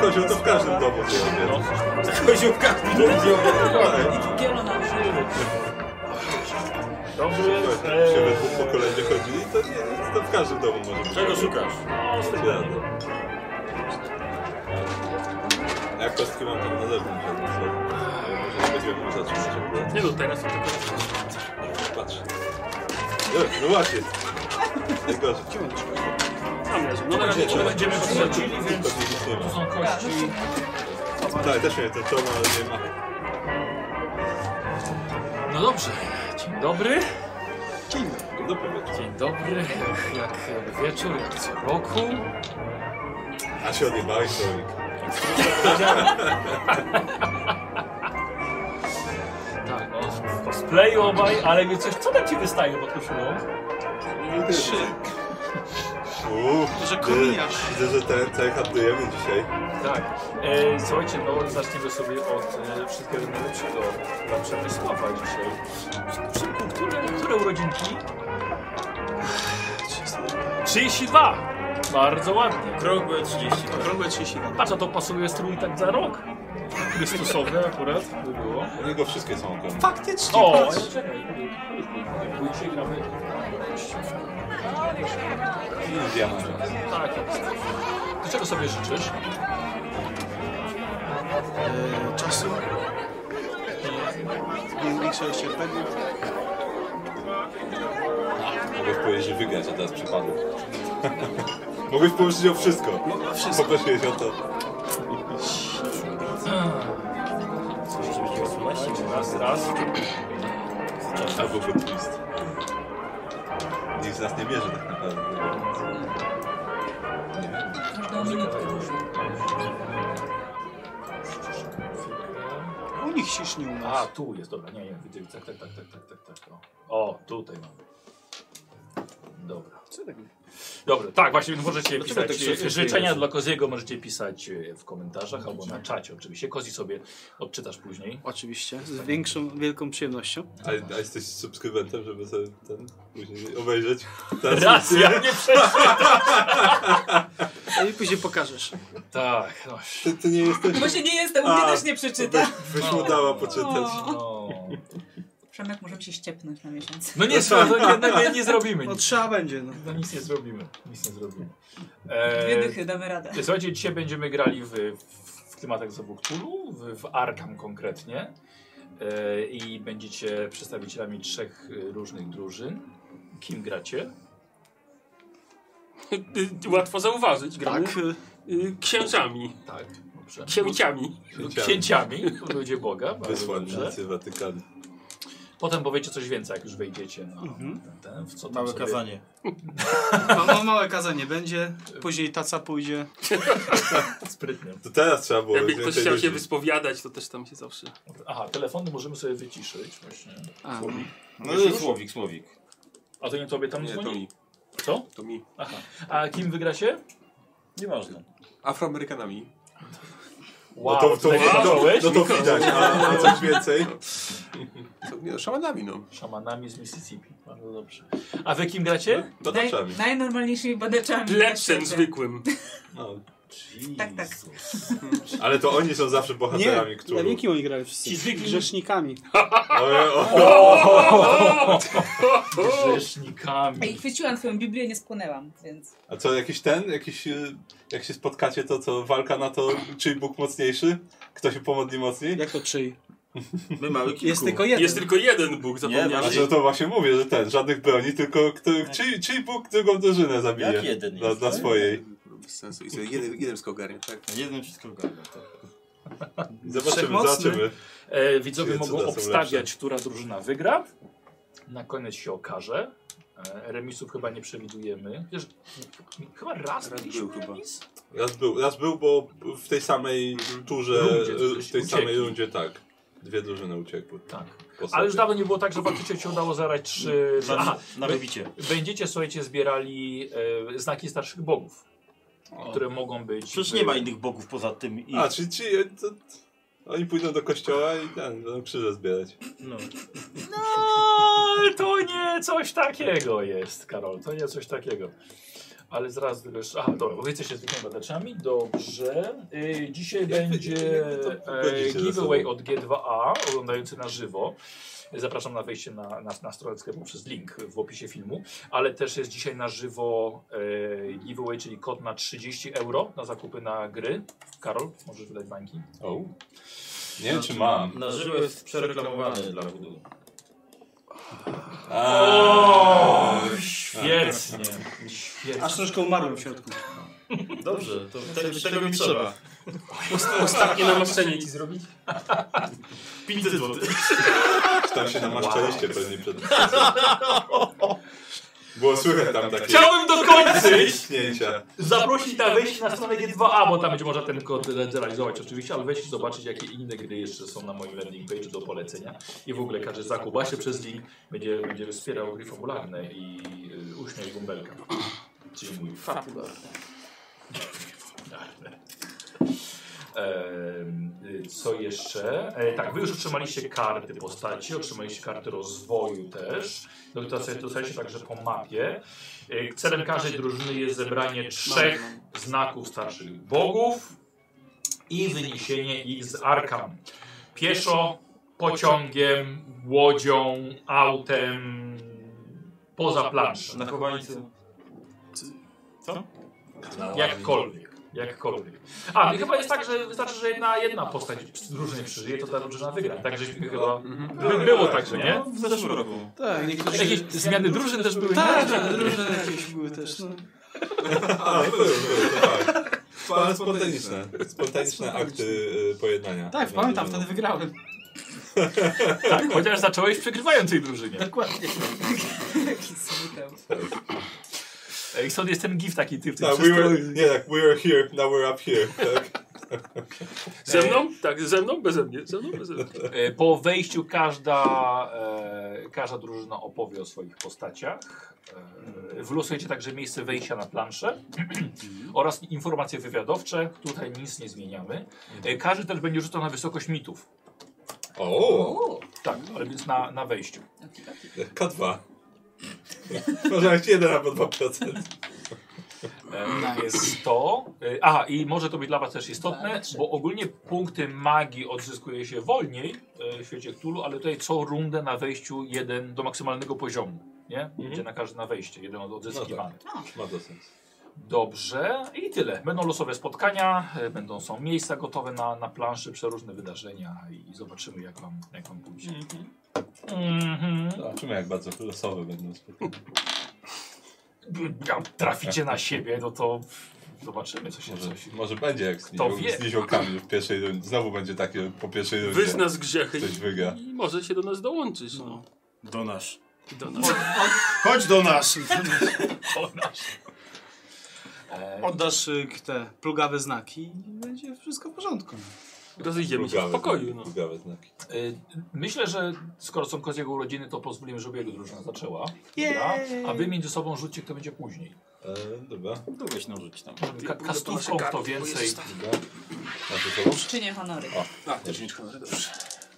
kozioł to w każdym domu. Kozioł w każdym domu. I kielona. Dobrze. Się we dwóch pokoleniach chodzili, to w każdym domu może być. Czego szukasz? Jak kostki mam tam na zewnątrz, może nie będziemy mu zatrzymać akurat. Nie no, teraz to tylko... Patrz. No właśnie. Najgorzej. Tam leży. No na razie to będziemy przychodzili, więc Nie tu ma. są kości. Tak, też miałem ten czom, ale nie ma. No dobrze. Dzień dobry. Dobry wieczór. Dzień dobry. Jak wieczór, jak co roku. A się odjebałeś, Słowik. Tak, no w cosplayu obaj, ale wie coś, co tam ci wystaje pod koszulą? Że kominiarz. Widzę, że ten handlujemy dzisiaj. Tak. Słuchajcie, no zaczniemy sobie od wszystkiego najlepszego dla Przemysława dzisiaj. Przemku, które urodzinki? 32! Bardzo ładnie. Okrągłe 30. Okrągłe 32. Patrz, a to pasuje strój tak za rok. Chrystusowy akurat by było. U niego wszystkie są okrągłe. Faktycznie, O, patrz. czekaj. Dzisiaj gramy. I diament. Tak. Do czego sobie życzysz? Czasu. Większego cierpenia. Mogłeś powiedzieć, że wygrać, a teraz przypadło. Mogłeś powiedzieć o wszystko. Wszystko. Poprosiłeś o to. Raz. Albo go twist. Nikt z nas nie mierzy tak naprawdę. Każdą minutę. U nich ciśnie u A, nas. tu jest, dobra, nie, widzę, tak. O, tutaj mam. Dobra. Co takiego? Dobra, tak, właśnie możecie Dlaczego pisać tak się życzenia śmiejesz? dla Koziego, możecie pisać w komentarzach albo na czacie oczywiście. Kozi sobie odczytasz później. Oczywiście, z wielką przyjemnością. A jesteś subskrybentem, żeby sobie ten później obejrzeć? Racja, nie A i później pokażesz. Tak, no. Ty nie jesteś... Właśnie nie jestem, u mnie też nie przeczyta. Byś mu dała poczytać. No, Przemek, możemy się ściepnąć na miesiąc. no nie zrobimy No nic. trzeba będzie, no. No nic nie zrobimy. Dwie dychy, damy radę. Słuchajcie, dzisiaj będziemy grali w klimatach z obu Cthulhu, w Arkham konkretnie. I będziecie przedstawicielami 3 różnych drużyn. Kim gracie? Łatwo zauważyć. Gramy Tak. księżami. Tak, dobrze. Księciami. Księciami, ludzie Boga. Bardzo dobrze. Wysłannicy Watykanu. Potem powiecie coś więcej, jak już wejdziecie na w co tam Małe sobie... kazanie. No, małe kazanie będzie, później taca pójdzie. Sprytnie. To teraz trzeba było Jakby ktoś więcej chciał ludzi. się wyspowiadać, to też tam się zawsze... Aha, telefony możemy sobie wyciszyć właśnie. A, No to jest Słowik. A to nie tobie tam Nie, to dzwoni? mi. Co? To mi. Aha. A kim wygracie? Nieważne. Afroamerykanami. Wow, No to zacząłeś? no to widać, a coś więcej? Nie, szamanami, no. Szamanami z Mississippi. Bardzo dobrze. A wy kim gracie? Badaczami. Najnormalniejszymi badaczami. Lepszym, zwykłym. No. Tak. Ale to oni są zawsze bohaterami, nie, którzy... na wieki oni grają wszyscy. Ci zwykli- Grzesznikami. Grzesznikami. Ej, chwyciłam twoją Biblię, nie spłonęłam, więc... A co, jak się spotkacie, to co, walka na to, czyj Bóg mocniejszy? Kto się pomodli mocniej? Jak to czyj? My mamy kilku. Jest tylko jeden. Jest tylko jeden Bóg, zapomniałeś. Znaczy, no to właśnie mówię, że żadnych broni, tylko czyj Bóg drugą drużynę zabije? Jak jeden jest, Dla tak? swojej. Bez sensu. I sobie jeden wszystko ogarnia, tak? Jeden wszystko ogarnia, tak. Zobaczymy. Widzowie Czyje mogą cuda są obstawiać, lepsze. która drużyna wygra. Na koniec się okaże. Remisów chyba nie przewidujemy. Wiesz, chyba raz mieliśmy był chyba. remis? Raz był, bo w tej samej turze, Rundzie w tej samej uciekli. rundzie, tak. 2 drużyny uciekły. Tak. Po Ale już sobie. dawno nie było tak, że faktycznie się udało zarać 3... Aha, Na wybicie. będziecie, słuchajcie, zbierali znaki starszych bogów, które mogą być... Przecież nie ma innych bogów poza tym i... A, czyli oni pójdą do kościoła i będą krzyże zbierać. No. No, to nie coś takiego jest, Karol, to nie coś takiego. Ale zaraz tylko jeszcze... Aha, dobra, bo wy jesteście zwykłymi badaczami. Dobrze. Dzisiaj będzie giveaway od G2A, oglądający na żywo. Zapraszam na wejście na stronę sklepu przez link w opisie filmu. Ale też jest dzisiaj na żywo giveaway, czyli kod na 30 euro na zakupy na gry. Karol, możesz wydać bańki. O. Nie wiem, czy mam. Na żywo jest przereklamowany dla budu. Świetnie. Aż troszkę umarłem w środku. Dobrze, to tego mi trzeba. Ostatnie namaszczenie ci zrobić? 500 zł. Tam się namaszczaliście pewnie przed... Było słychać tam takie Chciałbym dokończyć! śnięcia. Zaprosić na wejście na stronę G2A, bo tam będzie można ten kod zrealizować oczywiście, ale weźcie zobaczyć, jakie inne gry jeszcze są na moim landing page do polecenia. I w ogóle każdy zakup właśnie przez link będzie wspierał gry fabularne i uśmiech bąbelka. Czyli mój Fabularne. Co jeszcze? Tak, wy już otrzymaliście karty postaci, otrzymaliście karty rozwoju też. Dostaliście także po mapie. Celem każdej drużyny jest zebranie 3 znaków starszych bogów i wyniesienie ich z Arkam. Pieszo, pociągiem, łodzią, autem, poza planszą. Na chowanicy. Co? Jakkolwiek. A, i chyba jest tak, że wystarczy, że jedna postać z drużyny przeżyje, to ta drużyna wygra. Tak, żeśmy chyba... Było tak, że nie? W zeszłym roku. Tak, niektórzy... Jakieś zmiany drużyn też były? Tak, nie? tak, drużyny jakieś były też, no. Były, tak. Ale spontaniczne akty pojednania. Tak, pamiętam, wtedy wygrałem. Tak, chociaż zacząłeś przegrywając tej drużynie. Dokładnie. Jaki smuteł. I stąd jest ten gif taki ty w tym Tak, we were here, now we're up here. Tak. Ze mną? Tak, ze mną? Beze mnie. Ze mną? Beze mnie. Po wejściu każda drużyna opowie o swoich postaciach. Wylosujecie także miejsce wejścia na planszę oraz informacje wywiadowcze. Tutaj nic nie zmieniamy. Każdy też będzie rzucał na wysokość mitów. O, Tak, ale więc na wejściu. K2. Może być 1 albo 2%. Jest to. Aha, i może to być dla was też istotne, bo ogólnie punkty magii odzyskuje się wolniej w świecie Cthulhu, ale tutaj co rundę na wejściu jeden do maksymalnego poziomu. Nie? Będzie na każde na wejście, jeden odzyskiwany. Ma to sens. Dobrze, i tyle. Będą losowe spotkania, są miejsca gotowe na planszy, przeróżne wydarzenia i zobaczymy jak wam pójdzie. Zobaczymy, jak bardzo losowe będą spotkania. Jak traficie na siebie, no to zobaczymy co się Może będzie jak z niziołkami w pierwszej rundzie. Znowu będzie takie po pierwszej rundzie. Wyzna z grzechy Ktoś wygra. i może się do nas dołączyć. No. Do nas. Do nas. Chodź do nas! Oddasz te plugawe znaki i będzie wszystko w porządku. Rozejdziemy się w pokoju. No. Plugawe znaki. Myślę, że skoro są Koziego urodziny, to pozwolimy, żeby jego drużyna zaczęła. Dobra? A wy między sobą rzućcie, kto będzie później. Dobra. Tu weź narzuć tam. Kastówką kto więcej. Dobra. Na to co? Czynię honory. A, też mieć honory, dobrze.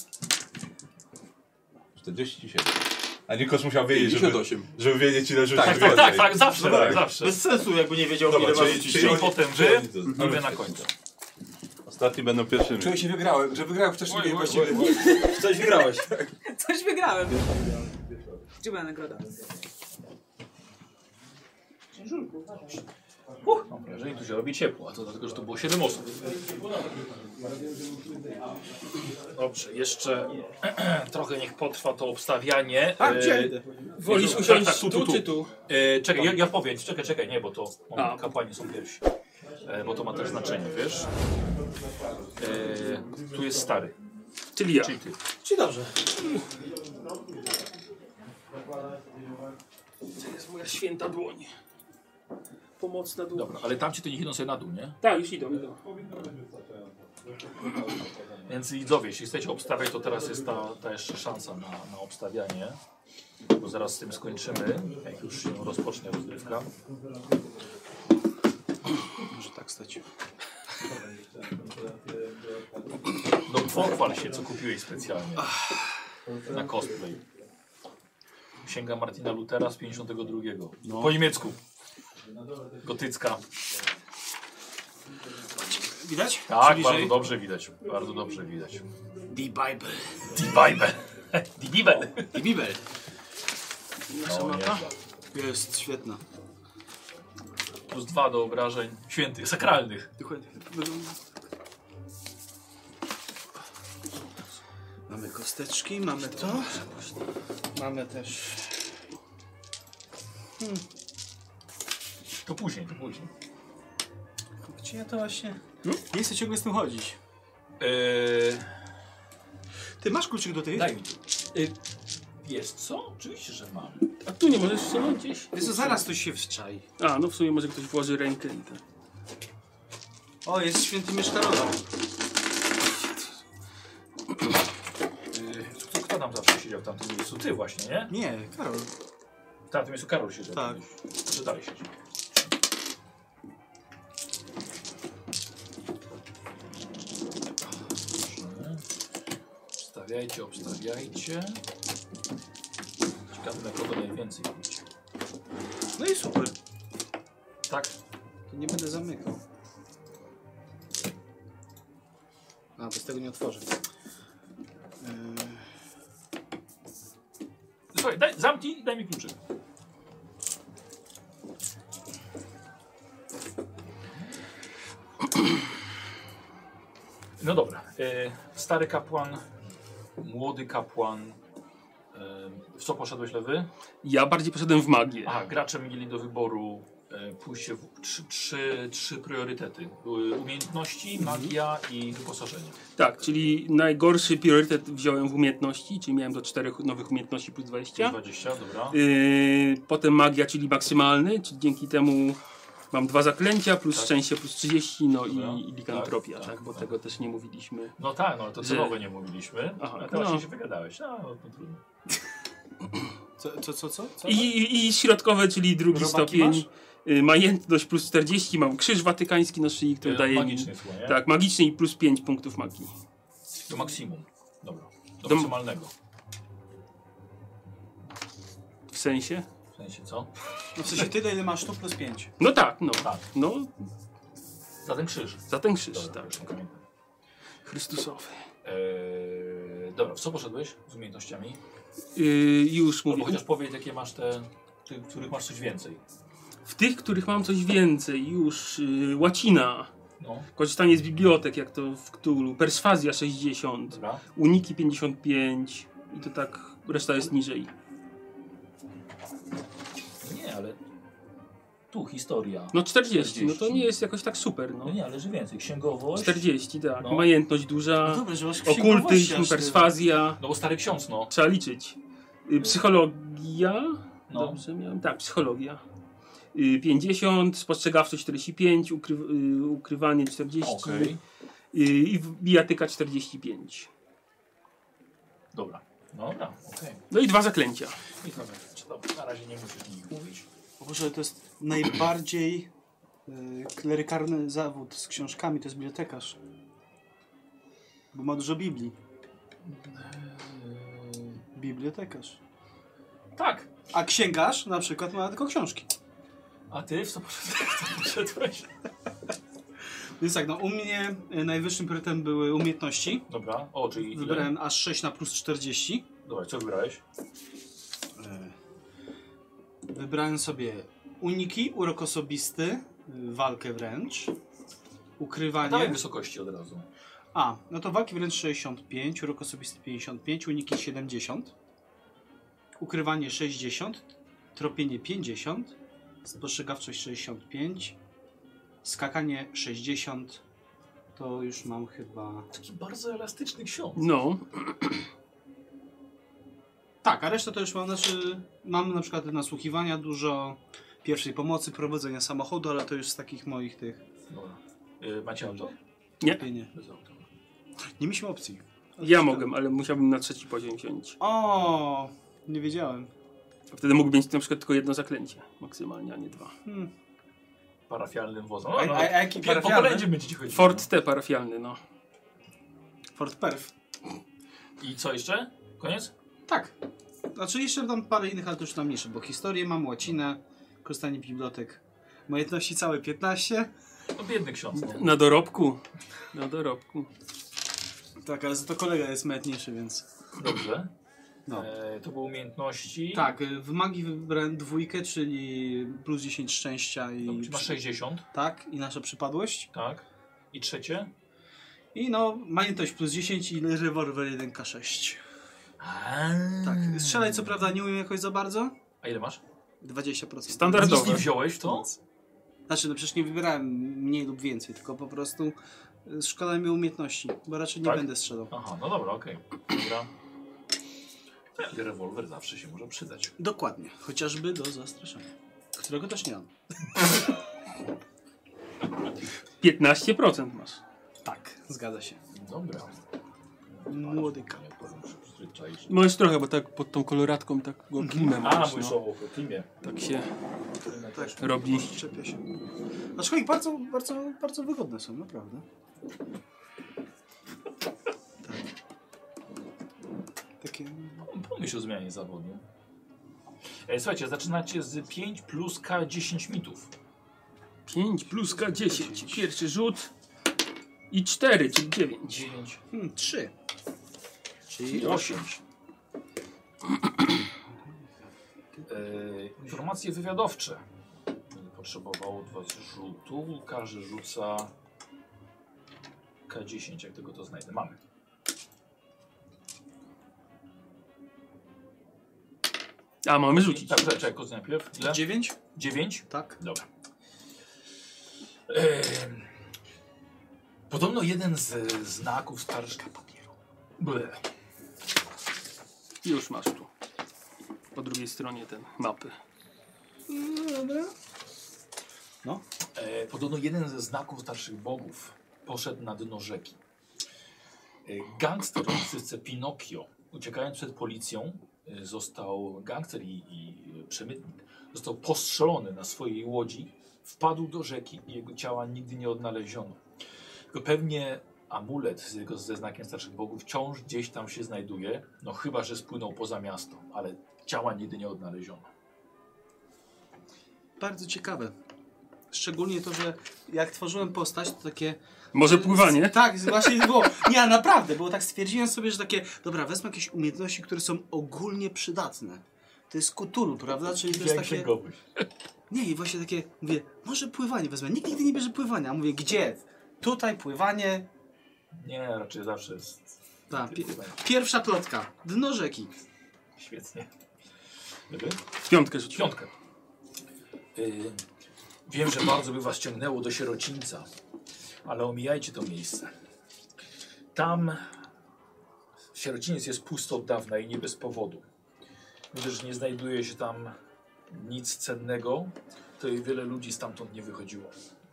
47. A Nikos musiał wiedzieć, 58. żeby wiedzieć ile rzucić Tak, więcej. Tak, zawsze, No tak. zawsze. Bez sensu, jakby nie wiedział, Dobra, ile ma czyli- rzucić. Czyli oni- potem wy to- i wy na końcu. Ostatni będą pierwszymi. Czuję się wygrałem, że wygrałem wcześniej właściwie. Coś wygrałeś. Coś wygrałem. Gdzie była nagroda? Mam wrażenie, tu się robi ciepło, a to dlatego, że to było 7 osób. Dobrze, jeszcze trochę niech potrwa to obstawianie. A, gdzie? Wolisz tak, usiąść tak, tu. tu czy tu? Czekaj, ja powiem, czekaj, nie, bo to kapłani są pierwsi. Bo to ma też znaczenie, wiesz? Tu jest stary, Czyli ja. czyli ty. Czy dobrze? To jest moja święta dłoń. Pomocna dłoń. Dobra, ale tamci to niech idą sobie na dół, nie? Tak, już idą. Więc widzowie, jeśli chcecie obstawiać, to teraz jest ta jeszcze szansa na obstawianie. Bo zaraz z tym skończymy, jak już się rozpocznie rozgrywka. Może tak stać. No pochwal się, co kupiłeś specjalnie na cosplay. Księga Martina Luthera z 52. Po niemiecku. Gotycka. Widać? Tak, Przybliżej. bardzo dobrze widać. Bardzo dobrze widać. The Bible. Die Bible. Die Bibel. The Bible. Nasza No, mapa? nieźle. Jest świetna. +2 do obrażeń świętych, sakralnych. Dokładnie. Mamy kosteczki, mamy to. Mamy też... To później, to później. Gdzie ja to właśnie... Nie chcę ciągle z tym chodzić. Ty masz kluczyk do tej? Daj mi tu. Wiesz co? Oczywiście, że mam. A tu nie możesz wsunąć gdzieś? Wiesz co, zaraz ktoś się wczai. A, no w sumie może ktoś włoży rękę i tak. O, jest święty miecz Karola. Kto tam zawsze siedział w tamtym miejscu? Ty właśnie, nie? Nie, Karol. W tamtym miejscu Karol siedział. Tak. Że dalej siedzi. Obstawiajcie, obstawiajcie. Ciekawe, na kogo najwięcej idzie. No i super. Tak? To nie będę zamykał. A, bez tego nie otworzę. Słuchaj, zamknij i daj mi kluczyk. No dobra. Stary kapłan, młody kapłan. W co poszedłeś, Lewy? Ja bardziej poszedłem w magię. Aha, gracze mieli do wyboru pójście w trzy priorytety. Były umiejętności, magia i wyposażenie. Tak, czyli najgorszy priorytet wziąłem w umiejętności, czyli miałem do 4 nowych umiejętności plus 20. 20, dobra. Potem magia, czyli maksymalny, czyli dzięki temu mam 2 zaklęcia, plus Tak. szczęście, plus 30, no Dobra. i likantropia, Tak, tak, tak, bo tak. tego też nie mówiliśmy. No tak, no to Że- celowe nie mówiliśmy. Aha, A to właśnie no. się wygadałeś. No, to trudno. Co? I środkowe, czyli drugi Robaki stopień. masz? Majętność plus 40, mam krzyż watykański na szyi, który daje mi... Magiczny słoń, nie? Tak, magiczny i plus 5 punktów magii. Do maksimum. Dobra. Do Do- maksymalnego. W sensie? W sensie co? No w sensie tyle, ile masz tu plus 5. No tak, no. Tak. No, Za ten krzyż. za ten krzyż, Dobra, tak. już nie pamiętam. Chrystusowy. Dobra, w co poszedłeś z umiejętnościami? Już Albo mówię. chociaż powiedz, jakie masz te, w których masz coś więcej. W tych, których mam coś więcej, już łacina, No, korzystanie z bibliotek, jak to w Cthulhu, perswazja 60, dobra. uniki 55 i to tak, reszta jest niżej. Nie, ale tu historia. No 40, no to 40. nie jest jakoś tak super, no. No nie, ale że więcej. Księgowość. 40, tak. No. Majętność duża, No dobrze, że masz księgowości okultyzm, aż tyle. perswazja, No bo stary ksiądz, no. trzeba liczyć. Psychologia, No. dobrze miałem? Tak, psychologia. 50, spostrzegawczość 45, ukrywanie 40 Okej. i bijatyka 45. Dobra. Dobra, okej. No i 2 zaklęcia. I dobra, dobra, na razie nie musisz nich mówić. O Boże, to jest najbardziej klerykalny zawód z książkami, to jest bibliotekarz. Bo ma dużo Biblii. Bibliotekarz. Tak. A księgarz na przykład ma tylko książki. A ty w co poszedłeś? Więc tak, no u mnie najwyższym priorytetem były umiejętności. Dobra, o, czyli ile? Wybrałem aż 6 na plus 40. Dobra, co wybrałeś? Wybrałem sobie uniki, urok osobisty, walkę wręcz, Dawaj ukrywanie. wysokości od razu. A, no to walki wręcz 65, urok osobisty 55, uniki 70, ukrywanie 60, tropienie 50, spostrzegawczość 65, skakanie 60, to już mam chyba... Taki bardzo elastyczny ksiądz. No, Tak, a resztę to już mam, znaczy mam na przykład nasłuchiwania dużo, pierwszej pomocy, prowadzenia samochodu, ale to już z takich moich tych... Dobra. Macie auto? nie. Nie. Bez auta. Nie mieliśmy opcji. Ja mogę, ale musiałbym na 3. poziom wziąć. O, nie wiedziałem. Wtedy mógłbym mieć na przykład tylko 1 zaklęcie maksymalnie, a nie 2. Parafialnym wozem. A jaki Po parafialny? kolędzie będzie ci chodzić. Fort T parafialny, no. Fort Perf. I co jeszcze? Koniec? Tak. Znaczy jeszcze tam parę innych, ale to już tam mniejsze, bo historię mam, łacinę, korzystanie z bibliotek. Umiejętności całe 15. No biedny ksiądz, nie? Na dorobku. Na dorobku. Tak, ale za to kolega jest mętniejszy, więc... Dobrze. No. To były umiejętności. Tak, w magii wybrałem 2, czyli plus 10 szczęścia i... Dobrze, masz 60. Tak, i nasza przypadłość. Tak. I trzecie? I no, majątność plus 10 i rewolwer 1K6. Tak, strzelaj co prawda nie umiem jakoś za bardzo. A ile masz? 20%. Standardowo. Nic nie wziąłeś w to? Nic. Znaczy, no przecież nie wybierałem mniej lub więcej, tylko po prostu szkoda mi umiejętności, bo raczej nie Tak? będę strzelał. Aha, no dobra, okej. Dobra. I rewolwer zawsze się może przydać. Dokładnie, chociażby do zastraszania, którego też nie mam. 15% masz. Tak, zgadza się. Dobra. Młody kap. Możesz trochę, bo tak pod tą koloratką tak go klimę A, masz, mówisz no. o Klimie. Tak się Tak, robi. czepia się. Aczkolwiek bardzo, bardzo, bardzo wygodne są, naprawdę. Tak. Takie... Pomyśl o zmianie zawodu. Słuchajcie, zaczynacie z 5 plus K 10 mitów. 5 plus K10. Pierwszy rzut. I 4, czyli 9. 9 3. i 8. Informacje wywiadowcze. Potrzebowało od was rzutu. Każdy rzuca K10, jak tego to znajdę. Mamy. A, mamy rzucić. Tak, czekaj, najpierw. Ile? 9? 9? Tak. Dobra. Podobno jeden z znaków starszych papieru. Ble. Już masz tu. Po drugiej stronie ten mapy. No dobra. No. Podobno jeden ze znaków starszych bogów poszedł na dno rzeki. Gangster w ksywce Pinokio, uciekając przed policją, gangster i przemytnik, został postrzelony na swojej łodzi, wpadł do rzeki i jego ciała nigdy nie odnaleziono. Tylko pewnie amulet ze znakiem starszych bogów wciąż gdzieś tam się znajduje, no chyba że spłynął poza miasto, ale ciała nigdy nie odnaleziono. Bardzo ciekawe. Szczególnie to, że jak tworzyłem postać, to takie... Może pływanie? Tak, właśnie było. Nie, naprawdę, bo tak stwierdziłem sobie, że takie, dobra, wezmę jakieś umiejętności, które są ogólnie przydatne. To jest Cthulhu, prawda? Czyli to jest takie... Nie, i właśnie takie, mówię, może pływanie wezmę. Nikt nigdy nie bierze pływania. A mówię, gdzie? Tutaj pływanie. Nie, raczej zawsze jest... Tak, pierwsza plotka. Dno rzeki. Świetnie. Piątkę rzuciłem. Piątkę. Wiem, że bardzo by was ciągnęło do sierocińca, ale omijajcie to miejsce. Tam sierociniec jest pusty od dawna i nie bez powodu. Gdyż nie znajduje się tam nic cennego, to i wiele ludzi stamtąd nie wychodziło.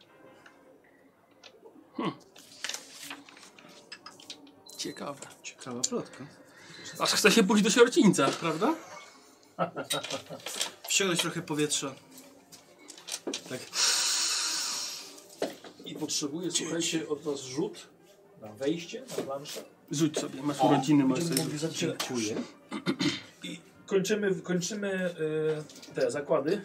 Ciekawe. Ciekawa plotka. Aż chce się pójść do sierocińca. Prawda? Wciągnąć trochę powietrza. Tak. I potrzebuję, słuchajcie, od was rzut na wejście, na planszę. Rzuć sobie, masz urodziny, masz będziemy sobie mogli rzucić. zaczynać. I kończymy te zakłady.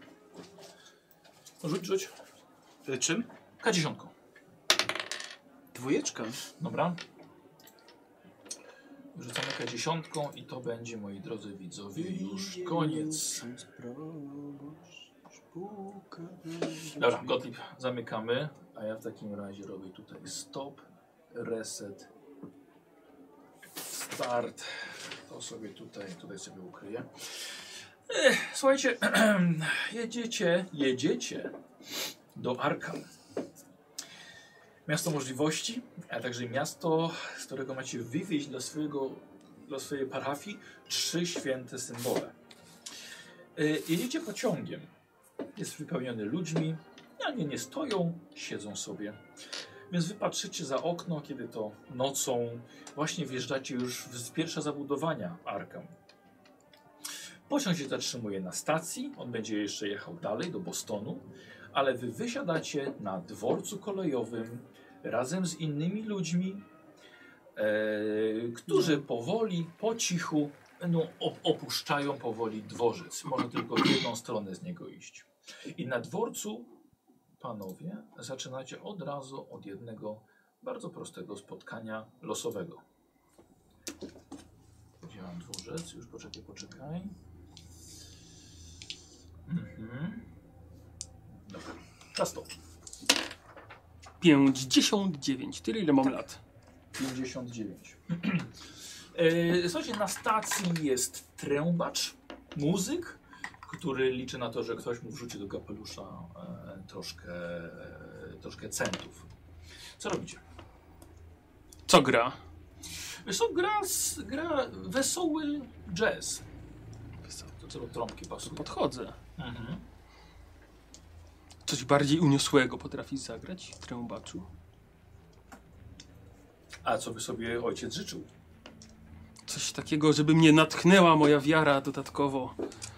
Rzuć. Czym? K10. Dwójeczka. Dobra. Rzucamy K10 i to będzie, moi drodzy widzowie, już koniec. Dobra, Gottlieb, zamykamy. A ja w takim razie robię tutaj stop, reset, start. To sobie tutaj sobie ukryję. Słuchajcie, jedziecie do Arkham. Miasto możliwości, a także miasto, z którego macie wywieźć dla swojej parafii 3 święte symbole. Jedziecie pociągiem. Jest wypełniony ludźmi, ale nie stoją, siedzą sobie. Więc wy patrzycie za okno, kiedy to nocą właśnie wjeżdżacie już w pierwsze zabudowania Arkham. Pociąg się zatrzymuje na stacji, on będzie jeszcze jechał dalej do Bostonu, ale wy wysiadacie na dworcu kolejowym razem z innymi ludźmi, którzy powoli, po cichu opuszczają powoli dworzec. Można tylko w jedną stronę z niego iść. I na dworcu panowie zaczynacie od razu od jednego bardzo prostego spotkania losowego. Wziąłem dwórzec, już poczekaj. Dobra, czas to. 59. Tyle ile mam lat? 59. Słuchajcie, na stacji jest trębacz, muzyk, który liczy na to, że ktoś mu wrzuci do kapelusza troszkę centów. Co robicie? Co gra? Wiesz co, gra wesoły jazz. Do czego trąbki pasują. Podchodzę. Mhm. Coś bardziej uniosłego potrafisz zagrać w trębaczu? A co by sobie ojciec życzył? Coś takiego, żeby mnie natchnęła moja wiara dodatkowo.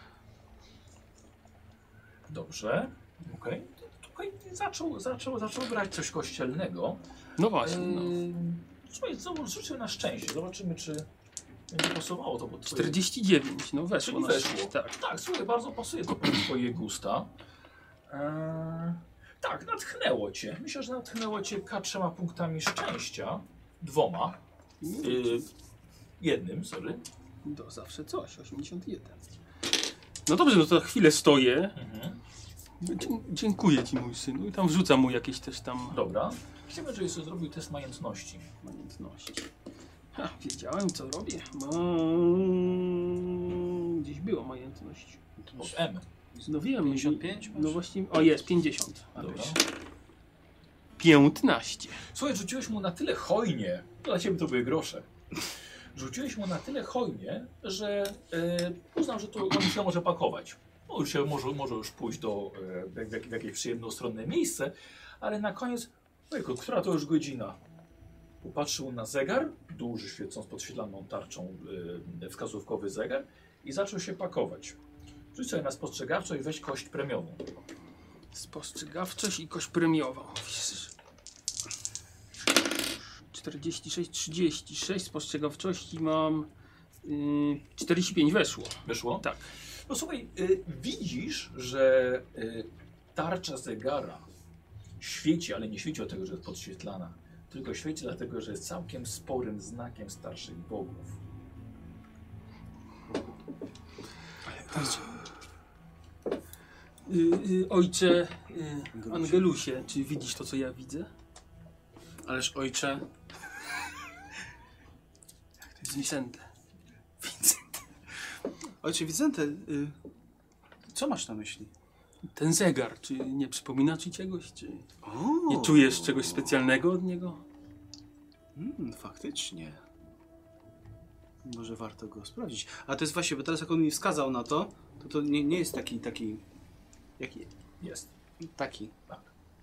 Dobrze, okej. Tutaj zaczął grać coś kościelnego. No właśnie, no. Słuchaj, rzućmy na szczęście. Zobaczymy, czy będzie pasowało to. Bo 49, no weszło. Czyli na weszło. szczęście, tak. Tak, słuchaj, bardzo pasuje to pod twoje gusta. Tak, natchnęło cię. Myślę, że natchnęło cię 3 punktami szczęścia. 2. Jednym, sorry. To zawsze coś, 81. No dobrze, no to chwilę stoję. Mhm. Dziękuję ci, mój synu. I tam wrzucam mu jakieś też tam Dobra. Chcemy, żebyś sobie zrobił test majętności. majątności. Ha, wiedziałem co robię. Gdzieś była majątność. Od M. No wiem. 55 masz? No właśnie, o jest, 50. Dobra. 15. Słuchaj, rzuciłeś mu na tyle hojnie, dla ciebie to były grosze. Rzuciłeś mu na tyle hojnie, że uznał, że to on się może pakować. No już się może już pójść w jakieś przyjemnostronne miejsce, ale na koniec, ojku, która to już godzina? Popatrzył na zegar, duży, świecąc podświetlaną tarczą wskazówkowy zegar i zaczął się pakować. Rzuć sobie na spostrzegawczość i weź kość premiową. Spostrzegawczość i kość premiową. 46, 36 spostrzegawczości mam. 45 weszło. Wyszło? Tak. No słuchaj, widzisz, że tarcza zegara świeci, ale nie świeci od tego, że jest podświetlana, tylko świeci dlatego, że jest całkiem sporym znakiem starszych bogów. Ojcze Angelusie, czy widzisz to, co ja widzę? Ależ ojcze... Vicente. Ojcze Vicente, co masz na myśli? Ten zegar, czy nie przypomina ci czegoś? Czy O, nie czujesz czegoś specjalnego od niego? Faktycznie. Może warto go sprawdzić. A to jest właśnie, bo teraz jak on mi wskazał na to, to nie jest taki... Jaki? Jest. Taki. Tak.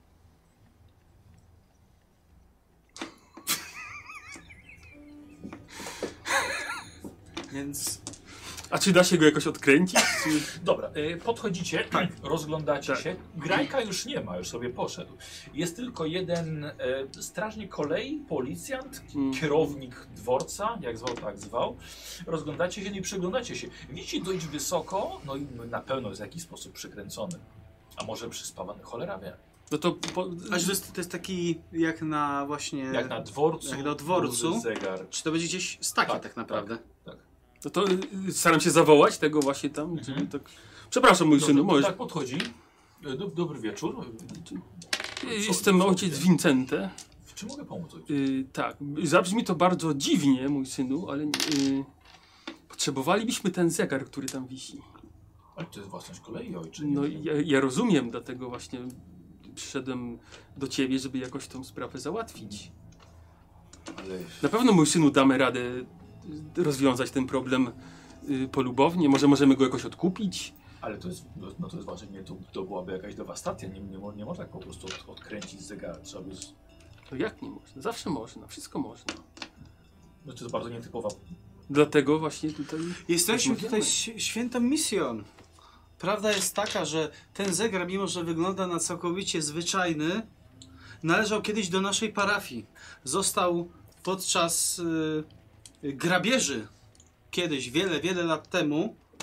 Więc... A czy da się go jakoś odkręcić? Dobra, podchodzicie, rozglądacie się. Grajka już nie ma, już sobie poszedł. Jest tylko jeden strażnik kolei, policjant, kierownik dworca, jak zwał, tak zwał. Rozglądacie się, nie przyglądacie się. Widzicie dość wysoko, no i na pewno jest w jakiś sposób przykręcony. A może przyspawany, cholera wie. No to A że to jest taki jak na właśnie... Jak na dworcu, Jak na dworcu. duży zegar. Czy to będzie gdzieś staki tak naprawdę? Tak. no to staram się zawołać tego właśnie tam. Żeby tak... Przepraszam, mój synu, możesz... Tak podchodzi. Dobry wieczór. Jestem ojciec Vincente. W czym mogę pomóc? Tak, zabrzmi to bardzo dziwnie, mój synu, ale potrzebowalibyśmy ten zegar, który tam wisi. Ale to jest własność kolei, ojcze. No ja rozumiem, dlatego właśnie przyszedłem do ciebie, żeby jakoś tą sprawę załatwić. Ale... Na pewno, mój synu, damy radę rozwiązać ten problem polubownie. Może możemy go jakoś odkupić. Ale to jest, no to jest ważne, nie, to byłaby jakaś dewastacja, nie można tak po prostu odkręcić zegara, trzeba by... No jak nie można? Zawsze można, wszystko można. No to jest bardzo nietypowa... Dlatego właśnie tutaj... Jesteśmy rozmawiamy. tutaj świętą misją. Prawda jest taka, że ten zegar, mimo że wygląda na całkowicie zwyczajny, należał kiedyś do naszej parafii. Został podczas grabieży kiedyś, wiele lat temu,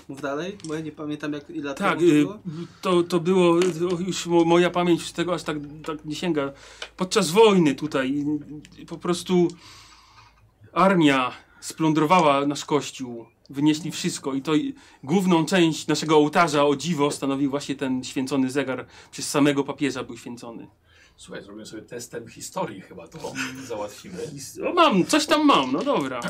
Mów dalej, bo ja nie pamiętam ile lat Tak, temu to było. to było, już moja pamięć z tego aż tak nie sięga. Podczas wojny tutaj po prostu armia splądrowała nasz kościół, wynieśli wszystko i to główną część naszego ołtarza, o dziwo, stanowił właśnie ten święcony zegar. Przez samego papieża był święcony. Słuchaj, zrobimy sobie testem historii chyba, to załatwimy. O, mam, coś tam mam, no dobra.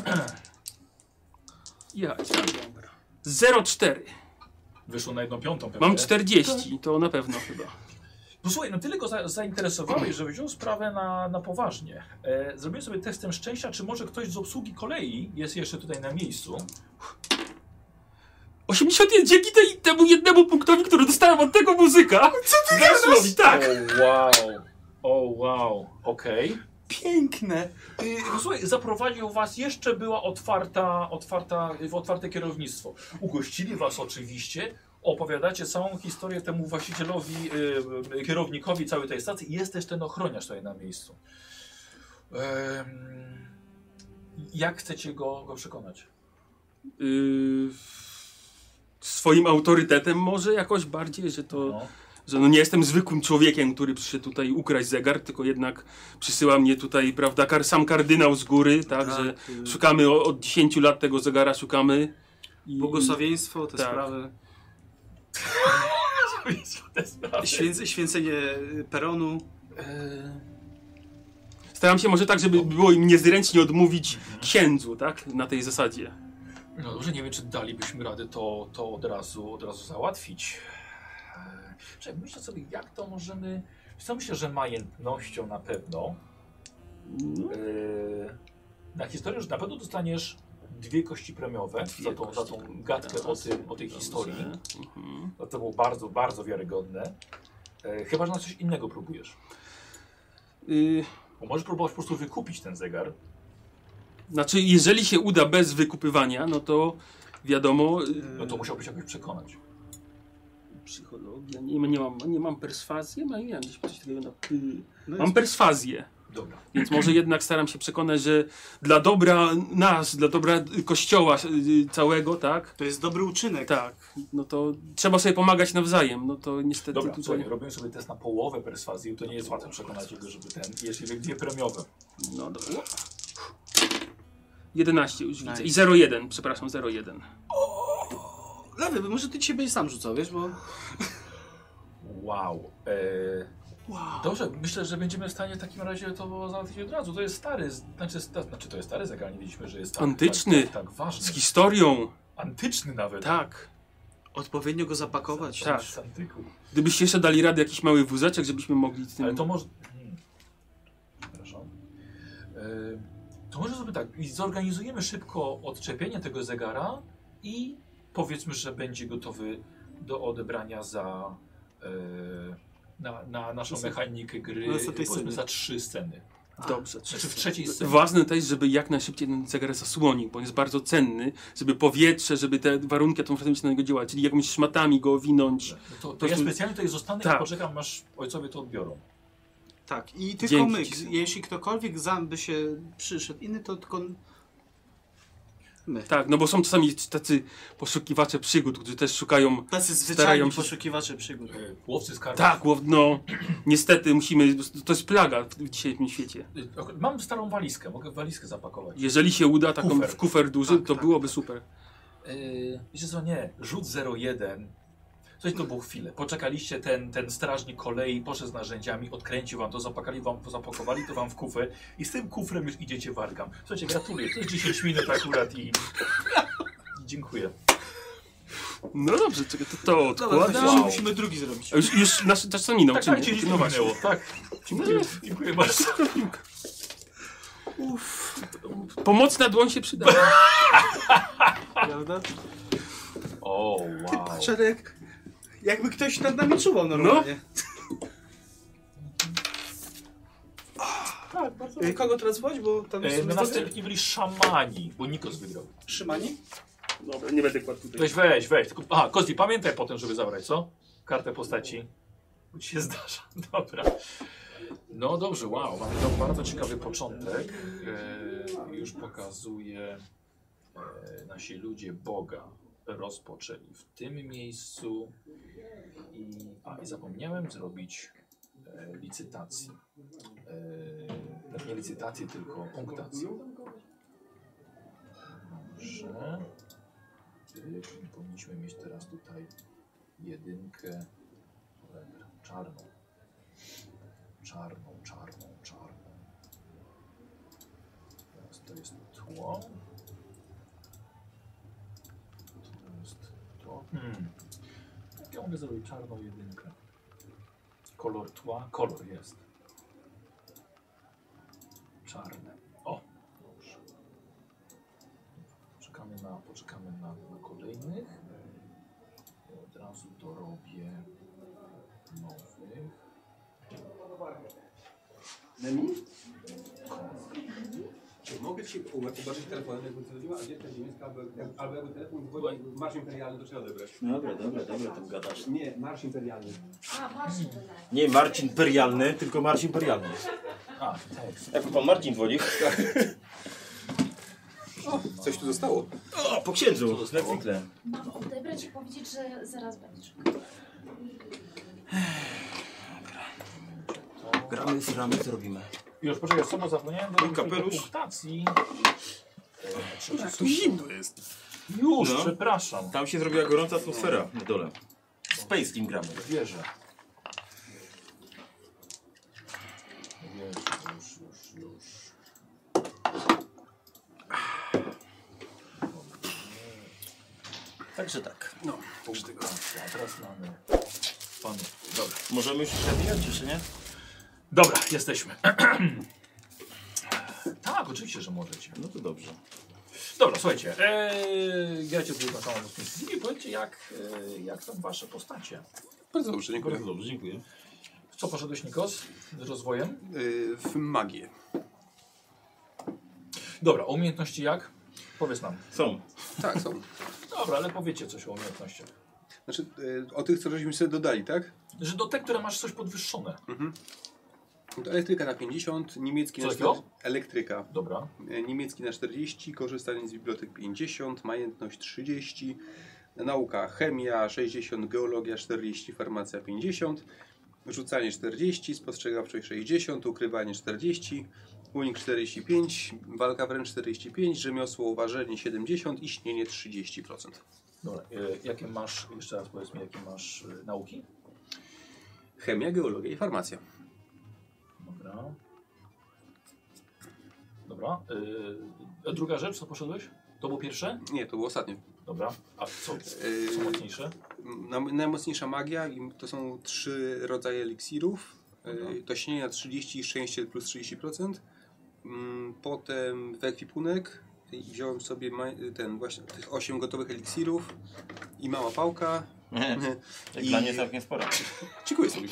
Ja, dobra. 0,4. Wyszło na 1/5 pewnie. Mam 40, to na pewno chyba. No słuchaj, no tyle go zainteresowałeś, że wziął sprawę na poważnie. Zrobiłem sobie testem szczęścia, czy może ktoś z obsługi kolei jest jeszcze tutaj na miejscu. 81 dzięki temu jednemu punktowi, który dostałem od tego muzyka. Co ty gadasz? Tak. O wow, okej. Piękne! No słuchaj, zaprowadził was, jeszcze była otwarte kierownictwo. Ugościli was oczywiście, opowiadacie całą historię temu właścicielowi, kierownikowi całej tej stacji i jest też ten ochroniarz tutaj na miejscu. Jak chcecie go przekonać? Swoim autorytetem może jakoś bardziej, że to... No. Że no nie jestem zwykłym człowiekiem, który przyszedł tutaj ukraść zegar, tylko jednak przysyła mnie tutaj, prawda, sam kardynał z góry, tak, że szukamy od 10 lat tego zegara, szukamy. I, Błogosławieństwo, te tak. sprawy. Te sprawy. Święcenie peronu. Staram się może tak, żeby było im niezręcznie odmówić księdzu, tak, na tej zasadzie. No dobrze, nie wiem, czy dalibyśmy radę to od razu załatwić. Myślę sobie, jak to możemy... Myślę, że majętnością na pewno. Na historię, że na pewno dostaniesz 2 kości premiowe za tą gadkę o tej historii. To było bardzo, bardzo wiarygodne. Chyba, że na coś innego próbujesz. Bo możesz próbować po prostu wykupić ten zegar. Znaczy, jeżeli się uda bez wykupywania, no to wiadomo... No to musiałbyś jakoś przekonać. Psychologia, nie mam perswazję, miałem gdzieś coś takiego mam perswazję. Dobra. Więc może jednak staram się przekonać, że dla dobra nas, dla dobra kościoła całego, tak? To jest dobry uczynek. Tak, no to trzeba sobie pomagać nawzajem, no to niestety Dobra, tutaj... słuchaj, robię sobie test na połowę perswazji, to nie jest łatwo przekonać jego, żeby jeśli 2 premiowe. No dobra. 11 już widzę. I Nice. 0,1, przepraszam, 0,1. Lewy, może ty dzisiaj będziesz sam rzucał, wiesz, bo... Wow. Dobrze, myślę, że będziemy w stanie w takim razie to załatwić od razu. To jest stary, to jest stary zegar, nie wiedzieliśmy, że jest tak, Antyczny. tak ważny. Z historią. Antyczny nawet. Tak. Odpowiednio go zapakować. Tak. Z antyku. Gdybyście jeszcze dali radę jakiś mały wózeczek, żebyśmy mogli z tym... Ale to może... Przepraszam. To może sobie tak, i zorganizujemy szybko odczepienie tego zegara i powiedzmy, że będzie gotowy do odebrania za... na naszą mechanikę gry, powiedzmy za 3 sceny. Dobrze. Znaczy w 3. scenie. Ważne też, żeby jak najszybciej ten zegar zasłonił, bo on jest bardzo cenny, żeby powietrze, żeby te warunki atmosferyczne na niego działały, czyli jakimiś szmatami go owinąć. No to ja specjalnie tutaj zostanę i poczekam, aż ojcowie to odbiorą. Tak, i tylko Dzięki my, ci. jeśli ktokolwiek by się przyszedł inny, to tylko my. Tak, no bo są czasami tacy poszukiwacze przygód, którzy też szukają... Tacy starają zwyczajni się- poszukiwacze przygód. Łowcy skarbów. Tak, no niestety musimy, to jest plaga w dzisiejszym świecie. Mam starą walizkę, mogę walizkę zapakować. Jeżeli się uda taką Kufer. w kufer duży, Tak, to tak, byłoby tak. super. Wiecie co, nie, rzut 01. Coś to było chwilę. Poczekaliście, ten strażnik kolei poszedł z narzędziami, odkręcił wam to, zapakowali to wam w kufer i z tym kufrem już idziecie w Arkham. Słuchajcie, gratuluję, to jest 10 minut akurat i dziękuję. No dobrze, czekaj, to Dobra, odkładam. wow. Musimy drugi zrobić. A już nasz czas co minął, Tak, czy nie? tak, ci No właśnie. minęło, tak. Dziękuję bardzo. Pomocna dłoń się przyda. Prawda? O, wow. Szereg, jakby ktoś nad nami czuwał normalnie. Tak, bardzo Kogo teraz wołać, bo tam jest Na następnie byli szamani, bo Nikos wygrał. Trzymani? Dobra, nie będę kładł tutaj. Weź. Tylko, aha, Kosti, pamiętaj potem, żeby zabrać, co? Kartę postaci. Bo ci się zdarza. Dobra. No dobrze, wow. Mamy to bardzo ciekawy początek. Już pokazuje nasi ludzie Boga. rozpoczęli w tym miejscu. I zapomniałem zrobić licytacji. Nie licytacji, tylko punktacji. Dobrze. Powinniśmy mieć teraz tutaj jedynkę. Czarną. Teraz to jest tło. To jest to. Jak ja mogę zrobić czarną jedynkę? Kolor tła? Kolor jest. Czarne. O! Dobrze. Poczekamy na kolejnych. Od razu to robię nowych. Nemi? Mogę ci zobaczyć telefonem, jakby to chodziło, a gdzie ta ziemska, albo jakby telefon dzwoni, marsz imperialny, to trzeba odebrać. Dobra, tam gadasz. Nie, marsz imperialny. A, Marcin imperialny. Nie Marcin imperialny, tylko Marcin imperialny. A, tak. Jakby pan Marcin dzwonił. O, coś tu zostało. O, po księdzu, jak zwykle. Mam odebrać i powiedzieć, że zaraz będziesz. Gramy, co robimy? Już, poczekaj, co zapomniałem do kapelusz? punktacji. Tu zimno jest. Już, No. przepraszam. Tam się zrobiła gorąca atmosfera na dole. Space Team gramy. Wierzę. Już. Także tak. No, A teraz mamy panu. Dobra. Możemy już zabijać, czy nie? Dobra, jesteśmy. Tak, oczywiście, że możecie. No to dobrze. Dobra, słuchajcie. Gracie sobie na samą i powiedzcie, jak tam wasze postacie. Bardzo dobrze, dziękuję. Bardzo dobrze, dziękuję. W co poszedłeś, Nikos? Z rozwojem? W magię. Dobra, o umiejętności jak? Powiedz nam. Są. Tak, są. Dobra, ale powiedzcie coś o umiejętnościach. Znaczy, o tych, co żeśmy sobie dodali, tak? Że do te, które masz coś podwyższone. To elektryka na 50, niemiecki na Co 40. takiego? Elektryka. Dobra. Niemiecki na 40, korzystanie z bibliotek 50, majętność 30, nauka chemia 60, geologia 40, farmacja 50, rzucanie 40, spostrzegawczość 60, ukrywanie 40, unik 45, walka wręcz 45, rzemiosło ważenie 70 i śnienie 30%. Dobra. Jakie masz, jeszcze raz powiedz mi, jakie masz nauki? Chemia, geologia i farmacja. Dobra. A druga rzecz, co poszedłeś? To było pierwsze? Nie, to było ostatnie. Dobra. A co mocniejsze? Najmocniejsza magia i to są 3 rodzaje eliksirów. To śnienie na 30 i szczęście plus 30%. Potem w ekwipunek wziąłem sobie właśnie tych 8 gotowych eliksirów i mała pałka. Jak dla mnie całkiem spora. Dziękuję sobie.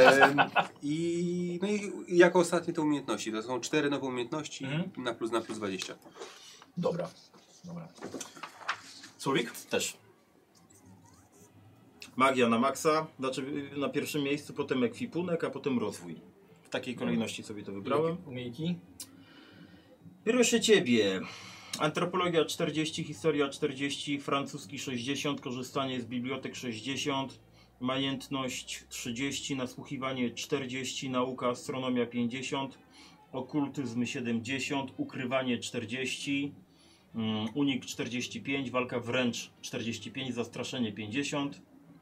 No i jako ostatnie te umiejętności. To są 4 nowe umiejętności na plus 20. Dobra. Słowik? Też. Magia na maksa, znaczy na pierwszym miejscu, potem ekwipunek, a potem rozwój. W takiej kolejności sobie to wybrałem. Umiejki? Proszę Ciebie. Antropologia 40, historia 40, francuski 60, korzystanie z bibliotek 60, majętność 30, nasłuchiwanie 40, nauka astronomia 50, okultyzm 70, ukrywanie 40, unik 45, walka wręcz 45, zastraszenie 50,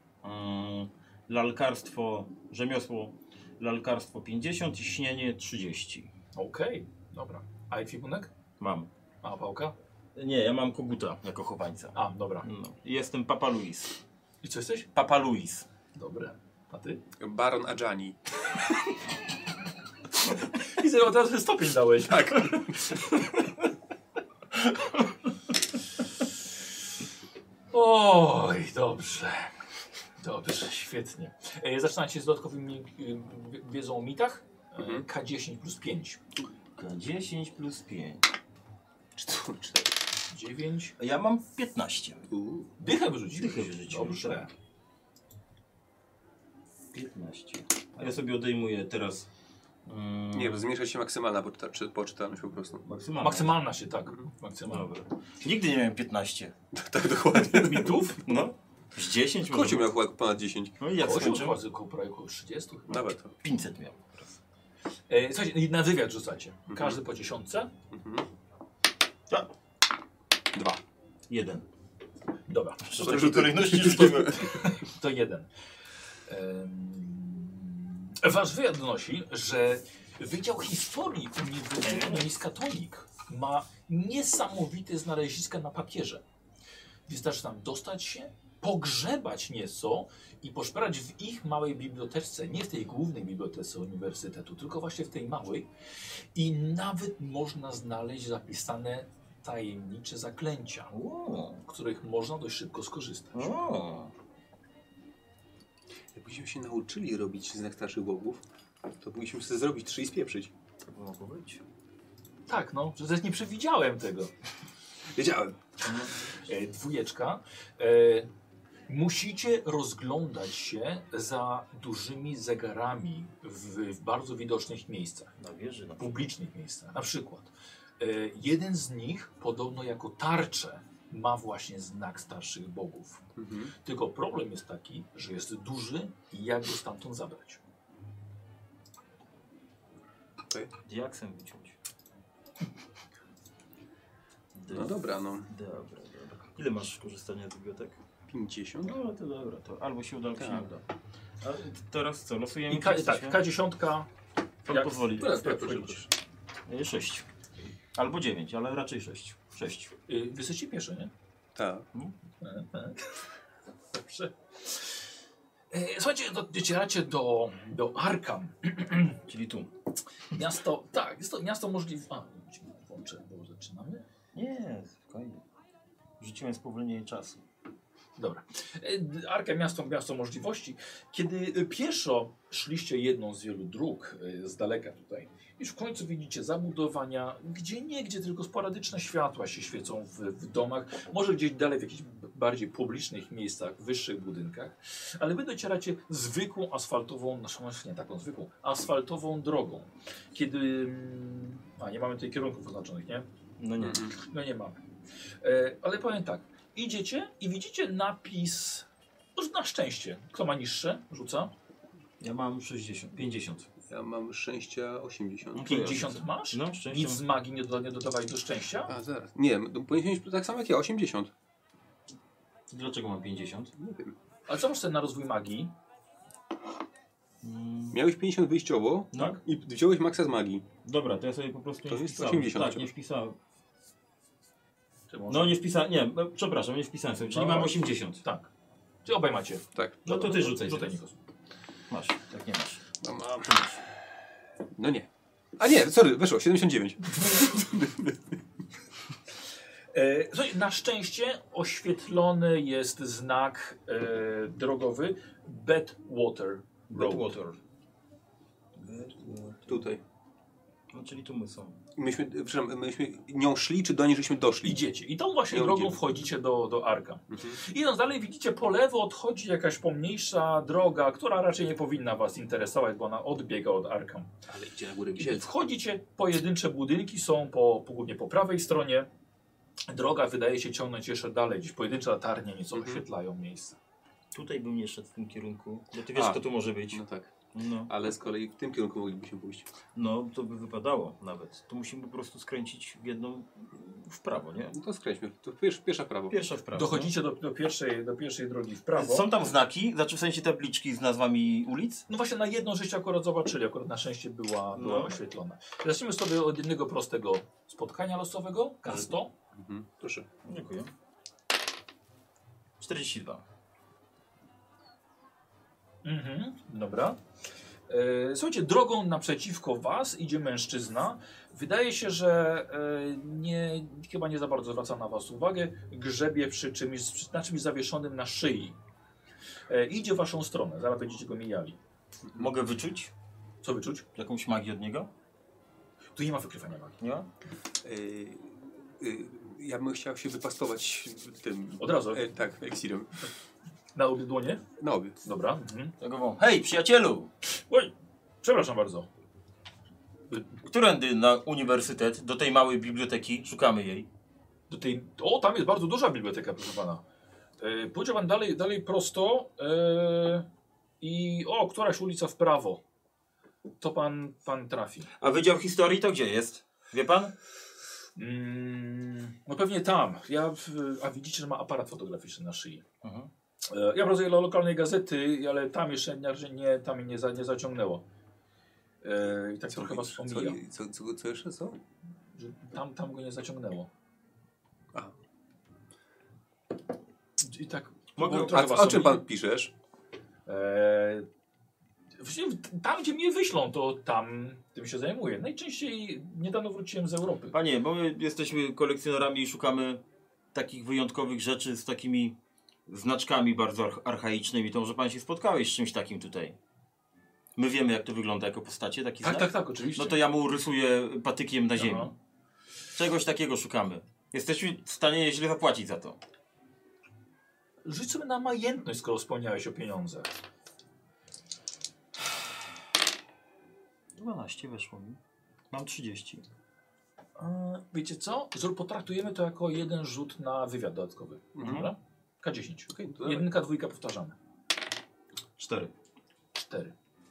lalkarstwo, rzemiosło lalkarstwo 50 i śnienie 30. Okej, dobra. A ekwipunek? Mam. A pałka? Nie, ja mam koguta jako chowańca. A, dobra. No. Jestem Papa Louis. I co jesteś? Papa Louis. Dobre. A ty? Baron Adjani. I sobie od razu stopień dałeś. Tak. Oj, dobrze. Dobrze, świetnie. Zaczynacie z dodatkowymi wiedzą o mitach. K10 plus 5. K10 plus 5. 9. Ja mam 15. Dychę wyrzuciłeś. Dychę wyrzuciłem, Dobrze. tak. 15. A ja sobie odejmuję teraz Nie, zmniejsza się maksymalna poczytalność po prostu. Maksymalna się, tak. Maksymalna. Nigdy nie miałem 15. Tak, dokładnie. Mitów? No. Z 10 może. Kociu miał chyba ponad 10. No i jak skończyłem? Prawie około 30 chyba. Nawet to. 500 miał. Słuchajcie, i na wywiad rzucacie. Każdy po 10. Tak. 2. 1. Dobra. W kolejności rzucimy. To 1. Wasz wywiad donosi, że Wydział Historii Uniwersytetu Miskatonic ma niesamowite znaleziska na papierze. Wystarczy tam dostać się, pogrzebać nieco i poszperać w ich małej bibliotece, nie w tej głównej bibliotece uniwersytetu, tylko właśnie w tej małej. I nawet można znaleźć zapisane tajemnicze zaklęcia, których można dość szybko skorzystać. Jakbyśmy się nauczyli robić znak starszych bogów, to mogliśmy sobie zrobić 3 i spieprzyć. To mogło być. Tak, no, że nie przewidziałem tego. Wiedziałem. 2. Musicie rozglądać się za dużymi zegarami w bardzo widocznych miejscach. Na wieży. Na Publicznych miejscach. Na przykład jeden z nich podobno jako tarczę ma właśnie znak starszych bogów. Tylko problem jest taki, że jest duży i jak go stamtąd zabrać. Diaksem wyciąć. No dobra, no. Dobra. Ile masz korzystania z bibliotek? 50? No to dobra, to albo się uda, albo się nie uda. A teraz co, losujemy? I K10. Pan pozwoli. Teraz tak, 6. Albo 9, ale raczej 6. 6. Wy jesteście piesze, nie? Tak. Dobrze. Słuchajcie, docieracie do Arkham. Czyli tu. Miasto, tak, jest to miasto możliwe. Włączę, bo zaczynamy. Nie, spokojnie. Rzuciłem spowolnienie czasu. Dobra. Arkham, miasto możliwości. Kiedy pieszo szliście jedną z wielu dróg z daleka tutaj, już w końcu widzicie zabudowania, gdzie niegdzie tylko sporadyczne światła się świecą w domach, może gdzieś dalej w jakichś bardziej publicznych miejscach, wyższych budynkach, ale wy docieracie zwykłą asfaltową, nie taką zwykłą, asfaltową drogą. Kiedy... nie mamy tutaj kierunków oznaczonych, nie? No nie. No nie mamy. Ale powiem tak, idziecie i widzicie napis, na szczęście, kto ma niższe, rzuca. Ja mam 50. Ja mam szczęścia 80. 50 masz? No, szczęście. Nic z magii nie dodawali do szczęścia? A, zaraz. Nie, powinieneś mieć tak samo jak ja, 80. Dlaczego mam 50? Nie wiem. Ale co masz ten na rozwój magii? Miałeś 50 wyjściowo Tak? i wziąłeś maksa z magii. Dobra, to ja sobie po prostu To nie jest wpisałem. 80. Tak, nie wpisałem. Może... No nie wpisałem, nie, przepraszam, nie wpisałem sobie, czyli No, mam 80. Tak. Czy obaj macie? Tak. No to ty rzucaj. Rzucaj, teraz. Nikos. Masz, tak nie masz. No, no nie. A nie, sorry, weszło, 79. Słuchaj, na szczęście oświetlony jest znak drogowy Badwater Road. Badwater. Tutaj. No czyli tu my są. Myśmy nią szli, czy do niej żeśmy doszli? Idziecie. I tą właśnie Nie drogą idziemy. wchodzicie do Arkham. Idąc dalej widzicie po lewo odchodzi jakaś pomniejsza droga, która raczej nie powinna was interesować, bo ona odbiega od Arkham. Ale idzie na górę I Wisielca. wchodzicie, pojedyncze budynki są głównie po prawej stronie. Droga wydaje się ciągnąć jeszcze dalej, gdzieś pojedyncze latarnie nieco oświetlają miejsce. Tutaj bym nie szedł w tym kierunku, bo ty wiesz, kto tu może być. No tak. No. Ale z kolei w tym kierunku moglibyśmy pójść. No, to by wypadało nawet. Tu musimy po prostu skręcić w jedną w prawo, nie? No to skręćmy. To pierwsza w prawo. Pierwsza w prawo. Dochodzicie do pierwszej drogi w prawo. Są tam znaki, znaczy w sensie tabliczki z nazwami ulic? No właśnie na jedną żeście akurat zobaczyli, akurat na szczęście była oświetlona. Zacznijmy sobie od jednego prostego spotkania losowego, K100. Proszę. Dziękuję. 42. Dobra. Słuchajcie, drogą naprzeciwko was idzie mężczyzna. Wydaje się, że chyba nie za bardzo zwraca na was uwagę. Grzebie na czymś zawieszonym na szyi. Idzie w waszą stronę, zaraz będziecie go mijali. Mogę wyczuć Co wyczuć? jakąś magię od niego? Tu nie ma wykrywania magii. Nie ma? Ja bym chciał się wypastować tym... Od razu? Tak, eliksirem. Na obie dłonie? Na obie. Dobra. Tego wam. Hej, przyjacielu! Oj, przepraszam bardzo. którędy na uniwersytet, do tej małej biblioteki, szukamy jej. O, tam jest bardzo duża biblioteka, proszę pana. Pójdzie pan dalej prosto i któraś ulica w prawo. To pan trafi. A Wydział Historii to gdzie jest? Wie pan? No pewnie tam. A widzicie, że ma aparat fotograficzny na szyi. Ja pracuję dla lokalnej gazety, ale tam jeszcze tam mnie nie zaciągnęło. I tak trochę was omija. Co jeszcze, co? Że tam go nie zaciągnęło. A. I tak... A czym pan piszesz? Tam, gdzie mnie wyślą, to tym się zajmuję. Najczęściej niedawno wróciłem z Europy. Panie, bo my jesteśmy kolekcjonerami i szukamy takich wyjątkowych rzeczy z takimi znaczkami bardzo archaicznymi. To może pan się spotkałeś z czymś takim tutaj? My wiemy, jak to wygląda jako postacie, taki znak? Tak, oczywiście. No to ja mu rysuję patykiem na ziemi. Aha. Czegoś takiego szukamy. Jesteśmy w stanie nieźle zapłacić za to. Rzuć sobie na majętność, skoro wspomniałeś o pieniądzach. 12 weszło mi. Mam 30. Wiecie co? Potraktujemy to jako jeden rzut na wywiad dodatkowy. Dobra? K10. Okay, to Jedynka, dwójka powtarzamy. 4. 4.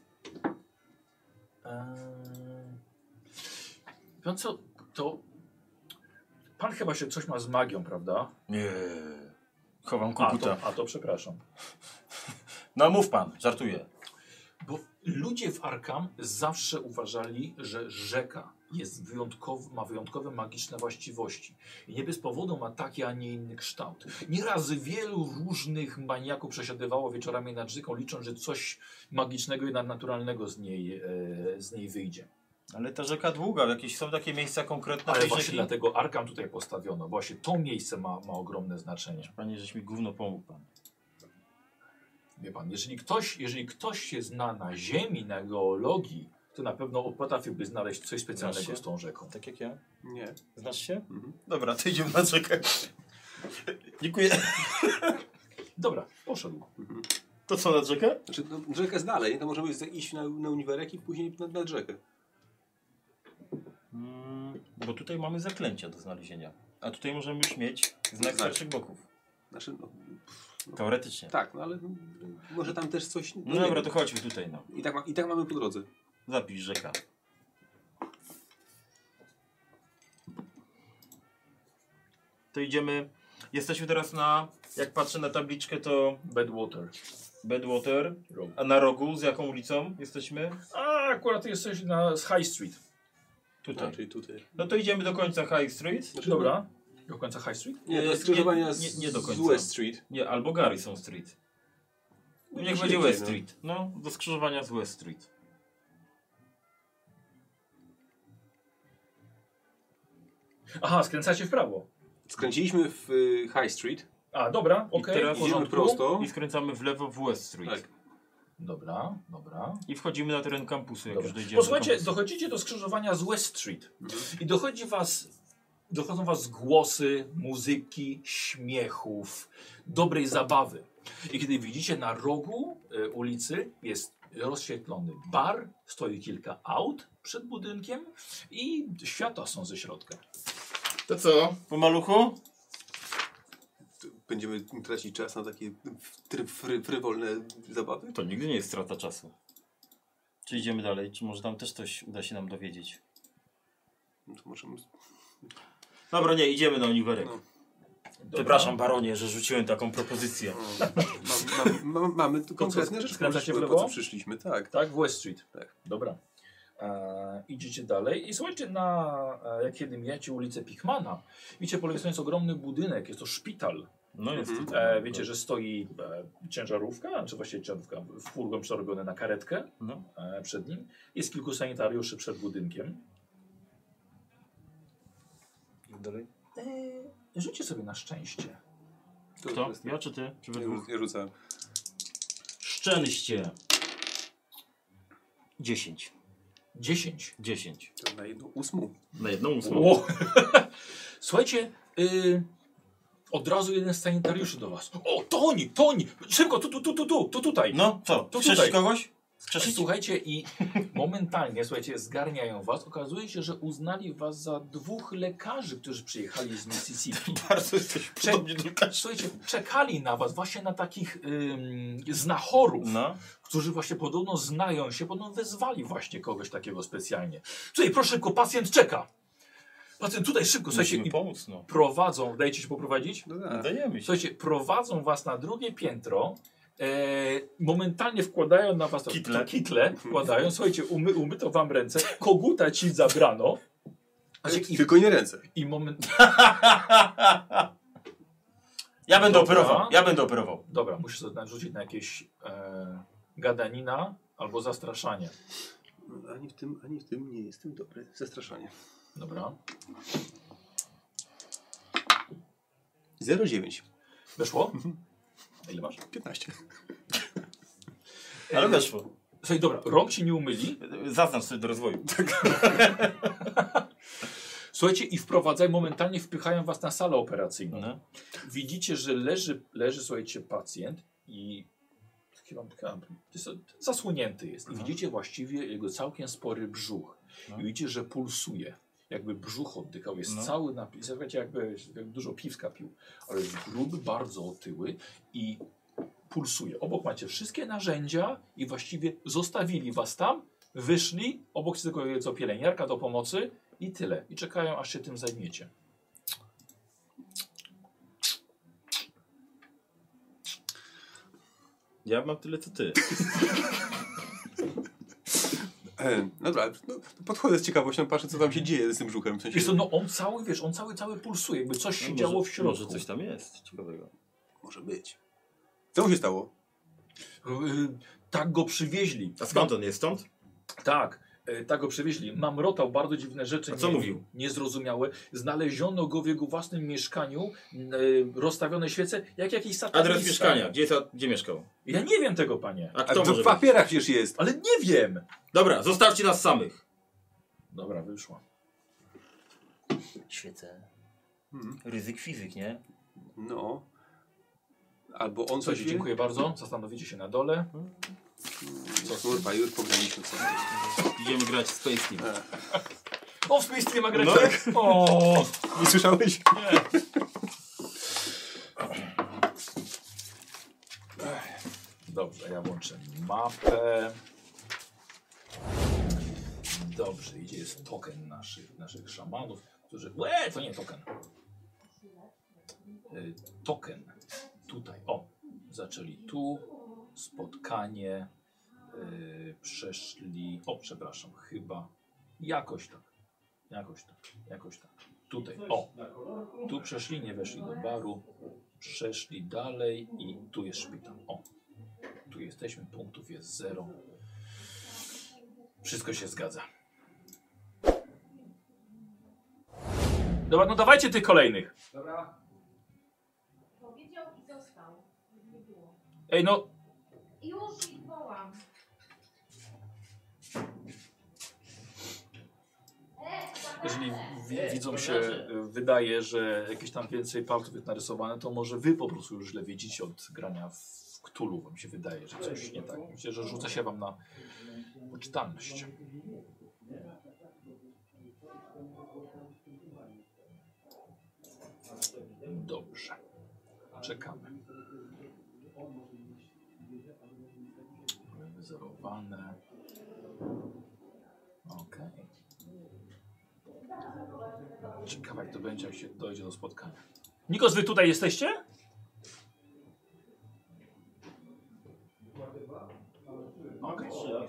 Pan co? To... Pan chyba się coś ma z magią, prawda? Nie. Chowam koguta. A to przepraszam. No mów pan, żartuję. Bo ludzie w Arkham zawsze uważali, że rzeka ma wyjątkowe magiczne właściwości. I nie bez powodu ma taki, a nie inny kształt. Nieraz wielu różnych maniaków przesiadywało wieczorami nad rzeką, licząc, że coś magicznego i nadnaturalnego z niej wyjdzie. Ale ta rzeka długa, jakieś są takie miejsca konkretne. Ale właśnie dlatego Arkham tutaj postawiono. Właśnie to miejsce ma ogromne znaczenie. Panie, żeś mi gówno pomógł pan. Wie pan, jeżeli ktoś się zna na ziemi, na geologii, to na pewno potrafiłby znaleźć coś specjalnego z tą rzeką. Tak jak ja? Nie. Znasz się? Dobra, to idziemy na rzekę. Dziękuję. Dobra, poszedł. To co, nad rzekę? Znaczy, rzeka jest dalej, to możemy iść na uniwerek i później nad rzekę. Bo tutaj mamy zaklęcia do znalezienia. A tutaj możemy już mieć znak starszych boków. Znaczy, teoretycznie. Tak, no ale może tam też coś... No dobra, to chodźmy tutaj. No. I tak mamy po drodze. Zapisz rzeka. To idziemy... Jesteśmy teraz na... Jak patrzę na tabliczkę, to... Badwater. A na rogu z jaką ulicą jesteśmy? A akurat jesteś z High Street. Tutaj. Czyli tutaj. No to idziemy do końca High Street. Znaczy, dobra. Do końca High Street? Nie, do skrzyżowania nie do końca. z West Street. Nie, albo Garrison Street. Niech będzie West Street. No, do skrzyżowania z West Street. Aha, skręcacie w prawo. Skręciliśmy w High Street. A, dobra, okej. Teraz idziemy prosto. I skręcamy w lewo w West Street. Tak. Dobra. I wchodzimy na teren kampusu, jak już dojdziemy. Posłuchajcie, dochodzicie do skrzyżowania z West Street. I dochodzą was głosy, muzyki, śmiechów, dobrej zabawy. I kiedy widzicie na rogu ulicy jest rozświetlony bar, stoi kilka aut przed budynkiem i światła są ze środka. To co? Po maluchu? Będziemy tracić czas na takie frywolne zabawy? To nigdy nie jest strata czasu. Czy idziemy dalej? Czy może tam też coś uda się nam dowiedzieć? No to możemy... Dobra, nie, idziemy na uniwerek. No. Przepraszam, baronie, że rzuciłem taką propozycję. Mamy tu konkretne rzeczy, skręcacie w lewo? po co przyszliśmy, tak. Tak, w West Street. Tak. Dobra. Idziecie dalej i słuchajcie, jak kiedy mijacie ulicę Pickmana, widzicie po lewej stronie jest ogromny budynek, jest to szpital. No jest. Wiecie, że stoi ciężarówka, czy właściwie ciężarówka, furgon przerobiony na karetkę przed nim. Jest kilku sanitariuszy przed budynkiem. Dalej. Rzućcie sobie na szczęście. Kto? Ja czy ty? Czy Ja rzucałem. Szczęście. 10. 10. 10. To na 1/8. Na 1/8. Słuchajcie, od razu jeden z sanitariuszy do was. O, to oni! Szybko, tu tutaj. No, co? To Słyszysz tutaj. kogoś? Słuchajcie, i momentalnie, słuchajcie, zgarniają was. Okazuje się, że uznali was za 2 lekarzy, którzy przyjechali z Mississippi. Bardzo jesteś podobnie do lekarzy. Słuchajcie, czekali na was właśnie na takich znachorów, No. którzy właśnie podobno znają się, podobno wezwali właśnie kogoś takiego specjalnie. Słuchaj, proszę szybko, pacjent czeka. Pacjent tutaj szybko, słuchajcie, Musimy i pomóc, no. prowadzą, dajcie się poprowadzić? No tak. Dajemy się. Słuchajcie, prowadzą was na drugie piętro, momentalnie wkładają na was kitle wkładają, słuchajcie, umyto wam ręce, koguta ci zabrano. Słuchajcie, Tylko nie ręce. I moment... Ja będę Dobra. operował. Dobra, musisz sobie narzucić na jakieś gadanina albo zastraszanie. Ani w tym nie jestem dobry. Zastraszanie. Dobra. 0,9. Weszło? Ile masz? 15. Ale weszło. Słuchaj, dobra, rąk ci nie umyli. Zaznacz sobie do rozwoju. Słuchajcie, i wprowadzają, momentalnie wpychają was na salę operacyjną. No. Widzicie, że leży, słuchajcie, pacjent i chyba zasłonięty jest. I widzicie właściwie jego całkiem spory brzuch. No. I widzicie, że pulsuje. Jakby brzuch oddychał. Jest No. cały napis. Słuchajcie, jakby dużo piwska pił. Ale jest gruby, bardzo otyły i pulsuje. Obok macie wszystkie narzędzia i właściwie zostawili was tam, wyszli, obok tylko jest pielęgniarka do pomocy i tyle. I czekają, aż się tym zajmiecie. Ja mam tyle co ty. Dobra, no, podchodzę z ciekawością, patrzę co tam się dzieje z tym brzuchem. W sensie... Wiesz co, no on cały, wiesz, on cały pulsuje, jakby coś się działo w środku. Może coś tam jest ciekawego. Może być. Co mu się stało? Tak go przywieźli. A skąd on jest? Stąd? Tak, tak go przywieźli. Mamrotał bardzo dziwne rzeczy. A co mówił? Niezrozumiałe. Znaleziono go w jego własnym mieszkaniu, rozstawione świece, jak jakiś satanista. Adres mieszkania. Gdzie mieszkał? Ja nie wiem tego, panie. A A kto to może w być? papierach przecież jest. Ale nie wiem. Dobra, zostawcie nas samych. Dobra, wyszła. Świecę. Ryzyk fizyk, nie? No. Albo on coś Słuchajcie, wie? dziękuję bardzo. Zastanowicie się na dole. Kurwa, już pograliśmy sobie. Idziemy grać w Space Team. O, w Space Team grać. No. O, Nie słyszałeś? Dobrze, ja włączę mapę. Dobrze, idzie jest token naszych szamanów, którzy... to nie token. Token. Tutaj, o. Zaczęli tu. Spotkanie. Przeszli... O, przepraszam, chyba. Jakoś tak. Tutaj, o. Tu przeszli, nie weszli do baru. Przeszli dalej i tu jest szpital. O. Tu jesteśmy, punktów jest 0. Wszystko się zgadza. Dobra, no dawajcie tych kolejnych. Dobra. Powiedział i został. Nie było. Ej, no, Już ich wołam. jeżeli widzą się, wydaje, że jakieś tam więcej palców jest narysowane, to może wy po prostu już źle widzicie od grania w Cthulhu. Wam się wydaje, że coś nie tak. Myślę, że rzuca się wam na poczytalność. Dobrze. Czekamy. Wyzerowane. Okej. Ciekawe, jak to będzie, jak się dojdzie do spotkania. Nikos, wy tutaj jesteście? Okej.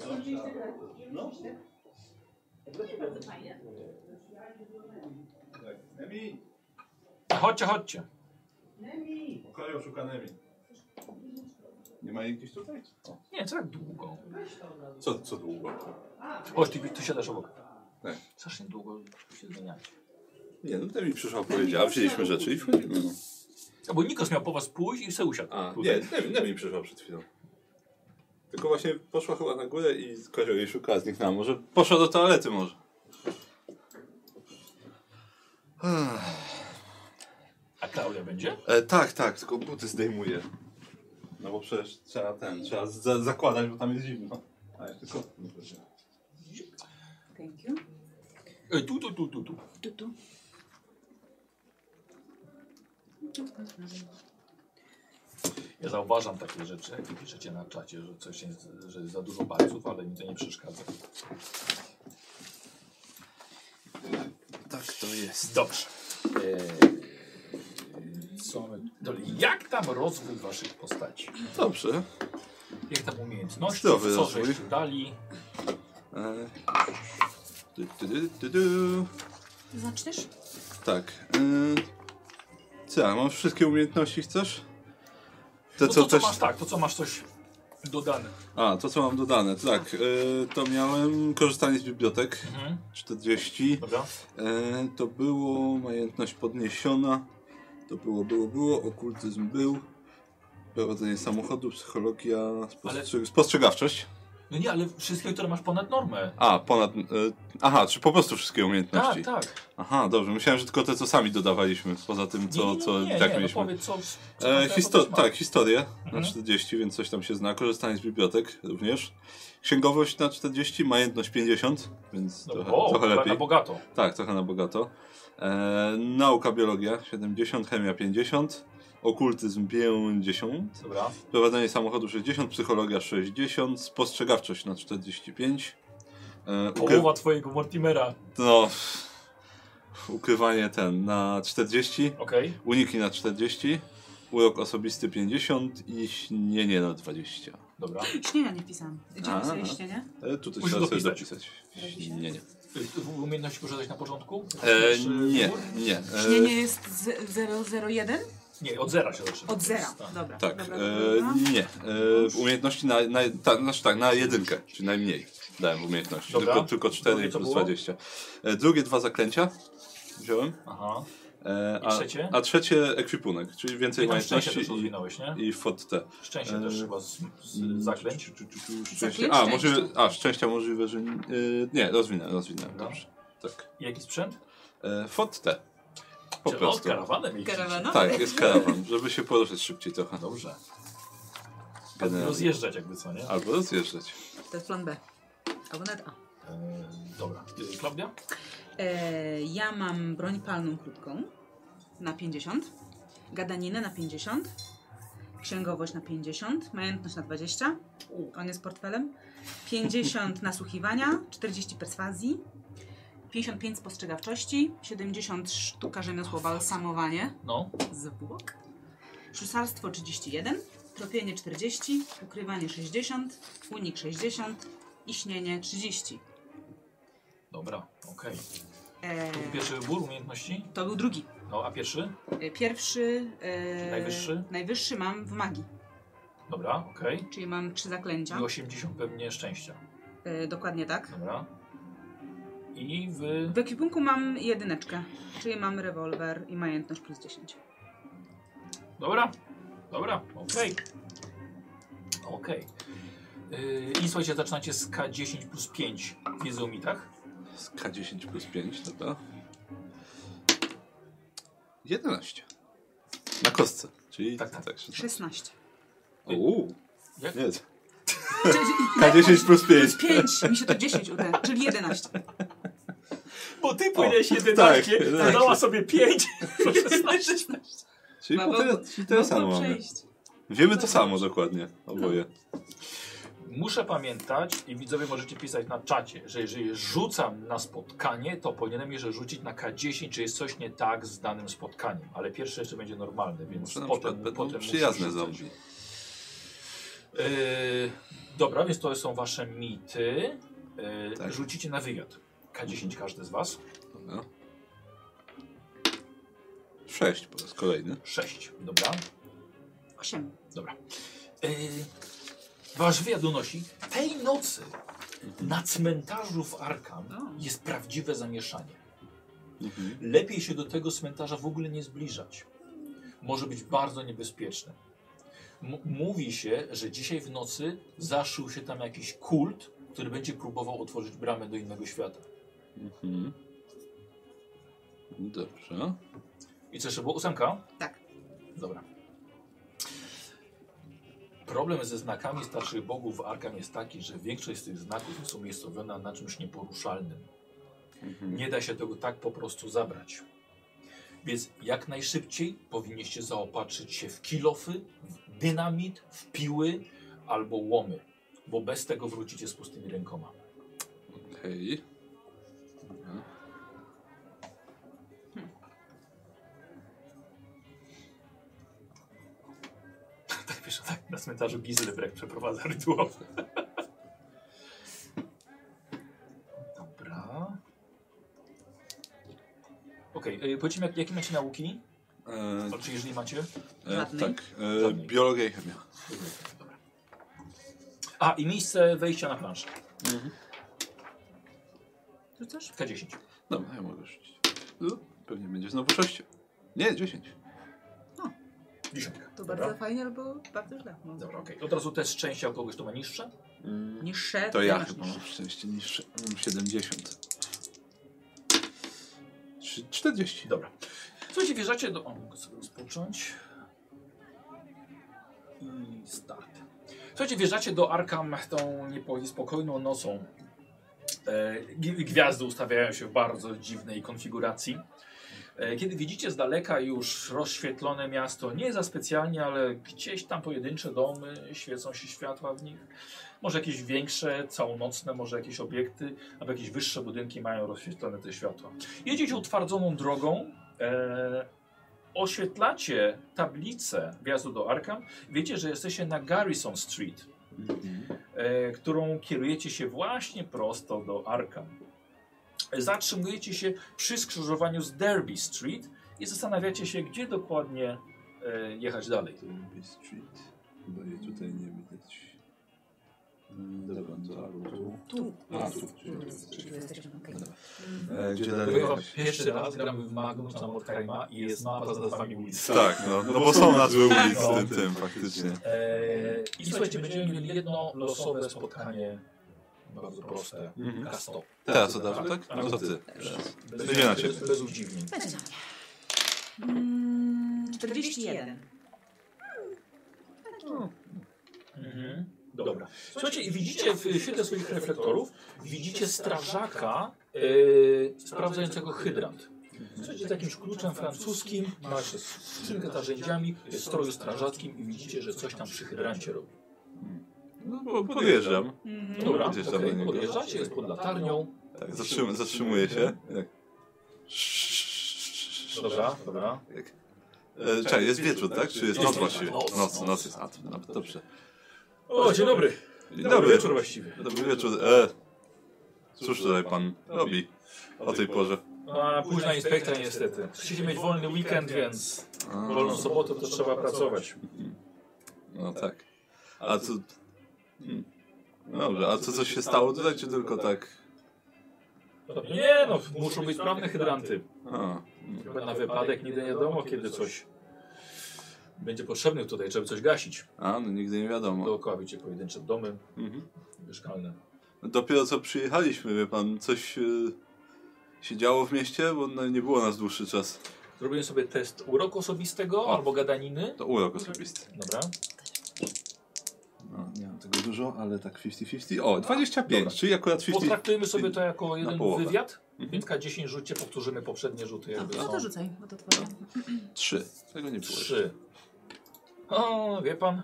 Chodźcie. Pokoju szuka Nemi. Nie ma jej gdzieś tutaj? Nie, co tak długo? Co długo? Chodź, ty siadasz obok. Tak. Strasznie długo się zmieniacie. Nie, no Nemi przyszła, powiedziała, wzięliśmy rzeczy i wchodzimy. No. No bo Nikos miał po was pójść i se usiadł. A, tutaj. nie, Nemi przyszła przed chwilą. Tylko właśnie poszła chyba na górę i kozioł jej szukała, zniknęła. Może poszła do toalety może. A Klaudia będzie? Tak, tylko buty zdejmuję. No bo przecież trzeba zakładać, bo tam jest zimno. A ja tylko... Thank you. Tu. Tu. Ja zauważam takie rzeczy, jak wy piszecie na czacie, że coś jest, że jest za dużo palców, ale mi to nie przeszkadza. Tak to jest. Dobrze. Co my... Jak tam rozwój waszych postaci? Dobrze. Jak tam umiejętności? Zdrowy Co rozwój. żeście dali? Zaczniesz? Tak. Co, masz wszystkie umiejętności, chcesz? To co masz, tak, to co masz coś dodane. A, to co mam dodane, tak. To miałem korzystanie z bibliotek. 40. Dobra. To było majętność podniesiona. To było. Okultyzm był. Prowadzenie samochodu, psychologia, spostrzegawczość. No nie, ale wszystkie, które masz ponad normę. A, ponad... aha, czy po prostu wszystkie umiejętności? Tak. Aha, dobrze. Myślałem, że tylko te, co sami dodawaliśmy. Poza tym, co nie, tak no mieliśmy. powiedz, co Tak, historię na 40, więc coś tam się zna. Korzystanie z bibliotek również. Księgowość na 40, majętność 50, więc No, trochę lepiej. na bogato. Tak, trochę na bogato. Nauka, biologia 70, chemia 50, okultyzm 50, Dobra. prowadzenie samochodu 60, psychologia 60, spostrzegawczość na 45. Połowa twojego Mortimera. No, ukrywanie na 40, Okej. uniki na 40, urok osobisty 50 i śnienie na 20. Dobra. Śnienia nie wpisałam. Gdzie Aha. pisałeś śnienie? Tutaj Musisz trzeba sobie dopisać. dopisać. Śnienie. Umiejętności poszedłeś na początku? Nie. Śnienie jest 001? Nie, od zera się zaczyna. Od zera. Tak. Dobra. Tak, dobra. nie. Umiejętności na jedynkę, czyli najmniej dałem umiejętności. Dobra. Tylko 4 Drugie co plus było? 20. Drugie 2 zaklęcia wziąłem. Aha. I A trzecie? a trzecie ekwipunek, czyli więcej I tam szczęście umiejętności też rozwinąłeś, nie? i FOT-T. Szczęście też chyba z zaklęć. Szczęście. Zaklęć Szczęścia możliwe, że nie, rozwinąłem, dobrze. Tak. I jaki sprzęt? FOT-T. Po Czy prostu. karawanem jeździcie? Karawanowy? Tak, jest karawan, żeby się poruszać szybciej trochę. Dobrze. Generalnie. Rozjeżdżać jakby co, nie? Albo rozjeżdżać. To jest plan B. Albo net A. Dobra. Klaudia? Ja mam broń palną krótką na 50, gadaninę na 50, księgowość na 50, majętność na 20, on jest portfelem, 50 nasłuchiwania, 40 perswazji, 55 spostrzegawczości, 70 sztuka rzemiosło balsamowanie, No. zwłok, ślusarstwo 31, tropienie 40, ukrywanie 60, unik 60 i śnienie 30. Dobra, okej. To był pierwszy wybór umiejętności? To był drugi. No, a pierwszy? Pierwszy. Najwyższy? Najwyższy mam w magii, Dobra, okej. czyli mam 3 zaklęcia. I 80 pewnie szczęścia. Dokładnie tak. Dobra. I W ekwipunku mam jedyneczkę, czyli mam rewolwer i majętność plus 10. Dobra, okej. Okej. I słuchajcie, zaczynacie z K10 plus 5 wiedzy o mitach. Z K10 plus 5, dobra. 11. Na kostce, czyli Tak. 16. Jak? Nie. K10 plus 5. 5, mi się to 10 uda, czyli 11. Bo ty powiedziałeś 11, tak. dodała sobie 5. Czyli Mogło tyle samo mamy. przejść. Wiemy to samo dokładnie, oboje. Muszę pamiętać i widzowie możecie pisać na czacie, że jeżeli rzucam na spotkanie, to powinienem jeszcze rzucić na K10, czy jest coś nie tak z danym spotkaniem. Ale pierwsze jeszcze będzie normalne, więc Może na potem przykład będą muszę przyjazne rzucać. zombie. Dobra, więc to są wasze mity. Tak. Rzucicie na wywiad. K10 każdy z was. Dobra. 6 po raz kolejny. 6. Dobra. 8. Dobra. Wasz wywiad donosi, tej nocy na cmentarzu w Arkham jest prawdziwe zamieszanie. Lepiej się do tego cmentarza w ogóle nie zbliżać. Może być bardzo niebezpieczne. Mówi się, że dzisiaj w nocy zaszył się tam jakiś kult, który będzie próbował otworzyć bramę do innego świata. Dobrze. I co jeszcze było? 8? Tak. Dobra. Problem ze znakami starszych bogów w Arkham jest taki, że większość z tych znaków jest umiejscowiona na czymś nieporuszalnym. Nie da się tego tak po prostu zabrać. Więc jak najszybciej powinniście zaopatrzyć się w kilofy, w dynamit, w piły albo łomy, bo bez tego wrócicie z pustymi rękoma. Okej. Tak wiesz, tak na cmentarzu Giselbrecht przeprowadza rytuał. Dobra. Okej, powiedzcie mi, jakie macie nauki? Czy jeżeli macie? Żadnej? Tak, biologia i chemia. Dobra. A, i miejsce wejścia na planszę. Rzucasz? K10. Dobra, ja mogę rzucić. Pewnie będzie znowu 6. Nie, 10. 10. To Dobra. bardzo fajnie albo bardzo źle. No. Dobra, okej. Od razu test szczęścia u kogoś, kto ma niższe? Niższe. To ja masz chyba niższe. mam szczęście niższe. Mam 70. 40. Dobra. Słuchajcie, wjeżdżacie do... O, mogę sobie rozpocząć. I start. Słuchajcie, wjeżdżacie do Arkham tą niespokojną nocą. Gwiazdy ustawiają się w bardzo dziwnej konfiguracji. Kiedy widzicie z daleka już rozświetlone miasto, nie za specjalnie, ale gdzieś tam pojedyncze domy, świecą się światła w nich. Może jakieś większe, całonocne, może jakieś obiekty, albo jakieś wyższe budynki mają rozświetlone te światła. Jedziecie utwardzoną drogą, oświetlacie tablicę wjazdu do Arkham. Wiecie, że jesteście na Garrison Street, którą kierujecie się właśnie prosto do Arkham. Zatrzymujecie się przy skrzyżowaniu z Derby Street i zastanawiacie się, gdzie dokładnie jechać dalej. Derby Street. Chyba jej tutaj nie widać. Dobra, to albo tu. Tu. A, tu. Tu jesteśmy. Okay. Gdzie Mówię dalej? wam, pierwszy raz gramy w Magnus na Mordheima i jest mapa z nazwami ulic. Tak, no bo są nazwy ulic w tym faktycznie. I słuchajcie, będziemy mieli jedno losowe spotkanie, bardzo proste, K100. Teraz co dasz, tak? No to ty. Będzie na ciebie. Bez udziwnień. Będzie na mnie. 41. Dobra. Słuchajcie, i widzicie w świetle swoich reflektorów, widzicie strażaka sprawdzającego hydrant. Słuchajcie, z jakimś kluczem francuskim, masz skrzynkę z narzędziami, jest w stroju strażackim i widzicie, że coś tam przy hydrancie robi. No bo podjeżdżam. Dobra, Gdzieś tam do okej, niego. podjeżdżacie, jest pod latarnią. Tak, zatrzymuję się. Jak... Dobra, dobra. Czekaj, jest wieczór, tak? Czy jest noc Jest właściwie? noc. Noc jest. A, to dobrze. O, dzień dobry. Dzień Dobry dobry. wieczór właściwie. Dobry wieczór. Cóż tutaj pan robi o tej porze? A, późna inspekcja niestety. Chcecie mieć wolny weekend, więc wolną sobotę to trzeba pracować. No tak. A co... Dobrze, a co coś się stało tutaj, czy tylko tak... Nie no, muszą być sprawne hydranty. A, Chyba na wypadek nigdy nie wiadomo, kiedy coś będzie potrzebne tutaj, żeby coś gasić. no nigdy nie wiadomo. Dookoła widzicie pojedyncze domy mieszkalne. Dopiero co przyjechaliśmy, wie pan, coś się działo w mieście, bo no, nie było nas dłuższy czas. Zrobiłem sobie test uroku osobistego albo gadaniny. To urok osobisty. Dobra. No, nie mam tego dużo, ale tak 50-50. O, 25, Dobra. czyli akurat 50. Potraktujemy sobie to jako jeden połowę. wywiad, więc K10 rzućcie, powtórzymy poprzednie rzuty. Jakby No są. to rzucaj, bo to twoje. 3. Tego nie było. 3. O, wie pan,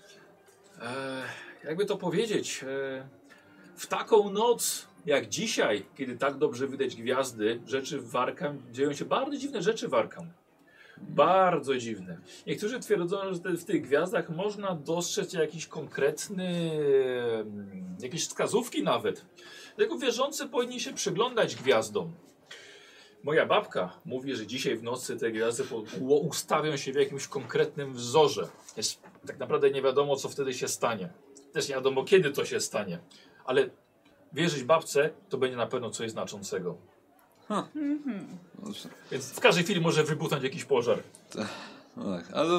jakby to powiedzieć, w taką noc jak dzisiaj, kiedy tak dobrze widać gwiazdy, rzeczy w Arkham, dzieją się bardzo dziwne rzeczy w Arkham. Bardzo dziwne. Niektórzy twierdzą, że w tych gwiazdach można dostrzec jakiś konkretny, jakieś wskazówki nawet. Dlatego wierzący powinni się przyglądać gwiazdom. Moja babka mówi, że dzisiaj w nocy te gwiazdy ustawią się w jakimś konkretnym wzorze. Jest, tak naprawdę nie wiadomo, co wtedy się stanie. Też nie wiadomo, kiedy to się stanie. Ale wierzyć babce, to będzie na pewno coś znaczącego. Więc w każdej chwili może wybuchnąć jakiś pożar. No tak, ale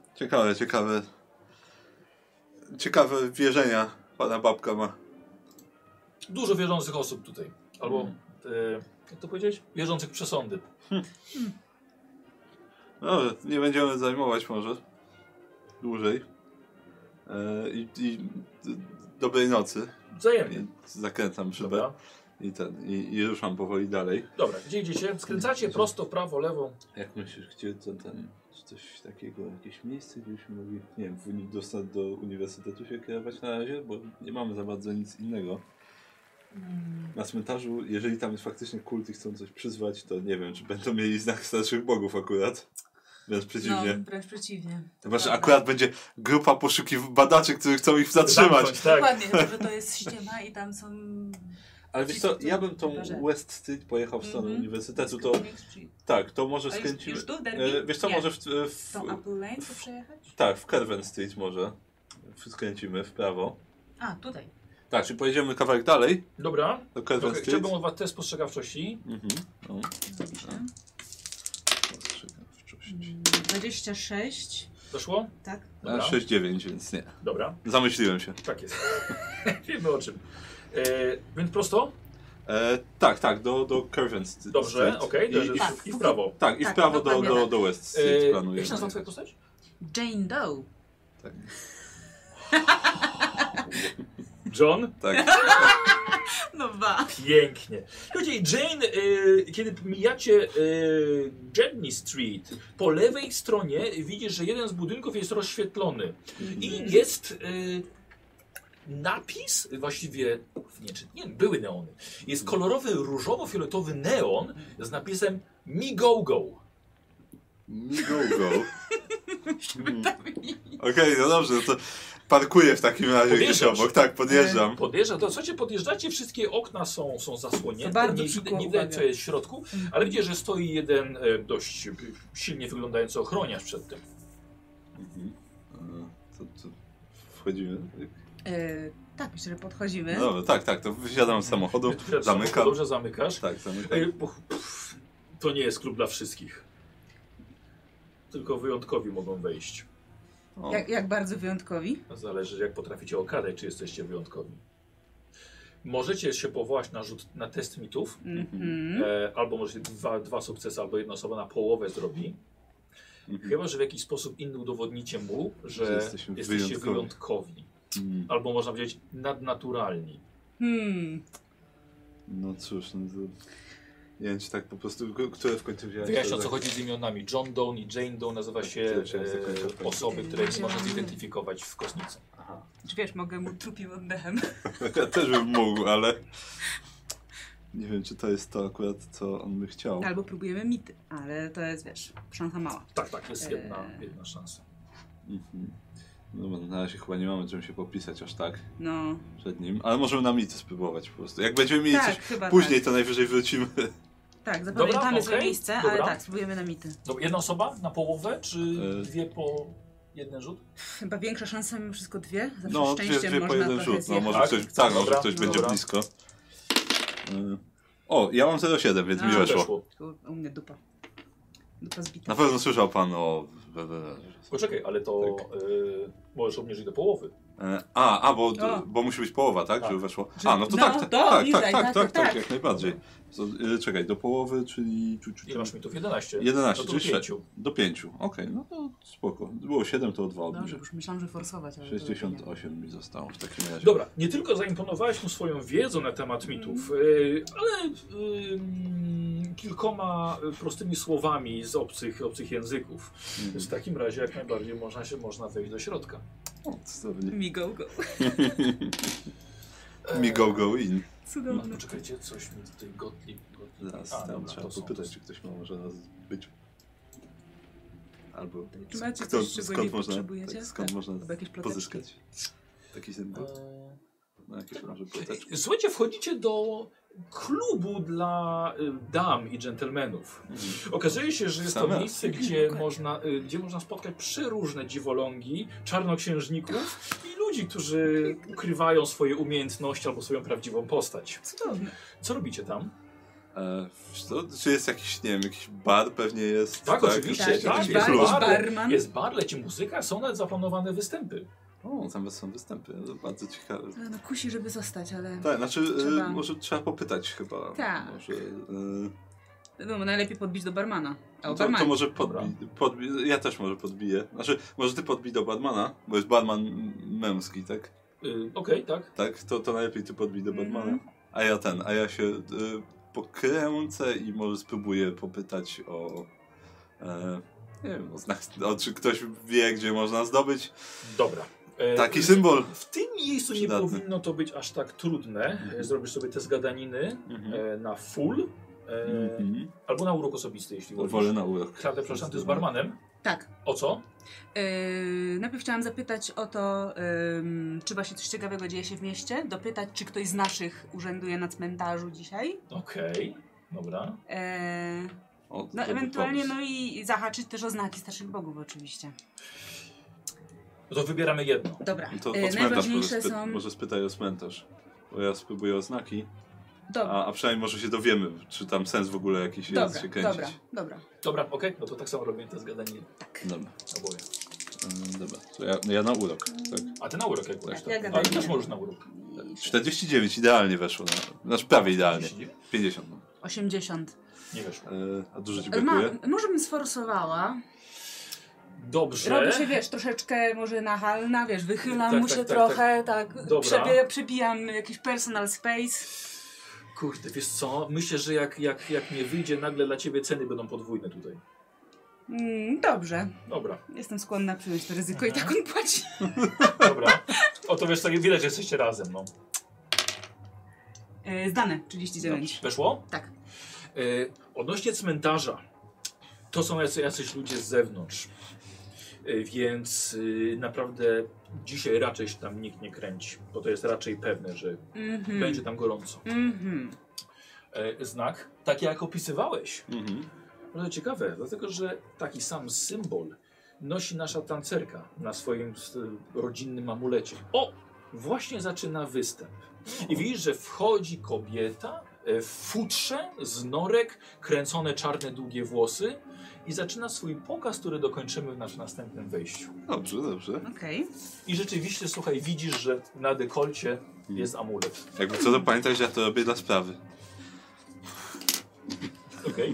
ciekawe wierzenia pana babka ma. Dużo wierzących osób tutaj. Albo, jak to powiedzieć? Wierzących przesądy. Dobrze, nie będziemy zajmować może dłużej. I dobrej nocy. Wzajemnie. I zakręcam szybę. Dobra. I ruszam powoli dalej. Dobra, gdzie idziecie? Skręcacie prosto, w prawo, lewo. Jak myślisz, gdzie coś takiego, jakieś miejsce, gdzie byśmy mogli, nie wiem, dostać do uniwersytetu się kierować na razie, bo nie mamy za bardzo nic innego. Na cmentarzu, jeżeli tam jest faktycznie kult i chcą coś przyzwać, to nie wiem, czy będą mieli znak starszych bogów akurat. Wręcz przeciwnie. No, wręcz przeciwnie. Chyba, że akurat będzie grupa badaczy, którzy chcą ich zatrzymać. Zamknąć, tak. Dokładnie, chyba, że to jest ściema i tam są... Ale wiesz co, ja bym tą West Street pojechał w stronę uniwersytetu, to tak, to może skręcimy. Już tu w Derby? Wiesz co, Nie. może Tą Apple Lane tu przejechać? tak, w Kerven Street może. Skręcimy w prawo. A, tutaj. Tak, czyli pojedziemy kawałek dalej Dobra. do Kerven Okay, Street. chciałbym od was test spostrzegawczości. No. Zapiszę. Spostrzegawczość. 26. Doszło? Tak. Dobra. 6-9, więc nie. Dobra, Zamyśliłem się. tak jest. Wiemy o czym. Więc prosto? Tak, do Kerven Street. Dobrze, okej. I w prawo. Tak, i w Tak, prawo dokładnie do West Street planujemy. Jak się nazywa twoja postać? Jane Doe. Tak. John? Tak. No ba. Pięknie. Słuchajcie, Jane, kiedy mijacie Jedney Street, po lewej stronie widzisz, że jeden z budynków jest rozświetlony. I jest napis, właściwie, nie, były neony. Jest kolorowy, różowo-fioletowy neon z napisem Me Go Go. Me Go Go. Okej, no dobrze, to parkuję w takim razie gdzieś obok. Tak, podjeżdżam. To słuchajcie, podjeżdżacie, wszystkie okna są zasłonięte, bardzo nie przykuło widać co uwagę. jest w środku, ale widzicie, że stoi jeden dość silnie wyglądający ochroniarz przed tym. To wchodzimy. Tak, myślę, że podchodzimy. No dobra, tak, to wysiadam z samochodu, zamykam. Dobrze zamykasz. Tak, zamykam. To nie jest klub dla wszystkich. Tylko wyjątkowi mogą wejść. O. Jak bardzo wyjątkowi? Zależy, jak potraficie okazać, czy jesteście wyjątkowi. Możecie się powołać na rzut na test mitów. Albo możecie dwa sukcesy, albo jedna osoba na połowę zrobi. Chyba, że w jakiś sposób inny udowodnicie mu, że jesteście wyjątkowi. Albo można powiedzieć nadnaturalni. No cóż, no to... Nie wiem, czy tak po prostu, które w końcu wziąłeś. Wyjaśnię, o co chodzi z imionami. John Doe i Jane Doe nazywa się osoby, które nie można zidentyfikować w kosnicy. Aha. Czy wiesz, mogę mu trupim oddechem. Ja też bym mógł, ale... Nie wiem, czy to jest to akurat, co on by chciał. Albo próbujemy mity, ale to jest, wiesz, szansa mała. Tak, jest jedna szansa. No bo na razie chyba nie mamy czym się popisać aż tak No. przed nim, ale możemy na mity spróbować po prostu. Jak będziemy mieli Tak, coś chyba później, tak. to najwyżej wrócimy. Tak, zapamiętamy swoje okej, miejsce, dobra. ale tak, spróbujemy na mity. Dobra, jedna osoba na połowę, czy dwie po jeden rzut? Chyba większa szansa mimo wszystko dwie. Zawsze No, szczęściem dwie po można jeden trochę rzut, no zjechać. może Tak? ktoś, może Dobra, ktoś będzie dobra. blisko. O, ja mam 0,7, więc mi No. weszło. U mnie dupa. Dupa zbita. Na pewno słyszał pan o... Poczekaj, ale to możesz obniżyć do połowy. Bo musi być połowa, tak? Tak. Żeby weszło. Że- A, no to no, tak, to tak, obniżaj, tak, jak najbardziej. Czekaj, do połowy, czyli... Ile masz mitów? 11. 11, No to czyli do 5. do 5. Okej, no to spoko. Było 7, to o 2 Dobrze, obniżę. już myślałam, że forsować, ale to nie. 68 mi zostało w takim razie. Dobra, nie tylko zaimponowałeś mu swoją wiedzą na temat mitów, ale kilkoma prostymi słowami z obcych języków. W takim razie jak najbardziej można wejść do środka. O, cudownie. Mi go go. Mi go in. No, Cudowne. poczekajcie, coś mi tutaj Gottlieb. Zaraz A, tam dobra, trzeba to są popytać, te- czy ktoś ma może nas być. Albo Czy macie skąd, coś, czego nie skąd można, potrzebujecie? skąd Tak, można albo jakieś ploteczki. pozyskać taki symbol? No jakieś może ploteczki. Słuchajcie, wchodzicie do klubu dla dam i dżentelmenów. Okazuje się, że jest to Same? miejsce, gdzie można spotkać przeróżne dziwolągi, czarnoksiężników i ludzi, którzy ukrywają swoje umiejętności albo swoją prawdziwą postać. Cudowne. Co robicie tam? Wiesz co, czy jest jakiś, nie wiem, jakiś bar pewnie jest? Tak, oczywiście, Tak, tak, jakiś jest bar, jakiś bar, barman. jest bar, leci muzyka, są nawet zaplanowane występy. O, tam są występy, to bardzo ciekawe. No kusi, żeby zostać, ale... Tak, znaczy Trzeba. może trzeba popytać chyba. Tak. Może, No, najlepiej podbić do barmana. A o to barmanie. może Dobra. ja też może podbiję. Znaczy, może ty podbij do barmana, bo jest barman męski, tak? Okej, tak. Tak? To najlepiej ty podbij do Batmana. A ja się pokręcę i może spróbuję popytać o... nie wiem, czy ktoś wie, gdzie można zdobyć Dobra. taki symbol. W tym miejscu Przydatny. nie powinno to być aż tak trudne. Zrobisz sobie test gadaniny na full albo na urok osobisty, jeśli wolisz. Wolę na urok. Klatę, przepraszam, ty z barmanem. Tak. O co? Najpierw chciałam zapytać o to, czy właśnie coś ciekawego dzieje się w mieście. Dopytać, czy ktoś z naszych urzęduje na cmentarzu dzisiaj. Okej, dobra. No ewentualnie no i zahaczyć też o znaki starszych bogów oczywiście. No to wybieramy jedno. Dobra. To o cmentarz Najważniejsze są... może spytaj o cmentarz. Bo ja spróbuję o znaki. Dobra. A przynajmniej może się dowiemy, czy tam sens w ogóle jakiś jest się kręcić. Dobra. Dobra, okej, no to tak samo robimy test gadaniny. Tak. Dobra. Oboje. Dobra. To ja na urok, tak? A ty na urok jak byłeś? Ja Ale gadaninę. też możesz na urok. 49 idealnie weszło. Znaczy prawie idealnie. 50. No. 80. Nie weszło. A dużo ci brakuje? Może bym sforsowała. Dobrze. Robię się, wiesz, troszeczkę może nachalna, wiesz, wychylam, Tak, muszę tak, trochę, tak, Dobra. przebijam jakiś personal space. Kurde, wiesz co? Myślę, że jak nie wyjdzie, nagle dla ciebie ceny będą podwójne tutaj. Dobrze. Dobra, Jestem skłonna przyjąć to ryzyko i tak on płaci. dobra. O to wiesz, tak widać, że jesteście razem, no. Zdane, 39. Weszło? Tak. Odnośnie cmentarza, to są jacyś ludzie z zewnątrz, więc naprawdę dzisiaj raczej się tam nikt nie kręci, bo to jest raczej pewne, że będzie tam gorąco. Znak, taki jak opisywałeś, bardzo ciekawe, dlatego że taki sam symbol nosi nasza tancerka na swoim rodzinnym amulecie. O, właśnie zaczyna występ. I widzisz, że wchodzi kobieta w futrze z norek, kręcone czarne, długie włosy i zaczyna swój pokaz, który dokończymy w naszym następnym wejściu. Dobrze. Okej. I rzeczywiście, słuchaj, widzisz, że na dekolcie jest amulet. Jakby co, to pamiętaj, że ja to robię dla sprawy. Okej.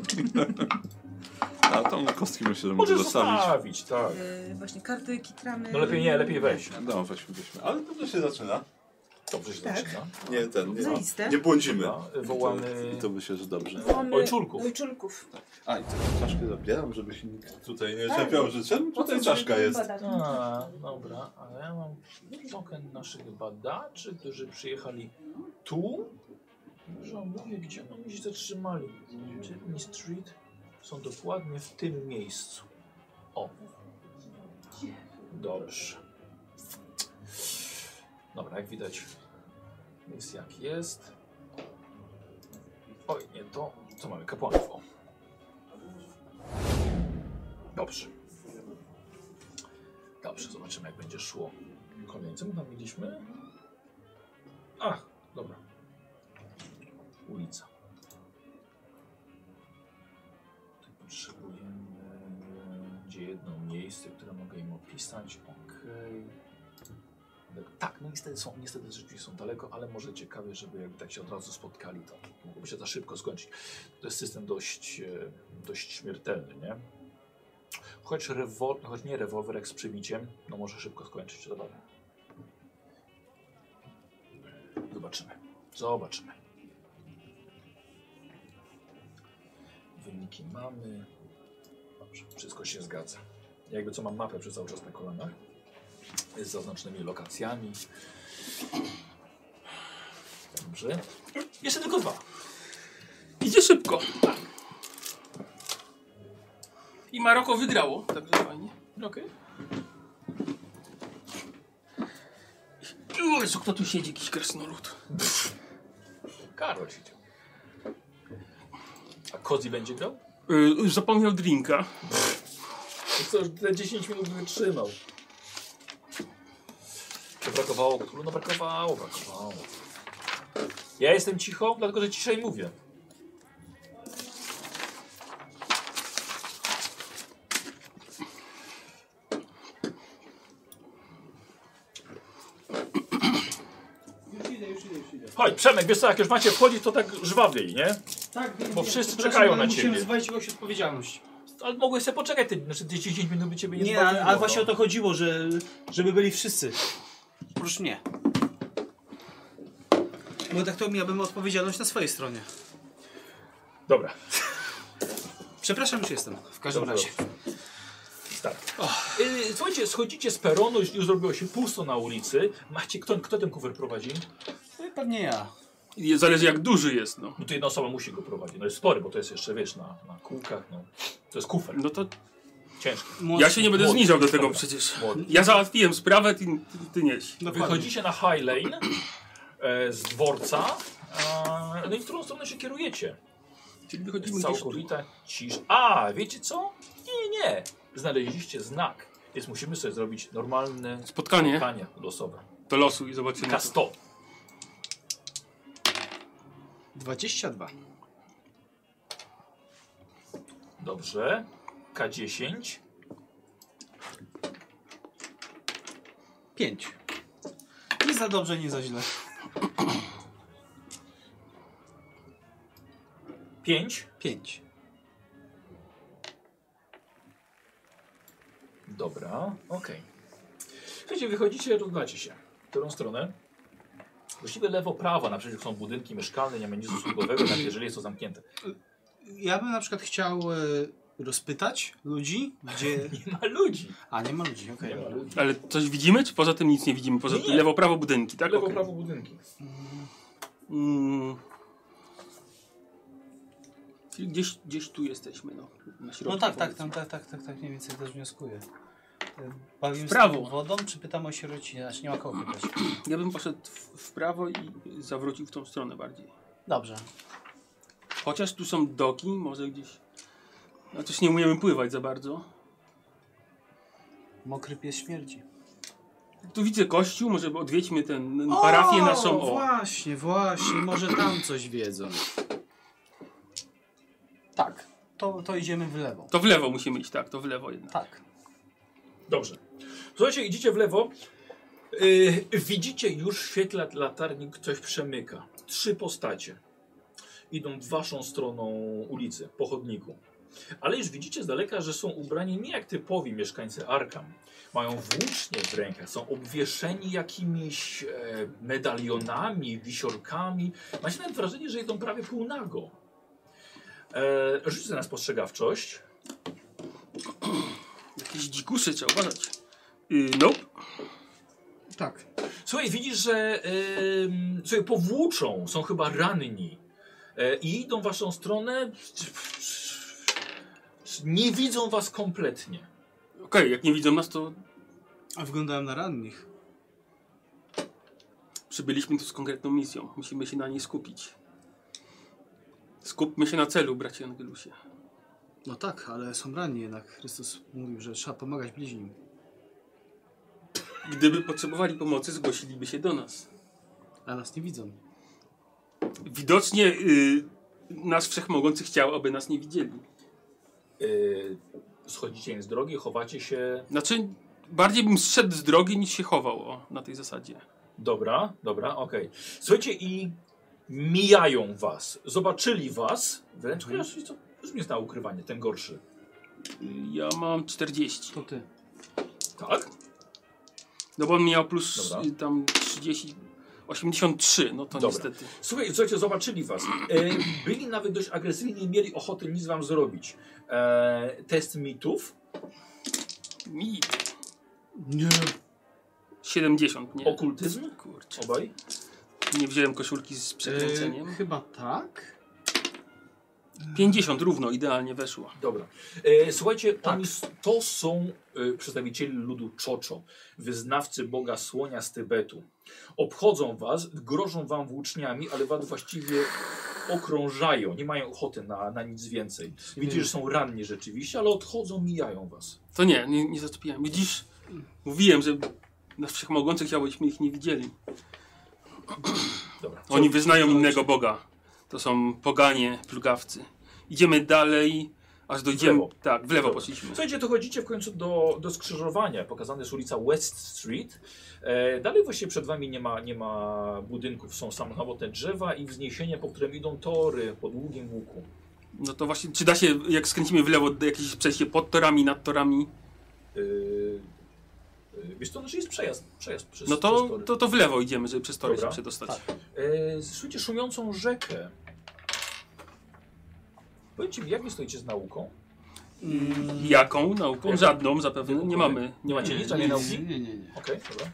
A tą kostki myślę, że mogę Możesz zostawić. zostawić, tak. Właśnie karty, kitramy. No lepiej nie, lepiej weź. No, weźmy. Ale dobrze się zaczyna. Dobrze się Tak. zaczyna. Zaiste. Nie błądzimy. Dobra, wołamy I to myślę, że dobrze. ojczulków. Ojczulków. A, i tę czaszkę zabieram, żeby się nikt tutaj nie czepiał, że czemu tutaj czaszka jest. A, dobra, ale ja mam token naszych badaczy, którzy przyjechali tu. Że mówię, gdzie oni się zatrzymali. Sydney Street są dokładnie w tym miejscu. O. Dobrze. Dobra, jak widać jest jak jest. Oj, nie to. Co mamy? Kapłanów. O. Dobrze. Dobrze, zobaczymy jak będzie szło. Kolejny, co my tam mieliśmy? Ach, dobra. Ulica. Tutaj potrzebujemy gdzie jedno miejsce, które mogę im opisać. Okej. Tak, no niestety rzeczywiście są daleko, ale może ciekawie, żeby jakby tak się od razu spotkali, to mogłoby się za szybko skończyć. To jest system dość śmiertelny, nie? Choć nie rewolwer jak z przybiciem, no może szybko skończyć. Zobaczymy. Zobaczymy. Wyniki mamy. Dobrze, wszystko się zgadza. Jakby co, mam mapę przez cały czas na kolanach. Z zaznaczonymi lokacjami. Dobrze. Jeszcze tylko 2. Idzie szybko. I Maroko wygrało, także fajnie. Okej. Jezu, kto tu siedzi? Jakiś krasnolud. Karol siedział. A Kozi będzie grał? Zapomniał drinka. To już te 10 minut wytrzymał. To brakowało, no brakowało. Ja jestem cicho, dlatego że ciszej mówię. Już idę. Chodź, Przemek, wiesz co, jak już macie wchodzić, to tak żwawiej, nie? Tak, wiem, Bo wiem. wszyscy Przepraszam, czekają ale na musiałem ciebie. zwalić kogoś odpowiedzialność. Ale mogłeś sobie poczekać, te 10 minut by ciebie nie Nie, zbawiło. ale właśnie o to chodziło, żeby byli wszyscy. Oprócz mnie. Bo tak to miałbym odpowiedzialność na swojej stronie. Dobra. Przepraszam, już jestem. W każdym razie. Start. Słuchajcie, schodzicie z peronu, już zrobiło się pusto na ulicy. Macie, kto ten kufer prowadzi? Pewnie ja. Zależy jak duży jest, no. No to jedna osoba musi go prowadzić. No jest spory, bo to jest jeszcze, wiesz, na kółkach, no. To jest kufer. No to Ciężki. ja się nie będę Młody. zniżał do tego Dobra. przecież. Młody. Ja załatwiłem sprawę, ty nieś. Wychodzicie na High Lane z dworca, no i w którą stronę się kierujecie? Czyli wychodzimy Jest gdzieś tu. całkowita cisza. A, wiecie co? Nie. Znaleźliście znak. Więc musimy sobie zrobić normalne Spotkanie losowe. do losu i zobaczymy. K100. 22. Dobrze. K10. 5. Nie za dobrze, nie za źle. 5. 5. Dobra, okej. Słuchajcie, wychodzicie, rozglądacie się. W którą stronę? Właściwie lewo, prawo, naprzeciw są budynki mieszkalne, nie ma nic usługowego, nawet jeżeli jest to zamknięte. Ja bym na przykład chciał rozpytać ludzi, gdzie... Nie ma ludzi. A, nie ma ludzi, okej. Nie ma ludzi. Ale coś widzimy, czy poza tym nic nie widzimy? Poza Nie. tym lewo, prawo budynki, tak? Lewo, Okej. prawo budynki. Czyli gdzieś tu jesteśmy, no. Na środku, No tak, powiedzmy. tak, mniej więcej też wnioskuję. Bawimy W prawo. się wodą, czy pytamy o sierocinie? Znaczy nie ma kogo pytać. Ja bym poszedł w prawo i zawrócił w tą stronę bardziej. Dobrze. Chociaż tu są doki, może gdzieś... No też nie umiemy pływać za bardzo. Mokry pies śmierdzi. Tu widzę kościół, może odwiedźmy ten parafię naszą. O, Właśnie, może tam coś wiedzą. Tak, to idziemy w lewo. to w lewo musimy iść, tak, to w lewo jednak. Tak. Dobrze. Słuchajcie, idziecie w lewo. Widzicie już w świetle latarni ktoś przemyka. 3 postacie. Idą w waszą stroną ulicy, po chodniku. Ale już widzicie z daleka, że są ubrani nie jak typowi mieszkańcy Arkham. Mają włócznie w rękach, są obwieszeni jakimiś medalionami, wisiorkami. Macie nawet wrażenie, że idą prawie półnago. Rzućcie na spostrzegawczość. Jakieś dzikusy, trzeba uważać. Nope. Tak. Słuchaj, widzisz, że sobie powłóczą, są chyba ranni i idą w waszą stronę. Nie widzą was kompletnie. Okej, jak nie widzą nas, to A wyglądałem na rannych. przybyliśmy tu z konkretną misją. Musimy się na niej skupić. Skupmy się na celu, bracie Angelusie. No tak, ale są ranni jednak. Chrystus mówił, że trzeba pomagać bliźnim. Gdyby potrzebowali pomocy, zgłosiliby się do nas. A nas nie widzą. Widocznie nasz wszechmogący chciał, aby nas nie widzieli. Schodzicie z drogi, chowacie się. Znaczy, bardziej bym zszedł z drogi, niż się chował na tej zasadzie. Dobra, okej. Słuchajcie, i mijają was. Zobaczyli was. Wręcz co? Już mnie zna ukrywanie, ten gorszy. Ja mam 40. To ty. Tak? No bo on miał plus Dobra. tam 30, 83, no to Dobra. niestety. Słuchajcie, zobaczyli was. Byli nawet dość agresywni, nie mieli ochoty nic wam zrobić. Test mitów. Mit. Nie. 70, nie. Okultyzm? Kurczę. Obaj. Nie wziąłem koszulki z przekręceniem. Chyba tak. 50 równo, idealnie weszło. Dobra. Słuchajcie, to są przedstawiciele ludu Czoczo, wyznawcy boga słonia z Tybetu. Obchodzą was, grożą wam włóczniami, ale was właściwie okrążają. Nie mają ochoty na nic więcej. Widzisz, że są ranni rzeczywiście, ale odchodzą, mijają was. To nie zaczepiłem. Widzisz, mówiłem, że nasz wszechmogący chciał, byśmy ich nie widzieli. Dobra. Oni wyznają innego Boga. To są poganie, plugawcy. Idziemy dalej, aż dojdziemy... lewo. Tak, w lewo Dobra. poszliśmy. Słuchajcie, to chodzicie w końcu do skrzyżowania. Pokazana jest ulica West Street. Dalej właściwie przed wami nie ma budynków. Są samotne drzewa i wzniesienia, po którym idą tory po długim łuku. No to właśnie, czy da się, jak skręcimy w lewo, jakieś przejście pod torami, nad torami? Wiesz, to znaczy jest przejazd przez No przez to w lewo idziemy, żeby przez tory się Dobra. przedostać. Słyszycie szumiącą rzekę. Powiedzcie mi, jak wy stoicie z nauką? Jaką nauką? Jaką? Żadną zapewne. Nie Jakąkolwiek? mamy. Nie macie nic, żadnej nauki? Nie. Okej, dobra.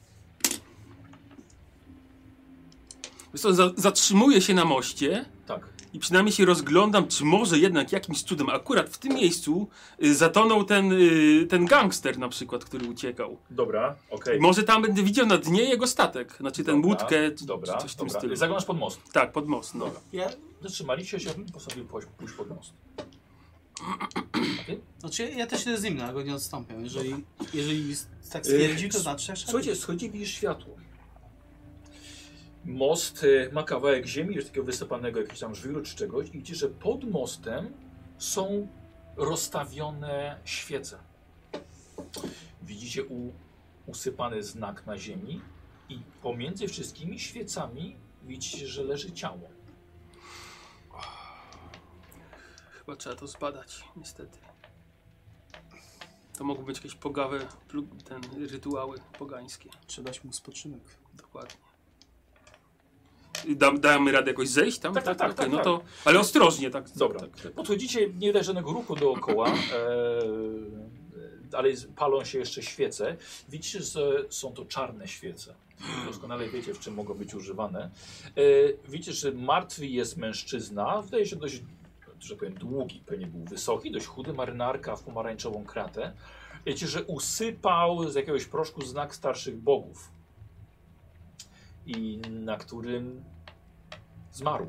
Wiesz co, zatrzymuję się na moście Tak. i przynajmniej się rozglądam, czy może jednak jakimś cudem akurat w tym miejscu zatonął ten gangster na przykład, który uciekał. Dobra, okej. Może tam będę widział na dnie jego statek, znaczy ten Dobra, łódkę, czy Dobra, coś w tym dobra. stylu. Zaglądasz pod most. Tak, pod most, no. Dobra. Zatrzymaliście się, po sobie pójść pod most. A ty? Znaczy ja też się z nim, ale go nie odstąpię. Jeżeli tak stwierdzi, to znaczy że Słuchajcie, schodzi widzisz światło. Most ma kawałek ziemi, już takiego wysypanego jakiegoś tam żwiru czy czegoś i widzicie, że pod mostem są rozstawione świece. Widzicie usypany znak na ziemi i pomiędzy wszystkimi świecami widzicie, że leży ciało. Chyba trzeba to zbadać, niestety. To mogą być jakieś pogawe, rytuały pogańskie. trzeba dać mu spoczynek. Dokładnie. Damy radę jakoś zejść tam? Tak. Okej, no to, ale ostrożnie, tak. Dobra. Tak. Podchodzicie, nie widać żadnego ruchu dookoła, ale palą się jeszcze świece. Widzicie, że są to czarne świece. Doskonale wiecie, w czym mogą być używane. Widzicie, że martwy jest mężczyzna, wydaje się dość, że powiem, długi, pewnie był wysoki, dość chudy, marynarka w pomarańczową kratę. Wiecie, że usypał z jakiegoś proszku znak starszych bogów. I na którym zmarł.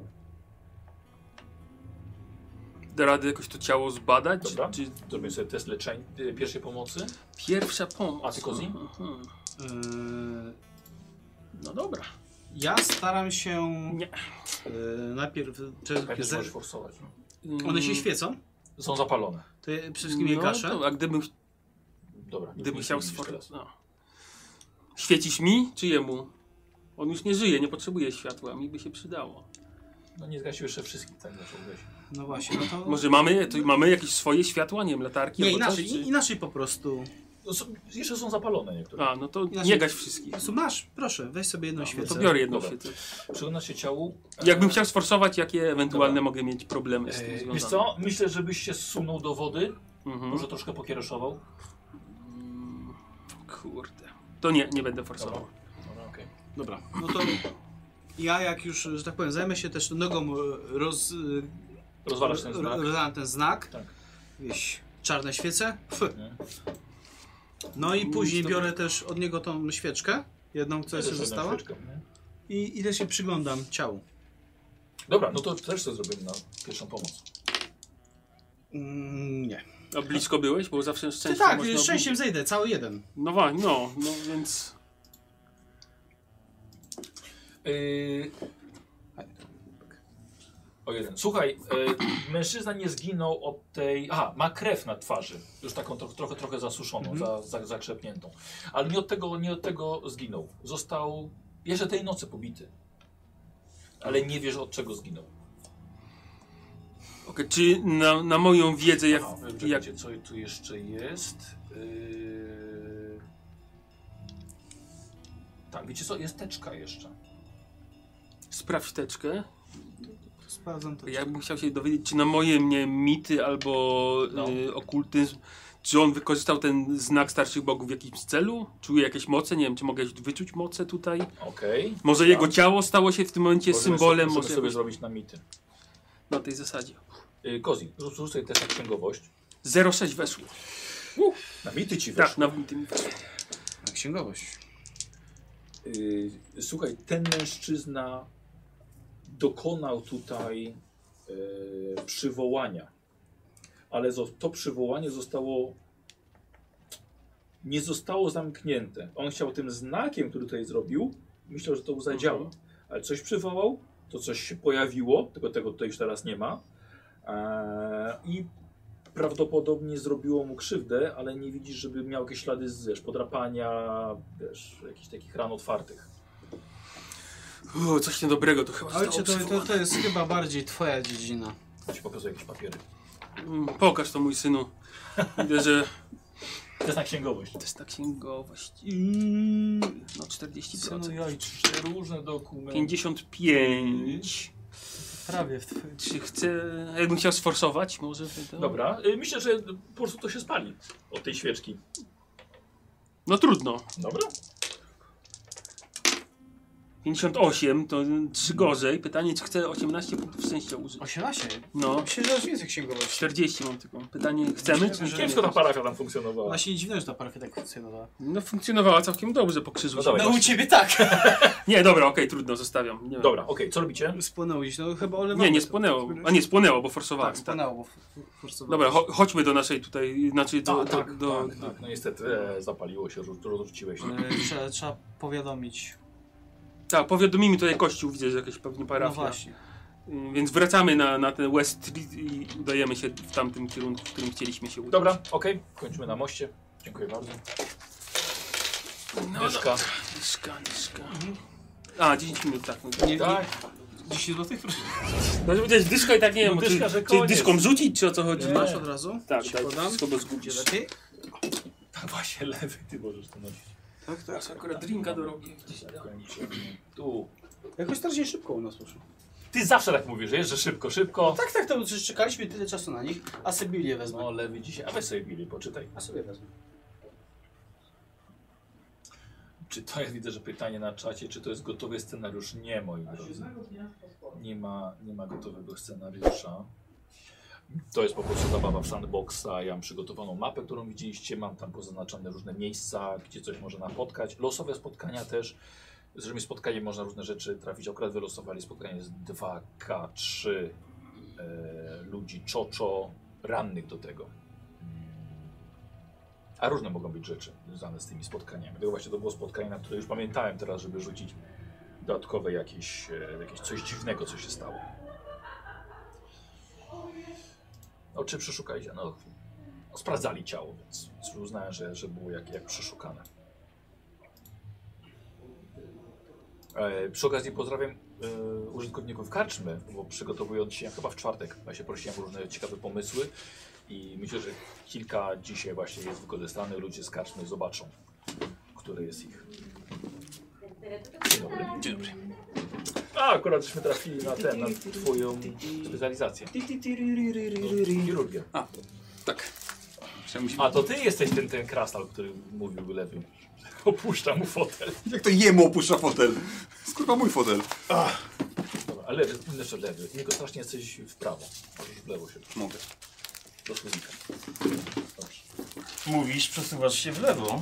Da radę jakoś to ciało zbadać? Dobra. Czy Zrobię sobie test leczenia, pierwszej pomocy. pierwsza pomoc? A ty, Kozi? No dobra. Ja staram się Nie. najpierw... Pewnie możesz forsować. No. One się świecą? Są zapalone. To ja przede wszystkim je gaszę. To, a gdybym Dobra. chciał widzisz stworzyć... teraz. No. Świecisz mi, czy jemu? On już nie żyje, nie potrzebuje światła, mi by się przydało. No nie zgasił jeszcze wszystkich, tak zacząłeś. No właśnie, no to... Może mamy jakieś swoje światła, nie wiem, latarki Nie, albo inaczej, coś, czy... inaczej po prostu. No, jeszcze są zapalone niektóre. A, no to Inaczej- nie gaś wszystkich. Po prostu masz, proszę, weź sobie jedną No świecę. to biorę jedną Dobra. świecę. Przyglądasz się ciału. Jakbym chciał sforsować, jakie ewentualne Dobra. mogę mieć problemy z tym związane? Wiesz co? Myślę, żebyś się zsunął do wody. Mhm. Może troszkę pokiereszował. Kurde. To nie będę forsował. Dobra, okej. Dobra, no to ja jak już, że tak powiem, zajmę się też nogą Rozwalasz ten znak. rozwalam ten znak. Tak. Jakieś czarne świece. Nie? No i później Dobra. biorę też od niego tą świeczkę. Jedną, co jeszcze Też jedną została. świeczkę, nie? I też się przyglądam ciału. Dobra, no to też to zrobimy na pierwszą pomoc. Nie. A blisko byłeś? Bo zawsze Ty szczęście tak, można... szczęściem zejdę, cały jeden. No więc... O jeden. Słuchaj, mężczyzna nie zginął od tej... Aha, ma krew na twarzy. Już taką trochę zasuszoną, zakrzepniętą. Ale nie od tego zginął. Został jeszcze tej nocy pobity. Ale nie wiesz, od czego zginął. Okej, czy na moją wiedzę jak... Aha, jak... czekajcie, co tu jeszcze jest? Tak, wiecie co? Jest teczka jeszcze. Sprawdź teczkę. Sprawdzam to. Ja bym chciał się dowiedzieć, czy na moje mity albo No. okultyzm, czy on wykorzystał ten znak starszych bogów w jakimś celu? Czuje jakieś moce? Nie wiem, czy mogę wyczuć moce tutaj? Okej. Może jego ciało stało się w tym momencie symbolem? Możemy Może sobie zrobić na mity. na tej zasadzie. Kozi, rzuć sobie też na księgowość. 0,6 weszło. Na mity ci weszło. Tak, na tym. Na księgowość. Słuchaj, ten mężczyzna dokonał tutaj przywołania, ale to przywołanie nie zostało zamknięte. On chciał tym znakiem, który tutaj zrobił, myślał, że to zadziała, ale coś przywołał, to coś się pojawiło, tylko tego tutaj już teraz nie ma i prawdopodobnie zrobiło mu krzywdę, ale nie widzisz, żeby miał jakieś ślady podrapania, jakichś takich ran otwartych. Coś niedobrego to chyba Ojcze, zostało przywołane. to jest chyba bardziej twoja dziedzina. Ja ci pokazuję jakieś papiery. Pokaż to, mój synu. Widzę, że jest na księgowość. Test na księgowość. No 40%. Różne dokumenty. 55. Prawie w twoim... Czy chcę... Jakbym chciał sforsować może? To... Dobra, myślę, że po prostu to się spali od tej świeczki. No trudno. Dobra. 58 to 3 gorzej. Pytanie, czy chcę 18 punktów szczęścia użyć. 18? No. Myślę, że aż więcej księgowość. 40 mam tylko. Pytanie, chcemy czy nie? Kiepsko ta parafia tam funkcjonowała. Właśnie nie dziwne, że ta parafia tak funkcjonowała. No funkcjonowała całkiem dobrze po krzyżu. No dawaj. No u ciebie tak. Nie, dobra, okej, trudno, zostawiam. Nie, Dobra, okej, co robicie? Spłonęło gdzieś, no chyba olewamy. nie spłonęło. A nie, spłonęło, bo forsowałem. Tak, spłonęło, bo forsowałem. Dobra, chodźmy do naszej tutaj, znaczy do... Tak, no niestety zapaliło się, rozrzuciłeś. Trzeba powiadomić. Tak, powiadomimy tutaj kościół, widzę, że jakaś pewnie parafia. No właśnie. Więc wracamy na ten West Street i udajemy się w tamtym kierunku, w którym chcieliśmy się udać. Dobra, okej, kończymy na moście. Dziękuję bardzo. Dyszka. Dyszka. A, 10 minut, tak. No, Nie, Tak. 10 złotych? no żeby dać dyszka i tak nie wiem, dyszka, że czy koniec. dyszką rzucić, czy o co chodzi? Masz od razu? Tak, Ci daj podam. wszystko, bo zgubisz. Lepiej? Tak właśnie, lewy, ty możesz to nosić. Tak, akurat drinka dorobię. Tu. Jakoś strasznie szybko u nas poszło. Ty zawsze tak mówisz, że szybko, szybko. Tak, to przecież czekaliśmy tyle czasu na nich, a sobie Biblię wezmę. No lewy dzisiaj, a weź sobie Billy, poczytaj. A sobie wezmę. Czy to ja widzę, że pytanie na czacie, czy to jest gotowy scenariusz? Nie, moi drodzy. Nie ma gotowego scenariusza. To jest po prostu zabawa w sandboxa. Ja mam przygotowaną mapę, którą widzieliście. Mam tam pozaznaczone różne miejsca, gdzie coś może napotkać. Losowe spotkania też. Z różnymi spotkaniem można różne rzeczy trafić. Akurat wylosowali spotkanie z 2K3 ludzi czoczo rannych do tego. A różne mogą być rzeczy związane z tymi spotkaniami. Dlatego właśnie to było spotkanie, na które już pamiętałem teraz, żeby rzucić dodatkowe jakieś coś dziwnego, co się stało. No, czy przeszukali? No, sprawdzali ciało, więc uznałem, że było jak przeszukane. Przy okazji pozdrawiam użytkowników karczmy, bo przygotowując się, chyba w czwartek, ja się prosiłem o różne ciekawe pomysły i myślę, że kilka dzisiaj właśnie jest wykorzystanych. Ludzie z karczmy zobaczą, który jest ich. Dzień dobry. Dzień dobry. A, akurat żeśmy trafili na twoją specjalizację. Chirurgię. A, tak. A to ty jesteś ten krasnal, który mówił lewy. Opuszcza mu fotel. Jak to jemu opuszcza fotel? Skurwa mój fotel. Dobra, ale jeszcze lewy. Tylko strasznie jesteś w prawo. Możesz w lewo się. Mogę. Do słownika. Dobrze. Mówisz, przesuwasz się w lewo.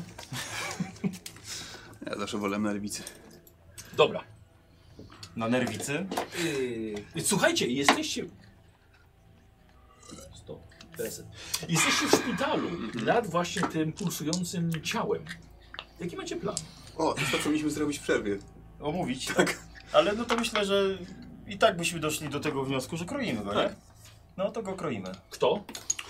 Ja zawsze wolę na lewicy. Dobra. Na nerwicy. Słuchajcie, jesteście... Stop. Reset. Jesteście w szpitalu nad właśnie tym pulsującym ciałem. Jaki macie plan? O, to jest to, co mieliśmy zrobić w przerwie. Omówić. Tak. Ale no to myślę, że i tak byśmy doszli do tego wniosku, że kroimy go, nie? No to go kroimy. Kto?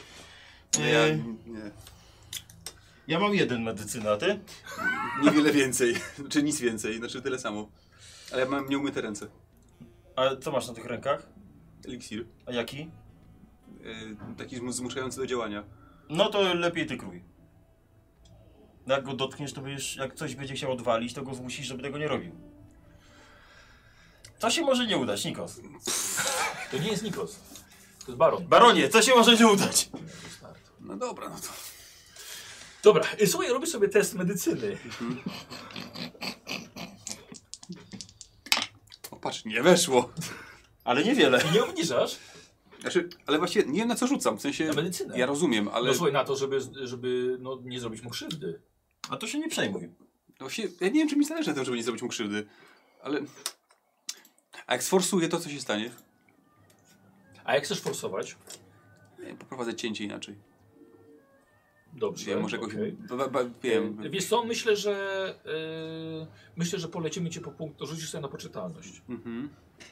Nie. Ja mam 1 medycyna, a ty? Niewiele więcej. Czy nic więcej. Znaczy tyle samo. Ale ja mam nieumyte ręce. A co masz na tych rękach? Eliksir. A jaki? Taki zmuszający do działania. No to lepiej ty krój. Jak go dotkniesz, to będziesz, jak coś będzie chciał odwalić, to go zmusisz, żeby tego nie robił. To się może nie udać, Nikos. To nie jest Nikos. To jest Baron. Baronie, to się może nie udać. No dobra, no to... Dobra, słuchaj, robię sobie test medycyny. O, patrz, nie weszło. Ale niewiele. I nie obniżasz Znaczy, ale właściwie nie wiem, na co rzucam. W sensie... na medycynę. Ja rozumiem, ale... No słuchaj, na to, żeby no, nie zrobić mu krzywdy. A to się nie przejmuj. Właściwie, ja nie wiem, czy mi zależy na tym, żeby nie zrobić mu krzywdy. Ale... A jak sforsuję, to co się stanie? A jak chcesz forsować? Nie, poprowadzę cięcie inaczej. Dobrze. Wiem, może jakoś... okej. Wiem. Wiesz co, myślę, że polecimy cię po punkt, rzucisz sobie na poczytalność. Mhm.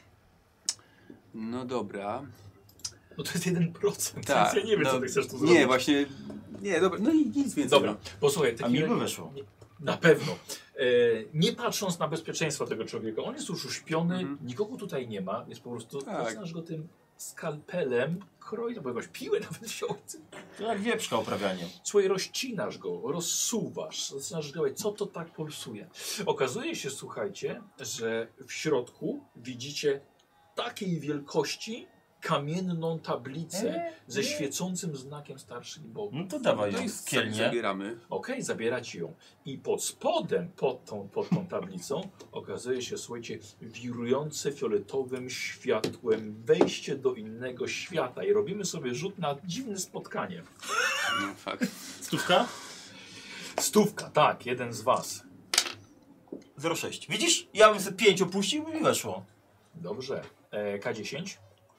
No dobra. No to jest 1%, Tak, więc ja nie wiem, no, co ty chcesz tu zrobić. Nie, właśnie... Nie, dobra, no i nic więcej. Dobra, posłuchaj. A mi by weszło. Na pewno. Nie patrząc na bezpieczeństwo tego człowieka, on jest już uśpiony, nikogo tutaj nie ma, więc po prostu Tak. zaczynasz go tym skalpelem kroi, bo jakąś piłę nawet wziął. To jak wieprzka uprawianie. Słuchaj, rozcinasz go, rozsuwasz, zaczynasz gadać, co to tak pulsuje. Okazuje się, słuchajcie, że w środku widzicie takiej wielkości kamienną tablicę ze świecącym znakiem starszych bogów. No to dawaj To ją, jest kielnie. zabieramy. Okej, zabieracie ją. I pod spodem, pod tą tablicą, okazuje się, słuchajcie, wirujące fioletowym światłem wejście do innego świata. I robimy sobie rzut na dziwne spotkanie. No fakt. Stówka? Stówka, tak, jeden z was. 0,6. Widzisz? Ja bym sobie 5 opuścił i mi weszło. Dobrze. K10?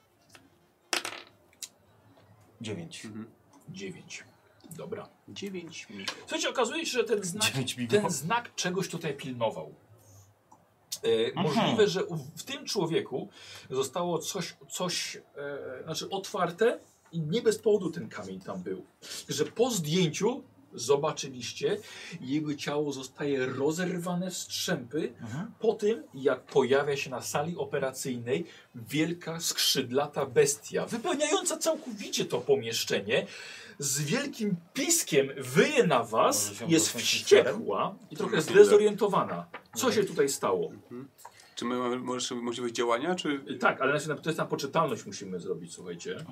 9. 9. Dobra. 9 minut. Słuchajcie, okazuje się, że ten znak czegoś tutaj pilnował. Możliwe, że w tym człowieku zostało coś znaczy otwarte i nie bez powodu ten kamień tam był. Że po zdjęciu zobaczyliście, jego ciało zostaje rozerwane w strzępy po tym, jak pojawia się na sali operacyjnej wielka skrzydlata bestia, wypełniająca całkowicie to pomieszczenie, z wielkim piskiem wyje na was, jest wściekła i trochę zdezorientowana. Co się tutaj stało? Czy my mamy możliwość działania, czy... Tak, ale to jest na poczytalność musimy zrobić, słuchajcie.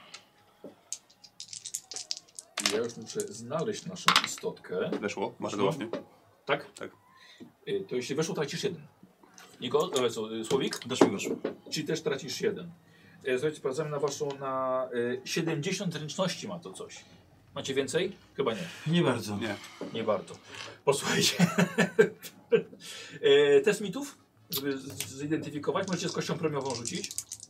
Ja już muszę znaleźć naszą istotkę. Weszło? Bardzo ładnie. Tak? Tak. To jeśli weszło, tracisz 1. Niko, Słowik? Też mi weszło. Czyli też tracisz 1. Słuchajcie, sprawdzamy na waszą, 70 zręczności ma to coś. Macie więcej? Chyba nie. Nie bardzo. Nie. Nie bardzo. Posłuchajcie. Test mitów, żeby zidentyfikować. Możecie z kością premiową rzucić.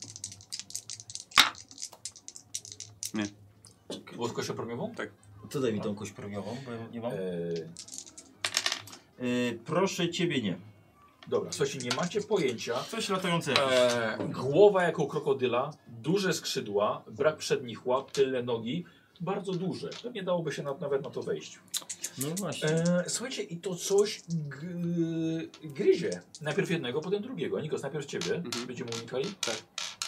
Nie. Było z kością premiową? Tak. To daj mi tą kość premiową, bo ja nie mam. Proszę ciebie nie. Dobra, słuchajcie, nie macie pojęcia. Coś latające. Głowa jako u krokodyla, duże skrzydła, brak przednich łap, tylne nogi, bardzo duże. Pewnie dałoby się nawet na to wejść. No właśnie. Słuchajcie, i to coś gryzie. Najpierw jednego, potem drugiego. Nikos, najpierw ciebie. Będziemy unikali? Tak.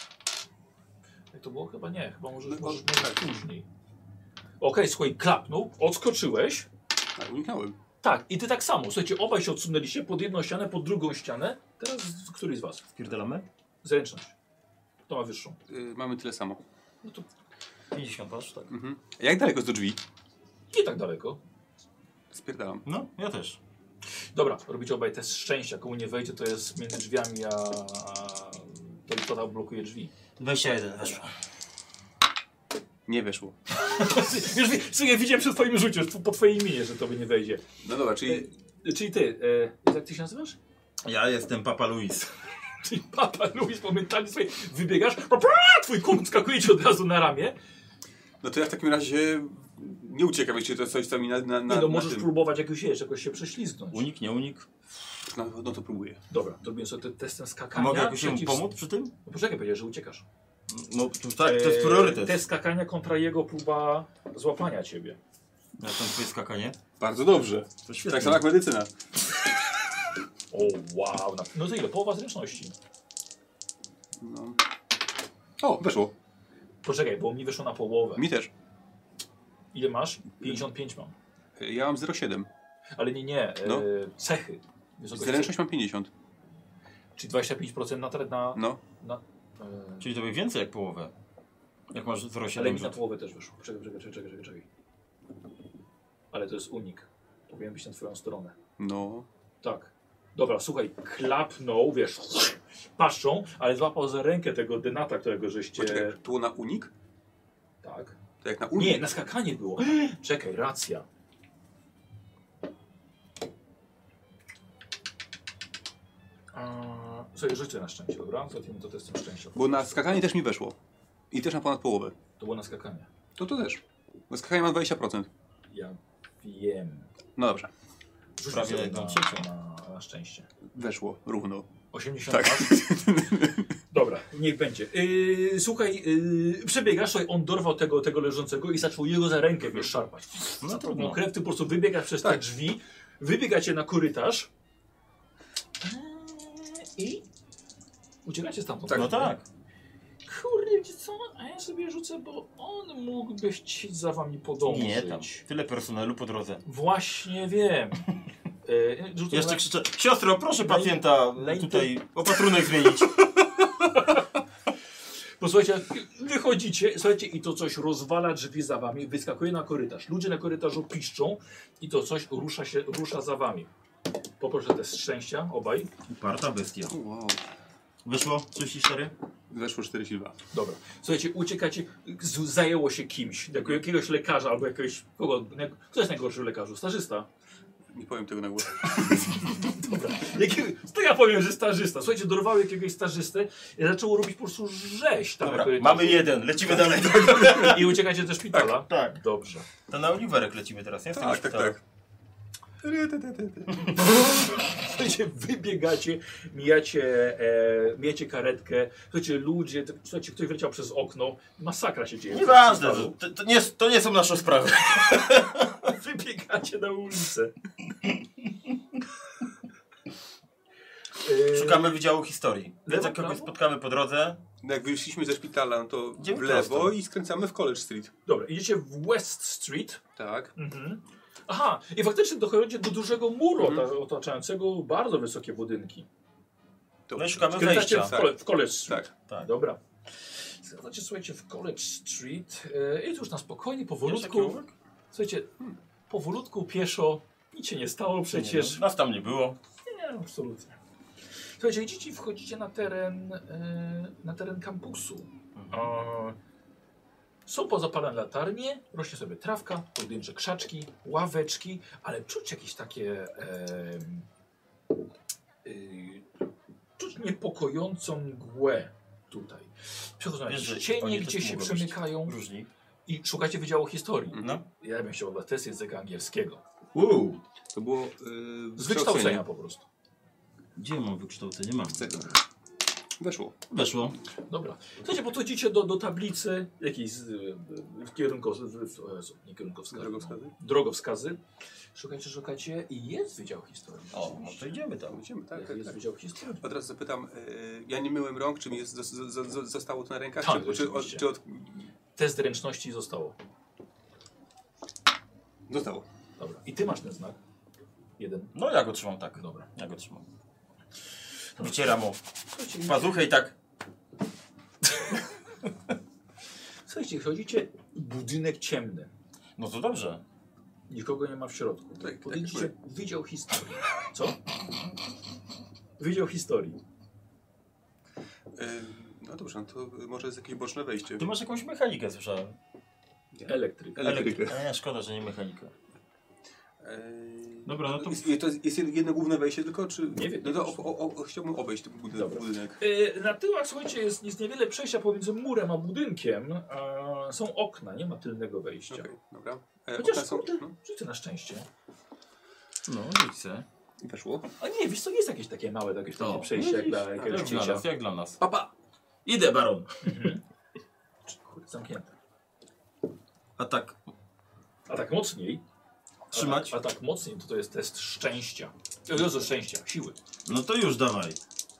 Jak to było? Chyba nie. Chyba możesz tak. później. Okej, słuchaj, klapnął, odskoczyłeś. Tak, uniknąłem. Tak, i ty tak samo. Słuchajcie, obaj się odsunęliście pod jedną ścianę, pod drugą ścianę. Teraz któryś z was? Spierdalamy? Zręczność. Kto ma wyższą? Mamy tyle samo. No to 50, patrz, tak. Jak daleko jest do drzwi? nie tak daleko. Spierdalam. No, ja też. Dobra, robicie obaj test szczęścia. Komu nie wejdzie, to jest między drzwiami, a to istota blokuje drzwi. 21 weszło. Nie weszło. Już widziałem przy twoim rzucie, już po twojej imieniu, że to by nie wejdzie. No dobra, czyli... Czyli ty, jak ty się nazywasz? Ja jestem Papa Luis. Czyli Papa Luis, momentalnie sobie wybiegasz, twój koń skakuje ci od razu na ramię. No to ja w takim razie nie uciekam, jeśli to jest coś, co mi Nie, no na możesz tym. próbować jakoś się prześlizgnąć. Unik, nie unik. No to próbuję. Dobra, zrobiłem sobie testem A skakania. mogę jakoś mu pomóc przy tym? No poczekaj, powiedziałeś, że uciekasz. No tak, to jest priorytet. Test skakania kontra jego próba złapania ciebie. Ja tam twoje skakanie. Bardzo dobrze. To świetnie. Tak samo jak medycyna. O wow, no to ile? Połowa zręczności. No. O, weszło. Poczekaj, bo mi wyszło na połowę. Mi też. Ile masz? 55 mam. Ja mam 0,7. Ale nie, No. cechy. Wysokość Zręczność mam 50. Czyli 25% na... No. Czyli to by więcej jak połowę. Jak masz Ale 0,7 mi na rzut. połowę też wyszło. Czekaj. Ale to jest unik. Powinien być na twoją stronę. No. Tak. Dobra, słuchaj, klapnął, wiesz, paszczą, ale złapał za rękę tego denata, którego żeście... Poczekaj, to było na unik? Tak. To jak na unik? Nie, na skakanie było. Czekaj, racja. Słuchaj, rzucę na szczęście, dobra? Załatwimy to testem szczęścia. Bo na skakanie też mi weszło. I też na ponad połowę. To było na skakanie. To też. Na skakanie mam 20%. Ja wiem. No dobrze. Rzuć Prawie sobie jedną na, trzecią. na szczęście. Weszło. Równo. 80 Tak. masz? Dobra, niech będzie. Słuchaj, przebiegasz, słuchaj, on dorwał tego leżącego i zaczął jego za rękę, wiesz, szarpać. No to No, krew, ty po prostu wybiegasz przez te drzwi, wybiegacie na korytarz i uciekacie stamtąd. Tak. No tak. Kurde, wiecie co? A ja sobie rzucę, bo on mógłby chcieć za wami podążyć. Nie tam. Tyle personelu po drodze. Właśnie wiem. Rzucę Jeszcze na... krzyczę, siostro, proszę pacjenta lejty. tutaj opatrunek zmienić. Posłuchajcie, wychodzicie, słuchajcie, i to coś rozwala drzwi za wami, wyskakuje na korytarz. Ludzie na korytarzu piszczą i to coś rusza za wami. Poproszę test szczęścia, obaj. Uparta bestia. Wow. Wyszło 34? Weszło 42. Dobra. Słuchajcie, uciekacie, zajęło się kimś, jakiegoś lekarza albo jakiegoś... Kogo? Kto jest najgorszy w lekarzu? Stażysta. Nie powiem tego na głos. Dobra. To ja powiem, że stażysta. Słuchajcie, dorwały jakiegoś stażystę i zaczęło robić po prostu rzeź. Tam Dobra, jakby- mamy jeden, lecimy dalej. I uciekacie ze szpitala? Tak. Dobrze. To na Oliwerek lecimy teraz, nie? Z tego Tak, tak, szpitala. tak. Słuchajcie, wybiegacie, mijacie karetkę. Słuchajcie, ludzie, słuchajcie, ktoś wleciał przez okno. Masakra się dzieje. Nieważne, to nie są nasze sprawy. Wybiegacie na ulicę. Szukamy Wydziału Historii. Więc jak Prawo? kogoś spotkamy po drodze, No jak wyszliśmy ze szpitala, no to Idziemy w lewo prosto. i skręcamy w College Street. Dobra, idziecie w West Street. Tak. Mhm. Aha, i faktycznie dochodzicie do dużego muru otaczającego bardzo wysokie budynki. no i szukamy Skręcacie wejścia. w College Street. Tak. Tak. Dobra. Skręcacie, słuchajcie, w College Street. I tu już na spokojnie, Wiesz, powolutku. jaki urok? Słuchajcie, powolutku, pieszo. Nic się nie stało przecież. Nie, no, nas tam nie było. Nie, absolutnie. Słuchajcie, idziecie i wchodzicie na teren kampusu. Są pozapalane latarnie, rośnie sobie trawka, pojedyncze krzaczki, ławeczki, ale czuć jakieś takie... czuć niepokojącą mgłę tutaj. Przechodzą Wiesz, że jakieś cienie, oni też gdzie się mogą być przemykają Różni. i szukacie Wydziału Historii. No. Ja bym chciał oddać test języka angielskiego. To było Z wykształcenia po prostu. Gdzie mam wykształcenie? Mam. Weszło. Weszło. Dobra. Słuchajcie, podchodzicie do tablicy jakiejś nie kierunkowskazy. Drogowskazy? Drogowskazy. Szukacie i jest Wydział Historii. O, no to idziemy tam. Idziemy, tak, tak, Jest tak. Wydział Historii. Od razu zapytam, ja nie myłem rąk, czy mi jest, zostało to na rękach? Tak, czy oczywiście. od... Test ręczności zostało. Zostało. Dobra. I ty masz ten znak? Jeden. No ja go trzymam tak. Dobra. Ja go trzymam. Wycieram o Słuchajcie, pazuchę i tak. słuchajcie, chodzicie, budynek ciemny. No to dobrze. Nikogo nie ma w środku. Tak, Podejdziecie Wydział Historii. Co? Wydział Historii. No dobrze, no to może jest jakieś boczne wejście. Ty masz jakąś mechanikę, słyszałem. Elektryk. Elektrykę. Nie, szkoda, że nie mechanika. Dobra, no to- jest jedno główne wejście tylko, czy... Nie wiem. No to chciałbym obejść ten budynek. Na tyłach, słuchajcie, jest niewiele przejścia pomiędzy murem a budynkiem. Są okna, nie ma tylnego wejścia. Okej, dobra. Chociaż Okna są... kurde, No, rzucę na szczęście. No, widzę. weszło. A nie, wiesz co, jest jakieś takie małe, jakieś takie przejście jak dla jakiegoś Jak dla ciecia. nas, jak dla nas. Papa! Idę, baron. Kurde, zamknięte. A tak, A tak mocniej. trzymać? A tak mocniej to jest test szczęścia. Jezu, szczęścia, siły. No to już dawaj.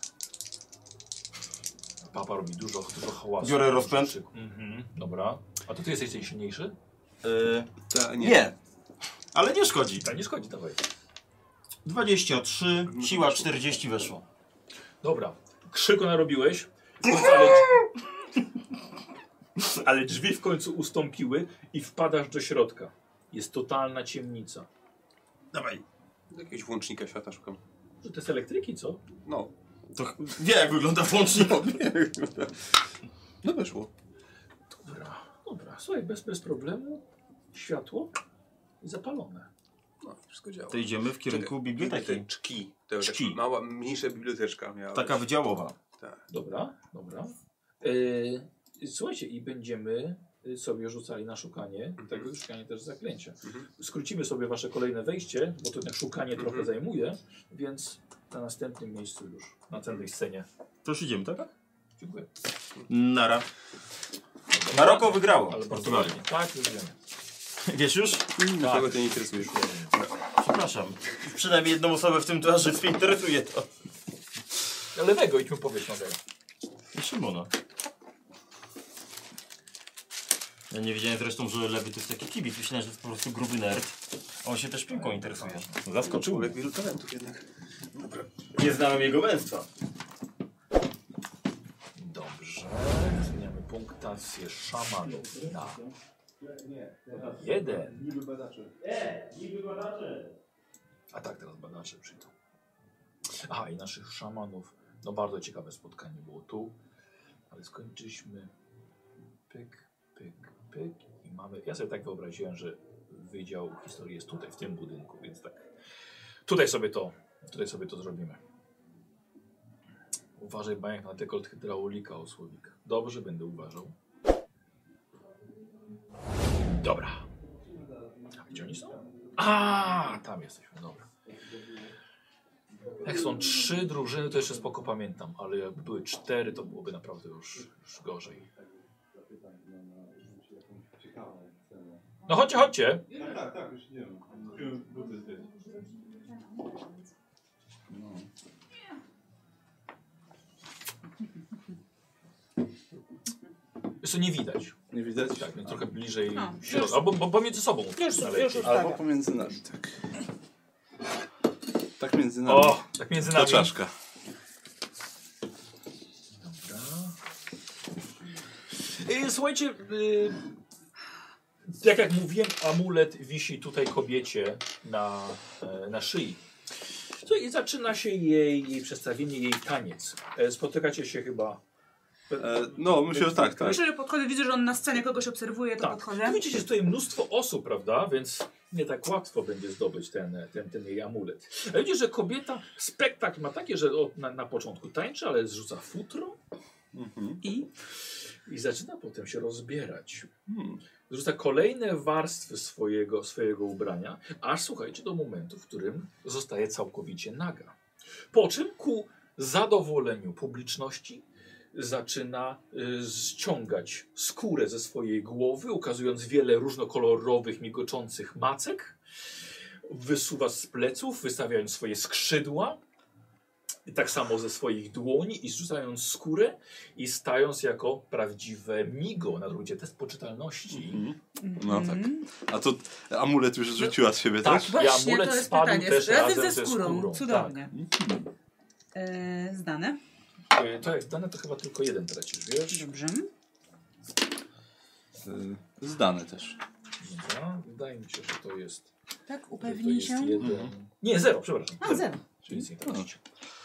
Papa robi dużo hałasu. Biorę rozpęd. Dobra. A to ty jesteś ten silniejszy? Nie. Ale nie szkodzi. Tak, nie szkodzi, dawaj. 23, siła 40 weszło. Dobra. Krzyku narobiłeś. Ale drzwi w końcu ustąpiły i wpadasz do środka. Jest totalna ciemnica. Dawaj. Jakiegoś włącznika świata szukam. Że to jest elektryki, co? No. To wie jak wygląda włącznik. No weszło. Dobra. Słuchaj, bez problemu. Światło i zapalone. No, wszystko działa. To idziemy w kierunku biblioteki. Te czki. To Czki. taka mała, mniejsza biblioteczka miała. Taka być. wydziałowa. Tak. Dobra. Słuchajcie, i będziemy sobie rzucali na szukanie. Tego szukanie też zaklęcia. Skrócimy sobie wasze kolejne wejście, bo to jednak szukanie trochę zajmuje, więc na następnym miejscu już, na następnej scenie. To już idziemy, tak? Dziękuję. Nara. Maroko wygrało. Ale z bardzo Portugalią. ładnie. Tak, już wiemy. Wiesz już? Nikogo to nie interesuje. Przepraszam. Przynajmniej jedną osobę w tym towarzystwie interesuje to. Lewego idźmy powiedz nowego. I Szymona. Ja nie wiedziałem zresztą, że lewy to jest taki kibic. Myślałem, że to jest po prostu gruby nerd. A on się też piłką interesuje. Zaskoczył. Człowiek wielu talentów jednak. Dobra. Nie znałem jego męstwa. Dobrze. Zmieniamy punktację szamanów na 1. A tak, teraz badacze przyjdą. Aha, i naszych szamanów. No bardzo ciekawe spotkanie było tu. Ale skończyliśmy. Pyk, pyk, pyk. I mamy. Ja sobie tak wyobraziłem, że Wydział Historii jest tutaj, w tym budynku, więc tak. Tutaj sobie to zrobimy. Uważaj, Baniak, na dekolt hydraulika o słowika. Dobrze, będę uważał. Dobra. A gdzie oni są? A, tam jesteśmy, dobra. Jak są 3 drużyny, to jeszcze spoko pamiętam, ale jakby były 4, to byłoby naprawdę już gorzej. No chodźcie, chodźcie. Tak, już nie wiem. Buty zdjęć. Jeszcze nie widać. Nie widać? Tak, więc trochę bliżej No, środka. Albo pomiędzy sobą. Albo pomiędzy nami, tak. Tak między nami. O, tak między nami. To czaszka. Dobra. Słuchajcie, tak jak mówiłem, amulet wisi tutaj kobiecie na szyi. I zaczyna się jej przedstawienie, jej taniec. Spotykacie się chyba. No, myślę, że tak. Jeżeli podchodzę, widzę, że on na scenie kogoś obserwuje, to podchodzę. Widzicie, że tutaj mnóstwo osób, prawda? Więc nie tak łatwo będzie zdobyć ten jej amulet. A widzicie, że kobieta, spektakl ma takie, że na początku tańczy, ale zrzuca futro i zaczyna potem się rozbierać. Zrzuca kolejne warstwy swojego ubrania, aż słuchajcie do momentu, w którym zostaje całkowicie naga. Po czym ku zadowoleniu publiczności zaczyna ściągać skórę ze swojej głowy, ukazując wiele różnokolorowych, migoczących macek. Wysuwa z pleców, wystawiając swoje skrzydła. I tak samo ze swoich dłoni i zrzucając skórę i stając jako prawdziwe migo na drugie test poczytalności. No tak. A to amulet już zrzuciła z siebie Tak, też? i Właśnie, amulet to jest spadł pytanie. też Razem ze skórą. Tak. Cudownie. Zdane. To jak dane, to chyba tylko 1 tracisz, wiesz? Dobrze. Zdane też. Dobra, wydaje mi się, że to jest... Tak, upewnij się. 1. Nie, 0, przepraszam. A, 0. Czyli nic nie tracicie.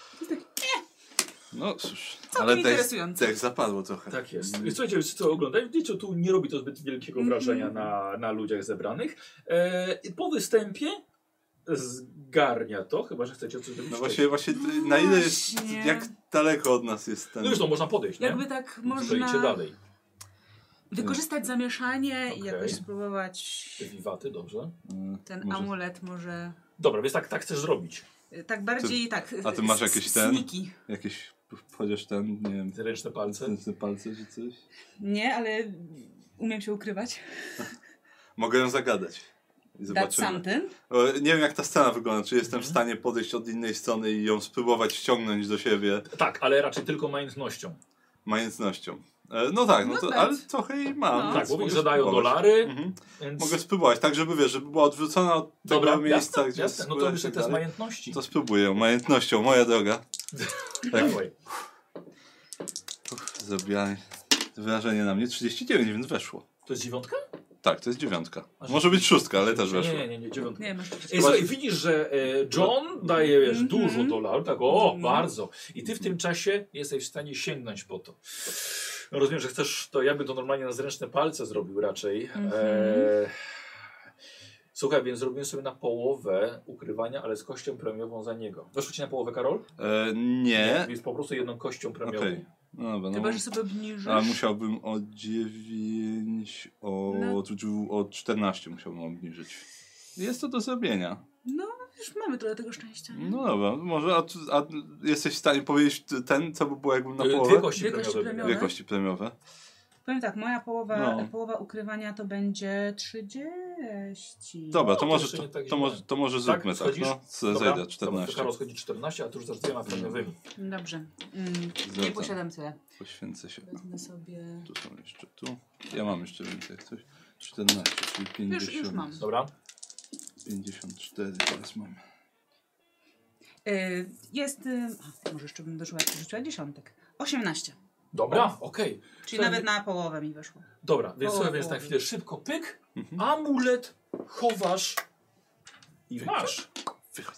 No cóż, Całkiem ale interesujące. tak zapadło trochę. Tak jest. I słuchajcie, co oglądacie, widzicie, tu nie robi to zbyt wielkiego wrażenia na ludziach zebranych. Po występie zgarnia to, chyba że chcecie coś zrobić. No właśnie na ile jest, jak daleko od nas jest ten... No już to można podejść, nie? Jakby tak Stoicie można dalej. wykorzystać zamieszanie i Okej. jakoś spróbować Te wiwaty, dobrze. ten Może- amulet może... Dobra, więc tak chcesz zrobić. Tak bardziej, tak. A ty masz jakieś ten? Sniki. Jakieś, chociaż ten, nie wiem, Te ręczne palce. ręczne palce czy coś? Nie, ale umiem się ukrywać. Mogę ją zagadać. I That's zobaczymy. something. Nie wiem jak ta scena wygląda, czy jestem w stanie podejść od innej strony i ją spróbować ściągnąć do siebie Tak, ale raczej tylko majątnością. majątnością. No tak, no to, ale trochę jej mam. No. Tak, bo mogę wiesz, że dają spróbować. dolary, Mhm. więc... Mogę spróbować, tak żeby wiesz, żeby była odwrócona od tego Dobra, miejsca, jasne, gdzie jasne. jest No to skóra i jeszcze tak test dalej. majątności. To spróbuję, majątnością, moja droga. Dawaj. Zrobiła wrażenie na mnie 39, więc weszło. To jest 9? Tak, to jest 9. Może być 6, ale też weszło. Nie, 9. Nie, masz Słuchaj, widzisz, że John daje wiesz, dużo dolarów, tak bardzo. I ty w tym czasie jesteś w stanie sięgnąć po to. No rozumiem, że chcesz, to ja bym to normalnie na zręczne palce zrobił raczej. Słuchaj, więc zrobiłem sobie na połowę ukrywania, ale z kością premiową za niego. Weszło ci na połowę, Karol? Nie. Jest po prostu jedną kością premiową. Okej. No dobra, Chyba, no. że sobie obniżysz. A musiałbym o 9, o 14 musiałbym obniżyć. Jest to do zrobienia. No, już mamy trochę tego szczęścia. Nie? No dobra, może, a jesteś w stanie powiedzieć ten, co by było jakbym na połowę? Dwie kości Dwie kości premiowe. premiowe. Dwie kości premiowe. Powiem tak, moja połowa, No. połowa ukrywania to będzie 30. Dobra, to to może, jeszcze nie tak to może, źle. to może Tak? zróbmy tak, Schodzisz? no. Dobra, Zajdę, to 14. Karol schodzi 14, a tu rzucasz 2 stopniowymi. Dobrze. Nie Zlecam. posiadam tyle. Poświęcę się. Wezmę sobie... Tu są jeszcze, tu. Ja mam jeszcze więcej jak coś. 14, czyli 50. Już mam. Dobra. 54 teraz mam. Jest... może jeszcze bym dorzuciła dziesiątek. 18. Dobra, okej. Czyli nawet na połowę mi weszło. Dobra, więc Połowa, sobie więc na połowa. chwilę szybko pyk, Mhm. amulet chowasz i masz. Wychodź.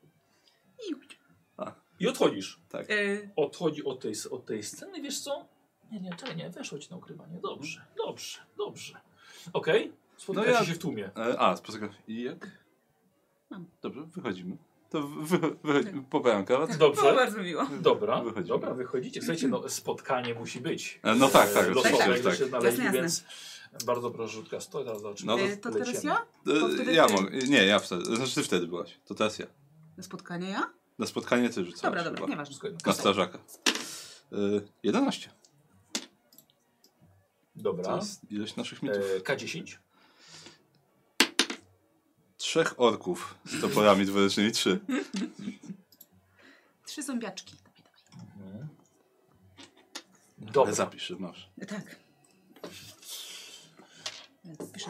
I odchodzisz. Tak. Odchodzi od tej sceny, wiesz co? Nie, weszło ci na ukrywanie. Dobrze. Okej? Spotkacie No ja- się w tłumie. Spotykam. I jak? Mam. Dobrze, wychodzimy. To wychodzimy. Poprawiam kawat. Było Dobrze. bardzo miło. Dobra, Wychodzimy. wychodzicie. Słuchajcie, no spotkanie musi być. No tak, Losowe, oczywiście, że tak. się znaleźli, Jasne, więc bardzo proszę, rzutka stoi, teraz zobaczymy. No To teraz ja? To wtedy Ja ty. mogę. Nie, ja wtedy. Znaczy ty wtedy byłaś. To teraz ja. Na spotkanie ja? Na spotkanie ty rzucałeś. Dobra, chyba. nieważne. Wszystko jedno. Na strażaka. 11. Dobra. To jest ilość naszych mitów. K10. 3 orków z toporami dwuręcznymi. 3. 3 zombiaczki. Mhm. Ale Dobra. zapisz, że masz. Tak. Piszę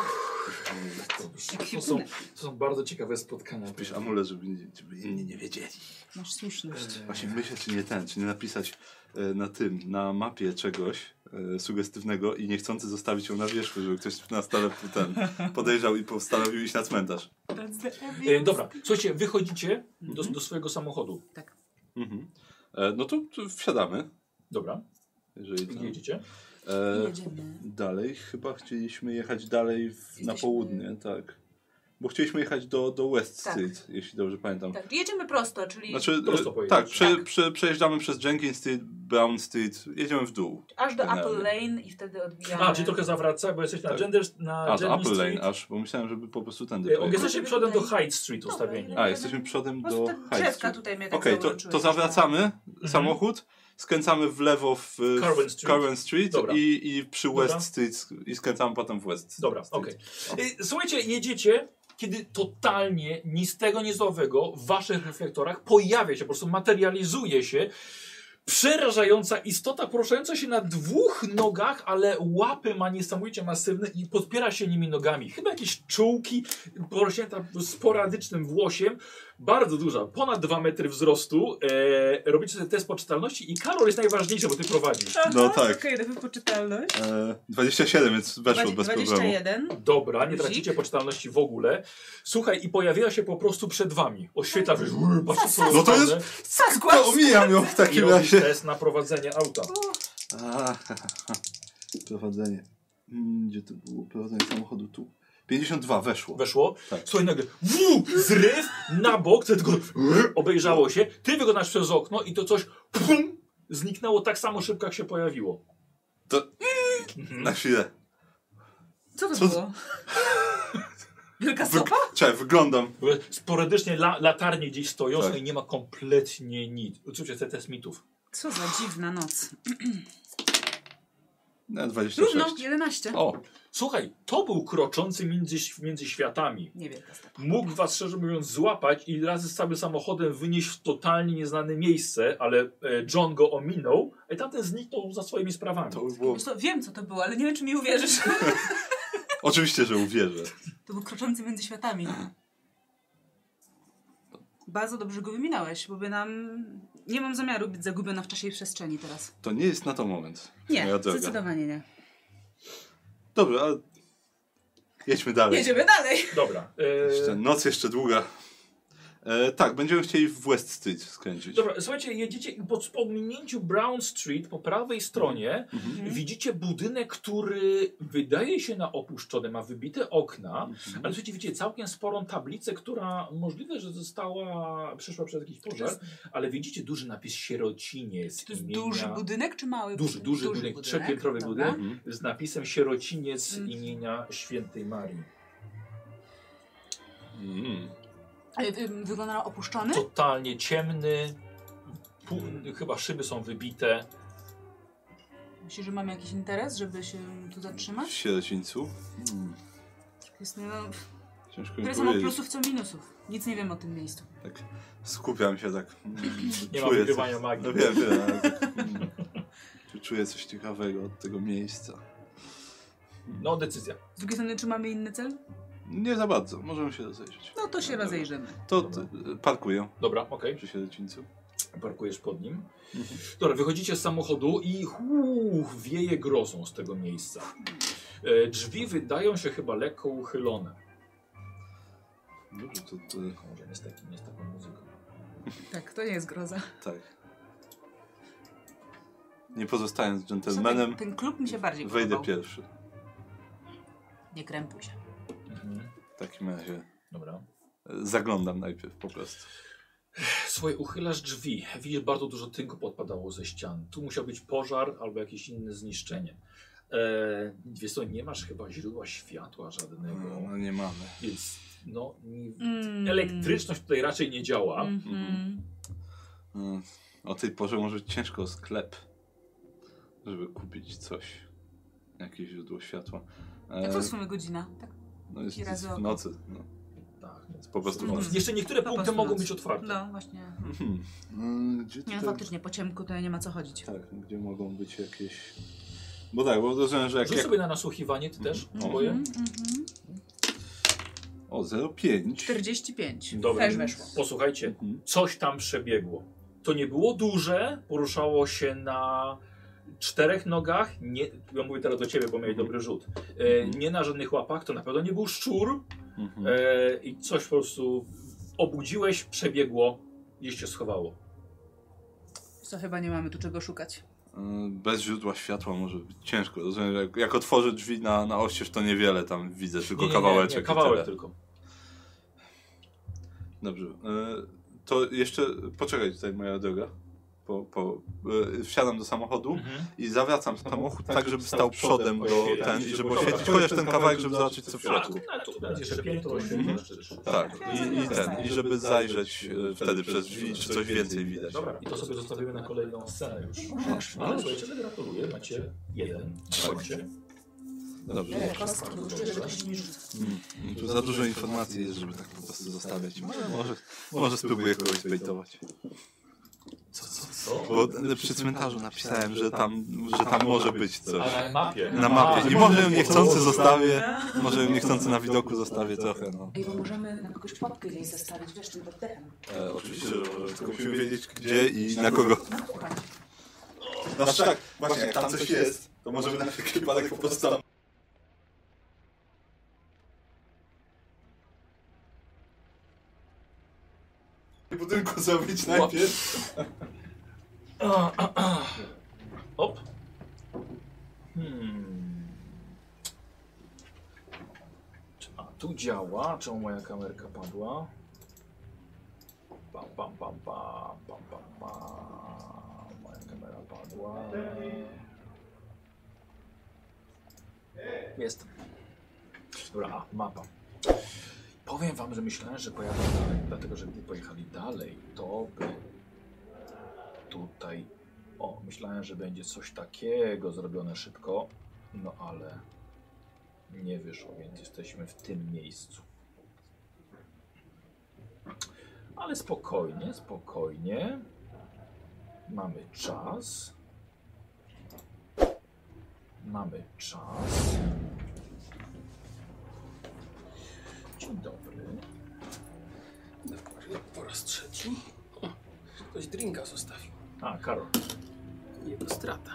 To są bardzo ciekawe spotkania. Pisz amulet, żeby inni nie wiedzieli. Masz słuszność. Właśnie myślę, czy nie napisać na mapie czegoś sugestywnego i niechcący zostawić ją na wierzchu, żeby ktoś na stale podejrzał i postanowił iść na cmentarz. Dobra, słuchajcie, wychodzicie do swojego samochodu. Tak. Mhm. No to wsiadamy. Dobra, Jeżeli gdzie to, jedziecie? Jedziemy. dalej, chyba chcieliśmy jechać dalej na Jesteśmy- południe, tak. Bo chcieliśmy jechać do West Tak. Street, jeśli dobrze pamiętam. Tak, jedziemy prosto, czyli Znaczy, Prosto pojedziecie. tak, przejeżdżamy przez Jenkins Street, Brown Street, jedziemy w dół. aż do generalnie. Apple Lane i wtedy odbijamy. A, czyli trochę zawraca, bo jesteś na Tak. na A, to Jeremy Apple Street. Lane aż, bo myślałem, żeby po prostu tędy On pojechać. jesteście przodem do Hyde Street ustawieni. A, jesteśmy przodem Po do prostu te High drzewka Street. tutaj mnie tak Okej, zauroczyły. to zawracamy samochód, skręcamy w lewo w Carwen Street. Dobra. i przy Dobra. West Street i skręcamy potem w West Street. Dobra, okej. Słuchajcie, jedziecie, kiedy totalnie nic z tego niezłowego w waszych reflektorach pojawia się, po prostu materializuje się przerażająca istota poruszająca się na 2 nogach, ale łapy ma niesamowicie masywne i podpiera się nimi nogami. Chyba jakieś czułki porośnięta sporadycznym włosiem. Bardzo duża, ponad 2 metry wzrostu. Robicie sobie test poczytalności i Karol jest najważniejszy, bo ty prowadzisz. No tak. Okej, okay, poczytalność. 27, więc weszło bez problemu. 21. Dobra, nie Guzik. tracicie poczytalności w ogóle. Słuchaj, i pojawiła się po prostu przed wami. Oświetla, że patrzcie co No to jest- robię. No, omijam ją w I takim robisz razie. test na prowadzenie auta. Prowadzenie. Gdzie to było? Prowadzenie samochodu tu. 52 weszło. Weszło. Tak. Słuchaj, nagle zryw na bok, co tylko obejrzało się. Ty wyglądasz przez okno i to coś zniknęło tak samo szybko, jak się pojawiło. To na chwilę. Co to Co- było? Wielka stopa? Czekaj, wyglądam. Sporadycznie latarnie gdzieś stoją, Tak. i nie ma kompletnie nic. Oczywiście te test mitów. Co za dziwna noc. Na 26. Równo, 11. O, Słuchaj, to był kroczący między światami. Niewielka stopa. Mógł was, szczerze mówiąc, złapać i razem z całym samochodem wynieść w totalnie nieznane miejsce, ale John go ominął, a tamten zniknął za swoimi sprawami. to by było... Wiesz co, wiem co to było, ale nie wiem czy mi uwierzysz. Oczywiście, że uwierzę. To był kroczący między światami. Bardzo dobrze go wyminąłeś, bo by nam... Nie mam zamiaru być zagubiona w czasie i przestrzeni teraz. To nie jest na to moment. Nie, moja droga. zdecydowanie nie. Dobrze, ale jedźmy dalej. Jedziemy dalej. Dobra. Noc jeszcze długa. Tak, będziemy chcieli w West Street skręcić. Dobra, słuchajcie, jedziecie i po pominięciu Brown Street po prawej stronie widzicie budynek, który wydaje się na opuszczony, ma wybite okna, ale słuchajcie, widzicie całkiem sporą tablicę, która możliwe, że przyszła przez jakiś pożar, ale widzicie duży napis Sierociniec. To jest imienia... duży budynek czy mały Duży budynek, 3-piętrowy Dobra. budynek z napisem Sierociniec imienia Świętej Marii. Wygląda na opuszczony? Totalnie ciemny, chyba szyby są wybite. Myślisz, że mamy jakiś interes, żeby się tu W zatrzymać? sierocińcu? Jest, no, Ciężko mi tyle samo powiedzieć. plusów, co minusów. Nic nie wiem o tym miejscu. Tak skupiam się tak. Nie ma Czuję wykrywania coś. magii. No wiem, ale tak, tu czuję coś ciekawego od tego miejsca. No, decyzja. Z drugiej strony, czy mamy inny cel? Nie za bardzo, możemy się rozejrzeć. No to się rozejrzymy. To parkuję Dobra, okej. przy sierocińcu. Parkujesz pod nim. Dobra, wychodzicie z samochodu i wieje grozą z tego miejsca. Drzwi wydają się chyba lekko uchylone. Dobrze, to Może nie z taką muzyką. Tak, to nie jest groza. tak. Nie pozostając dżentelmenem, Ten klub mi się bardziej wejdę podobał. pierwszy. Nie krępuj się. W takim razie Dobra. zaglądam najpierw po prostu. Słuchaj, uchylasz drzwi. Widzisz, bardzo dużo tynku podpadało ze ścian. Tu musiał być pożar albo jakieś inne zniszczenie. Wiesz co, nie masz chyba źródła światła żadnego. No nie mamy. Więc no, elektryczność tutaj raczej nie działa. O tej porze może być ciężko o sklep, żeby kupić coś. Jakieś źródło światła. Jak to w sumie godzina? Tak. No jest, i razy jest w oko. nocy. No. Tak, więc Po prostu w Mhm. nocy. jeszcze niektóre Po punkty prostu mogą noc. być otwarte. No właśnie. Gdzie Nie, tutaj... no faktycznie, po ciemku to nie ma co chodzić. Tak, gdzie mogą być jakieś... Bo tak, bo rozumiem, że Rzuć jak... sobie na nasłuchiwanie, ty też, oboje. O, 0,5. 45. Dobra. Też weszło. Posłuchajcie, coś tam przebiegło. To nie było duże, poruszało się na 4 nogach. Nie, ja mówię teraz do ciebie, bo miałeś dobry rzut. Nie na żadnych łapach, to na pewno nie był szczur. I coś po prostu obudziłeś, przebiegło, gdzieś się schowało. Co, chyba nie mamy tu czego szukać. Bez źródła światła może być ciężko. Rozumiem, że jak otworzę drzwi na oścież, to niewiele tam widzę, tylko kawałeczek. Nie, i kawałek tyle. tylko. Dobrze. To jeszcze poczekaj tutaj, moja droga. Wsiadam do samochodu i zawracam samochód tak, żeby stał przodem do ten i żeby oświetlić chociaż ten kawałek, żeby zobaczyć co w środku. Tu będzie jeszcze piętro, oświetlisz. Tak. I żeby zajrzeć wtedy przez drzwi, czy coś więcej widać. Dobra, i to sobie zostawimy na kolejną scenę już. Ale słuchajcie, gratuluję, macie 1. Chodźcie. Dobrze. Tu za dużo informacji jest, żeby tak po prostu zostawiać. Może spróbuję kogoś zbejtować. Co? Bo przy cmentarzu napisałem, że tam może być coś. A na mapie? Na mapie. I może ją niechcący zostawię, może ją niechcący na widoku zostawię trochę, no. Ej, bo możemy na kogoś pułapkę gdzieś zastawić, wiesz, tym oddechem. Oczywiście, że może, tylko musimy wiedzieć gdzie i na kogo. Znaczy tak, właśnie jak tam coś jest, to możemy na wszelki wypadek po prostu tam... W budynku zrobić najpierw. Op. A tu działa. Czemu moja kamerka padła? Pam, pam, pam, pam, pam, pam, pam. Moja kamera padła. Jest. Dobra, mapa. Powiem wam, że myślałem, że pojadą dalej, dlatego że gdy pojechali dalej, to by tutaj... O, myślałem, że będzie coś takiego zrobione szybko, no ale nie wyszło, więc jesteśmy w tym miejscu. Ale spokojnie, spokojnie. Mamy czas. Mamy czas. Dzień dobry. Po raz trzeci. O, ktoś drinka zostawił. A, Karol. Jego strata.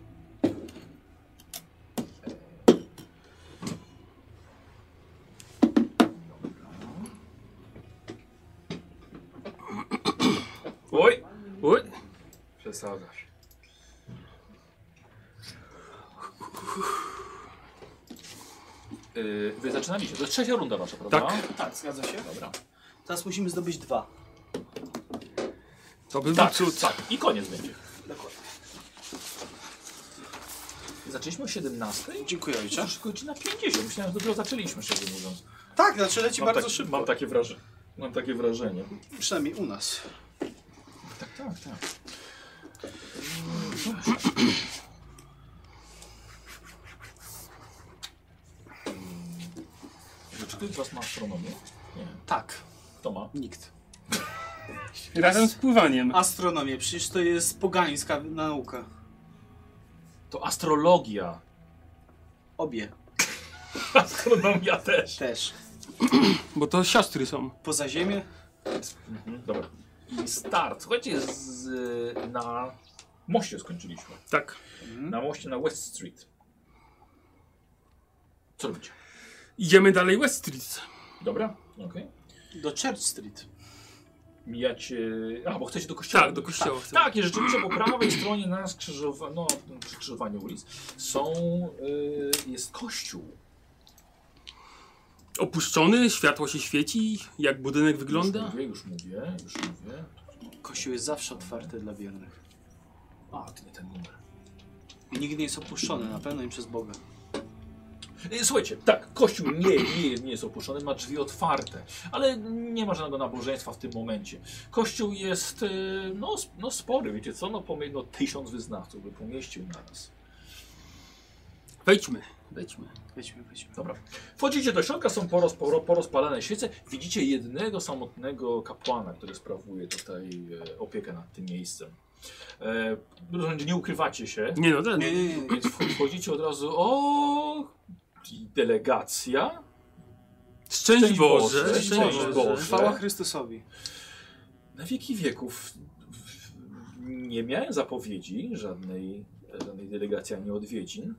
Oj! Oj! Przesadzasz. Wy zaczynaliście. To jest trzecia runda wasza, prawda? Tak. Tak, zgadza się. Dobra. Teraz musimy zdobyć 2. To by był Tak, cud. tak. I koniec będzie. Dokładnie. Zaczęliśmy o 17. Dziękuję, To ojcze. już godzina 50. Myślałem, że dopiero zaczęliśmy, szczerze mówiąc. Tak, znaczy leci bardzo szybko. Mam takie wrażenie. Przynajmniej u nas. Tak. Ktoś z was ma astronomię? Nie. Tak, Kto ma? nikt. Razem z pływaniem. Astronomię, przecież to jest pogańska nauka. To astrologia. Obie Astronomia też. też. Bo to siostry są. Poza ziemię? Dobra. I start. Słuchajcie, na moście skończyliśmy. Tak. Na moście na West Street. Co robicie? Idziemy dalej West Street. Dobra? Okej. Do Church Street. Mijacie... A, bo chcecie do kościoła. Tak, do kościoła chcę. Tak, i rzeczywiście po prawej stronie na skrzyżowaniu ulic jest kościół. Opuszczony, światło się świeci, jak budynek wygląda. Już mówię. Kościół jest zawsze otwarty dla wiernych. A, to nie ten numer. I nigdy nie jest opuszczony, na pewno im przez Boga. Słuchajcie, tak, kościół nie jest opuszczony, ma drzwi otwarte, ale nie ma żadnego nabożeństwa w tym momencie. Kościół jest spory, wiecie co, 1000 wyznawców by pomieścił naraz. Wejdźmy. Wejdźmy. Dobra. Wchodzicie do środka, są porozpalane świece. Widzicie jednego samotnego kapłana, który sprawuje tutaj opiekę nad tym miejscem. Nie ukrywacie się. Nie no, ten. Nie. Więc wchodzicie od razu. O, delegacja. Szczęść Boże. Szczęść Boże. Chwała Chrystusowi. Na wieki wieków nie miałem zapowiedzi żadnej delegacji ani odwiedzin.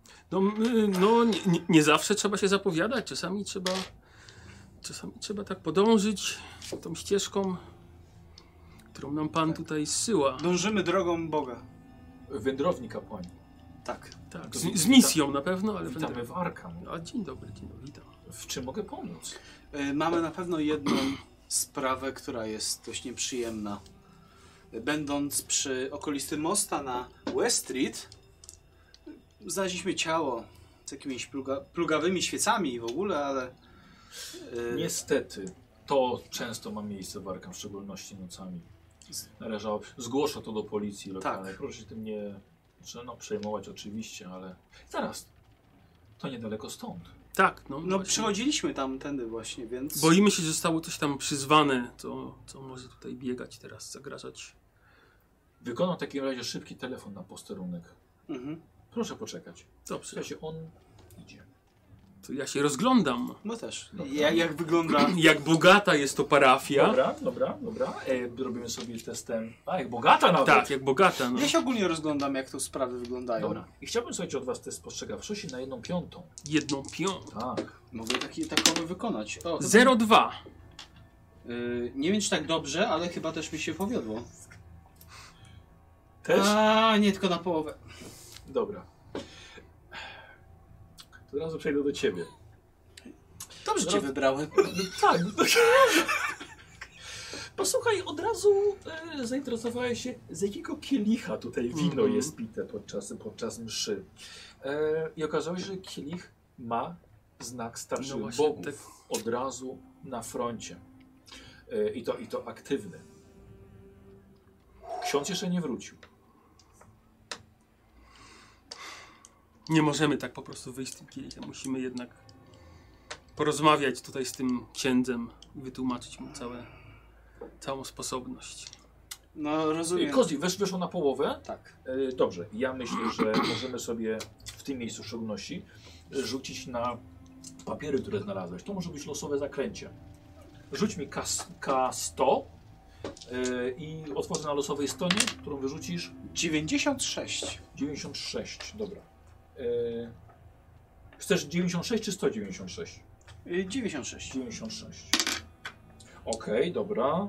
Nie zawsze trzeba się zapowiadać. Czasami trzeba tak podążyć tą ścieżką, którą nam Pan tutaj zsyła. Dążymy drogą Boga. Wędrowni kapłani. Tak. Tak, z misją na pewno, ale Witamy w Arkham. A dzień dobry, witam. W czym mogę pomóc? Mamy na pewno jedną sprawę, która jest dość nieprzyjemna. Będąc przy okolistym mosta na West Street, znaleźliśmy ciało z jakimiś plugawymi świecami i w ogóle, ale... Niestety, to często ma miejsce w Arkham, w szczególności nocami. Należało... Zgłoszę to do policji lokalnej. Tak. Proszę się tym nie przejmować oczywiście, ale zaraz. To niedaleko stąd. Tak, No właśnie. przechodziliśmy tamtędy właśnie, więc... Boimy się, że zostało coś tam przyzwane, co może tutaj biegać teraz, zagrażać. Wykonam w takim razie szybki telefon na posterunek. Mhm. Proszę poczekać. Dobrze, Słuchajcie, on idzie. to ja się rozglądam. No też. Dobra. Jak wygląda... Jak bogata jest to parafia. Dobra. Robimy sobie testem. A, jak bogata nawet. Tak, jak bogata. No. Ja się ogólnie rozglądam, jak tu sprawy wyglądają. Dobra. I chciałbym, słuchajcie, od was test spostrzegawczości na 1/5. 1/5. Tak. Mogę takowy wykonać. O, 0,2. Nie wiem, czy tak dobrze, ale chyba też mi się powiodło. Też? A, nie, tylko na połowę. Dobra. To od razu przejdę do ciebie. Dobrze cię wybrałem. Tak. Posłuchaj, od razu zainteresowałeś się, z jakiego kielicha tutaj wino jest pite podczas mszy. I okazało się, że kielich ma znak starszych właśnie, bogów. tak. Od razu na froncie. I to aktywny. Ksiądz jeszcze nie wrócił. Nie możemy tak po prostu wyjść z tym kielichem. Musimy jednak porozmawiać tutaj z tym księdzem i wytłumaczyć mu całą sposobność. No, rozumiem. Kozi, weszło na połowę? Tak. Dobrze, ja myślę, że możemy sobie w tym miejscu w szczególności rzucić na papiery, które znalazłeś. To może być losowe zaklęcie. Rzuć mi K100 i otworzę na losowej stronie, którą wyrzucisz. 96. 96, dobra. Chcesz 96 czy 196? 96. 96. Okej, dobra.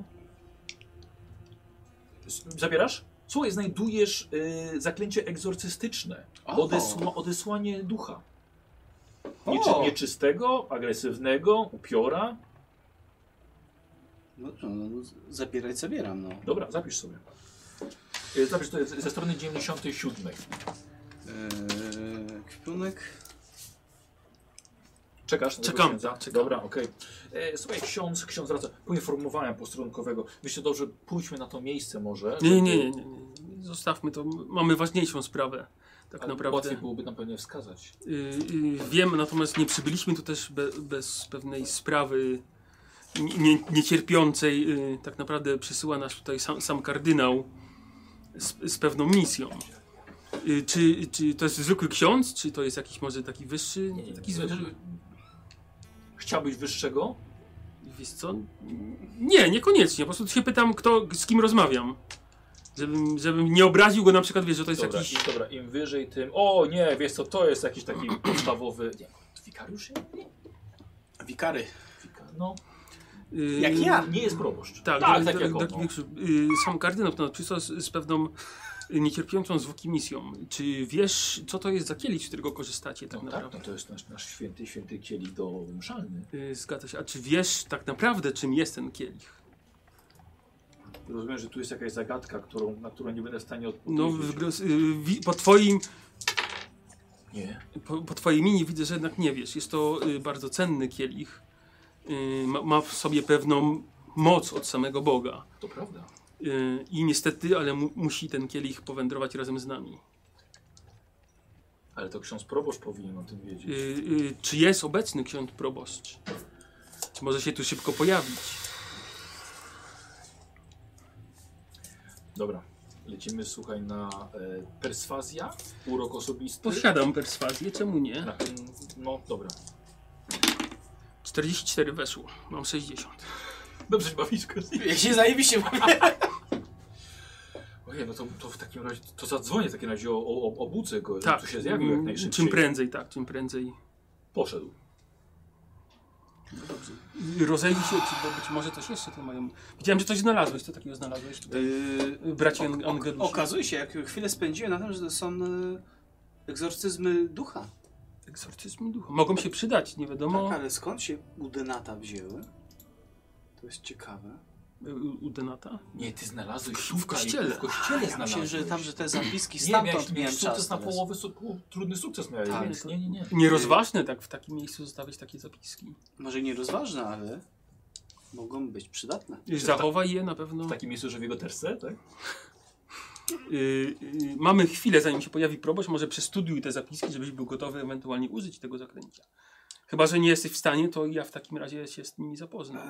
Zabierasz? Słuchaj, znajdujesz zaklęcie egzorcystyczne. Odesłanie ducha. Nieczystego, agresywnego, upiora. No, zabierać zabieram, no. Dobra, zapisz sobie. Zapisz to ze strony 97. Kwipunek. Czekasz? Czekam. Dobra, okej. Słuchaj, ksiądz wraca. Poinformowałem posterunkowego. Myślę, dobrze, pójdźmy na to miejsce może. Nie. Zostawmy to. Mamy ważniejszą sprawę tak Ale naprawdę. łatwiej byłoby nam pewnie wskazać. Wiem, natomiast nie przybyliśmy tu też bez pewnej sprawy niecierpiącej. Tak naprawdę przysyła nas tutaj sam kardynał z pewną misją. Czy to jest zwykły ksiądz, czy to jest jakiś może taki wyższy? Taki zwykły? Chciałbyś wyższego? Wiesz co? Nie, niekoniecznie. Po prostu się pytam, z kim rozmawiam. Żebym nie obraził go na przykład, wiesz, że to jest Dobra, jakiś... dobra, im wyżej tym... O nie, wiesz co, to jest jakiś taki podstawowy... Nie, wikariusz? Wikary. No, Jak ja. nie jest proboszcz. Tak, tak jak on. sam kardynał przysłał z pewną niecierpiącą zwłoki misją. Czy wiesz, co to jest za kielich, z którego korzystacie tak No naprawdę? tak, no to jest nasz święty kielich do mszalny. Zgadza się. A czy wiesz tak naprawdę, czym jest ten kielich? Rozumiem, że tu jest jakaś zagadka, na którą nie będę w stanie No, odpowiedzieć. po twoim... Nie. Po twojej minie widzę, że jednak nie wiesz. Jest to bardzo cenny kielich. Ma w sobie pewną moc od samego Boga. To prawda. I niestety, ale musi ten kielich powędrować razem z nami. Ale to ksiądz proboszcz powinien o tym wiedzieć. Czy jest obecny ksiądz proboszcz? Czy może się tu szybko pojawić? Dobra. Lecimy, słuchaj, na perswazja, urok osobisty. Posiadam perswazję, czemu nie? No, dobra. 44 weszło, mam 60. Dobrze się bawisz, Ja się zajebiście bawię. Ojej, no to w takim razie, to zadzwonię w takim razie o budzę go, Tak, żeby tu się zjawił jak najszybciej. czym prędzej, tak, czym prędzej. Poszedł. No dobrze. Rozejrzyj się, bo być może coś jeszcze tu mają. Widziałem, że coś znalazłeś, co takiego znalazłeś tutaj? Bracie Angelusi. Okazuje się, jak chwilę spędziłem na tym, że to są egzorcyzmy ducha. Egzorcyzm ducha. Mogą się przydać, nie wiadomo. Tak, ale skąd się u Denata wzięły? To jest ciekawe. U Denata? Nie, ty znalazłeś W kościele. W kościele Ja znalazłeś. myślę, że tam, że te zapiski Nie, stamtąd miałem miałeś czas sukces na teraz. połowę, trudny sukces miałeś, Tak. więc nie. Nierozważne tak w takim miejscu zostawiać takie zapiski. Może nie rozważne, ale mogą być przydatne. Zachowaj je na pewno. W takim miejscu, że w jego terce, tak? Mamy chwilę, zanim się pojawi proboszcz, może przestudiuj te zapiski, żebyś był gotowy ewentualnie użyć tego zaklęcia. Chyba że nie jesteś w stanie, to ja w takim razie się z nimi zapoznam.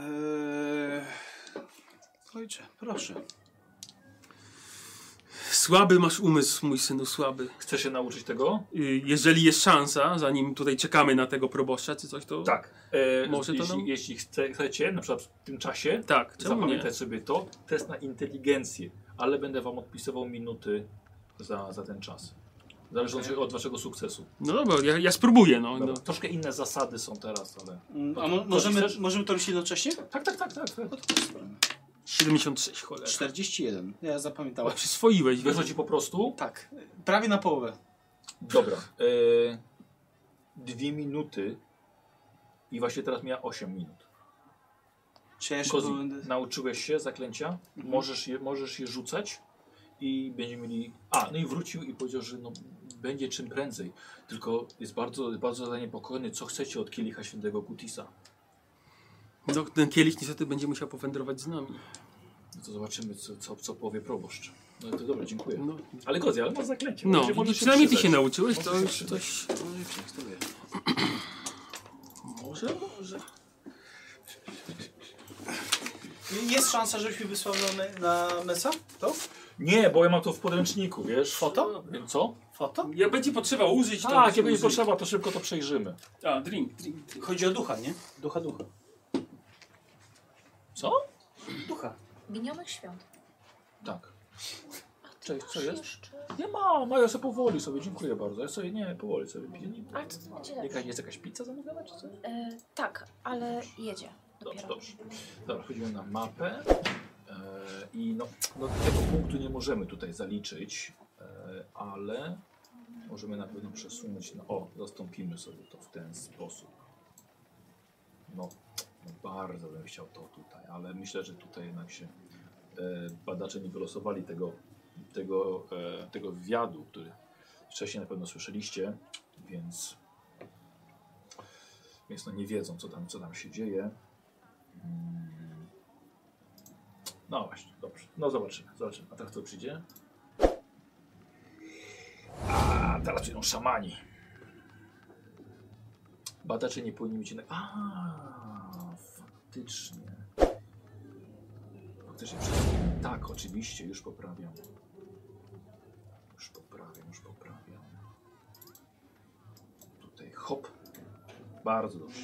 Ojcze, proszę. Słaby masz umysł, mój synu, słaby. Chcesz się nauczyć tego? Jeżeli jest szansa, zanim tutaj czekamy na tego proboszcza czy coś, to... Tak. Może to jeśli chcecie, na przykład w tym czasie, Tak, czemu nie? zapamiętać sobie to, test na inteligencję, ale będę wam odpisywał minuty za ten czas. Zależy od waszego sukcesu. No dobra, ja spróbuję, no. Dobra. Troszkę inne zasady są teraz, ale... A możemy to robić jednocześnie? Tak. 76, cholera. 41. Ja zapamiętałem. Przyswoiłeś. Wyszło ci po prostu? Tak, prawie na połowę. Dobra. 2 minuty i właśnie teraz miała 8 minut. Czy ja jeszcze Kozi, będę... nauczyłeś się zaklęcia, możesz je rzucać i będziemy mieli... no i wrócił i powiedział, że no, będzie czym prędzej. Tylko jest bardzo zaniepokojony, co chcecie od kielicha świętego Kutisa. No, ten kielich niestety będzie musiał powędrować z nami. No to zobaczymy, co powie proboszcz. No to dobra, dziękuję. No, Ale Kozi, ale masz zaklęcie. no Możesz się przynajmniej ty przydać. się nauczyłeś, to Może się już przydać. coś... Może. Jest szansa, żebyśmy wysłali na Mesa? To? Nie, bo ja mam to w podręczniku, wiesz? Foto? Więc co? Foto? Jak będzie potrzeba użyć, to... Tak, jak będzie potrzeba, to szybko to przejrzymy. A, drink. Chodzi o ducha, nie? Ducha. Co? Ducha. Minionych świąt. Tak. Cześć, co jest? Nie mam, a ja sobie powoli sobie, dziękuję bardzo. Ja sobie, powoli sobie piję. Ale to będzie lepsze. Jest jakaś pizza zamówiona, czy coś? Tak, ale jedzie dopiero. Dobrze. Dobra, wchodzimy na mapę. I no, tego punktu nie możemy tutaj zaliczyć, ale możemy na pewno przesunąć zastąpimy sobie to w ten sposób. No bardzo bym chciał to tutaj, ale myślę, że tutaj jednak się badacze nie wylosowali tego wywiadu, który wcześniej na pewno słyszeliście, więc no nie wiedzą, co tam się dzieje. No właśnie, dobrze. No zobaczymy. A tak kto przyjdzie? A, teraz przyjdą szamani. Badacze nie powinni mieć innego. Faktycznie. Faktycznie. Tak, oczywiście, już poprawiam. Już poprawiam. Tutaj hop. Bardzo dobrze.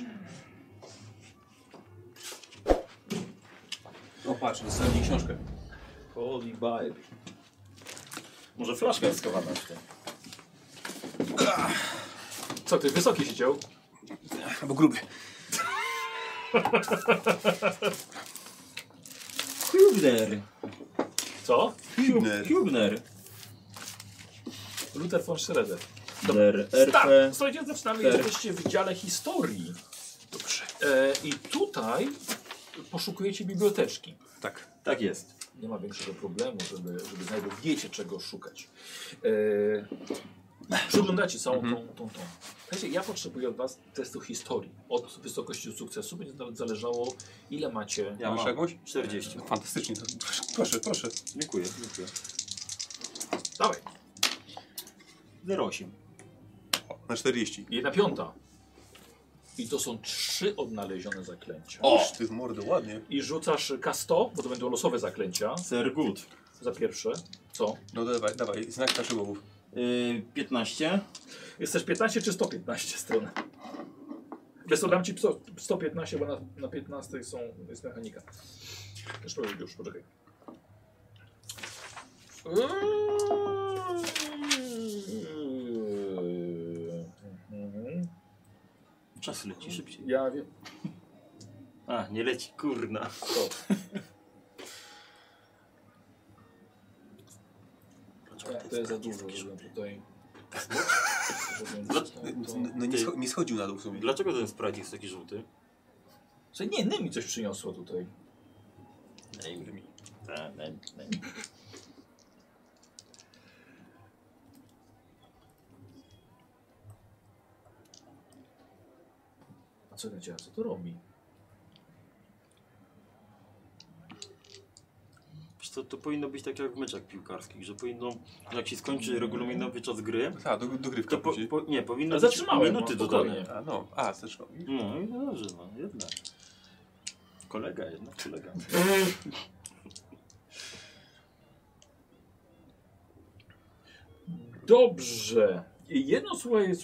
O patrz, dostałem mi książkę. Holy Bible. Może flaszka jest schowana w tym. Co, ty wysoki siedział? Albo gruby. Hübner. Co? Hübner. Hübner. Luther von Schroeder. Der Tak, RP. słuchajcie, zaczynamy. Tak. Jesteście w dziale historii. Dobrze. I tutaj poszukujecie biblioteczki. Tak. Tak jest. Nie ma większego problemu, żeby znaleźć, wiecie czego szukać. Przeglądacie całą tą. Słuchajcie, ja potrzebuję od was testu historii. Od wysokości sukcesu będzie nawet zależało, ile macie. Ja Masz mam jakąś? 40. Fantastycznie. To, proszę. Dziękuję. Dawaj. 0,8. Na 40. 1/5. I to są 3 odnalezione zaklęcia. Oż ty w mordę, ładnie. I rzucasz K100, bo to będą losowe zaklęcia. Ser good. Za pierwsze. Co? No dawaj, znak kaszybowów. 15. Jest też 15 czy 115 stron? Wiesz co, dam ci 115, bo na 15 jest mechanika. Już poczekaj. Czas leci szybciej. Ja wiem. A, nie leci, kurna. Co? To jest za dużo, żebym tutaj... No nie schodził na dół w sumie. Dlaczego ten Sprite jest taki żółty? Co, nie, mi coś przyniosło tutaj. Daj mi. Daj. A co wiecie, co to robi? Wiesz co, to powinno być tak jak w meczach piłkarskich, że powinno, jak się skończy regulaminowy czas gry, A, dogrywka to później. nie, powinno Ale być zatrzymałem, minuty no, dodane. A, zatrzymał. No i no dobrze, no jednak. Kolega. Dobrze. Jedno słuchaj...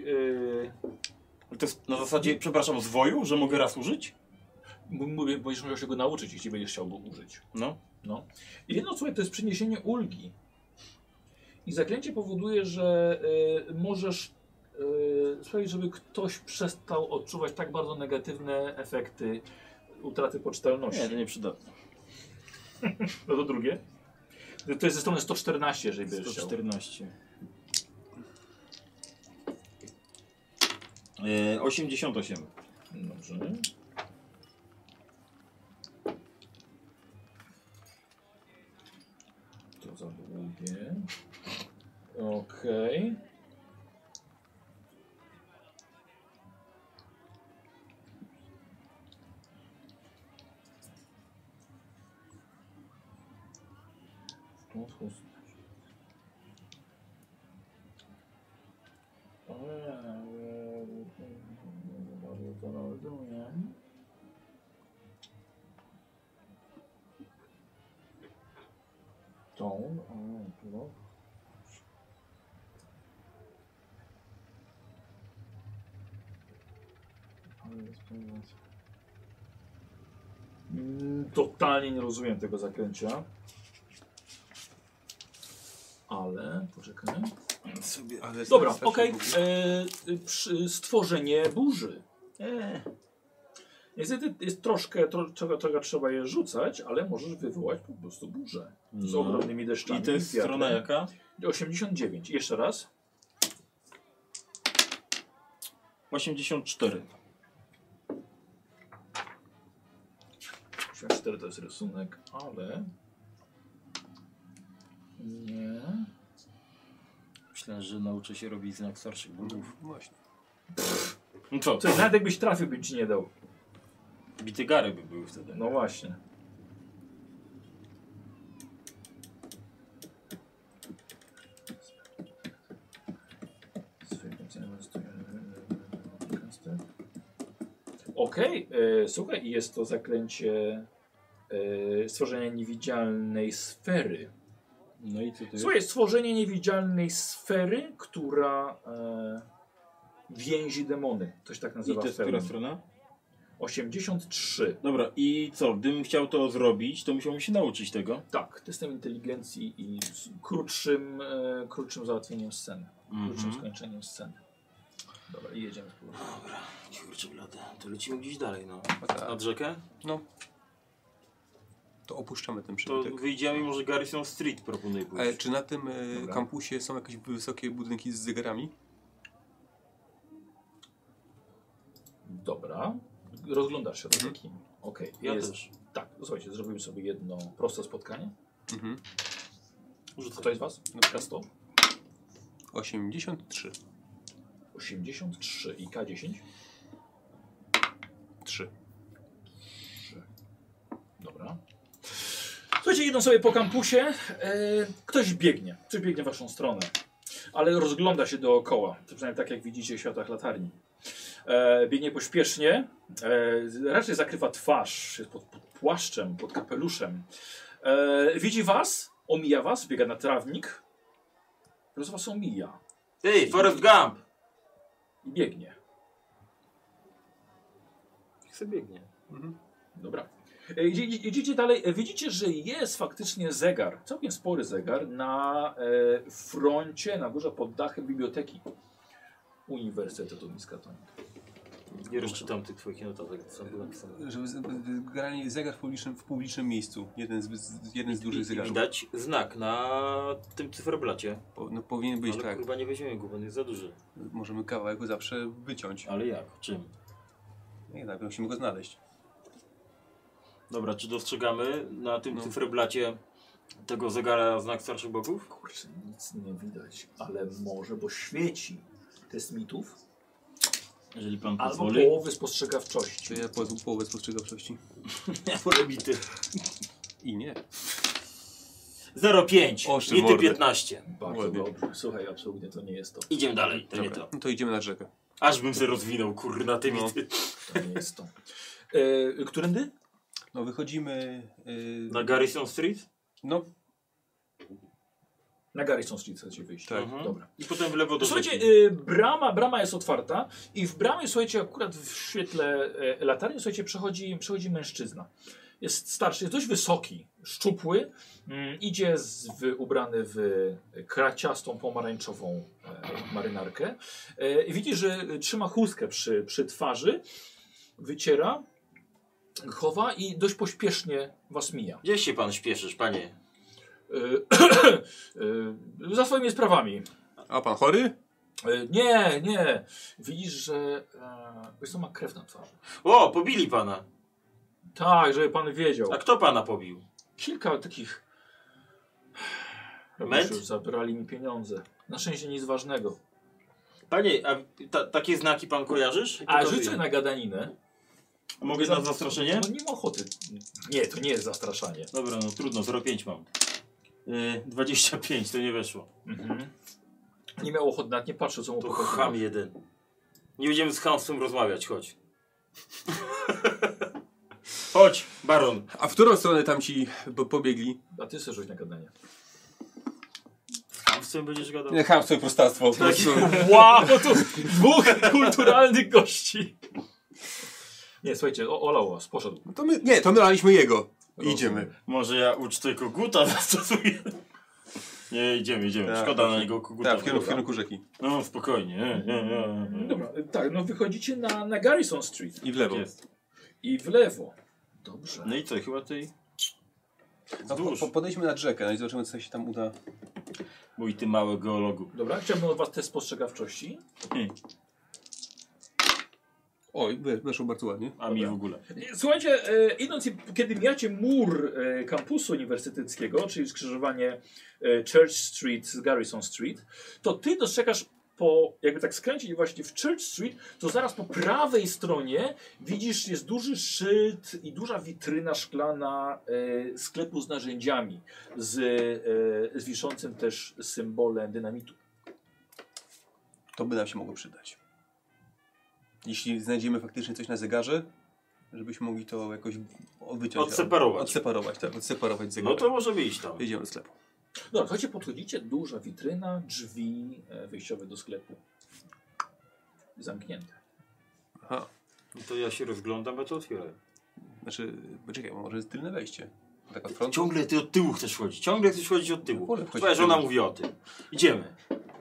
To jest na zasadzie, przepraszam, zwoju, że mogę raz użyć? Mówię, będziesz musiał się go nauczyć, jeśli będziesz chciał go użyć. No. I jedno słuchaj, to jest przyniesienie ulgi. I zaklęcie powoduje, że możesz słuchaj, żeby ktoś przestał odczuwać tak bardzo negatywne efekty utraty poczytalności. Nie, to nie przydatne. No to drugie. To jest ze strony 114, jeżeli będziesz chciał. 114. 88. Dobrze. To za długie. Okej. To rozumiem. Tą, no. Totalnie nie rozumiem tego zaklęcia. Ale, poczekaj. Dobra, okej. Stworzenie burzy. Niestety jest troszkę, czego trzeba je rzucać, ale możesz wywołać po prostu burzę. Z ogromnymi deszczami. I to jest strona jaka? 89. Jeszcze raz. 84. 84 to jest rysunek, ale... Nie. Myślę, że nauczę się robić znak starszych bogów. Właśnie. No co? Co, nawet jakbyś trafił, bym ci nie dał. Bity gary by były wtedy. No właśnie. Okej, słuchaj, jest to zaklęcie stworzenia niewidzialnej sfery. No i co to jest? Słuchaj, stworzenie niewidzialnej sfery, która więzi demony. To się tak I nazywa to jest sferą. która strona? 83. Dobra, i co? Gdybym chciał to zrobić, to musiałbym się nauczyć tego. Tak, testem inteligencji i z krótszym załatwieniem sceny. Krótszym skończeniem sceny. Dobra, i jedziemy z powrotem. Dobra, kurczę blade. To lecimy gdzieś dalej, no. tak. Nad rzekę? No. To opuszczamy ten To przybytek. wyjdziemy i może Garrison Street proponuję pójść. Czy na tym kampusie są jakieś wysokie budynki z zegarami? Dobra. Rozglądasz się do takim. Okej. Ja jest. też. Tak, słuchajcie, zrobimy sobie jedno proste spotkanie. Mhm. Ktoś z was? K100? 83. 83 i K10? 3. Dobra. Słuchajcie, idą sobie po kampusie. Ktoś biegnie w waszą stronę. Ale rozgląda się dookoła. To przynajmniej tak jak widzicie w światłach latarni. Biegnie pośpiesznie. Raczej zakrywa twarz. Jest pod płaszczem, pod kapeluszem. Widzi was, omija was, biega na trawnik. Teraz was omija. Ej, Forrest Gump! I biegnie. Niech sobie biegnie. Dobra. Idziecie dalej. Widzicie, że jest faktycznie zegar, całkiem spory zegar na froncie, na górze pod dachem biblioteki Uniwersytetu Miskatonic. Nie rozczytam tych twoich notatek, co było napisane. Żeby generalnie zegar w publicznym miejscu. Jeden z dużych zegarów. Widać znak na tym cyferblacie. No powinien być Ale tak. chyba nie weźmiemy go, bo on jest za duży. Możemy kawałek go zawsze wyciąć. Ale jak? Czym? Nie, tak, musimy go znaleźć. Dobra, czy dostrzegamy na tym cyferblacie tego zegara znak starszych boków? Kurczę, nic nie widać, ale może, bo świeci. Test mitów Jeżeli pan albo pozwoli. połowy spostrzegawczości. Czy ja połowę spostrzegawczości? Polebity. I nie. 0,5. Oszy Nity mordę. 15. Bardzo Ładnie. dobrze. Słuchaj, absolutnie to nie jest to. Idziemy dalej, to nie Dobra, to. no to idziemy nad rzekę. Aż bym się rozwinął, kurna, te No. mity. To nie jest to. Którędy? No wychodzimy... Na Garrison Street? No, Na Garrison Street chcecie wyjść. Tak. Dobra. I potem w lewo do Słuchajcie, rzeki. brama jest otwarta i w bramie, słuchajcie, akurat w świetle latarni, słuchajcie, przechodzi mężczyzna. Jest starszy, jest dość wysoki, szczupły, idzie ubrany w kraciastą, pomarańczową marynarkę. Widzi, że trzyma chustkę przy twarzy, wyciera, chowa i dość pośpiesznie was mija. Gdzie się pan śpieszysz, panie? Za swoimi sprawami. a pan chory? Nie. Widzisz, że wiesz co, ma krew na twarzy. O, pobili pana. Tak, żeby pan wiedział. A kto pana pobił? Kilka takich... Ment? Już zabrali mi pieniądze. Na szczęście nic ważnego. Panie, a takie znaki pan kojarzysz? A rzucę na gadaninę. A mogę na zastraszenie? No nie ma ochoty. Nie, to nie jest zastraszanie. Dobra, no trudno, 0,5 mam. 25, to nie weszło. Nie miał ochoty, nawet nie patrzę, co mu To pokazuje. cham jeden. Nie będziemy z chamstwem rozmawiać, chodź. Chodź, baron. A w którą stronę tam ci pobiegli? A ty sobie rzuć na gadanie. Z chamstwem będziesz gadał? Nie, chamstwo i prostactwo. Po prostu. Wow, tu dwóch kulturalnych gości. Nie, słuchajcie, olał was, poszedł. No to my laliśmy jego. Idziemy. Może ja ucztę koguta zastosuję? Nie, idziemy. Tak, Szkoda tak. na niego koguta. Tak, w kierunku rzeki. No, spokojnie. Dobra, tak, no wychodzicie na Garrison Street. I w lewo. Jest. I w lewo. Dobrze. No i co, chyba tej... No, podejdźmy nad rzekę, no i zobaczymy, co się tam uda. Mój ty mały geologu. Dobra, chciałbym od was test spostrzegawczości. Oj, weszło bardzo ładnie. A mi w ogóle. Słuchajcie, idąc, kiedy mijacie mur kampusu uniwersyteckiego, czyli skrzyżowanie Church Street z Garrison Street, to ty dostrzegasz jakby tak skręcić właśnie w Church Street, to zaraz po prawej stronie widzisz, jest duży szyld i duża witryna szklana sklepu z narzędziami, z wiszącym też symbolem dynamitu. To by nam się mogło przydać. Jeśli znajdziemy faktycznie coś na zegarze, żebyśmy mogli to jakoś wyciąć. Odseparować. Odseparować zegarek. No to możemy iść tam. Jedziemy do sklepu. Dobra, słuchajcie, podchodzicie, duża witryna, drzwi wyjściowe do sklepu. Zamknięte. Aha. No to ja się rozglądam, a to otwieram. Znaczy, poczekaj, może jest tylne wejście. Tak od frontu? Ciągle ty od tyłu chcesz chodzić. Ciągle chcesz chodzić od tyłu. No, wolę chodzić Twoja od tyłu. żona mówi o tym. Idziemy.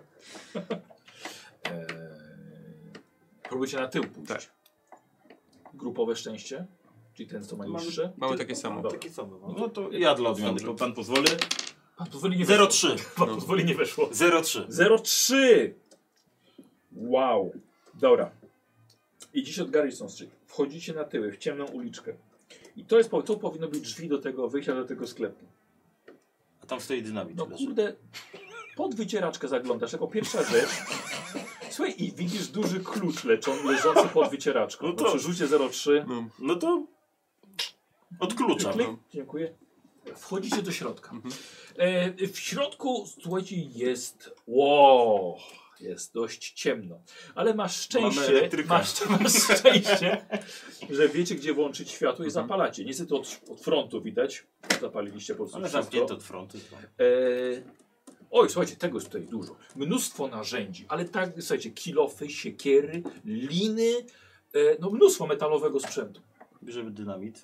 Próbujcie na tył pójść. Tak. Grupowe szczęście, czyli ten, co ma niższe. Mamy takie samo. Dobra. Takie same. No to ja dla odmiany. Dobrze. Pan pozwoli? Pan pozwoli, nie weszło. 0,3. Pan pozwoli, nie weszło. 0,3. 0,3! Wow. Dobra. Idziecie od Garrison Street. Wchodzicie na tyły, w ciemną uliczkę. I to powinno być drzwi do tego wyjścia do tego sklepu. A tam stoi dynamit. No leży. kurde, pod wycieraczkę zaglądasz jako pierwsza rzecz. Słuchaj, i widzisz duży klucz leżący pod wycieraczką. No No to- to przerzucie 0,3. No to odkluczam. Klik. Dziękuję. Wchodzicie do środka. W środku, słuchajcie, jest... Wow, jest dość ciemno. Ale masz Mamy szczęście, elektryka. masz szczęście, że wiecie, gdzie włączyć światło i zapalacie. Niestety od frontu widać. Zapaliliście po prostu Ale wszystko. zamknięte od frontu. Oj, słuchajcie, tego jest tutaj dużo. Mnóstwo narzędzi, ale tak, słuchajcie, kilofy, siekiery, liny, no mnóstwo metalowego sprzętu. Bierzemy dynamit.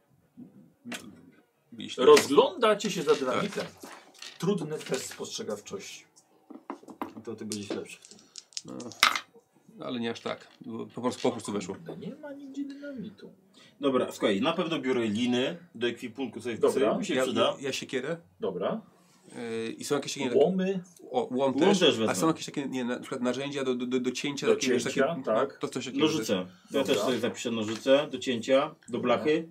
Jeśli... Rozglądacie się za dynamitem. Trudny test spostrzegawczości. To ty będziesz lepszy. No, ale nie aż tak. Bo po prostu weszło. Kurde, nie ma nigdzie dynamitu. Dobra, słuchaj, na pewno biorę liny do ekwipunku, coś Dobra. mi się Ja przyda. siekierę. Dobra. I są jakieś takie... Łomy. Łom Łom też, też a wezmę. są jakieś takie, nie, na przykład narzędzia do cięcia. Do takie, wiesz, cięcia, takie, tak. No, to coś takiego. Nożyce. Ja Dobra. też sobie zapiszę nożyce do cięcia, do blachy.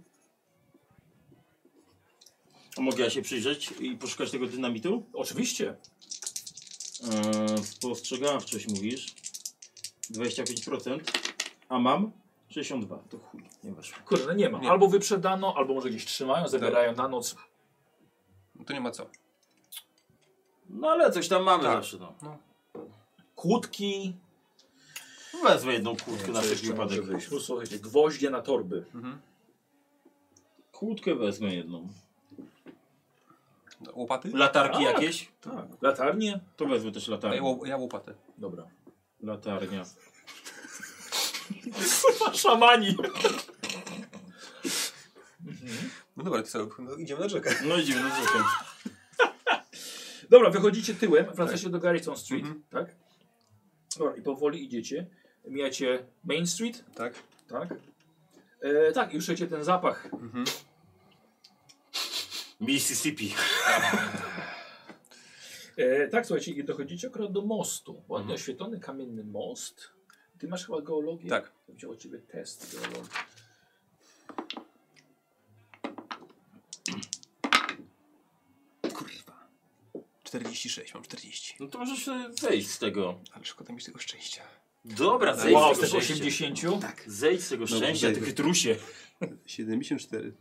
A mogę ja się przyjrzeć i poszukać tego dynamitu? Oczywiście. Spostrzegawczość mówisz. 25%. A mam? 62. To chuj, nie weszło. Kurde, no nie ma. Nie. Albo wyprzedano, albo może gdzieś trzymają, zabierają na noc. No to nie ma co. No ale coś tam mamy Tak. zawsze. No. Kłódki. Wezmę jedną kłódkę na Co wszelki jeszcze wypadek. może być? Słuchajcie, gwoździe na torby. Kłódkę wezmę jedną. Łopaty? Latarki Tak. jakieś? Tak. Latarnie. To wezmę też A latarnię. ja łopatę. Dobra. Latarnia. Szamani. No dobra, to co? No, idziemy na rzekę. No idziemy na rzekę. Dobra, wychodzicie tyłem, wracacie do Garrison Street, tak? Dobra, i powoli idziecie. Mijacie Main Street, Tak? tak? Tak, i już czujecie ten zapach. Mississippi. Tak, słuchajcie, i dochodzicie akurat do mostu. Ładnie oświetlony kamienny most. Ty masz chyba geologię? Tak. Wziął od ciebie test geologii. Kurwa. 46, mam 40. No to możesz zejść z tego. Ale szkoda mieć tego szczęścia. Dobra, zejdź Wow, z z tego tego szczęścia. 80? Tak. Zejdź z tego szczęścia, zejdę. ty chytrusie. 74.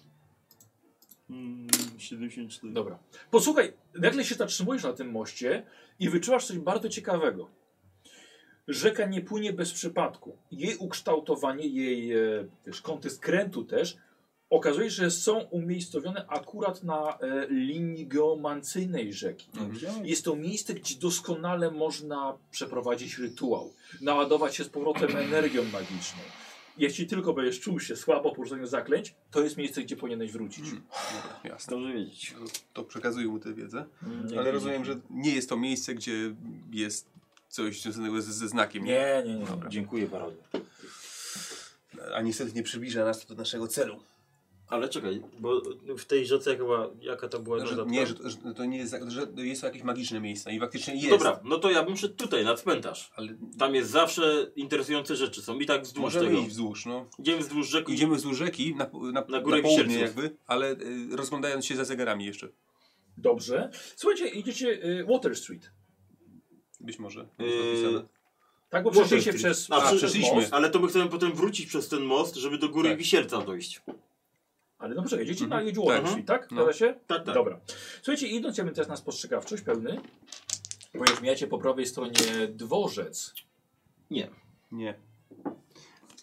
74. Dobra. Posłuchaj, nagle się zatrzymujesz na tym moście i wyczuwasz coś bardzo ciekawego. Rzeka nie płynie bez przypadku. Jej ukształtowanie, jej kąty skrętu też, okazuje się, że są umiejscowione akurat na linii geomancyjnej rzeki. Jest to miejsce, gdzie doskonale można przeprowadzić rytuał, naładować się z powrotem energią magiczną. Jeśli tylko będziesz czuł się słabo po rzuceniu zaklęć, to jest miejsce, gdzie powinieneś wrócić. Dobra, jasne. Dobrze wiedzieć. To przekazuję mu tę wiedzę. Dzięki, Ale rozumiem, że nie jest to miejsce, gdzie jest coś związanego ze znakiem. Nie. Dziękuję bardzo. A niestety nie przybliża nas to do naszego celu. Ale czekaj, bo w tej rzece jaka to była Że, dodatka? nie, że to nie jest, że jest to jakieś magiczne miejsce i faktycznie jest. Dobra, no to ja bym szedł tutaj, na cmentarz. Ale Tam jest zawsze interesujące rzeczy są i tak wzdłuż możemy tego. iść wzdłuż, no. Idziemy wzdłuż rzeki. Idziemy wzdłuż rzeki na Na górę południe Wisielców. jakby, ale rozglądając się za zegarami jeszcze. Dobrze. Słuchajcie, idziecie Water Street. Być może. Tak, bo Water przeszliście Street. przez, A, przeszliśmy. most. Ale to my chcemy potem wrócić przez ten most, żeby do góry Tak. Wisielca dojść. Ale no poczekaj, idziecie na Water Tak. Street, tak? No. Zgadza się? Tak, tak. Dobra. Słuchajcie, idąc, ja bym teraz na spostrzegawczość pełny, ponieważ mijacie po prawej stronie dworzec. Nie. Nie.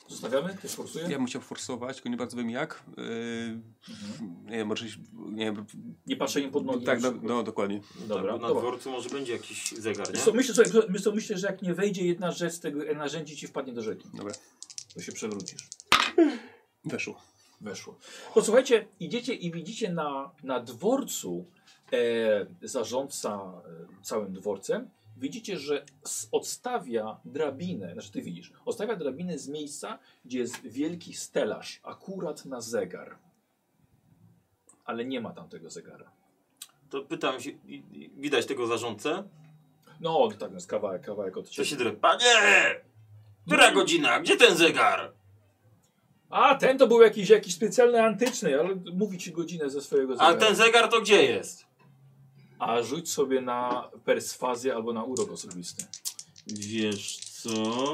Zostawiamy? Ktoś forsuje? Ja bym chciał forsować, tylko nie bardzo wiem jak. Nie wiem, może... Nie wiem. Nie patrzę im pod nogi. Tak, no dokładnie. Dobra, Tak, bo na dworcu może będzie jakiś zegar, nie? Myślę, że jak nie wejdzie jedna rzecz z tego narzędzi ci wpadnie do rzeki. Dobra. To się przewrócisz. Weszło. Weszło. Posłuchajcie, idziecie i widzicie na dworcu zarządca całym dworcem. Widzicie, że odstawia drabinę, znaczy ty widzisz, odstawia drabinę z miejsca, gdzie jest wielki stelaż, akurat na zegar. Ale nie ma tam tego zegara. To pytam się, widać tego zarządcę? No, tak, jest kawałek od Co ciebie. się drę? Panie! Która godzina? Gdzie ten zegar? A, ten to był jakiś specjalny antyczny, ale mówi ci godzinę ze swojego zegara. A ten zegar to gdzie jest? A rzuć sobie na perswazję albo na urok osobisty. Wiesz co?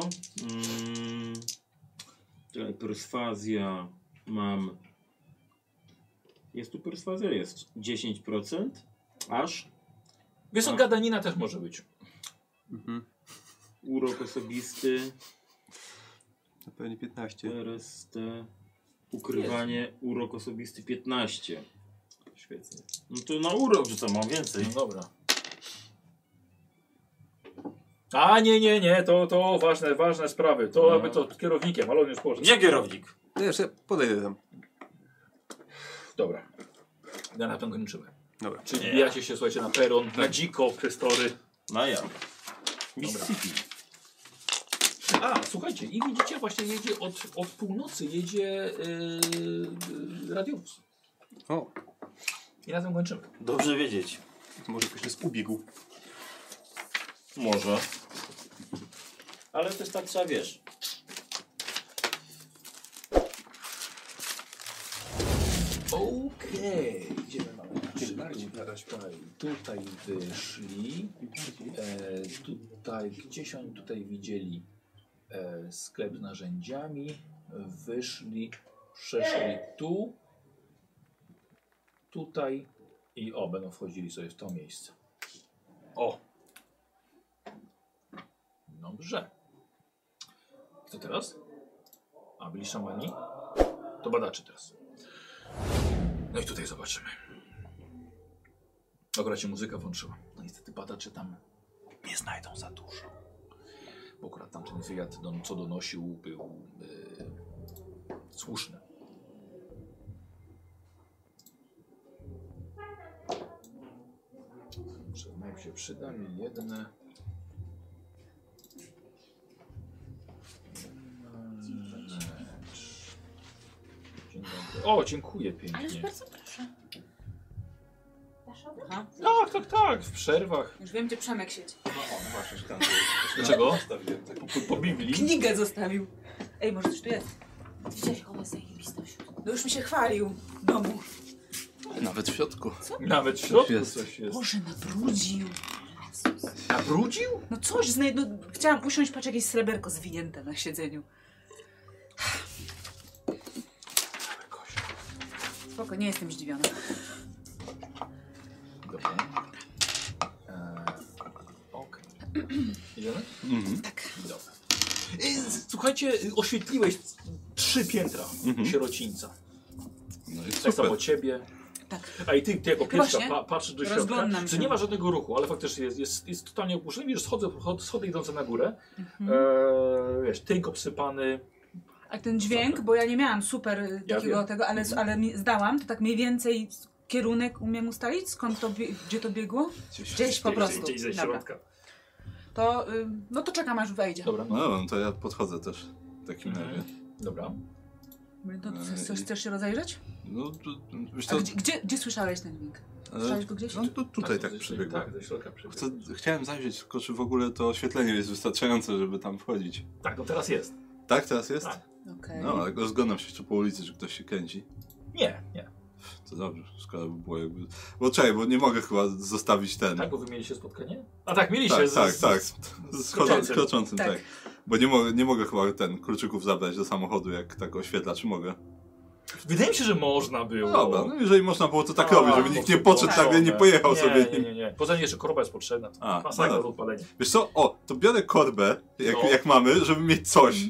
Czekaj, perswazja mam... Jest tu perswazja? Jest. 10%? Aż? Wiesz, co, gadanina też może być. Urok osobisty. Na pewno 15. RST. Ukrywanie. Urok osobisty 15. Świetnie. No to na urok rzucam, mam więcej. No dobra. A nie, to ważne sprawy. To aby to kierownikiem, ale on już poszedł. Gdzie kierownik? No jeszcze podejdę tam. Dobra. Ja na tym kończymy. Dobra. Czyli wbijacie się, słuchajcie, na peron, na dziko, przez tory. No ja. Mississippi. A, słuchajcie, i widzicie, właśnie jedzie od północy, jedzie radiowóz. O, I na tym kończymy. Dobrze wiedzieć. może ktoś nas ubiegł. Może. Ale też tak trzeba, wiesz. Okej. Gdzie my mamy? Tutaj wyszli. Tutaj, gdzieś oni tutaj widzieli sklep z narzędziami. Wyszli, przeszli tu. Tutaj. I będą wchodzili sobie w to miejsce. O! Dobrze. Co teraz? A, byli szamani? To badacze teraz. No i tutaj zobaczymy. Akurat się muzyka włączyła. No niestety badacze tam nie znajdą za dużo. Bo akurat tamten wywiad, co donosił, był słuszny. Przed się przyda mi jedne. Dzień dobry. O, dziękuję pięknie. Ależ bardzo proszę. Dasz radę? Aha. Tak, w przerwach. Już wiem, gdzie Przemek siedzi. Właśnie, że tam Dlaczego? zostawiłem tak. Po Biblii. Knigę zostawił. Ej, może coś tu jest? Widziałeś, jak ona jest zajebista wśród. No już mi się chwalił w domu. Nawet w środku. Nawet w środku jest. coś jest. Boże, nabrudził. Nabrudził? No coś, chciałam usiąść, patrz, jakieś sreberko zwinięte na siedzeniu. Spoko, nie jestem zdziwiona. Dobra. Okej. Idziemy? Tak. Dobra. Słuchajcie, oświetliłeś 3 piętra sierocińca. No i Tak samo ciebie. Tak. A i ty jako pierwsza Właśnie. patrzysz do środka, Rozglądam że się. nie ma żadnego ruchu, ale faktycznie jest totalnie opuszczony. Widzisz, schody idące na górę. Wiesz, tynk obsypany. A ten dźwięk, bo ja nie miałam super Ja takiego wiem. tego, ale zdałam, to tak mniej więcej kierunek umiem ustalić, skąd to, gdzie to biegło? Gdzieś po prostu. Gdzieś ze Dobra. środka. To, no to czekam, aż wejdzie. Dobra, No, to ja podchodzę też w takim razie. Dobra. No, chcesz się rozejrzeć? No, wiesz A co? gdzie słyszałeś ten dźwięk? Słyszałeś go gdzieś? No to tutaj tak ze- przebiegłem. Tak, ze środka przebiegłem. Chciałem zajrzeć, tylko czy w ogóle to oświetlenie jest wystarczające, żeby tam wchodzić. Tak, no teraz jest. Tak, teraz jest? Tak. Okej. No, ale rozglądam się jeszcze po ulicy, czy ktoś się kręci. Nie. To dobrze, szkoda by było jakby... Bo czekaj, bo nie mogę chyba zostawić ten... Tak, bo wy mieliście spotkanie? A tak, mieliście. Tak. Z kroczącym. kroczącym, Tak. tak. Bo nie mogę chyba kluczyków zabrać do samochodu, jak tak oświetla, czy mogę? Wydaje mi się, że można było. No dobra, no jeżeli można było to tak A, robić, żeby nikt nie podszedł tak. nagle, nie pojechał sobie nim. Nie. Poza tym jeszcze korba jest potrzebna. A, Masakra no. do odpalenia. Wiesz co, to biorę korbę, No. jak mamy, żeby mieć coś.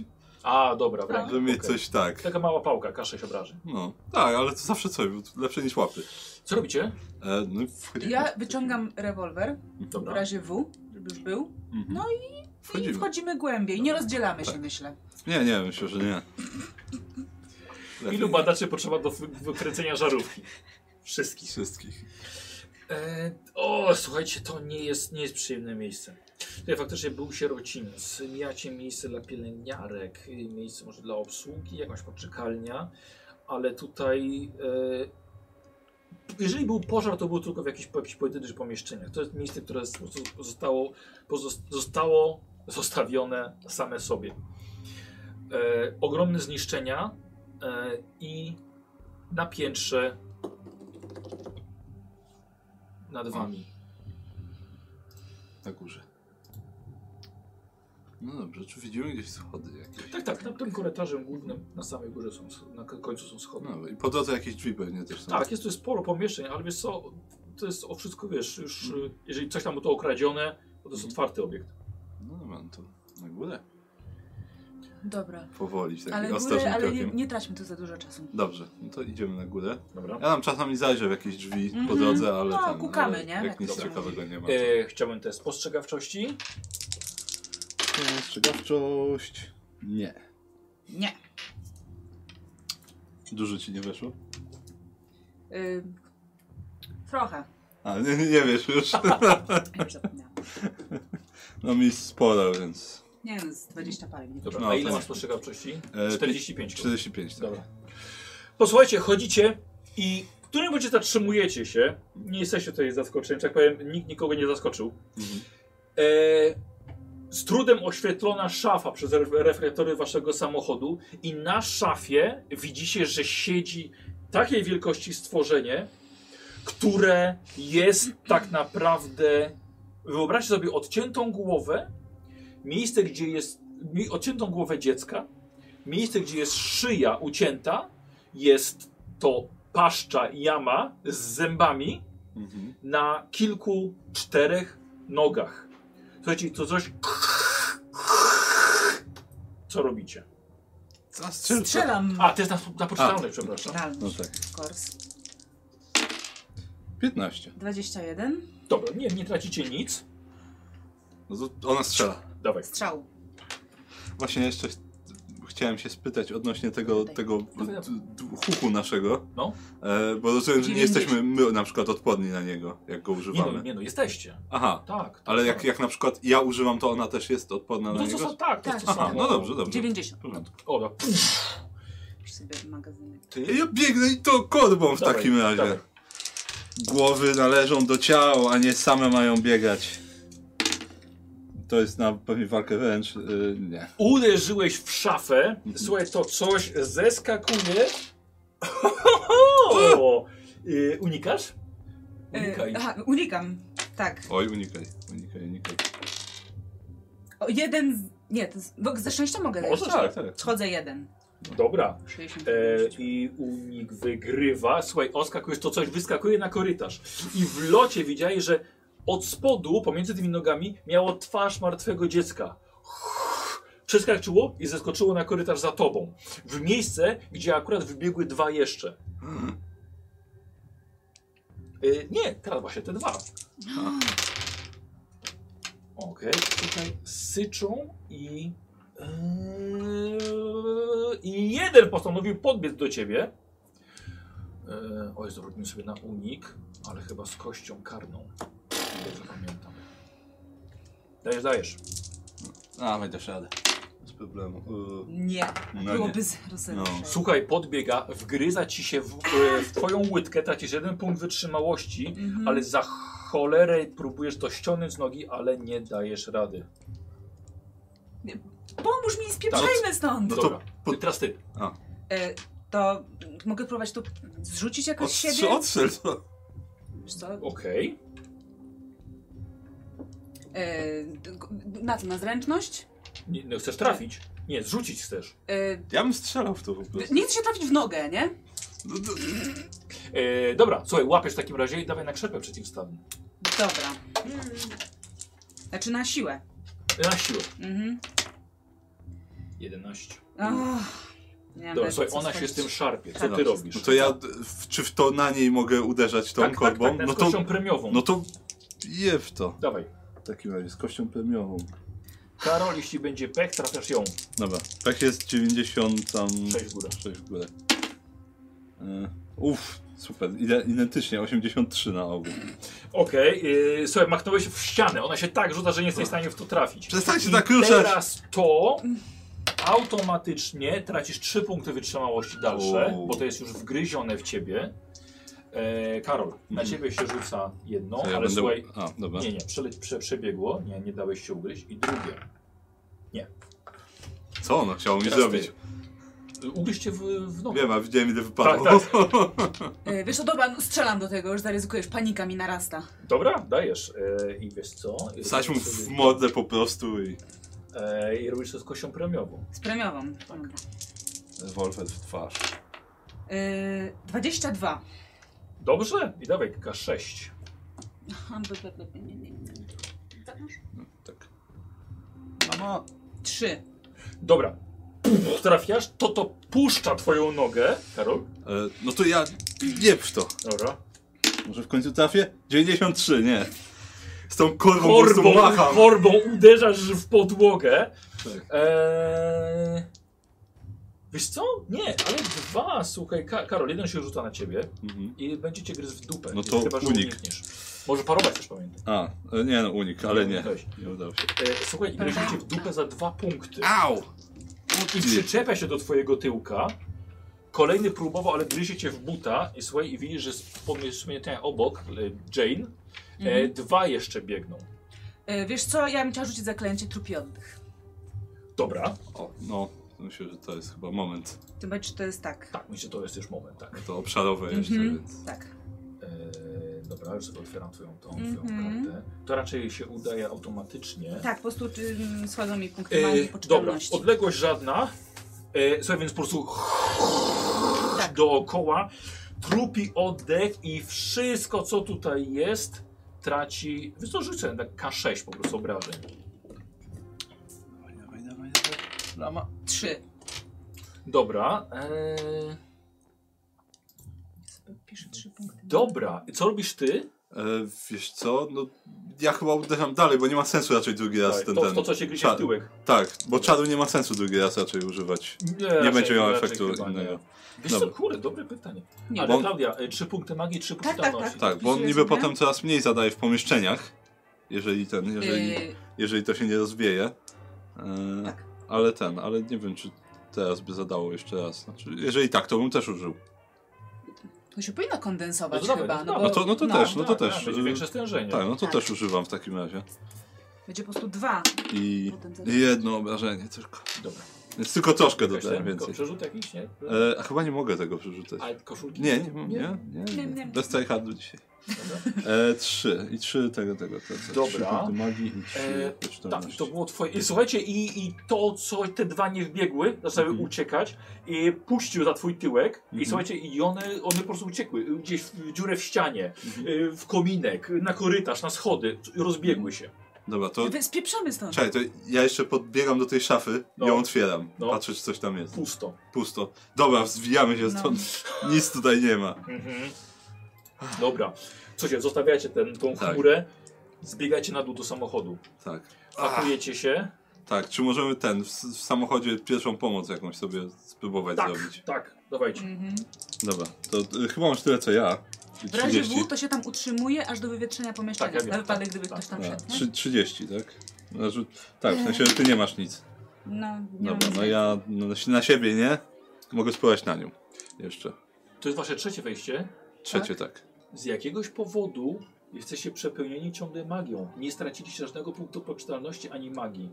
A, dobra, w ręku. Żeby mieć okej. coś tak. Taka mała pałka, K6 obrażeń. No, tak, ale to zawsze coś, bo to lepsze niż łapy. Co robicie? No, wchodzimy. Ja wyciągam rewolwer, w Dobra. razie W, żeby już był. Mhm. I Wchodzimy. wchodzimy głębiej. Nie rozdzielamy się, Tak. myślę. Nie, myślę, że nie. Lepiej. Ilu badaczy potrzeba do wykręcenia żarówki? Wszystkich. Wszystkich. Słuchajcie, to nie jest przyjemne miejsce. Tutaj faktycznie był sierociniec. Mijacie miejsce dla pielęgniarek, miejsce może dla obsługi, jakąś poczekalnia, ale tutaj jeżeli był pożar, to był tylko w jakichś pojedynczych pomieszczeniach. To jest miejsce, które zostało zostawione same sobie. Ogromne zniszczenia i na piętrze nad wami. Na górze. No dobrze, czy widzimy gdzieś schody jakieś? Tak, na tym korytarzem głównym na samej górze na końcu są schody. No i po drodze jakieś drzwi pewnie też są. Tak, jest tu sporo pomieszczeń, ale wiesz co, to jest o wszystko, wiesz, już jeżeli coś tam to okradzione, to jest otwarty obiekt. No dobra, no to na górę. Dobra. Powoli, takim Ale ostrożnym górę, ale krokiem. nie traćmy tu za dużo czasu. Dobrze, no to idziemy na górę. Dobra. Ja tam czasami zajrzę w jakieś drzwi po drodze, ale No, tam, kukamy, ale nie? Jak Jak nic to się ciekawego nie ma. Chciałbym test spostrzegawczości. Spostrzegawczość. Nie. Nie. Dużo ci nie weszło? Trochę. A, nie wiesz już. Już zapomniałam. No mi sporo, więc... Nie wiem, z 20 parę. Nie Dobra, No, a ile to masz nie. spostrzegawczości? E, 45. 45, tak. Dobra. Posłuchajcie, chodzicie i w którym momencie zatrzymujecie się. Nie jesteście tutaj zaskoczeni, tak powiem, nikt nikogo nie zaskoczył. Mhm. Z trudem oświetlona szafa przez reflektory waszego samochodu i na szafie widzicie, że siedzi takiej wielkości stworzenie, które jest tak naprawdę, wyobraźcie sobie odciętą głowę, miejsce, gdzie jest, odciętą głowę dziecka, miejsce, gdzie jest szyja ucięta, jest to paszcza, jama z zębami Mhm. na kilku, 4 nogach. Słuchajcie, to coś... Co robicie? Strzelam. A, to jest na poczytalność, przepraszam. Realność. No tak. Of course. 15. 21. Dobra, nie tracicie nic. No to ona strzela. Dawaj. Strzał. Właśnie jeszcze chciałem się spytać odnośnie tego Dawaj. huku naszego. No. Bo rozumiem, że nie 90. jesteśmy my na przykład odporni na niego, jak go używamy. Nie no, jesteście. Aha, Tak. ale tak. jak na przykład ja używam, to ona też jest odporna No na to niego? co, tak, to jest to Tak. samo. Aha, no dobrze, dobrze. 90. W porządku. O, dobra. Już sobie magazynek. Ja biegnę i to korbą w Dawaj, takim razie. dawaj. Głowy należą do ciał, a nie same mają biegać. To jest na pewnie walkę wręcz. Nie. Uderzyłeś w szafę. Słuchaj, to coś zeskakuje. Unikasz? Unikaj. Aha, unikam. Tak. Oj, unikaj. O, jeden z... Nie, to jest... Bo ze szczęścia mogę Możesz, dać. Tak. Schodzę jeden. Dobra. 65. I unik wygrywa. Słuchaj, odskakujesz, to coś wyskakuje na korytarz. I w locie widziałeś, że od spodu, pomiędzy tymi nogami, miało twarz martwego dziecka. Przeskoczyło i zeskoczyło na korytarz za tobą. W miejsce, gdzie akurat wybiegły 2 jeszcze. Nie, teraz właśnie te 2. Okej, tutaj syczą i jeden postanowił podbiec do ciebie. Oj, zrobimy sobie na unik, ale chyba z kością karną. Dobrze pamiętam. Dajesz. A, dasz radę. Bez problemu. Nie. No Byłoby nie. 0,07. No. Słuchaj, podbiega, wgryza ci się w twoją łydkę, tracisz 1 punkt wytrzymałości, ale za cholerę próbujesz to ściągnąć z nogi, ale nie dajesz rady. Pomóż mi, spieprzajmy stąd! No Dobra, to teraz ty. To mogę próbować tu zrzucić jakoś siebie? Odstrzel to. Wiesz co? Okej. Na co? Na zręczność? Nie, no chcesz trafić? Nie, zrzucić chcesz. Ja bym strzelał w to po prostu. Nie chcę się trafić w nogę, nie? No, Dobra, słuchaj, łapiesz w takim razie i dawaj na krzepę przeciwstawną. Dobra. Znaczy na siłę. Na siłę. Mhm. 11. Nie mam Dobra, nawet słuchaj, co ona się z tym szarpie. Co Tak. ty robisz? No to ja, czy w to na niej mogę uderzać tą korbą? Tak, No z kością to, premiową. no to je w to. Dawaj. W takim razie, z kością premiową. Karol, jeśli będzie pech, trafiasz ją. Dobra, pech jest 90 tam... 6 w górę. 6 w górę. Super, identycznie, 83 na ogół. Okej, słuchaj, machnąłeś w ścianę. Ona się tak rzuca, że nie jesteś w stanie w to trafić. Przestańcie I tak ruszać! teraz to automatycznie tracisz 3 punkty wytrzymałości dalsze, O. bo to jest już wgryzione w ciebie. Karol, na ciebie się rzuca jedno, To ja ale będę... słuchaj, A, dobra. nie, przebiegło, nie dałeś się ugryźć. I drugie, Co ono chciało mi teraz zrobić? ty. Ugryźcie w nogę. Wiem, a widziałem ile wypadło. Tak. Wiesz co, dobra, no strzelam do tego, już zaryzykujesz, panika mi narasta. Dobra, dajesz. I wiesz co? Stać mu w mordę po prostu i... I robisz to z kością premiową. Z premiową. Dobra. Wolfet w twarz. 22. Dobrze, i dawaj K6. Tak. 3. Dobra. Trafiasz, to puszcza twoją nogę, Karol. No to ja nie w to. Dobra. Może w końcu trafię? 93, nie. Z tą korbą po prostu macham. Korbą uderzasz w podłogę. Tak. Wiesz co? Nie, ale 2, słuchaj, Karol, jeden się rzuca na ciebie Mhm. i będzie cię gryzł w dupę. No to chyba, że unik. unikniesz. Może parować też, pamiętaj. Nie no, unik, ale nie. Weź. Nie udało się. Słuchaj, gryzie cię w dupę za 2 punkty. Au! I przyczepia się do twojego tyłka. Kolejny próbował, ale gryzie cię w buta i słuchaj, i widzisz, że z pomieszczenia obok, Jane, 2 jeszcze biegną. Wiesz co, ja bym chciała rzucić zaklęcie trupi oddech. Dobra. O, no, myślę, że to jest chyba moment. Tym bardziej, czy to jest tak. Tak, myślę, że to jest już moment, tak. To obszarowe jeszcze, więc... Tak. Dobra, już sobie otwieram twoją kartę. To raczej się udaje automatycznie. Tak, po prostu schodzą mi punkty magii Dobra, poczytalności. odległość żadna. Słuchaj, więc po prostu Tak. dookoła trupi oddech i wszystko, co tutaj jest, traci... Wiesz co, rzucę tak K6 po prostu obrażeń. Dawaj. Lama. 3. Dobra. Piszę 3 punkty. Dobra. I co robisz ty? Wiesz co, no ja chyba uderzam dalej, bo nie ma sensu raczej drugi raz Tak, ten... to, co cię gryzie w tyłek. Tak, bo czadu nie ma sensu drugi raz raczej używać. Nie będzie miał efektu chyba nie. innego. Wiesz co, Dobra. kurde, dobre pytanie. Nie, Ale bo- Klaudia, 3 punkty magii, 3 Tak, poczytalności. Tak, bo on Wpisuję niby sobie. potem coraz mniej zadaje w pomieszczeniach, jeżeli to się nie rozwieje. Tak. Ale nie wiem, czy teraz by zadało jeszcze raz. Znaczy, jeżeli tak, to bym też użył. To się powinno kondensować No to dawaj, chyba. no bo, No to też, no to Tak, też. będzie większe stężenie. Tak, no to Tak. też używam w takim razie. Będzie po prostu 2. I Potem zaraz. jedno obrażenie tylko. Dobra. Więc tylko troszkę Jakaś dodałem ten więcej. przerzut jakiś, nie? A chyba nie mogę tego przerzucać. A koszulki? Nie. Nie. Bez tryhardu dzisiaj. Dobra. 3. I 3 tego. Dobra. 3 punkty magii i 3 Tak, poczytalności. to było twoje. Słuchajcie, i to, co te 2 nie wbiegły, zaczęły uciekać, i puścił za twój tyłek, i słuchajcie, i one po prostu uciekły. Gdzieś w dziurę w ścianie, w kominek, na korytarz, na schody, rozbiegły się. Dobra, to... Spieprzamy stąd. Czekaj, to ja jeszcze podbiegam do tej szafy, No. ją otwieram. No. Patrzę, czy coś tam jest. Pusto. Pusto. Dobra, zwijamy się stąd. Nic tutaj nie ma. Dobra. Słuchajcie, zostawiacie tą Tak. chmurę, zbiegacie na dół do samochodu. Tak. Pakujecie się. Tak, czy możemy w samochodzie pierwszą pomoc jakąś sobie spróbować zrobić? Tak, dawajcie. Dobra, to chyba masz tyle co ja. Czyli W razie 30. W to się tam utrzymuje aż do wywietrzenia pomieszczenia. Tak, ja wiem, na wypadek, tak, gdyby tak, ktoś tam Tak, wszedł. Nie? 30, tak? Znaczy, tak, w sensie, że ty nie masz nic. No, nie Dobra, mam no nic. ja na siebie nie. Mogę spróbować na nią. Jeszcze. To jest wasze trzecie wejście. Trzecie, tak. Z jakiegoś powodu jesteście przepełnieni ciągle magią. Nie straciliście żadnego punktu poczytalności ani magii.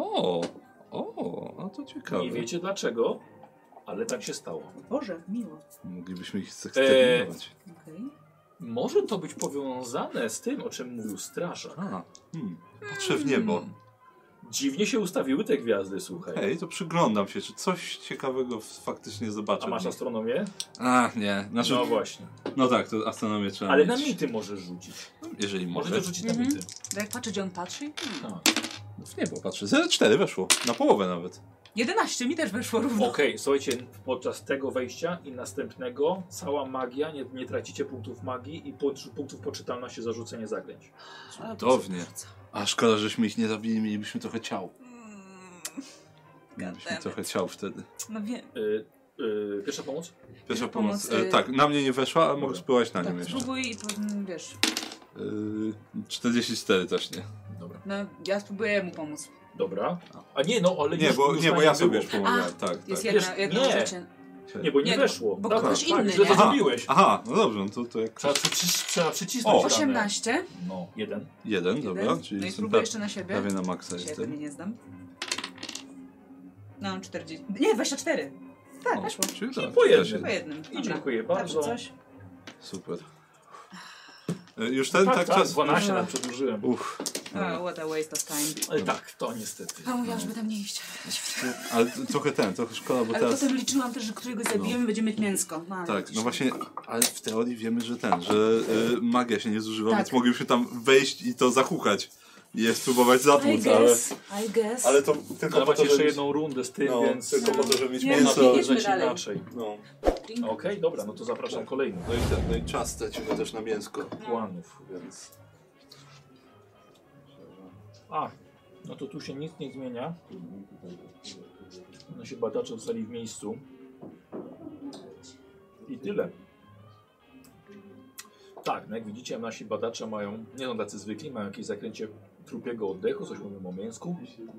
No to ciekawe. Nie wiecie dlaczego, ale tak się stało. Boże, miło. Moglibyśmy ich zeksterminować. Okej. Może to być powiązane z tym, o czym mówił strażak. Patrzę w niebo. Dziwnie się ustawiły te gwiazdy, słuchaj. Hej, to przyglądam się, czy coś ciekawego faktycznie zobaczę. A masz astronomię? Nie. Znaczy, No właśnie. no tak, to astronomię trzeba Ale mieć. na mity możesz rzucić. Jeżeli Możesz mogę. rzucić na mity. Jak patrzę, gdzie on patrzy? Tak. W niebo patrzę. 0,4 weszło. Na połowę nawet. 11 mi też weszło równo. Okej, słuchajcie, podczas tego wejścia i następnego cała magia, nie tracicie punktów magii i punktów poczytalności za rzucenie zaklęć. Cudownie. A szkoda, żeśmy ich nie zabili, mielibyśmy trochę ciał. Mielibyśmy trochę ciał wtedy. No wiem. Pierwsza pomoc? Pierwsza pomoc. Tak, na mnie nie weszła, a mogę spróbować na Tak, nim jeszcze. spróbuj i wiesz. 44 też nie. Dobra. No, ja spróbuję mu pomóc. Dobra. A nie, no ale Nie, już, bo, już nie, na bo nim ja sobie było. już pomagałem. Tak, Jest tak. jedna nie. rzeczy. Nie, bo nie Nie, weszło. bo Dobra, ktoś inny, źle to nie? zrobiłeś. Aha, no dobrze, no to jak... Trzeba przycisnąć ranę. 18. No, 1. Jeden, dobra, Jeden. czyli No i jestem spróbuję jeszcze na siebie. prawie na maksa Się jestem. pewnie nie zdam. No, 40. Nie, 24. Tak, O, weszło. czyli tak, Po jednym. też Po jednym. I dziękuję bardzo. Dobrze, coś. Super. Już ten tak czas... 12 nam przedłużyłem. Uff, Oh, what a waste of time. Ale tak, to niestety. A mówiłam, żeby tam nie iść. ale trochę szkoda, bo Ale teraz... potem liczyłam też, że którego zabijemy, będziemy mieć mięsko. No, ale Tak, widzisz. no właśnie, ale w teorii wiemy, że magia się nie zużywa, Tak. więc moglibyśmy tam wejść i to zahukać. I je spróbować zatłuc, I guess. ale to tylko Ale po macie to, jeszcze żeby... jedną rundę z tym, No, więc... tylko po to, żeby mieć Nie, mięso. no, Jedźmy dalej. inaczej. No. Okej, dobra, no to zapraszam kolejny. No i czas tracimy też na mięsko. Kapłanów. Więc... A, no to tu się nic nie zmienia. Nasi badacze zostali w miejscu. I tyle. Tak, no jak widzicie, nasi badacze mają, nie są tacy zwykli, mają jakieś zakręcie trupiego oddechu, coś mówimy o mięsku.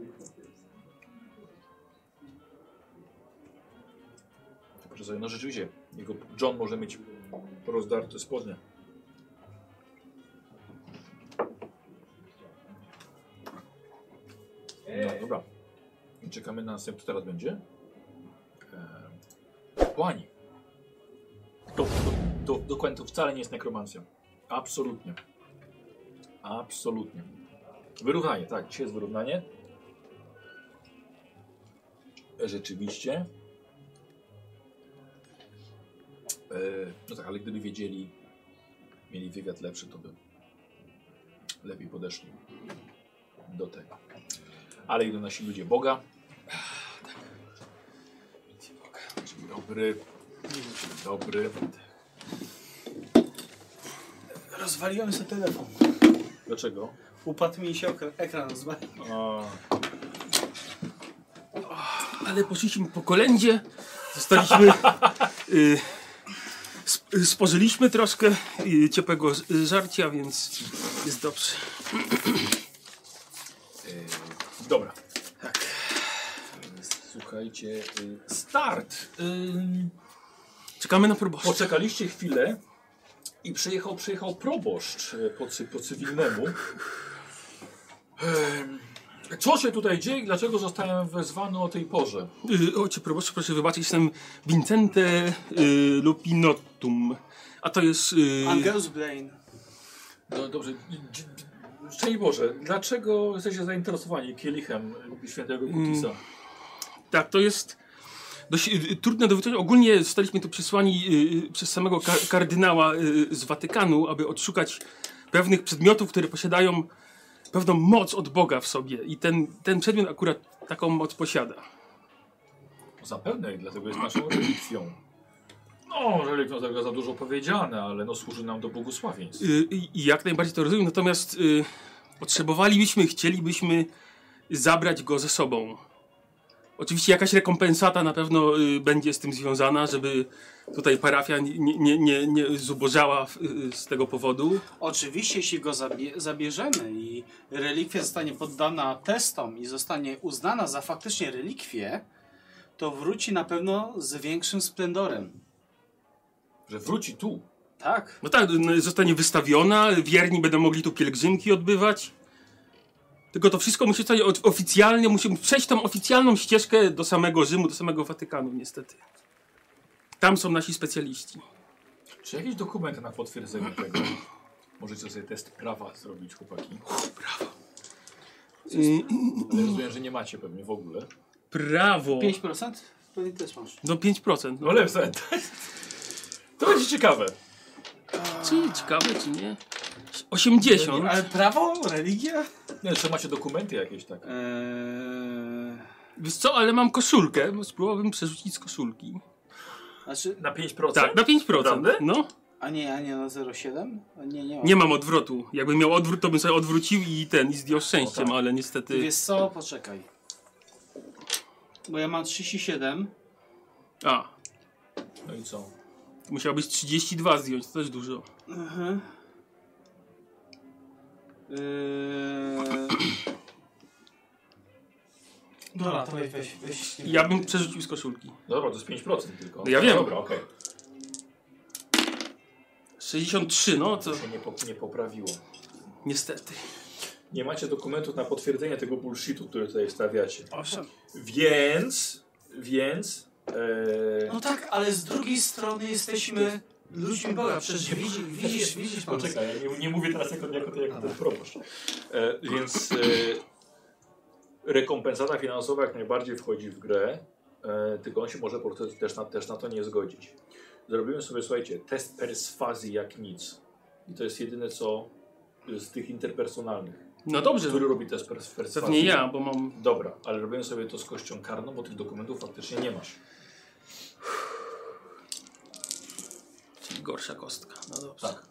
Proszę sobie, no rzeczywiście, John może mieć rozdarte spodnie. No dobra. I czekamy na następny, co teraz będzie. Kapłani. Dokładnie to wcale nie jest nekromancja. Absolutnie. Absolutnie. Wyrównanie, tak, dzisiaj jest wyrównanie. Rzeczywiście. No tak, ale gdyby wiedzieli, mieli wywiad lepszy, to by lepiej podeszli do tego. Ale idą nasi ludzie Boga. Dzień dobry. Dzień dobry. Rozwaliłem sobie telefon. Dlaczego? Upadł mi się ekran. Ale poszliśmy po kolędzie, zostaliśmy, spożyliśmy troszkę ciepłego żarcia, więc jest dobrze. Dobra. Tak. Słuchajcie, start. Czekamy na proboszcza. Poczekaliście chwilę i przyjechał proboszcz po cywilnemu. Co się tutaj dzieje i dlaczego zostałem wezwany o tej porze? Ojcze proboszczu, proszę wybaczyć, jestem Vincente Lupinotum. A to jest... Angelus Blaine. No dobrze. Szczęść Boże, dlaczego jesteście zainteresowani kielichem świętego Kutisa? Tak, to jest dość trudne do wytłumaczenia. Ogólnie zostaliśmy tu przysłani przez samego kardynała z Watykanu, aby odszukać pewnych przedmiotów, które posiadają pewną moc od Boga w sobie. I ten przedmiot akurat taką moc posiada. Zapewne i dlatego jest naszą relikwią. No, relikwią tego za dużo powiedziane, ale no służy nam do błogosławieństw. I jak najbardziej to rozumiem, natomiast chcielibyśmy zabrać go ze sobą. Oczywiście jakaś rekompensata na pewno będzie z tym związana, żeby tutaj parafia nie zubożała z tego powodu. Oczywiście, jeśli go zabierzemy i relikwia zostanie poddana testom i zostanie uznana za faktycznie relikwię, to wróci na pewno z większym splendorem. Że wróci tu. Tak. No tak, zostanie wystawiona, wierni będą mogli tu pielgrzymki odbywać. Tylko to wszystko musi zostać oficjalnie, musimy przejść tą oficjalną ścieżkę do samego Rzymu, do samego Watykanu niestety. Tam są nasi specjaliści. Czy jakiś dokument na potwierdzenie tego? Możecie sobie test prawa zrobić, chłopaki. Prawo. Ale rozumiem, że nie macie pewnie w ogóle. Prawo. 5%? Pewnie też masz. No 5%. No lepsze. To będzie ciekawe. Czy ciekawe, czy nie? 80. Ale prawo? Religia? Nie, czy macie dokumenty jakieś tak? Wiesz co, ale mam koszulkę, bo spróbowałbym przerzucić z koszulki. Znaczy, Na 5%? Tak, na 5%. Naprawdę? No. a nie na 0,7? Nie mam. Nie mam odwrotu. Jakbym miał odwrót, to bym sobie odwrócił i zdjął szczęściem, ale niestety... Wiesz co, poczekaj. Bo ja mam 37. A, No i co? musiałbyś 32 zdjąć, to też dużo. Mhm. Dobra, to weź. Ja bym przerzucił z koszulki. Dobra, to jest 5% tylko. No ja wiem. Dobra, okej. 63, no to To się nie poprawiło. niestety. Nie macie dokumentów na potwierdzenie tego bullshitu, który tutaj stawiacie. Owszem. Więc... No tak, ale z drugiej strony jesteśmy ludźmi Boga. Przecież widzisz pan. Poczekaj, ja nie mówię teraz jako ten proboszcz. Więc rekompensata finansowa jak najbardziej wchodzi w grę, tylko on się może po prostu też na to nie zgodzić. Zrobiłem sobie, słuchajcie, test perswazji jak nic. I to jest jedyne co z tych interpersonalnych. No dobrze, Który robi test perswazji? pewnie ja, bo mam... Dobra, ale robiłem sobie to z kością karną, bo tych dokumentów faktycznie nie masz. Czyli gorsza kostka, no dobrze. Tak.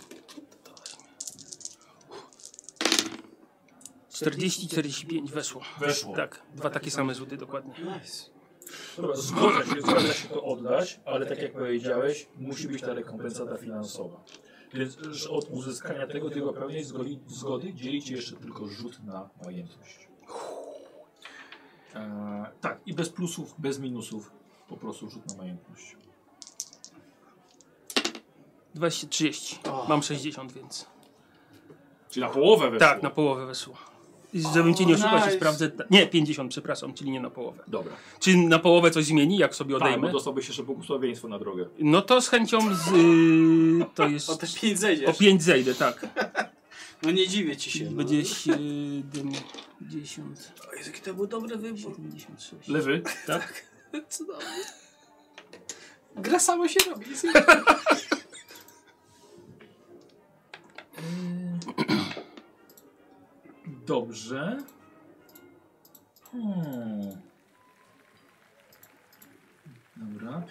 40-45 weszło. Weszło. Tak, dwa takie same rzuty dokładnie. Nice. Dobra, zgadza się to oddać, ale tak jak powiedziałeś, musi być ta rekompensata finansowa. Więc od uzyskania tego tylko pełnej zgody dzielicie jeszcze tylko rzut na majętność. Tak, i bez plusów, bez minusów, po prostu rzut na majętność. 20-30. Mam 60, więc... Czyli na połowę weszło? Tak, na połowę weszło. Żebym cię nie oszukał, nice. się sprawdzę... Nie, 50, przepraszam, czyli nie na połowę. Dobra. Czy na połowę coś zmieni, jak sobie Tak, odejmę? bo dostałbyś jeszcze błogosławieństwo na drogę. No to z chęcią to jest... O te 5 zejdziesz. O 5 zejdę, tak. No nie dziwię ci się. Będzie 70... O Jezu, jaki to był dobry wybór. 76. Lewy? Tak? Cudownie. Gra sama się robi. Dobrze. Dobra.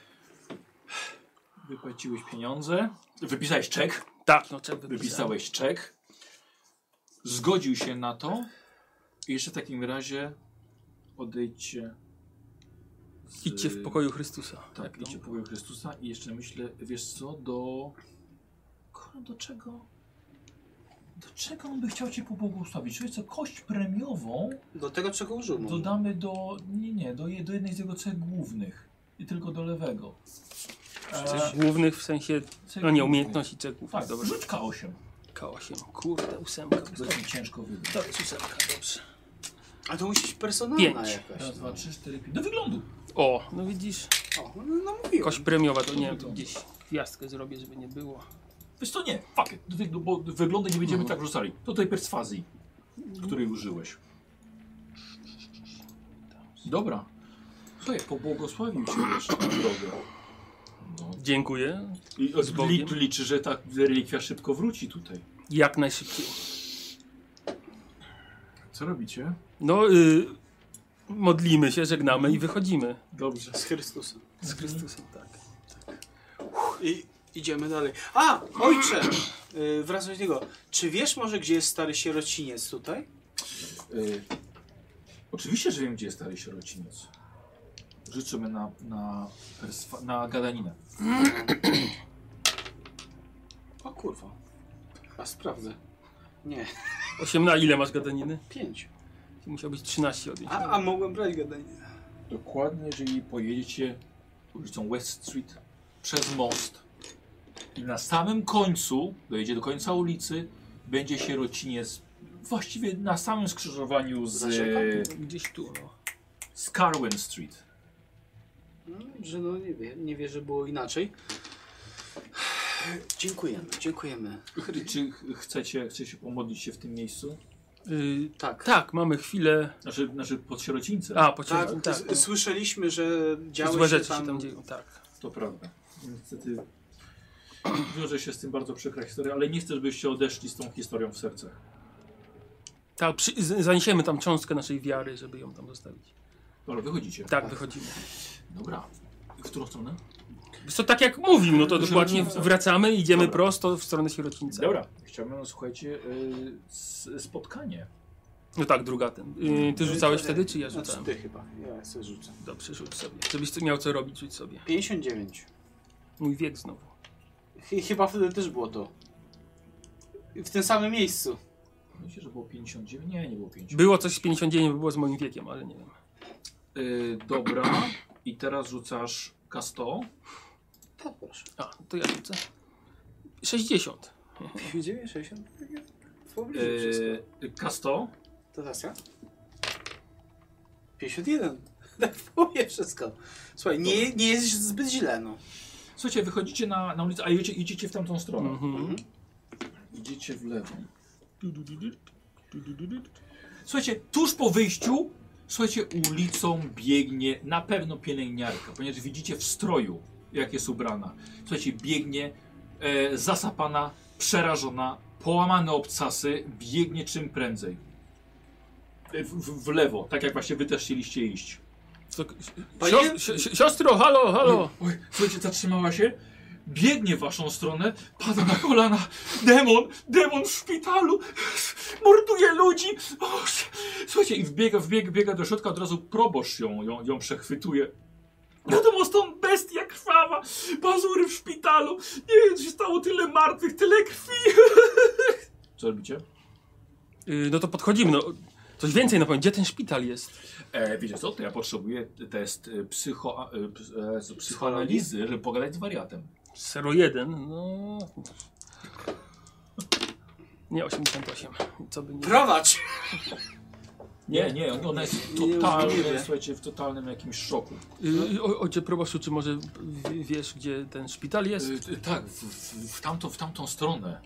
Wypłaciłeś pieniądze. Wypisałeś czek. Tak, no czek Wypisałeś czek. Zgodził się na to. I jeszcze w takim razie odejdźcie. Idźcie w pokoju Chrystusa. Tak, idźcie w pokoju Chrystusa i jeszcze myślę, wiesz co, do czego? Do czego on by chciał cię pobłogosławić? Wiesz co, kość premiową Do tego czego użył. może. dodamy do jednej z jego cech głównych. I tylko do lewego. Cech głównych w sensie... Cech No nie, głównych. umiejętności ceków. Tak, Dobra. rzuć K8. K8. Kurde, 8. Dość ciężko wybrać. To jest 8, dobrze. A to musi być personalna 5. jakaś. Raz, dwa, trzy, cztery, pięć. Do wyglądu. O, no widzisz, O, no mówiłem. kość premiowa, to nie wiem, tu gdzieś gwiazdkę zrobię, żeby nie było. Wiesz co, nie, fuck it. Bo wyglądy nie będziemy tak rzucali. Do tej perswazji, której użyłeś. Dobra. Słuchaj, pobłogosławił cię jeszcze na drogę. No. Dziękuję. I Z Bogiem. liczy, że ta relikwia szybko wróci tutaj. Jak najszybciej. Co robicie? No, modlimy się, żegnamy i wychodzimy. Dobrze. Z Chrystusem. Z Chrystusem, tak. I idziemy dalej. A, ojcze! Wracając do niego. Czy wiesz może, gdzie jest stary sierociniec tutaj? Oczywiście, że wiem, gdzie jest stary sierociniec. Życzymy na gadaninę. O kurwa. A sprawdzę. Nie, 8 na ile masz gadaniny? 5. Musiał być 13 odjąć. A mogłem brać gadaninę. Dokładnie, jeżeli pojedziecie ulicą West Street przez most i na samym końcu, dojedzie do końca ulicy, będzie sierociniec właściwie na samym skrzyżowaniu z Gdzieś tu, no. Scarwen Street. No, że no nie wie, że było inaczej. Dziękujemy. Czy chcecie się pomodlić się w tym miejscu? Tak. Tak, mamy chwilę. Znaczy pod sierocińcem. A, po Tak, ciebie, tak. słyszeliśmy, że działy Złe się rzeczy tam... się tam dzieją, tak. To prawda. Niestety wiąże się z tym bardzo przykra historia, ale nie chcę, żebyście odeszli z tą historią w sercach. Tak, zaniesiemy tam cząstkę naszej wiary, żeby ją tam zostawić. Dobra, wychodzicie. Tak, wychodzimy. Dobra. W którą stronę? Co tak jak mówił, no to Do dokładnie sierocińca. wracamy, idziemy Dobra. prosto w stronę sierocińca. Dobra. Chciałbym, słuchajcie, spotkanie. No tak, druga ten. Ty rzucałeś wtedy, czy ja Znaczy rzucałem? ty chyba. Ja sobie rzucę. Dobrze, rzuć sobie. Żebyś miał co robić, rzuć sobie. 59. Mój wiek znowu. Chyba wtedy też było to. W tym samym miejscu. Myślę, że było 59? Nie, nie było 50. Było coś z 59, by było z moim wiekiem, ale nie wiem. Dobra. I teraz rzucasz K100. Tak, proszę. A, to ja rzucę. 60. 59, 60. W pobliżu wszystko. K100. To teraz ja? 51. Tak w połowie wszystko. Słuchaj, nie jest zbyt źle, no. Słuchajcie, wychodzicie na ulicę, a idziecie w tamtą stronę. Mhm. Idziecie w lewo. Słuchajcie, tuż po wyjściu, słuchajcie, ulicą biegnie na pewno pielęgniarka, ponieważ widzicie w stroju, jak jest ubrana. Słuchajcie, biegnie zasapana, przerażona, połamane obcasy, biegnie czym prędzej. W lewo, tak jak właśnie wy też chcieliście iść. To, Panie- siostro, halo, halo. Oj, słuchajcie, zatrzymała się, biegnie w waszą stronę, pada na kolana. Demon w szpitalu, morduje ludzi. O, słuchajcie, i wbiega do środka, od razu proboszcz ją przechwytuje. Wiadomo, stąd bestia krwawa, pazury w szpitalu. Nie wiem, co się stało, tyle martwych, tyle krwi. Co robicie? No to podchodzimy, no. Coś więcej na pewno. Gdzie ten szpital jest? Wiecie co, to ja potrzebuję test psychoanalizy, żeby pogadać z wariatem. 01, no... Nie, 88. Co by nie... Prowadź! Nie, ona jest Nie totalnie, umożliwię. słuchajcie, w totalnym jakimś szoku. Ojcze proboszu, czy może wiesz, gdzie ten szpital jest? Tak, w tamtą stronę.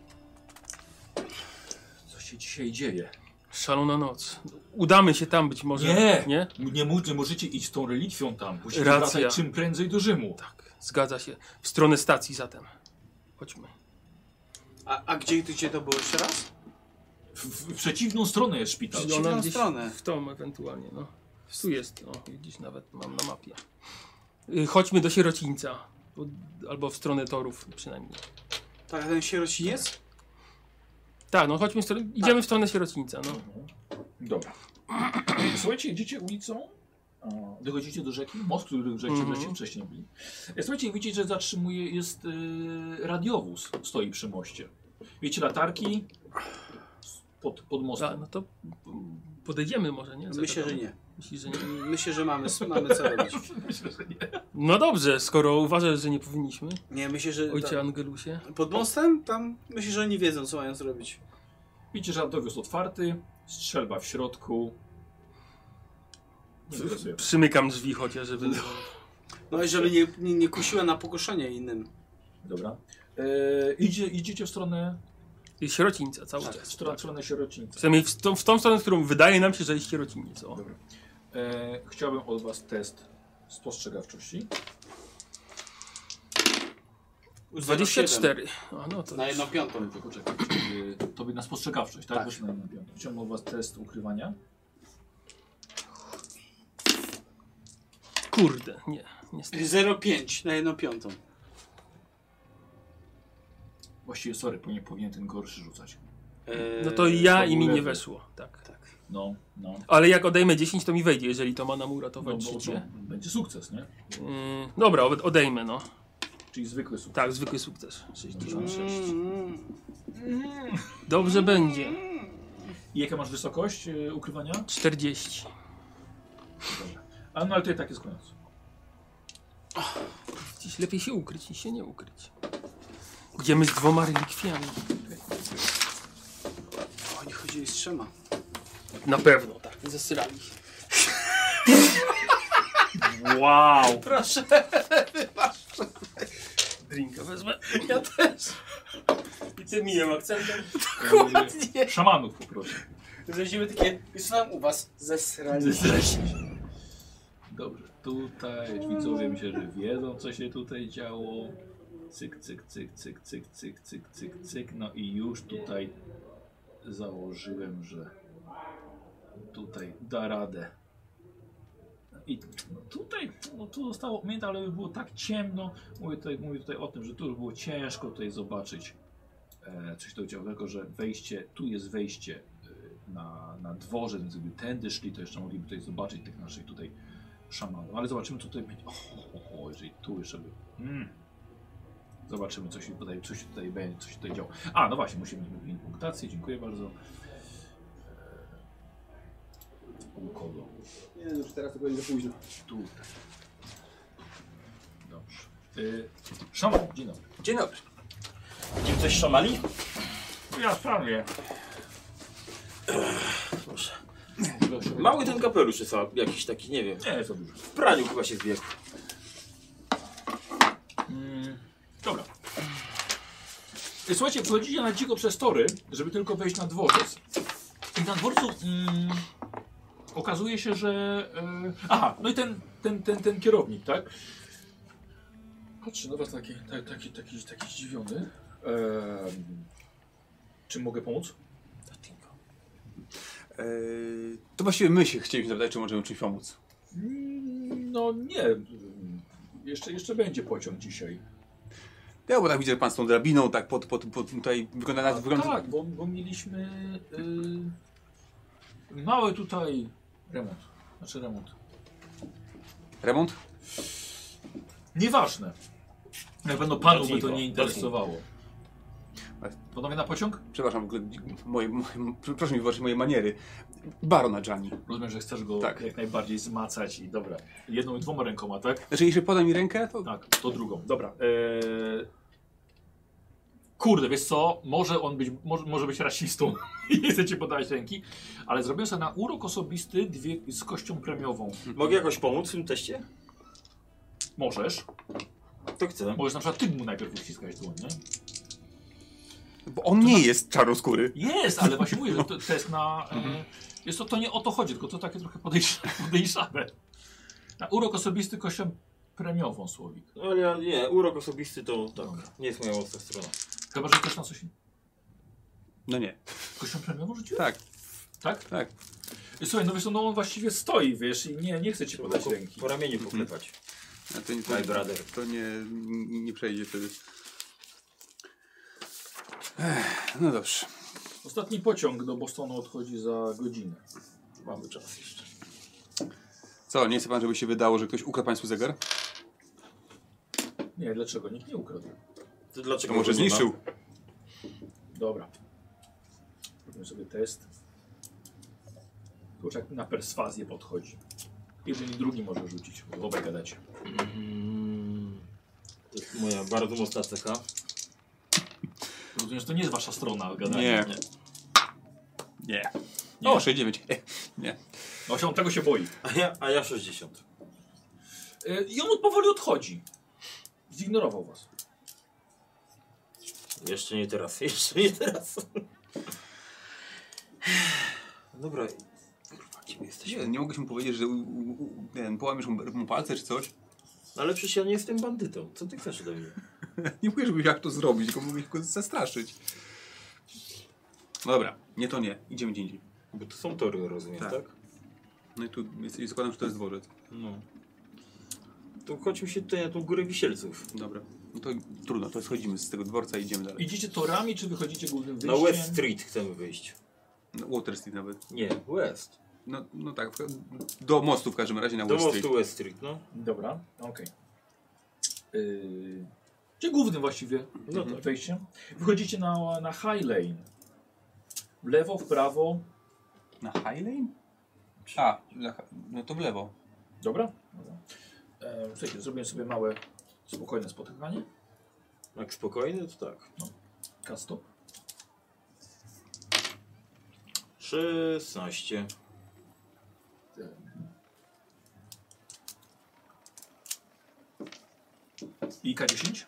Co się dzisiaj dzieje? Szalona noc. Udamy się tam być może. Nie! Nie możecie iść z tą relikwią tam. Musicie Racja. wracać czym prędzej do Rzymu. Tak, zgadza się. W stronę stacji zatem. Chodźmy. A gdzie to było jeszcze raz? W przeciwną stronę jest szpital. Czyli Przeciwną ona gdzieś stronę. w tą ewentualnie, no. Tu jest, o widzisz, nawet mam na mapie. Chodźmy do sierocińca. Albo w stronę torów przynajmniej. Tak, ten sierociniec? Tak, no chodźmy, idziemy w stronę sierocińca, no. Dobra. Słuchajcie, idziecie ulicą, dochodzicie do rzeki, most, który żeście wcześniej byli. Słuchajcie, widzicie, że jest radiowóz, stoi przy moście. Widzicie latarki pod mostem. A, no to podejdziemy może, nie? Myślę, że nie. Myślisz, że nie? Myślę, że mamy co robić. Myślę, że nie. No dobrze, skoro uważasz, że nie powinniśmy, Nie, myślę, że ojcze Angelusie. pod mostem tam myślę, że oni wiedzą, co mają zrobić. Widzicie, że radiowiec otwarty, strzelba w środku. Nie interesuje. Przymykam drzwi chociaż, żeby... No i żeby nie kusiła na pokuszenie innym. Dobra. Idziecie w stronę, Sierocińca cały w czas. stronę sierocińca. Przynajmniej w tą stronę, w którą wydaje nam się, że jest sierociniec. O. Dobra. Chciałbym od was test spostrzegawczości. 24. A no to Na 1/5. Tylko czekaj, to by na spostrzegawczość, tak? Tak. Wyszło na 1/5. Chciałbym od was test ukrywania. kurde, nie, niestety. 0,5 na 1/5. Właściwie, sorry, powinien ten gorszy rzucać. No to ja to i mi był nie lewy. weszło, tak. No. Ale jak odejmę 10, to mi wejdzie, jeżeli to ma nam No, uratować bo życie. będzie sukces, nie? Dobra, odejmę, no. Czyli zwykły sukces. Tak, zwykły sukces. 66. Mm. Dobrze będzie. I jaka masz wysokość ukrywania? 40. Dobra. Ale to i tak jest koniec. Gdzieś lepiej się ukryć niż się nie ukryć. Idziemy z 2 relikwiami. Oni chodzili z 3. Na pewno, tak. Zasyrali. Wow. Proszę. Drinka wezmę. Ja też. I tym miłym akcentem. Dokładnie. Szamanów poproszę. Znajdziemy takie, jest nam u was zesrali. Dobrze, tutaj widzowie myślę, że wiedzą, co się tutaj działo. Cyk, cyk, cyk, cyk, cyk, cyk, cyk, cyk, cyk. No i już tutaj założyłem, że tutaj da radę. I no tutaj, no tu zostało pamiętam, ale było tak ciemno. Mówię tutaj o tym, że tu było ciężko tutaj zobaczyć coś dowiedziałego, że wejście, tu jest wejście na dworzec, więc gdyby tędy szli, to jeszcze mogliby tutaj zobaczyć tych naszych tutaj szamanów. Ale zobaczymy, co tutaj będzie. Jeżeli tu jeszcze by. Zobaczymy, co się tutaj będzie, co się tutaj działo. A, no właśnie, musimy mieć punktację. Dziękuję bardzo. U kogo? Nie, no już teraz to będzie za późno. Tutaj. Dobrze. Szaman, dzień dobry. Dzień dobry. Będziemy coś szamali? Ja prawie. Proszę. Mały ten kapelusz jest jakiś taki, nie wiem. Nie, za dużo. W praniu chyba się zbiegł. Dobra. Słuchajcie, przechodzicie na dziko przez tory, żeby tylko wejść na dworzec. I na dworcu okazuje się, że... aha, no i ten kierownik, tak? Patrzy na was taki zdziwiony. Czym mogę pomóc? To właściwie my się chcieliśmy zapytać, czy możemy czymś pomóc. No nie. Jeszcze będzie pociąg dzisiaj. Ja bo tak widzę, że pan z tą drabiną, tak pod tutaj wygląda na... Tak, bo mieliśmy mały tutaj remont. Znaczy remont. Remont? Nieważne. Na pewno panu by to nie interesowało. Panowie na pociąg? Przepraszam, w ogóle proszę mi wybaczyć moje maniery. Barona Gianni. Rozumiem, że chcesz go tak jak najbardziej zmacać i dobra. Jedną i dwoma rękoma, tak? Znaczy, jeśli poda mi rękę, to... Tak, to drugą. Dobra. Kurde, wiesz co? Może być rasistą i nie chcę ci podawać ręki, ale zrobiłem sobie na urok osobisty z kością premiową. Mogę jakoś pomóc w tym teście? Możesz. To chcę. Możesz na przykład ty mu najpierw uściskać dłoń, nie? Bo on nie jest czarnoskóry. Jest, ale właśnie mówię, że to jest na... jest to nie o to chodzi, tylko to takie trochę podejrzane. Na urok osobisty kością premiową, Słowik. No ale nie, urok osobisty to tak, Dobra. nie jest moja mocna strona. Chyba, że też na coś... No nie. Kością premiową rzuciłeś? Tak, Tak? tak. Słuchaj, no wiesz, no on właściwie stoi, wiesz, i nie chce ci podać ręki. Po ramieniu poklepać. A to, My brother. To nie przejdzie wtedy. No dobrze. Ostatni pociąg do Bostonu odchodzi za godzinę. Mamy czas jeszcze. Co, nie chce pan, żeby się wydało, że ktoś ukradł państwu zegar? Nie, dlaczego? Nikt nie ukradł. To dlaczego To może go nie ma? zniszczył? Dobra. Robimy sobie test. Kurczak na perswazję podchodzi. Jeżeli drugi może rzucić, bo obaj gadacie. To jest moja bardzo mocna cecha. Rozumiem, że to nie jest wasza strona gadania. Nie. Nie. O, 69. Nie. No się on tego się boi. A ja 60. I on powoli odchodzi. Zignorował was. Jeszcze nie teraz, jeszcze nie teraz. Dobra. Kurwa, kim jesteś? Nie mogłeś mu powiedzieć, że połamiesz mu palce czy coś? Ale przecież ja nie jestem bandytą. Co ty chcesz ode mnie? Nie mówię, żebyś jak to zrobić, tylko mówię go zastraszyć. No dobra, nie to nie. Idziemy gdzie indziej. Bo to są tory, rozumiem, tak? No i tu zakładam, że to jest dworzec. No. To chodźmy się tutaj na tą górę Wisielców. Dobra. No to trudno, to schodzimy z tego dworca i idziemy dalej. Idziecie torami, czy wychodzicie głównym Na wyjściem? West Street chcemy wyjść. No, Water Street nawet. Nie, West. No tak, do mostu w każdym razie na Do West Street. mostu West Street, no. Dobra, okej. Czy głównym właściwie No tak. wejściem? Wychodzicie na High Lane. W lewo, w prawo. Na High Lane? A, no to w lewo. Dobra? Dobra. Słuchajcie, zrobiłem sobie małe, spokojne spotykanie. Jak spokojny, to tak. Castop. 16. I K10?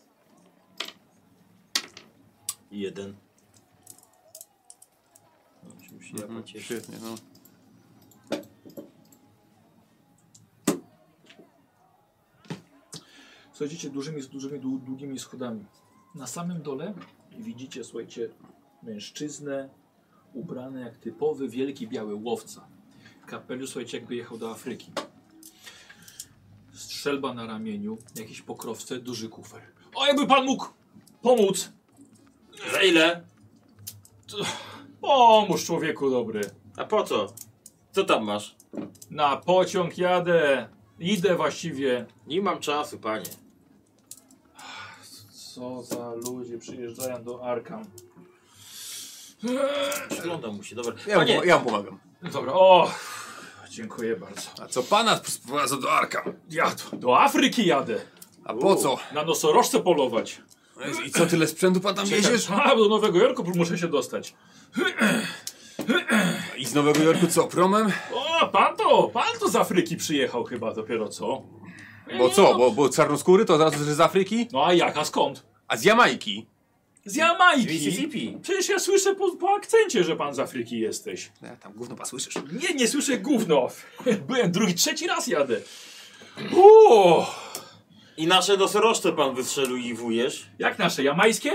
1. No, musimy się japać jeszcze. Świetnie, no. Schodzicie długimi schodami. Na samym dole widzicie, słuchajcie, mężczyznę ubrany jak typowy wielki biały łowca. Kapelusz, słuchajcie, jakby jechał do Afryki. strzelba na ramieniu, jakieś pokrowce, duży kufer. O, jakby pan mógł pomóc! Za ile? Pomóż, człowieku dobry. A po co? Co tam masz? Na pociąg jadę. Idę właściwie. Nie mam czasu, panie. Co za ludzie przyjeżdżają do Arkham. Przyglądam mu się, dobra. Ja mu pomagam. Dobra, o, dziękuję bardzo. A co pana sprowadza do Arkham? Ja do Afryki jadę. A po co? Na nosorożce polować. I co, tyle sprzętu pan tam wieziesz? A, do Nowego Jorku muszę się dostać. I z Nowego Jorku co, promem? O, pan to z Afryki przyjechał chyba dopiero co? Bo co, bo czarnoskóry to od razu że z Afryki? No a jak, a skąd? A z Jamajki? Z Jamajki. Mississippi. Przecież ja słyszę po akcencie, że pan z Afryki jesteś. Ja tam gówno pan słyszysz. Nie słyszę gówno. Byłem trzeci raz jadę. Uuu. I nasze nosorożce pan wystrzeliwujesz? Jak nasze, jamajskie?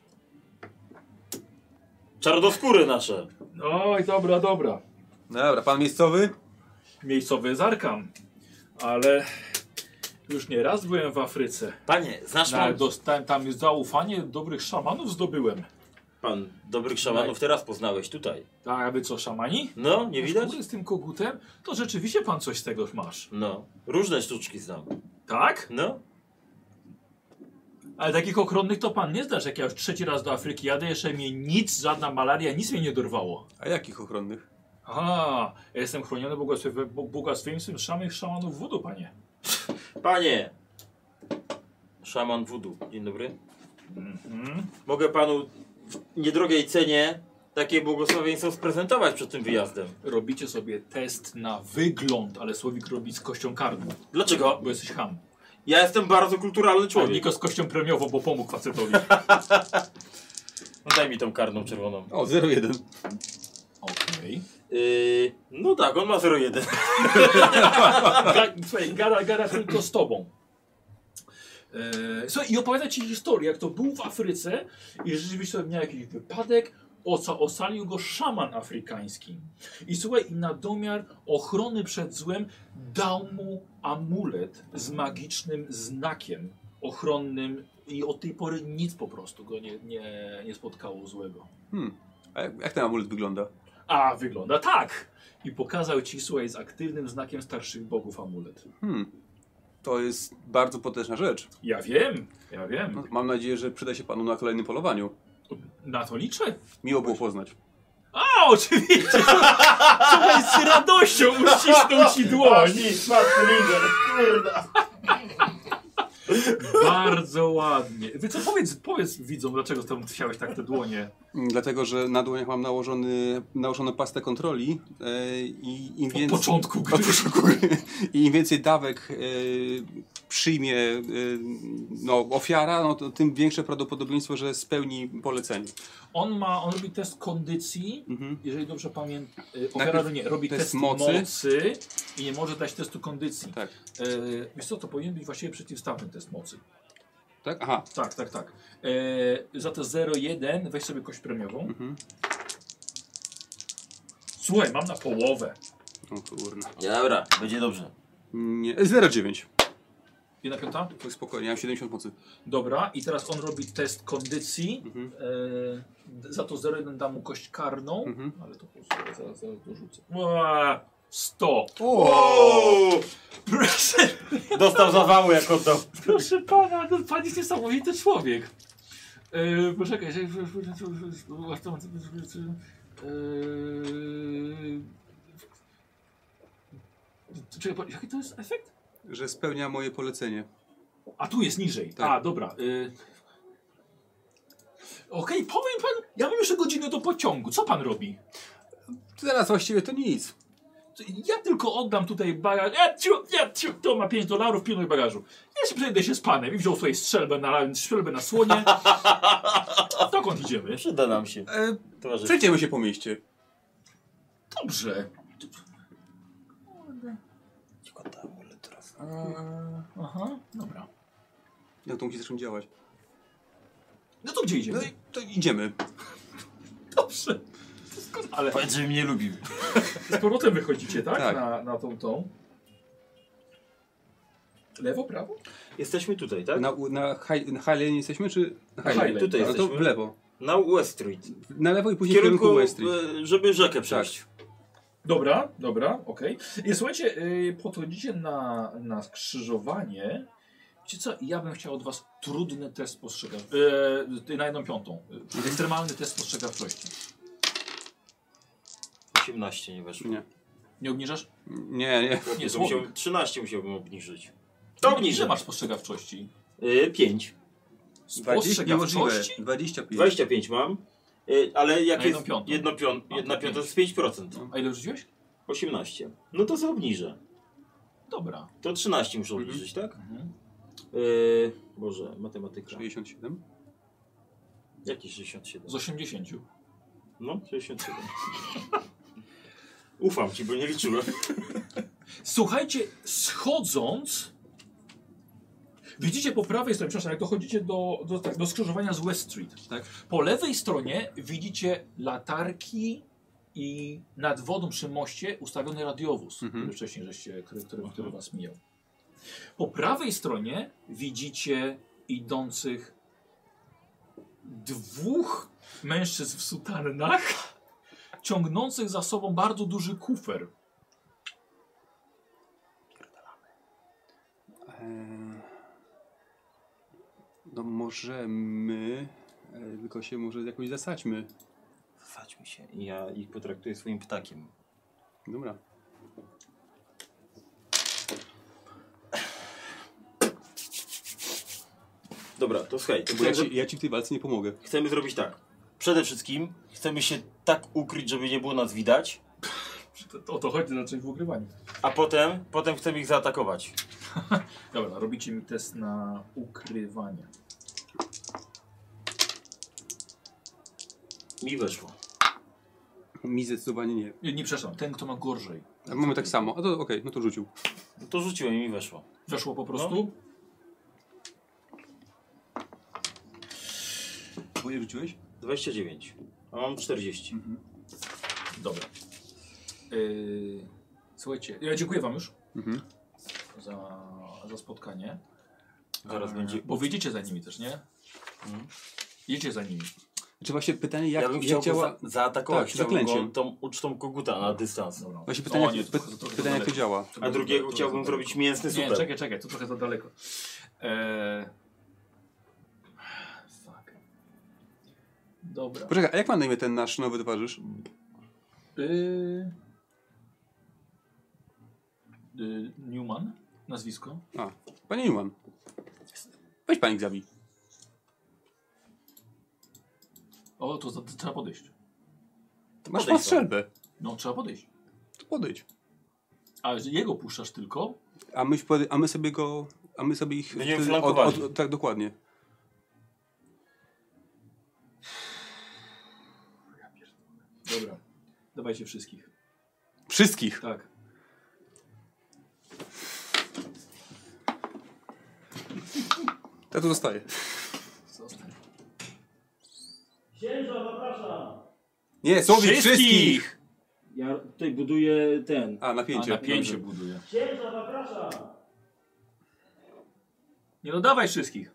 Czarnoskóry nasze. Oj, dobra. Dobra, pan miejscowy? Miejscowy z Arkham. Ale już nie raz byłem w Afryce. Panie, znasz No, pan... dostałem tam zaufanie dobrych szamanów zdobyłem. Pan dobrych szamanów teraz poznałeś tutaj. Tak, aby co, szamani? No, nie widać? Z tym kogutem? To rzeczywiście pan coś z tego masz. No, różne sztuczki znam. Tak? No. Ale takich ochronnych to pan nie znasz. Jak ja już trzeci raz do Afryki jadę, jeszcze mnie nic, żadna malaria, nic mnie nie dorwało. A jakich ochronnych? Aha, ja jestem chroniony błogosławieństwem samych szamanów wudu, panie. Panie! Szaman wudu. Dzień dobry. Mhm. Mogę panu w niedrogiej cenie takie błogosławieństwo sprezentować przed tym wyjazdem. Robicie sobie test na wygląd, ale Słowik robi z kością karną. Dlaczego? Bo jesteś ham. Ja jestem bardzo kulturalny A człowiek. Niko z kością premiową, bo pomógł facetowi. No daj mi tą karną czerwoną. O, 0,1. Okej. No tak, on ma 0,1. Słuchaj, gada tylko z tobą. Słuchaj, i opowiada ci historię, jak to był w Afryce i rzeczywiście miał jakiś wypadek, ocalił go szaman afrykański. I słuchaj, i na domiar ochrony przed złem dał mu amulet z magicznym znakiem ochronnym i od tej pory nic po prostu go nie spotkało złego. A jak ten amulet wygląda? A wygląda tak! I pokazał ci, słuchaj, z aktywnym znakiem starszych bogów amulet. To jest bardzo potężna rzecz. Ja wiem. No, mam nadzieję, że przyda się panu na kolejnym polowaniu. Na to liczę. Miło było poznać. A, oczywiście! Słuchaj, z radością uścisnął ci dłoń. Bardzo ładnie. Wy co, powiedz widzom, dlaczego tam chciałeś tak te dłonie. Dlatego, że na dłoniach mam nałożoną pastę kontroli i im więcej... Od początku gry. I im więcej dawek przyjmie ofiara, no to tym większe prawdopodobieństwo, że spełni polecenie. On robi test kondycji, jeżeli dobrze pamiętam. Ofiara robi test mocy i nie może dać testu kondycji. Tak. Wiesz co, to powinien być właściwie przeciwstawny test mocy. Tak? Aha. Tak. Za to 0,1 weź sobie kość premiową. Słuchaj, mam na połowę. O kurna. Dobra, będzie dobrze. Nie, 0,9. 1/5? To spokojnie, ja mam 70 mocy. Dobra, i teraz on robi test kondycji. Za to 0,1 dam mu kość karną. Ale to zaraz dorzucę. 100. Proszę. Dostał zawału jako to. Proszę pana, pan jest niesamowity człowiek. Poczekaj. Czekaj, jaki to jest efekt? Że spełnia moje polecenie. A tu jest niżej. Tak. A, dobra. Okej, powiem pan, ja mam jeszcze godzinę do pociągu. Co pan robi? Teraz właściwie to nic. Ja tylko oddam tutaj bagaż. To ma $5, pilnuj bagażu. Ja się przejdę się z panem i wziął swoją strzelbę na słonie. Dokąd idziemy? Przyda nam się. Przejdziemy się po mieście. Dobrze. Aha, dobra. Jak to musi zacząć działać? No to gdzie idziemy? No i to idziemy. Dobrze. Ale Powiedz, że mnie lubił. z powrotem wychodzicie, tak? Tak. Na tą. Lewo, prawo? Jesteśmy tutaj, tak? Na Highline jesteśmy, czy... Na Highline. Tutaj No to jesteśmy. w lewo. Na West Street. Na lewo i W później w kierunku West kierunku, Street. żeby rzekę przejść. Dobra, okej. I słuchajcie, podchodzicie na skrzyżowanie. Wiecie co, ja bym chciał od was trudny test spostrzegawczości. Na 1/5. Ekstremalny test spostrzegawczości. 18 nie weszło. Nie. Nie obniżasz? Nie. Nie, To musiał, Słowik. 13 musiałbym obniżyć. To To obniżę. Ile masz spostrzegawczości? 5. Spostrzegawczości? 25. 25 mam. Ale jak Na jest 1/5. 1/5 to jest 5%. A ile rzuciłeś? 18. No to sobie obniżę. Dobra. To 13 muszę obniżyć, tak? Mhm. Boże, matematyka. 67. Jaki 67? Z 80. No, 67. Ufam ci, bo nie liczyłem. Słuchajcie, schodząc, widzicie po prawej stronie, przepraszam, jak dochodzicie do skrzyżowania z West Street. Tak. Po lewej stronie widzicie latarki i nad wodą przy moście ustawiony radiowóz, który wcześniej który was mijał. Po prawej stronie widzicie idących 2 mężczyzn w sutannach, ciągnących za sobą bardzo duży kufer. No możemy, tylko się może jakoś zasadźmy. Zasadźmy się. I ja ich potraktuję swoim ptakiem. Dobra. Dobra, to słuchaj. Bo ja ci w tej walce nie pomogę. Chcemy zrobić tak. Przede wszystkim chcemy się tak ukryć, żeby nie było nas widać, O to chodzi na czymś w ukrywaniu. a potem chcemy ich zaatakować. Dobra, robicie mi test na ukrywanie. Mi weszło. Mi zdecydowanie nie. Nie, przepraszam, ten kto ma gorzej. A mamy tak samo. A to okej, no to rzucił. No to rzuciłem i mi weszło. Weszło po prostu? Bo ile rzuciłeś? 29. A mam 40. Dobra. Słuchajcie, ja dziękuję wam już za spotkanie. Zaraz będzie. Bo wyjdziecie za nimi też, nie? Idziecie za nimi. Czy właśnie pytanie, Ja bym chciał działa... go zaatakować. Tak, Chciałbym zaklęciem. go tą ucztą koguta na dystans. Dobra. Właśnie pytanie, O, nie, to trochę pytanie jak to daleko. działa. A drugiego chciałbym zrobić mięsny Nie, super. czekaj, to trochę za daleko. Fuck. Dobra. Poczekaj, a jak ma na imię ten nasz nowy towarzysz? Newman, nazwisko. A, panie Newman. Weź panik zabij. O, to trzeba podejść. Masz podejdź strzelbę. No, trzeba podejść. To podejdź. A jego puszczasz tylko? A my sobie ich... Będziemy flankowali. Tak, dokładnie. Dobra. Dawajcie wszystkich. Wszystkich. Tak. Ja tu zostaję. Zostań. Księża, zapraszam. Nie, Słowik, wszystkich! Ja tutaj buduję ten. A, napięcie. A, napięcie Dobrze. buduje. Księża, zapraszam. Nie dodawaj wszystkich.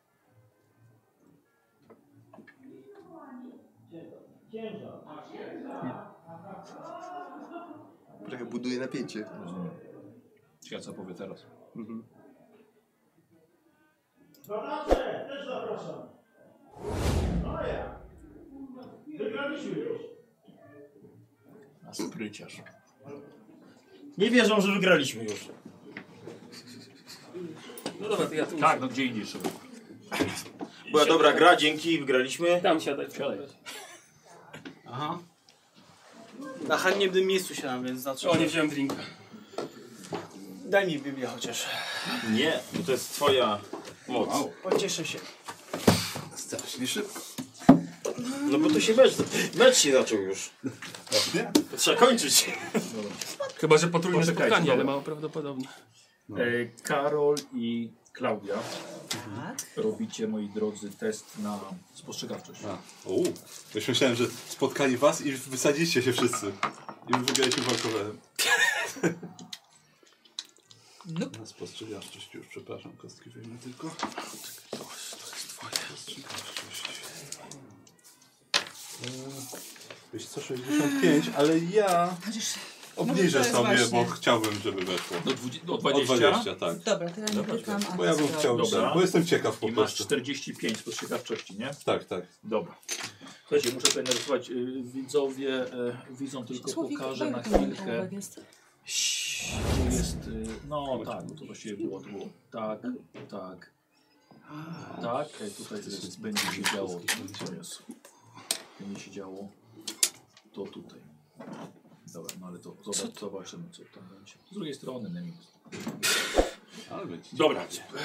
Trochę buduje napięcie. Rozumiem. Ciekawe co powie teraz. Zapraszam, też zapraszam. No ja. Wygraliśmy już. A spryciarz. Nie wierzą, że wygraliśmy już. No dobra, to ja tu Tak, no gdzie indziej trzeba. Była dobra gra, dzięki, wygraliśmy. tam siadaj. Aha. Na haniebnym miejscu siadam, więc znaczy... O, nie wziąłem drinka. Daj mi Biblię chociaż. Nie, bo to jest twoja moc. Pocieszę się. Strasznie szybko. No bo to się mecz się zaczął już. To trzeba kończyć. Chyba, że potrójne Poczekajcie, spotkanie, ale dobra. mało prawdopodobnie. Karol i Klaudia. Tak. Robicie, moi drodzy, test na spostrzegawczość. Już myślałem, że spotkali was i wysadziliście się wszyscy. I wygraliśmy walkowerem. Nope. Na spostrzegawczość już, przepraszam, kostki wyjmę tylko. To jest twoje. Spostrzegawczość. Wiesz co, 65, ale ja obniżę to jest sobie, właśnie. bo chciałbym, żeby weszło. Do O 20? 20, tak. Dobra, to ja nie pykam, a Bo ja bym chciał, Dobra. bo jestem ciekaw po I masz prostu. 45 spostrzegawczości, nie? Tak, tak. Dobra. Słuchajcie, muszę tutaj narysować. Widzowie widzą, tylko Słowik, pokażę na daj mi chwilkę. ołówek jest. Tu jest. No tak, to właściwie było. Tak, tak. Tak, tutaj to jest, będzie się działo. To jest. Będzie się działo. To tutaj. Dobra, no ale to zobaczymy, co tam będzie. Z drugiej strony, Nemix. Ale będzie. Dobra.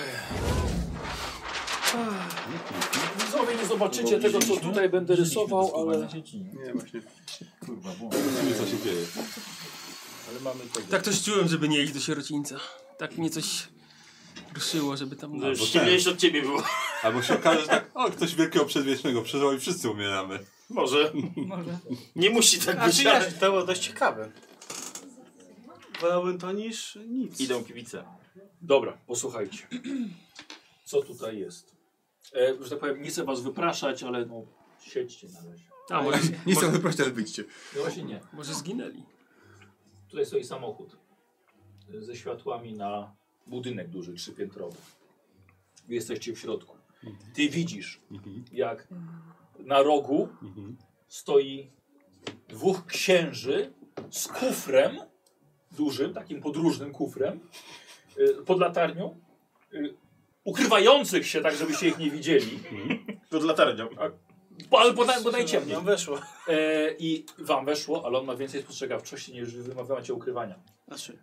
Widzowie, nie zobaczycie tego, co tutaj będę rysował, ale... Nie, właśnie. Kurwa, Zobaczymy, co się dzieje. ale mamy tego. Tak też czułem, żeby nie iść do sierocińca. Tak mnie coś ruszyło, żeby tam... Albo Ściemniejsze od ciebie było. Albo się okaże, że tak, o, ktoś wielkiego przedwiecznego przeżył i wszyscy umieramy. Może. Może. Nie musi tak A być, czy ale... ja, to było dość ciekawe. Wolałbym to niż nic. Idą kibice. Dobra, posłuchajcie. Co tutaj jest? Że tak powiem, nie chcę was wypraszać, ale no, siedźcie na razie. A, może, Nie chcę wyprosić, ale wyjdźcie. No właśnie nie. może zginęli. Tutaj stoi samochód ze światłami na budynek duży, 3-piętrowy. Wy jesteście w środku. Ty widzisz, jak na rogu stoi dwóch księży z kufrem, dużym, takim podróżnym kufrem, pod latarnią, ukrywających się tak, żebyście ich nie widzieli. Pod latarnią. Ale bodaj ciemniej. Nam weszło. I wam weszło, ale on ma więcej spostrzegawczości niż wy macie ukrywania. Znaczy,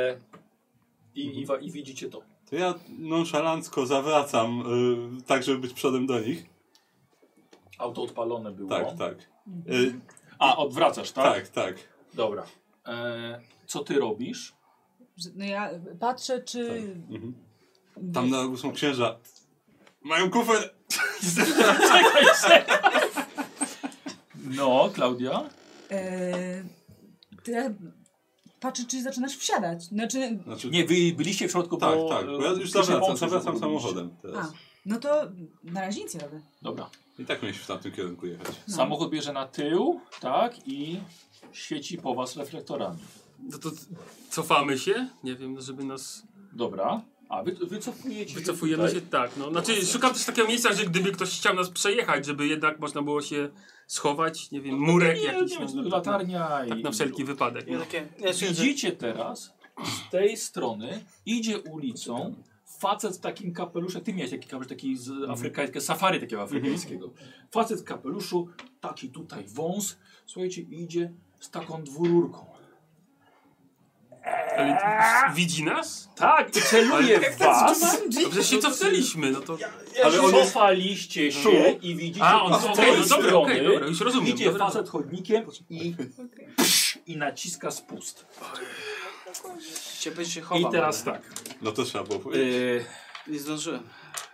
I widzicie to. To ja nonszalancko zawracam, tak żeby być przodem do nich. Auto odpalone było. Tak, tak. A, odwracasz, tak? Tak, tak. Dobra. Co ty robisz? No ja patrzę, czy... Mhm. Tam na rogu są księża. Mają kufer! No, Klaudia? To ja patrzę, czy zaczynasz wsiadać. Znaczy... Nie, wy byliście w środku, Tak, bo... tak, bo ja już pierwszej pomocy zawracam zrobiliście. samochodem teraz. A, no to na razie nic nie robię. Dobra. I tak mieliśmy w tamtym kierunku jechać. No. Samochód bierze na tył, tak? I świeci po was reflektorami. No to cofamy się? Nie wiem, żeby nas... Dobra. A wy wycofujecie Wycofujemy tutaj. się, tak. No. Znaczy, szukam też takiego miejsca, że gdyby ktoś chciał nas przejechać, żeby jednak można było się schować, nie wiem, murek Nie, jakiś. nie, no, latarnia tak i... na wszelki wypadek. ja No. takie... Widzicie teraz, z tej strony idzie ulicą facet w takim kapeluszu, ty miałeś taki kapelusz, taki z afrykańskiego, safari takiego afrykańskiego. Facet w kapeluszu, taki tutaj wąs, słuchajcie, idzie z taką dwururką. Ale widzi nas? Tak, i celuje w was. No przecież się cofnęliśmy, no to... Ale cofaliście się i widzicie, A, on z okej, tej no dobra, strony okej, dobra, już rozumiem. idzie Dobra. facet chodnikiem i naciska spust. Cię będzie się chował. I teraz ale tak. No to trzeba było powiedzieć. Nie zdążyłem.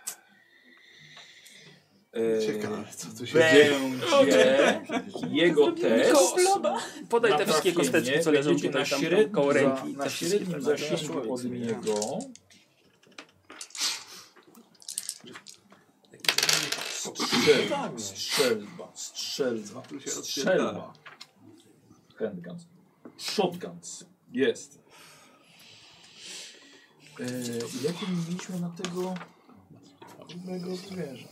Ciekawe, co tu się dzieje. Będzie jego test. Podaj na te wszystkie trafienie. kosteczki, co leżą Będziecie tutaj na tam średnim koło ręki. Na Te wszystkie średnim tam. zasięgu od niego. Strzelba. Handguns. Shotguns. Jest. Jaki mieliśmy na tego drugego zwierza?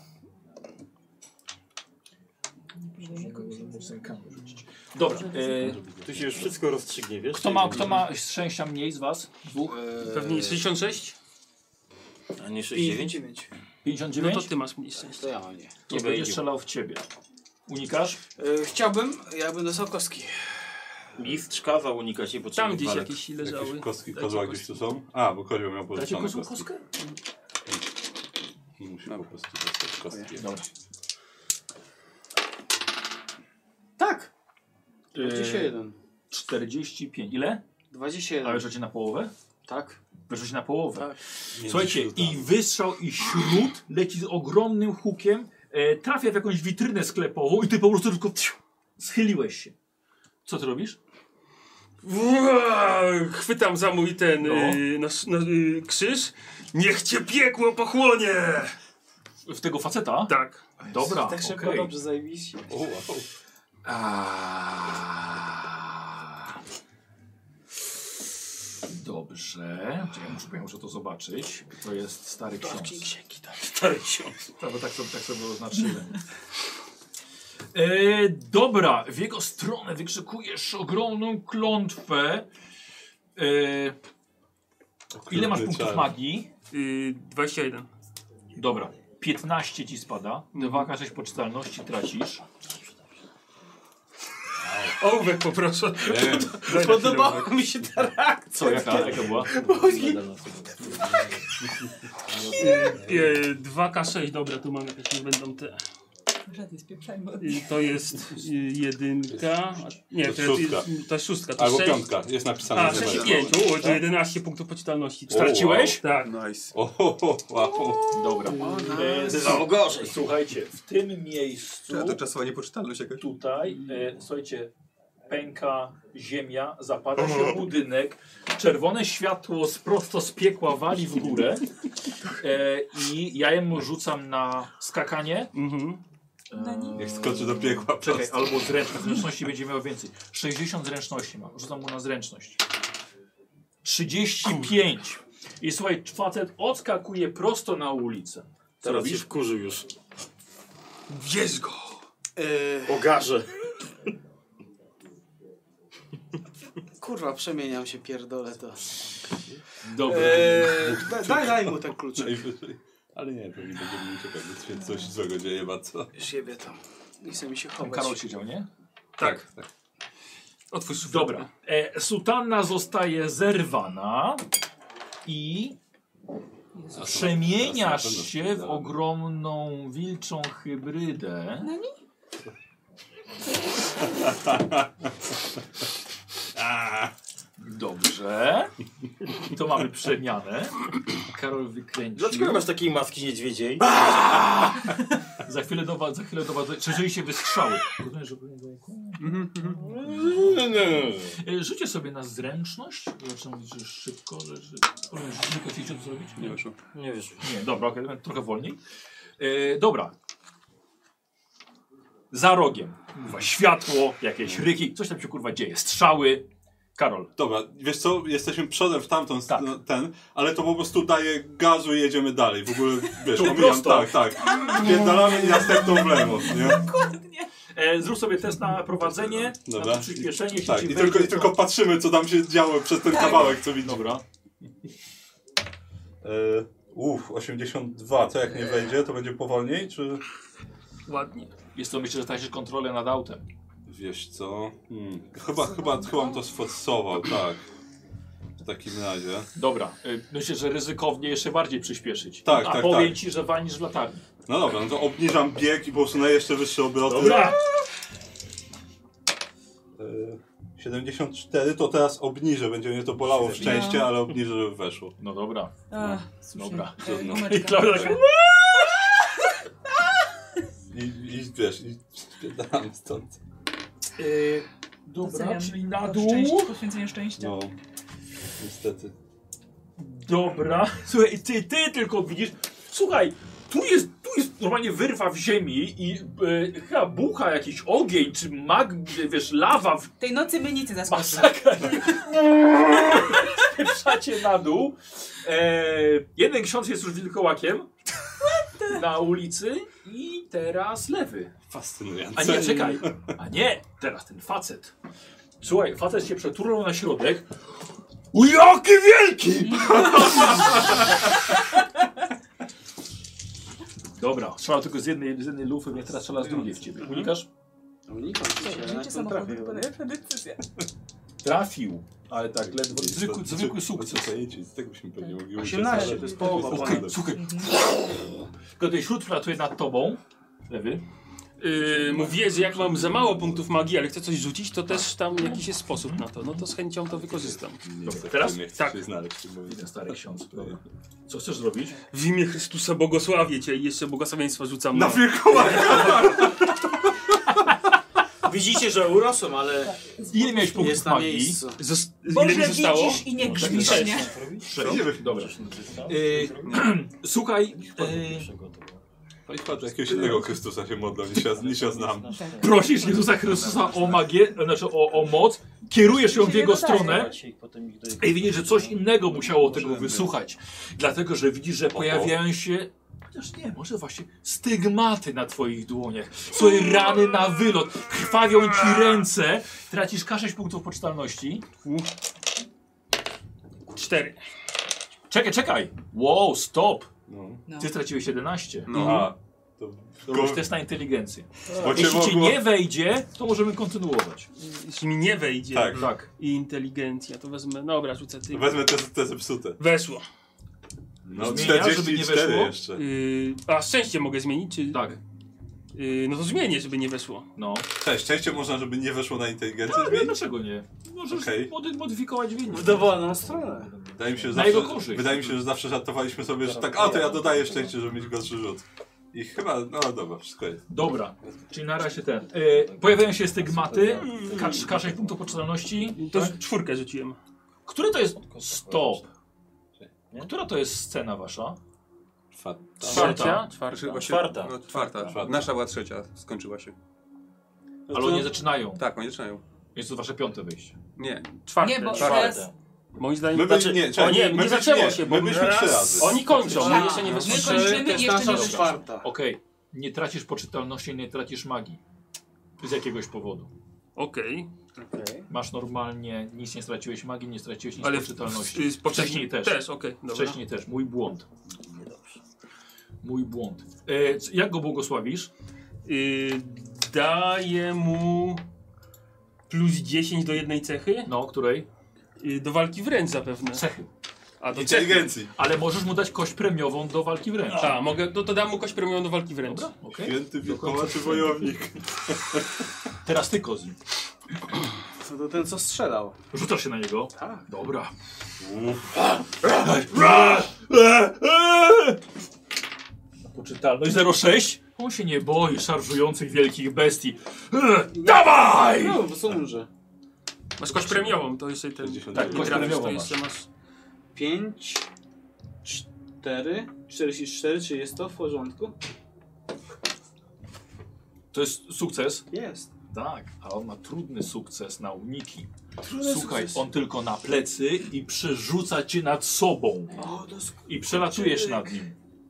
Dobra. Tu się już wszystko rozstrzygnie, wiesz? Kto ma szczęścia mniej z was? Dwóch? Pewnie 66? A nie 69? 9. 59? No to ty masz mniej szczęścia. To ja mam nie. To będzie strzelał w ciebie. Unikasz? Chciałbym, jakbym dostał kostki. Mistrz kazał unikać niepotrzebnych Tam gdzieś walek. jakieś Jakieś leżały. kostki Dajcie kozła kostki. gdzieś tu są? A, bo kozioł miał Dajcie pożyczone kostki. kostkę? Musi po prostu dostać kostki. Dobra. Tak. 21. 21. 45. Ile? 21. A weszecie na połowę? Tak. Weszecie na połowę. Tak. Słuchajcie, i wystrzał, i śród leci z ogromnym hukiem, trafia w jakąś witrynę sklepową i ty po prostu tylko schyliłeś się. Co ty robisz? Chwytam za mój ten krzyż. Niech cię piekło pochłonie! W tego faceta? Tak. Dobra, Tak szybko, okej. dobrze, zajebiście. Dobrze. Czekaj, muszę to zobaczyć. To jest stary ksiądz. Księgi, tak. Stary ksiądz. Bo tak sobie oznaczyłem. Dobra, w jego stronę wykrzykujesz ogromną klątwę. Ile masz punktów magii? 21. Dobra, 15 ci spada. 2K6 poczytalności tracisz. Ołówek poproszę. Podobała mi się ta reakcja. Co, jaka była? 2K6, dobra, tu mam jakieś, nie będą te. Żadnie spieprzajmy. To jest 1. Nie, To jest szóstka. To jest szóstka. To Albo 6. piątka, jest napisane. A, że 6 i będzie. 5. To 11 punktów poczytalności. Straciłeś? Tak. Nice. Wow. Dobra. Bywało gorzej. Słuchajcie, w tym miejscu, Czy to czasowa niepoczytalność jakaś? tutaj, słuchajcie, pęka ziemia, zapada się budynek, czerwone światło prosto z piekła wali w górę i ja jemu rzucam na skakanie. Jak skoczy do piekła. Czekaj, albo zręczności będzie miał więcej. 60 zręczności mam, rzucam mu na zręczność. 35. I słuchaj, facet odskakuje prosto na ulicę. Co Teraz się robisz? wkurzył już. Bierz go! Pogarzę. Kurwa, przemieniam się, pierdolę to. Dobra. Daj mu ten kluczyk. Najwyżej. Ale nie, pewnie będziemy uciekać, więc coś złego dzieje bardzo. Siebie to. Nie chce mi się chować. Karol siedział, nie? Tak. Otwórz szufladę. Dobra. Sutanna zostaje zerwana i przemieniasz się w ogromną wilczą hybrydę. Dobrze. To mamy przemianę. Karol wykręcił. Dlaczego masz takiej maski niedźwiedziej? Za chwilę do was, czy się wystrzały. Rzućcie sobie na zręczność. Zobaczymy, czy szybko, szybko chcecie to zrobić? Nie wyszło. Nie wiesz. Nie, dobra, okay, trochę wolniej. Dobra. Za rogiem. Kurwa, światło, jakieś ryki, coś tam się kurwa dzieje. Strzały. Karol. Dobra, wiesz co, jesteśmy przodem w tamtą Tak. ale to po prostu daje gazu i jedziemy dalej. W ogóle, wiesz, Tu omijam, prosto. tak. Spierdalamy i następną w lewo, nie? Dokładnie. Zrób sobie test na prowadzenie, Dobra. na przyspieszenie. jeśli Tak, ci i wejdzie, tylko patrzymy, co tam się działo przez ten kawałek, co widzimy. Dobra. 82, to jak nie wejdzie, to będzie powolniej, czy... Ładnie. Jest to, myślę, że tracisz kontrolę nad autem. Wiesz co, chyba bym to sforsował, tak. W takim razie. Dobra, myślę, że ryzykownie jeszcze bardziej przyspieszyć. Tak, A tak, powiem tak. ci, że walnisz w latarni. No dobra, no to obniżam bieg i po prostu na jeszcze wyższe obroty. Dobra! 74 to teraz obniżę, będzie mnie to bolało w szczęście, ale obniżę, żeby weszło. No dobra. Dobra. I Klaudra się... I wiesz, i spierdalamy stąd. Dobra, czyli na dół. Poświęcenie szczęścia. No, niestety. Dobra. Słuchaj, ty tylko widzisz. Słuchaj, tu jest normalnie wyrwa w ziemi i chyba bucha jakiś ogień, czy wiesz, lawa w Tej nocy my nic nie zaskoczy. masakra. Pieprzacie na dół. Jeden ksiądz jest już wilkołakiem na ulicy i teraz lewy. Fascynujące. A nie, czekaj. A nie, teraz ten facet. Słuchaj, facet się przeturlał na środek. O, jaki wielki! Dobra, strzelał tylko z jednej lufy, więc teraz strzela z drugiej w ciebie. Unikasz? Unikam Życie samochodu to najlepsza decyzja. Trafił, ale tak ledwo. Zwykły sukces. Z tego byśmy pewnie mogli 18, to jest połowa. Okej, słuchaj. Tylko ten śród przelatuje nad tobą. Lewy. Mówię, że jak mam za mało punktów magii, ale chcę coś rzucić, to też tam jakiś jest sposób na to. No to z chęcią to wykorzystam. Dobra, teraz? Nie chcę Tak. się znaleźć. Bo Jeden stary ksiądz. Dobra. Co chcesz zrobić? W imię Chrystusa błogosławię cię i jeszcze błogosławieństwa rzucam na wilkołaka! widzicie, że urosłem, ale... Ile miałeś punktów Jest na magii? miejscu. Ile mi zostało? widzisz i nie grzmisz, nie? 6. Dobra. Słuchaj, No i patrz, jakiegoś innego Chrystusa się modlą, niż ja znam. prosisz Jezusa Chrystusa o magię, znaczy o moc, kierujesz ją w jego stronę i widzisz, że coś innego musiało tego wysłuchać. Dlatego, że widzisz, że pojawiają się, chociaż nie, może właśnie stygmaty na twoich dłoniach. Swoje rany na wylot, krwawią ci ręce, tracisz K6 punktów poczytalności. 4. Czekaj! Wow, stop! No. Ty straciłeś 11. A, to Robisz test na inteligencję. bo cię Jeśli ci mogło... nie wejdzie, to możemy kontynuować. Jeśli mi nie wejdzie Tak. Tak. i inteligencja, to wezmę... Dobra, rzucę ty. Wezmę te zepsute. Weszło. No, Zmienia, żeby nie 44 weszło? jeszcze. A szczęście mogę zmienić, czy... Tak. No to zmienię, żeby nie weszło. No. Cześć, szczęście można, żeby nie weszło na inteligencję Ale zmienić? dlaczego nie? Możesz Okej. modyfikować wynik. W dowolną stronę. Wydaje mi się, że Na zawsze, jego korzyść. wydaje mi się, że zawsze żartowaliśmy sobie, że tak, a to ja dodaję szczęście, żeby mieć gorszy rzut. I chyba, no dobra, wszystko jest. Dobra, czyli na razie ten. Pojawiają się stygmaty, K6 punktów poczytalności. To Tak? 4 rzuciłem. Który to jest... Stop. Która to jest scena wasza? Czwarta. Czwarta. No, czwarta. Nasza była trzecia, skończyła się. Ale oni zaczynają. Tak, oni zaczynają. Jest to wasze 5. wyjście. Nie. Czwarte. Nie, bo Czwarte. teraz Moim zdaniem... My Znaczy, byli, nie, nie, nie zaczęło się, bo my byliśmy 3 razy. oni kończą, my jeszcze nie My weszliśmy. kończymy To i jest jeszcze nie nasza wyszło. czwarta. Okej. Nie tracisz poczytalności, nie tracisz magii. Z jakiegoś powodu. Okej. Masz normalnie, nic nie straciłeś magii, nie straciłeś nic Ale poczytalności. wcześniej też, okej. Dobra. Wcześniej też. Mój błąd. Mój błąd. Jak go błogosławisz? Daję mu plus 10 do jednej cechy. No, której? Do walki wręcz zapewne. Cechy. A do cechy. Inteligencji. Ale możesz mu dać kość premiową do walki wręcz. A, mogę, to dam mu kość premiową do walki wręcz. Dobra, okej. Święty wilkołaczy wojownik. Teraz ty, Kozi. Co to ten, co strzelał? Rzucasz się na niego. Tak. Dobra. Poczytalność 0,6. On się nie boi szarżujących wielkich bestii. Dawaj! No, bo co umrze. Masz kość premiową, to jeszcze ten... 60. Tak, kość trafisz, premiową to jeszcze masz... 5, 4, 44, czy jest to w porządku? To jest sukces. Jest. Tak, a on ma trudny sukces na uniki. Słuchaj, on tylko na plecy i przerzuca cię nad sobą. O, to jest... I przelatujesz nad nim.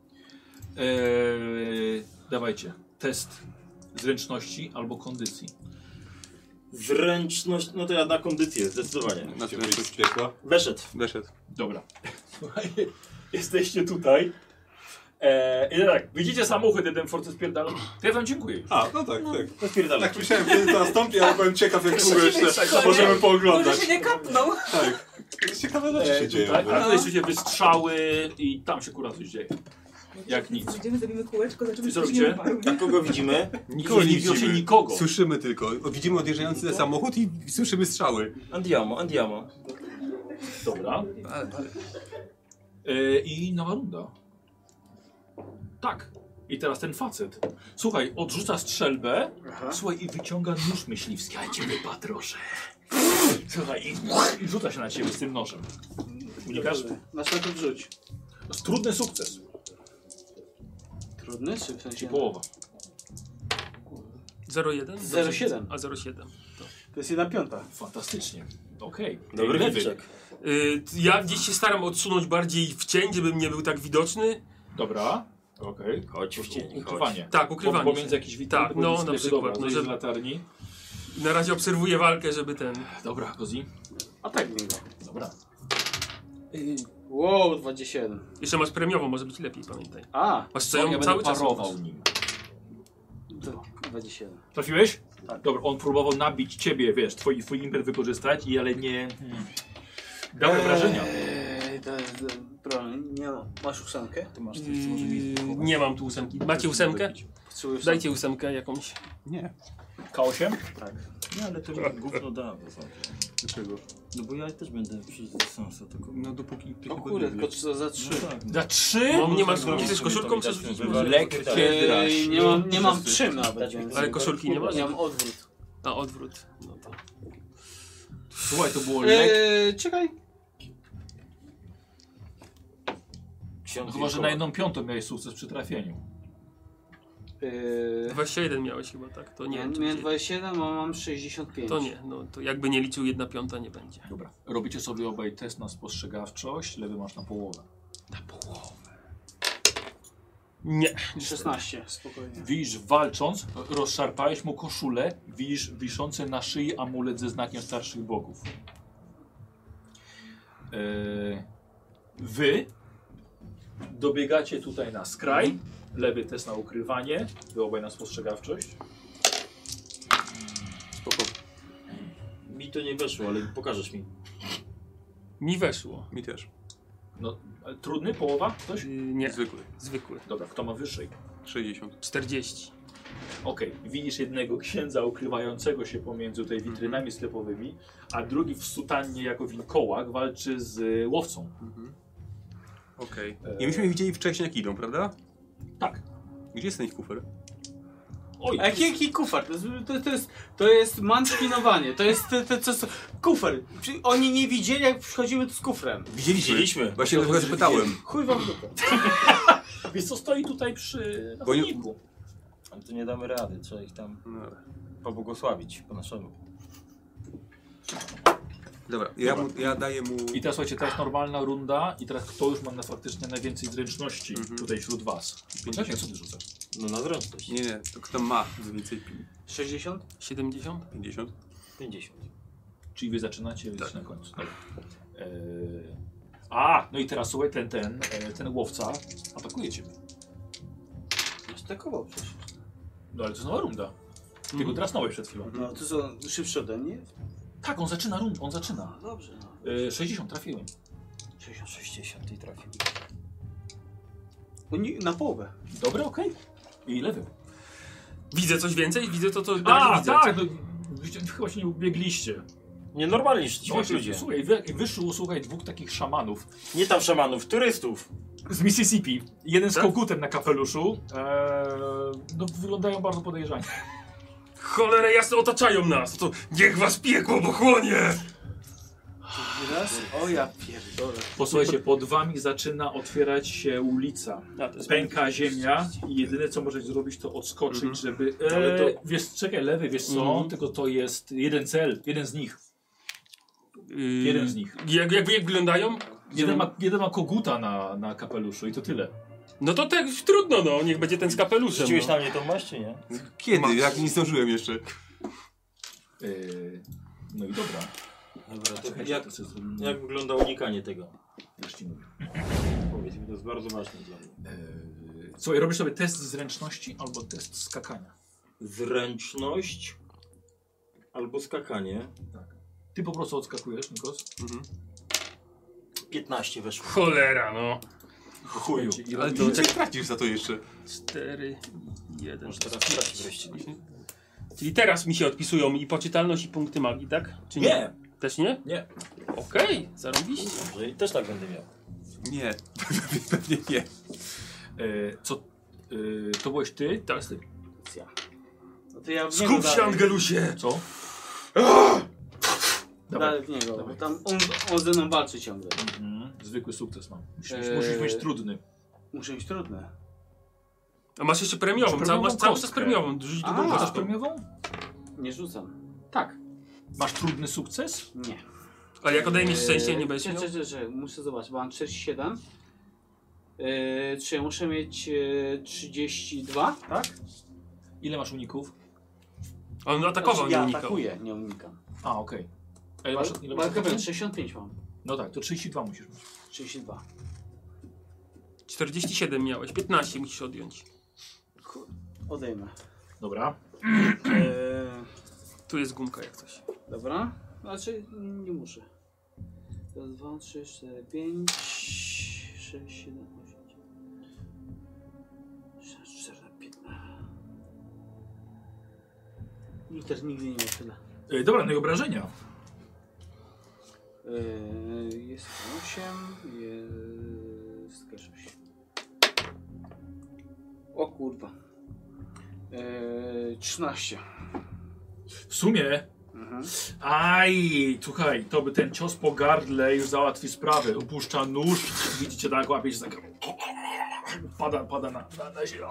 Dawajcie, test zręczności albo kondycji. Zręczność, no to ja na kondycję, zdecydowanie. Na Cię wyjść z piekła. Weszedł. Weszedł. Dobra. Słuchaj, jesteście tutaj. I tak, widzicie samochód, jeden force spierdala. To ja wam dziękuję. A, no tak, tak. To spierdalaj. Tak myślałem, kiedy to nastąpi, ale byłem ciekaw, jak długo jeszcze możemy Może pooglądać. się nie kapnął. Tak. Ciekawe rzeczy się dzieją. Tak, a tutaj słyszycie wystrzały i tam się kurwa coś dzieje. Jak nic. Idziemy, zrobimy kółeczko, zobaczymy, Co czy ktoś robicie? nie umarł. A kogo widzimy? Nikogo nie widzimy się widzimy. nikogo. Słyszymy tylko. Widzimy odjeżdżający samochód i słyszymy strzały. Andiamo, andiamo. Dobra. I nowa runda. Tak. I teraz ten facet. Słuchaj, odrzuca strzelbę. Aha. Słuchaj, i wyciąga nóż myśliwski. A ciebie patroszę. Słuchaj, i rzuca się na ciebie z tym nożem. Unikasz? Masz na to wrzuć. To jest trudny sukces. Trudny, czy w sensie... Połowa. 0,1? 0,7. A 0,7. To jest 1/5. Fantastycznie. Okej. Dobry Lewy. wilczek. Ja gdzieś się staram odsunąć bardziej w cień, żebym nie był tak widoczny. Dobra. Okej. Chodź w cień, Ukrywanie. Tak, ukrywanie Pomiędzy się. jakiś witam. Tak, no, na przykład, no, z żeby- latarni. Na razie obserwuję walkę, żeby ten... Dobra, Kozi. A tak nie go. Dobra. Wow, 27. Jeszcze masz premiową, może być lepiej, pamiętaj. A, Masz co Ja ją będę cały czas parował masz. nim. to 27. Trafiłeś? Tak. Dobra, on próbował nabić ciebie, wiesz, twój impet wykorzystać, ale nie... Dałem wrażenia. Problem. Nie no. Masz 8? Ty masz Nie mam tu 8. Macie 8? Potrzebujesz Dajcie 8 jakąś. Nie. K8? Nie, ale to mi gówno da w zasadzie. Dlaczego? No bo ja też będę przyjść do sensu tego. No dopóki ty O chyba kurde, nie tylko wiesz. za 3. Za 3? No, nie masz tak, chcesz koszulką przerzucić? Lekkie Nie mam czym nawet, więc... Ale koszulki nie masz? Nie mam odwrót. Na odwrót. No to. Słuchaj, to było lekkie. Czekaj. Chyba, że na 1/5 miałeś sukces przy trafieniu. 21 miałeś chyba, tak? To nie. Miałem 27, a mam 65. To nie, no to jakby nie liczył 1/5 nie będzie. Dobra. Robicie sobie obaj test na spostrzegawczość. Lewy masz na połowę. Na połowę. Nie. 16, spokojnie. Widzisz, walcząc, rozszarpałeś mu koszulę. Widzisz wiszący na szyi amulet ze znakiem starszych bogów. Wy dobiegacie tutaj na skraj. Lewy test na ukrywanie. Wy obaj na spostrzegawczość. Spoko. Mi to nie weszło, ale pokażesz mi. Mi weszło. Mi też. No, trudny? Połowa? Ktoś? Nie. Zwykły. Zwykły. Dobra, kto ma wyżej? 60. 40. Okej, widzisz jednego księdza ukrywającego się pomiędzy tutaj witrynami sklepowymi, a drugi w sutannie jako wilkołak walczy z łowcą. Okej. I myśmy ich widzieli wcześniej jak idą, prawda? Tak. Gdzie jest ten ich kufer? Oj, A jaki kufer? To jest manspinowanie. To jest kufer. Oni nie widzieli, jak przychodzimy tu z kufrem. Widzieliśmy. Właśnie dlatego zapytałem. Chuj wam w dupę. wiesz co stoi tutaj przy Bo nie- chodniku. Ale to nie damy rady, trzeba ich tam Dobra. pobłogosławić po naszemu. Dobra, ja daję mu... I teraz słuchajcie, teraz normalna runda i teraz kto już ma na faktycznie najwięcej zręczności tutaj wśród was? 50, co ty rzucasz? No na zręczność. Nie, to kto ma więcej 60? 70? 50? 50. Czyli wy zaczynacie, wy Tak. na końcu. Dobra. No i teraz słuchaj, ten łowca atakuje ciebie. Atakował przecież. No ale to jest nowa runda. Ty go drasnąłeś przed chwilą. No to co, szybszy ode mnie? Tak, on zaczyna rundę, on zaczyna. No dobrze, no. 60 trafiłem. 60 i trafił. Na połowę. Dobra, okej. I lewy. Widzę coś więcej? Widzę to, co A, widzę. tak! No, chyba się nie ubiegliście. Nienormalni świetni ludzie. Słuchaj, wyszło, słuchaj, dwóch takich szamanów Nie tam szamanów, turystów. z Mississippi. Jeden z Tak? kogutem na kapeluszu. No wyglądają bardzo podejrzanie. Cholera jasne, otaczają nas! To niech was piekło pochłonie! Raz? O ja pierdolę. Posłuchajcie, pod wami zaczyna otwierać się ulica. A, to jest Pęka ziemia i jedyne co możesz zrobić to odskoczyć, żeby... Ale to- Wiesz, czekaj, lewy, wiesz co? Tylko to jest jeden cel, jeden z nich. Jeden z nich. Jak wyglądają? Jeden ma koguta na kapeluszu i to tyle. No to tak trudno, no. Niech będzie ten z kapeluszem. Rzuciłeś No. na mnie tą maść, czy nie? Kiedy? Jak nie zdążyłem jeszcze. No i dobra. Dobra, to Czekaj, jak, to sobie zrobimy. jak wygląda unikanie tego? Już ci mówię. Powiedz mi, to jest bardzo ważne dla mnie. Słuchaj, robisz sobie test zręczności albo test skakania. Zręczność albo skakanie. Tak. Ty po prostu odskakujesz, Nikos. 15 weszło. Cholera, no. Chuju. Ale to czek tracisz za to jeszcze. 4, 1. Może teraz traci wreszcie. Czyli teraz mi się odpisują i poczytalność i punkty magii, tak? Czy Nie. Też nie? Nie. Okej, zarobiście. Dobrze, i też tak będę miał. Nie. Pewnie nie. To byłeś ty? Tak. Teraz ty. No to ja w niego Skup się, dalej. Angelusie! Co? Dalej w niego, bo tam on ze mną walczy ciągle. Zwykły sukces mam. Musisz mieć trudny. Muszę mieć trudne. A masz jeszcze premiową, Masz masz cały czas kostkę. premiową. Rzuć A. drugą Masz kostką. premiową? Nie rzucam. Tak. Masz trudny sukces? Nie. Ale jak odejmiesz szczęście, nie będziesz miał? Muszę zobaczyć, bo mam 47. Czy ja muszę mieć 32, tak? Ile masz uników? On atakował, Znaczy, nie ja unikał. atakuję, nie unikam. A, okej. A ile masz Bo ja ataków? 65 mam. No tak, to 32 musisz mieć. 32. 47 miałeś, 15 musisz odjąć. Odejmę. Dobra. Tu jest gumka jak coś. Dobra. Znaczy, nie muszę. Raz, 2, 3, 4, 5, 6, 7, 8, 9, 4, 15. Nikt też nigdy nie miał tyle. Dobra, no i obrażenia. Jest 8, jest też 8. O kurwa. 13. W sumie... Aj, słuchaj, to by ten cios po gardle już załatwi sprawę. Upuszcza nóż, widzicie, tak, łapie się tak... Pada na ziemię.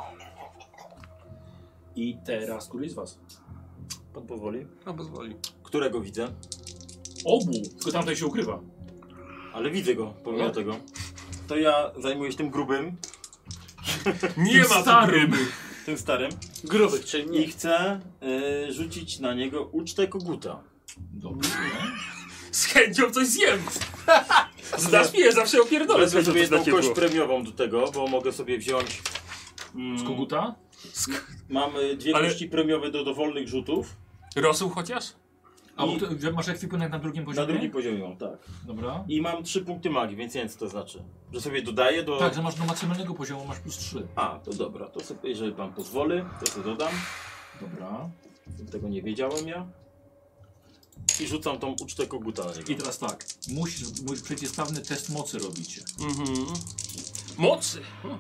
I teraz, któryś z was? Pan pozwoli? No pozwoli. Którego widzę? Obu, tylko tamten się ukrywa. Ale widzę go, pomimo tego. To ja zajmuję się tym grubym, Nie ma starym. tym starym. Grubych, czyli I nie. chcę rzucić na niego ucztę koguta. Dobrze. Z chęcią coś zjem. Znasz mnie, zawsze opierdolę Wezmę sobie jedną takie kość było. premiową do tego, bo mogę sobie wziąć... Z koguta? Mam dwie Ale- kości premiowe do dowolnych rzutów. Rosół chociaż? A bo ty, masz ekwipunek na drugim poziomie? Na drugim poziomie mam, tak. Dobra. I mam 3 punkty magii, więc nie wiem co to znaczy. Że sobie dodaję do... Tak, że masz do maksymalnego poziomu, masz plus 3. A, to dobra, to sobie, jeżeli pan pozwoli, to sobie dodam. Dobra. Tego nie wiedziałem ja. I rzucam tą ucztę koguta na niego. I teraz tak, musisz przeciwstawny test mocy robicie. Mocy.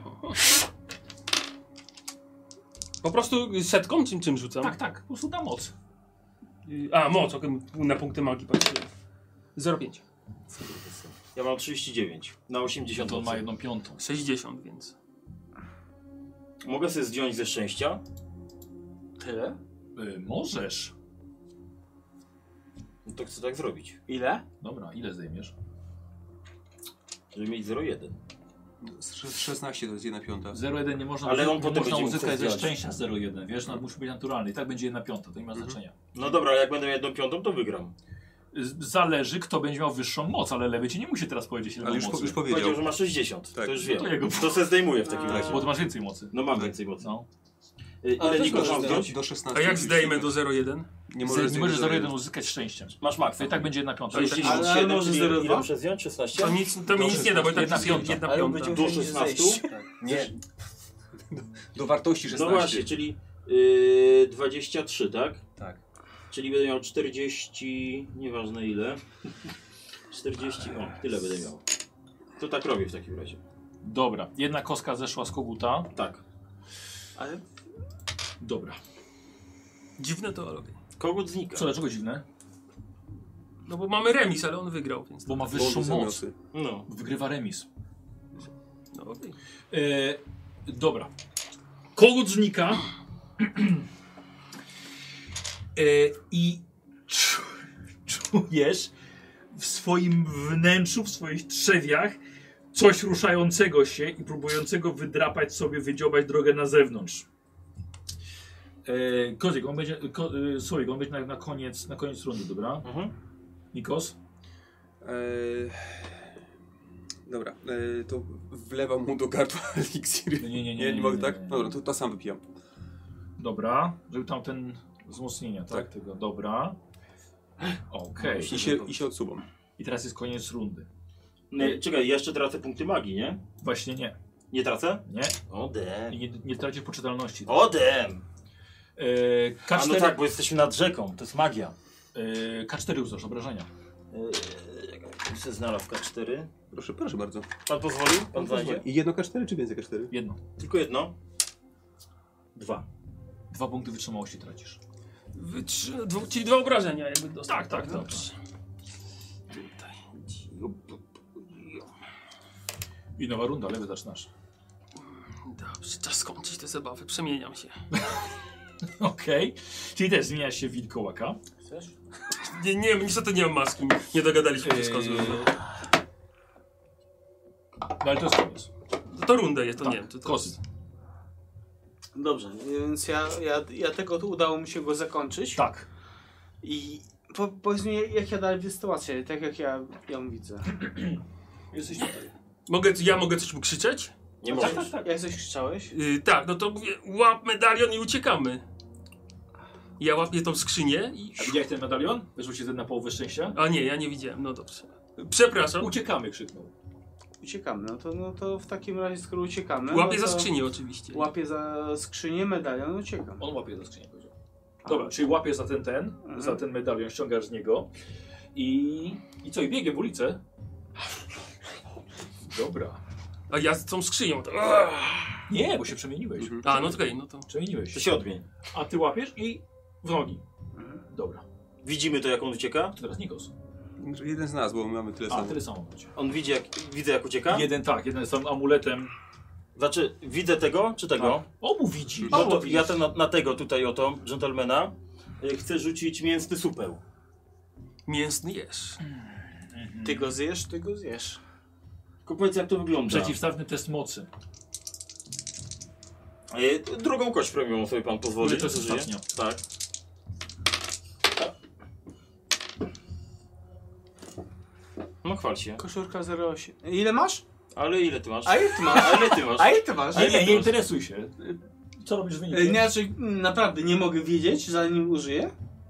Po prostu setką czym rzucam? Tak, po prostu na moc. A, moc, na punkty magii patrzyłem. 0,5. Ja mam 39 na 80. To on ma 1/5. 60, więc. Mogę sobie zdjąć ze szczęścia? Tyle? Możesz. No to chcę tak zrobić. Ile? Dobra, ile zdejmiesz? Żeby mieć 0,1. 16 to jest 1/5. 0,1 nie można, Ale on nie potem można będzie mógł uzyskać ze zdjąć. szczęścia 0,1, wiesz, no, musi być naturalny i tak będzie 1/5, to nie ma znaczenia. No dobra, ale jak będę miał 1/5, to wygram. Zależy, kto będzie miał wyższą moc, ale lewy ci nie musi teraz powiedzieć, ile Ale ma już, mocy. już Powiedział, powiedział. że ma 60. Tak. To już No wiem. to jego- To se zdejmuję w takim razie. Bo ty masz więcej mocy. No mam więcej mocy. No. Ile też Nikos możesz mam zdjąć? Do 16. A jak zdejmę do 0,1? Nie Nie możesz 0,1 uzyskać szczęściem. Masz maksa. I tak będzie 1/5. 67, Ale może czyli 0,2? ile muszę zdjąć? 16? To mi nic nie da, bo i tak Jedna jest piąta. 1 Ale on piąta. będzie Do musiał 16? zejść. Nie. Do wartości No 16. właśnie, czyli 23, tak? Tak. Czyli będę miał 40, nieważne ile. 40, o, tyle będę miał. To tak robię w takim razie. Dobra, jedna kostka zeszła z koguta. Tak. Ale Dobra. Dziwne to robię. Kogut znika. Co, dlaczego dziwne? No bo mamy remis, ale on wygrał, więc. Bo ma wyższą moc. No. Wygrywa remis. No, okej. Dobra. Kogut znika. I czujesz w swoim wnętrzu, w swoich trzewiach coś ruszającego się i próbującego wydrapać sobie, wydziobać drogę na zewnątrz. Kozik, on będzie, sorry, on będzie na koniec rundy, dobra? Mhm. Nikos? Dobra, to wlewam mu do gardła eliksir. Nie, Nie mogę, tak? Dobra, to sam wypijam. Dobra, żeby tam ten wzmocnienia, tak? Tak. Tego, dobra. Okej. I się odsuwam. I teraz jest koniec rundy. Nie, czekaj, jeszcze tracę punkty magii, nie? Właśnie nie. Nie tracę? Nie. Odem. I nie tracisz poczytalności. Odem! K4, A no tak, bo jesteśmy nad rzeką, to jest magia. K4 uznasz obrażenia. Chcę znalazł K4. Proszę bardzo. Pan pozwoli? Pan znajdzie? I jedno K4 czy więcej K4? Jedno. Tylko jedno? 2. 2 punkty wytrzymałości tracisz. Czyli 2 obrażenia jakby dostał. Tak, dobrze. I nowa runda, lewy zaczynasz. Dobrze, czas skończyć tę zabawę. Przemieniam się. Okej. Czyli też zmieniasz się w wilkołaka. chcesz? Nie, niestety nie mam maski. Nie dogadaliśmy się z kozłem. No ale to jest koniec. To runda jest, to Tak, nie wiem. To Kozy. Dobrze, więc ja tego udało mi się go zakończyć. Tak. I powiedz mi, jak ja dalej widzę sytuację, tak jak ja ją widzę. Jesteś tutaj. Ja mogę coś mu krzyczeć? Nie Tak, możesz. tak. Jak coś krzyczałeś? Tak, no to mówię, łap medalion i uciekamy. Ja łapię tą skrzynię i... A widziałeś ten medalion? Wyrzuć się na połowę szczęścia? A nie, ja nie widziałem, no dobrze. Przepraszam. Uciekamy, krzyknął. Uciekamy, no to w takim razie, skoro uciekamy... Łapię no za to skrzynię oczywiście. Łapię za skrzynię, medalion, uciekam. On łapie za skrzynię, powiedział. Dobra, czyli łapie za ten medalion, ściągasz z niego i co, i biegiem w ulicę? Dobra. A ja z tą skrzynią to... Nie, bo się przemieniłeś. A, no okej, no to... Przemieniłeś To się. się odmień. A ty łapiesz i w nogi. Dobra. Widzimy to, jak on ucieka? Teraz Nikos. Jeden z nas, bo my mamy tyle A, samo. tyle samo macie. On widzi, widzę, jak ucieka? Jeden z tym amuletem. Znaczy, widzę tego, czy tego? Tak. Obu widzi. No to ja ten na tego tutaj oto, dżentelmena, chcę rzucić mięsny supeł. Mięsny jesz. Ty go zjesz, ty go zjesz. Tylko powiedz, jak to wygląda. Przeciwstawny test mocy. Drugą kość premium sobie pan pozwoli. Nie, to jest Żyje? ostatnia. Tak. No chwal się. Koszulka 0,8. Ile masz? Ale ile ty masz? A ile ty masz? A ile ty masz? A ile ty masz? Nie interesuj się. Co robisz z wynikiem? Inaczej naprawdę nie mogę wiedzieć, zanim użyję?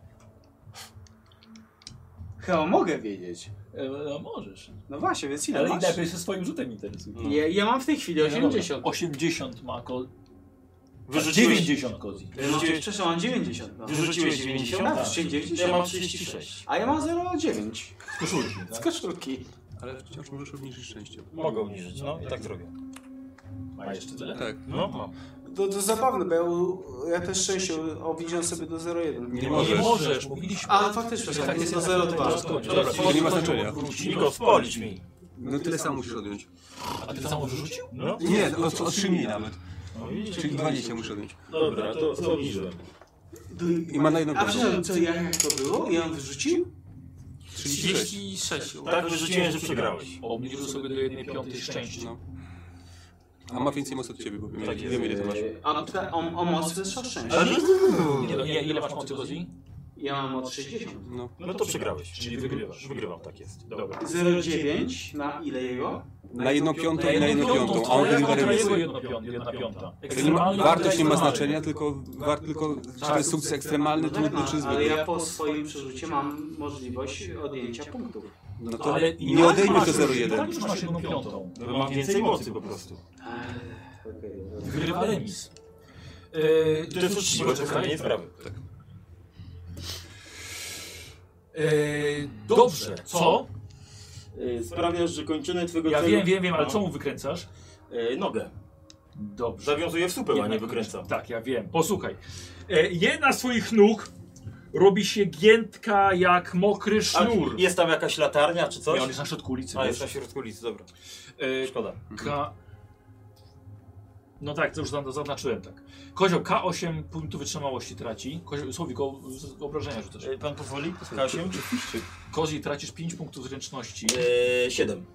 Chyba mogę wiedzieć. No możesz. No właśnie, więc ile Ale masz? najpierw się swoim rzutem interesuj. No. Ja mam w tej chwili 80. 80 ma Wyrzuciłeś- 90 Kozi. Przepraszam, mam 90. No. Wyrzuciłeś 90? Tak, Tak. wrzuciłem 90. Ja mam 36. A ja mam 0,9. Z koszulki, Z tak? koszulki. Ale wciąż możesz obniżyć szczęście. Mogę obniżyć, no i tak zrobię. Ma jeszcze tyle? Tak. No, mam. To zabawne, bo ja też szczęście obniżam sobie do 0,1. Nie Nie możesz. możesz, mówiliśmy. A faktycznie, tak jest do 0,2. Dobra, To nie ma znaczenia. Nikos, policz mi. No tyle samo musisz odjąć. A ty samo wyrzucił? No. Nie, o 3 mniej nawet. No, widzisz, Czyli 20 muszę odjąć. Dobra, to obniżyłem. I ma na jedną A kość. przepraszam, co, jak to było? I on wyrzucił? 36. Tak wyrzuciłem, że przegrałeś. Obniżył sobie do 1/5 szczęścia. No. A ma więcej mocy od ciebie, bo Tak jest. wiemy ile ty masz. O mocy jest szczęście. Ile masz mocy Kozi? Ja mam od 60. No. No to przegrałeś. Czyli wygrywasz. Wygrywam, tak jest. Dobra. 0,9 na ile jego? Na 1/5 i na 1/5, a on wygrywa remisję. 1/5. Wartość nie ma znaczenia, tylko czy to jest sukces ekstremalny, trudny czy Ale zwykły. ja po swoim przerzucie mam możliwość odjęcia punktów. No to Ale nie odejmiesz do 0,1. Tak już masz 1/5. No, mam więcej mocy po prostu. Wygrywa remis. To jest uczciwe, czekaj, nie sprawy. Dobrze. Co? Sprawiasz, że kończyny twojego Ja celu... wiem, ale No. co mu wykręcasz? Nogę. Dobrze. Zawiązuję w supeł, a nie wykręcam. Tak, ja wiem. Posłuchaj. Jedna z swoich nóg robi się giętka jak mokry A sznur. jest tam jakaś latarnia czy coś? Nie, on jest na środku ulicy. A, wiesz. jest na środku ulicy, dobra. Szkoda. No tak, to już zaznaczyłem tak. Kozioł K8 punktów wytrzymałości traci. Słowik, obrażenia rzucasz. Pan pozwoli? K8? Kozi tracisz 5 punktów zręczności. 7.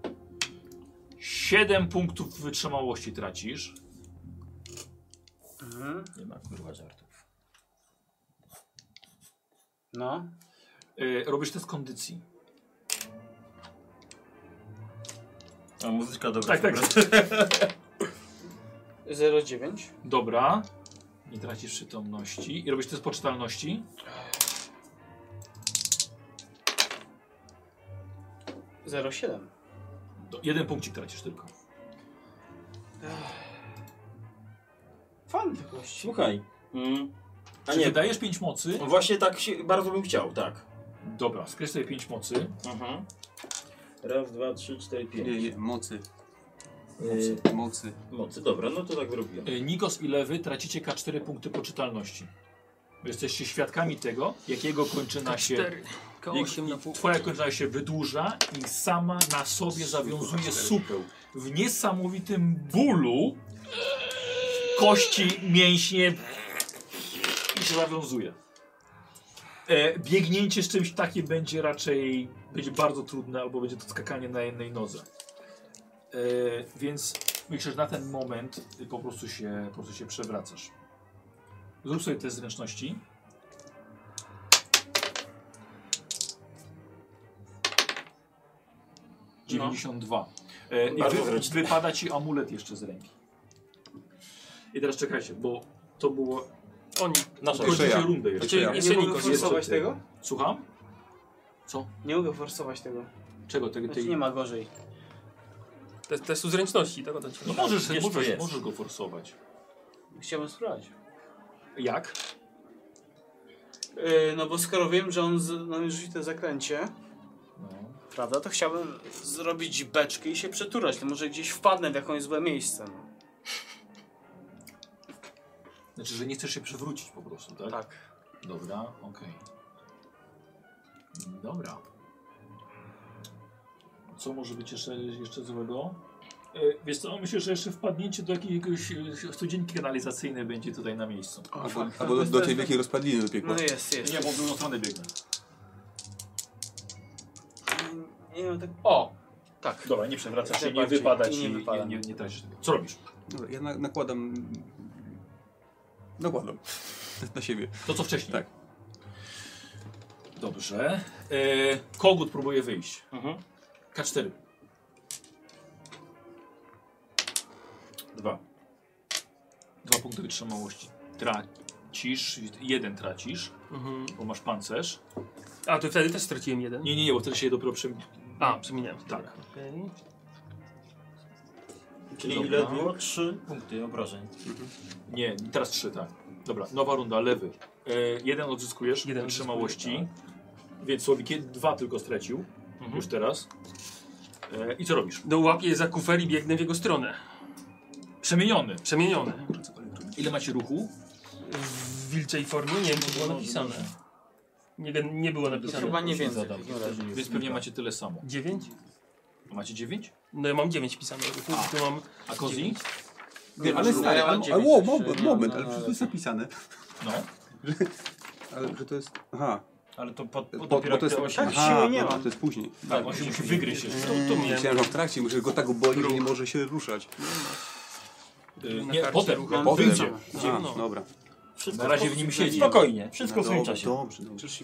7 punktów wytrzymałości tracisz. Nie ma kurwa żartów. No. Robisz test kondycji. A muzyczka dobra. Tak. 0,9. Dobra. Nie tracisz przytomności. I robisz test poczytalności. 0,7. 1 punkcik tracisz tylko. Fajny te kości. Słuchaj. A Czy nie, wydajesz 5 mocy? właśnie tak się bardzo bym chciał, tak. Dobra, skreś sobie 5 mocy. Raz, dwa, trzy, cztery, pięć. Nie, mocy. Mocy. Mocy, dobra, no to tak zrobiłem. Nikos i Lewy tracicie K4 punkty poczytalności. Wy jesteście świadkami tego, jak jego kończyna się... K8 na pół. Twoja kończyna się wydłuża i sama na sobie zawiązuje supeł. W niesamowitym bólu kości, mięśnie i się zawiązuje. Biegnięcie z czymś takim będzie raczej bardzo trudne, albo będzie to skakanie na jednej nodze. Więc myślę, że na ten moment po prostu się przewracasz. Zrób sobie test zręczności. No. 92. I wypada ci amulet jeszcze z ręki. I teraz czekajcie, bo to było... Oni. Nasza Kończycie ja. rundę jeszcze. Znaczy, Nie mogę forsować tego? Słucham? Co? Nie mogę forsować tego. Czego? Tej... Znaczy nie ma gorzej. Testu zręczności, tak o to ci No chodzi. możesz go forsować. Chciałbym spróbować. Jak? No bo skoro wiem, że on rzuci te zaklęcie, No. prawda, to chciałbym zrobić beczkę i się przeturać. To może gdzieś wpadnę w jakieś złe miejsce. No. Znaczy, że nie chcesz się przewrócić po prostu, tak? Tak. Dobra, okej. Dobra. Co może być jeszcze złego? Wiesz co, myślę, że jeszcze wpadnięcie do jakiegoś studzienki kanalizacyjnej będzie tutaj na miejscu. Albo do tej wielkiej rozpadliny do piekła. No jest. Nie, bo w drugą stronę biegnę. Nie wiem, tak... O! Tak. Dobra, nie przewracasz się, nie Najbardziej. wypadać I nie i wypadam. nie tracisz. Co robisz? Dobra, ja nakładam na siebie. To co wcześniej? Tak. Dobrze. Kogut próbuje wyjść. Mhm. K4. 2. 2 punkty wytrzymałości. Tracisz. 1 tracisz, bo masz pancerz. A, to wtedy też straciłem jeden. Nie, bo wtedy się dopiero Przemieniałem. Tak. Okay. Czyli Dobra. ile było? 3 punkty obrażeń. Nie, teraz 3, tak. Dobra, nowa runda, lewy. 1 odzyskujesz Jeden wytrzymałości, więc Słowik 2 tylko stracił. Już teraz. I co robisz? Łapię za kufer i biegnę w jego stronę. Przemieniony. Przemieniony. Ile macie ruchu? W wilczej formie, nie wiem, co było napisane. Nie było napisane. Chyba nie więcej. Więc pewnie macie tyle samo. 9? Macie 9? No ja mam 9 pisane ruchu, tu mam... A Kozi? Nie, ale stary, Ja mam ale 9 moment, jeszcze, ale przecież to jest napisane. No. Ale że to jest... Aha. Ale to Bo dopiero to jest... te 8. Tak, siły nie dobra, ma. to jest później. Tak, on się musi wygryźć jeszcze. Tu mnie. Myślałem, że w trakcie, może go tak boli, że nie może się ruszać. Nie, karcie potem. ruchu. Po wyjdzie. A, dobra. Na razie w nim siedzi. Spokojnie, wszystko w swoim Dobrze, czasie. dobrze.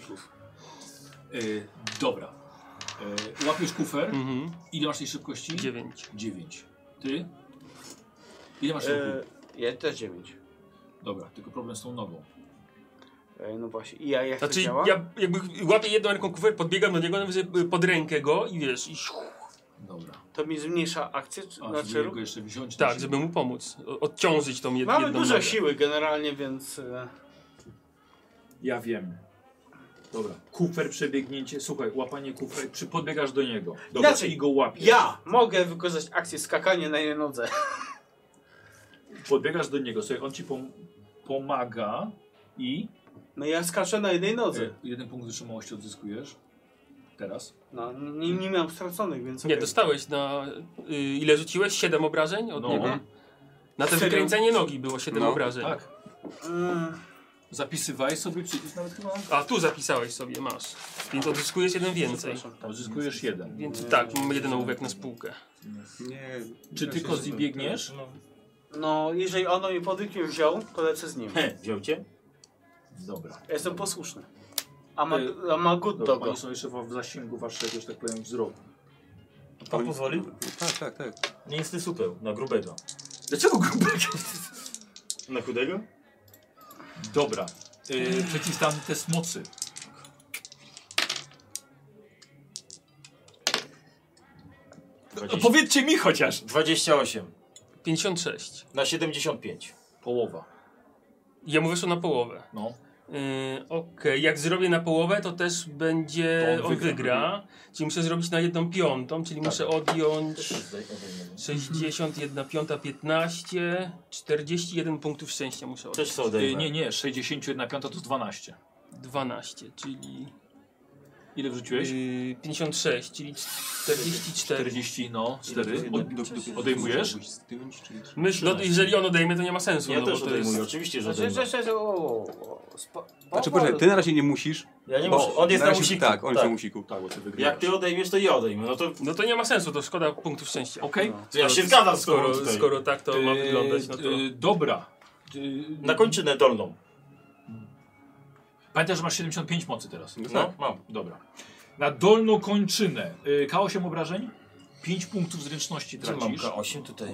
Dobra. Łapiesz kufer. Mhm. Ile masz tej szybkości? 9. 9. Ty? Ile masz ruchu? Ja też 9. Dobra, tylko problem z tą nogą. No właśnie. I jak to Znaczy, działa? ja jakby łapię jedną ręką kufer, podbiegam do niego, nawet pod rękę go i wiesz, Dobra. To mi zmniejsza akcję? A, Znaczy, żeby go jeszcze wziąć. tak, żeby mu pomóc. Odciążyć tą jedną mamy dużo nogę. siły generalnie, więc... Ja wiem. Dobra. Kufer, przebiegnięcie. Słuchaj, łapanie kufer. Podbiegasz do niego. Dobra, Inaczej. czyli go łapiesz. Ja mogę wykorzystać akcję skakanie na jednej nodze. Podbiegasz do niego. Słuchaj, on ci pomaga i... No ja skaczę na jednej nodze. 1 punkt wytrzymałości odzyskujesz. Teraz. No, nie miałem straconych, więc... Nie, okej. dostałeś na... ile rzuciłeś? 7 obrażeń od No. niego? Na to Serio? wykręcenie nogi było 7 obrażeń. Tak. Zapisywałeś sobie przecież nawet chyba. A tu zapisałeś sobie, masz. Więc odzyskujesz jeden więcej. Odzyskujesz 1. Więc tak, mamy jeden ołówek na spółkę. Nie. Czy ty Kozi biegniesz? No, jeżeli ono mi podryknie wziął, to lecę z nim. Wziął cię? Dobra. Ja jestem posłuszny. A ma good Dobra, dogo. oni są jeszcze w zasięgu waszego, że tak powiem, wzroku. Pan pozwolił? Tak. Nie jest ty supeł, na grubego. Dlaczego grubego? Na chudego? Dobra. Przeciwstawny test mocy. No, powiedzcie mi chociaż. 28 56. na 75. Połowa. Jemu wyszło na połowę. No. Okej, jak zrobię na połowę, to też będzie... To on on wygra. Czyli muszę zrobić na 1/5, czyli muszę odjąć 60, 1/5, 15, 41 punktów szczęścia muszę odjąć. Też co odejmę. Nie, 61 to jest 12. 12, czyli... Ile wrzuciłeś? 56, czyli 44. 40, no, 4. Odejmujesz? Myślę, no, jeżeli on odejmie, to nie ma sensu. Ja no, też bo to odejmuję, jest... oczywiście, że Znaczy, odejmę. Znaczy, poczekaj, ty na razie nie musisz. Ja nie bo muszę, on jest na razie- musiku. Tak, on jest na musiku. Tak, bo ty wygrywasz. Jak ty odejmiesz, to ja odejmę. No to nie ma sensu, to szkoda punktów szczęścia. Okej. To ja się zgadzam z tobą Skoro, tutaj. skoro tak to ma wyglądać, no to... Dobra. Na kończynę dolną. Pamiętaj, że masz 75 mocy teraz. No, mam. Dobra. Na dolną kończynę. K8 obrażeń. 5 punktów zręczności Gdzie mam tracisz. K8 tutaj?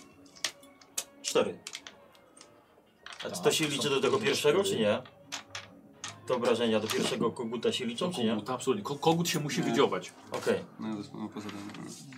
4. A Tak, to się liczy do tego pierwszego, czy nie? Te obrażenia do pierwszego koguta się liczą, czy nie? Kogut, absolutnie. Kogut się musi wydziobać. Okej. No, poza tym.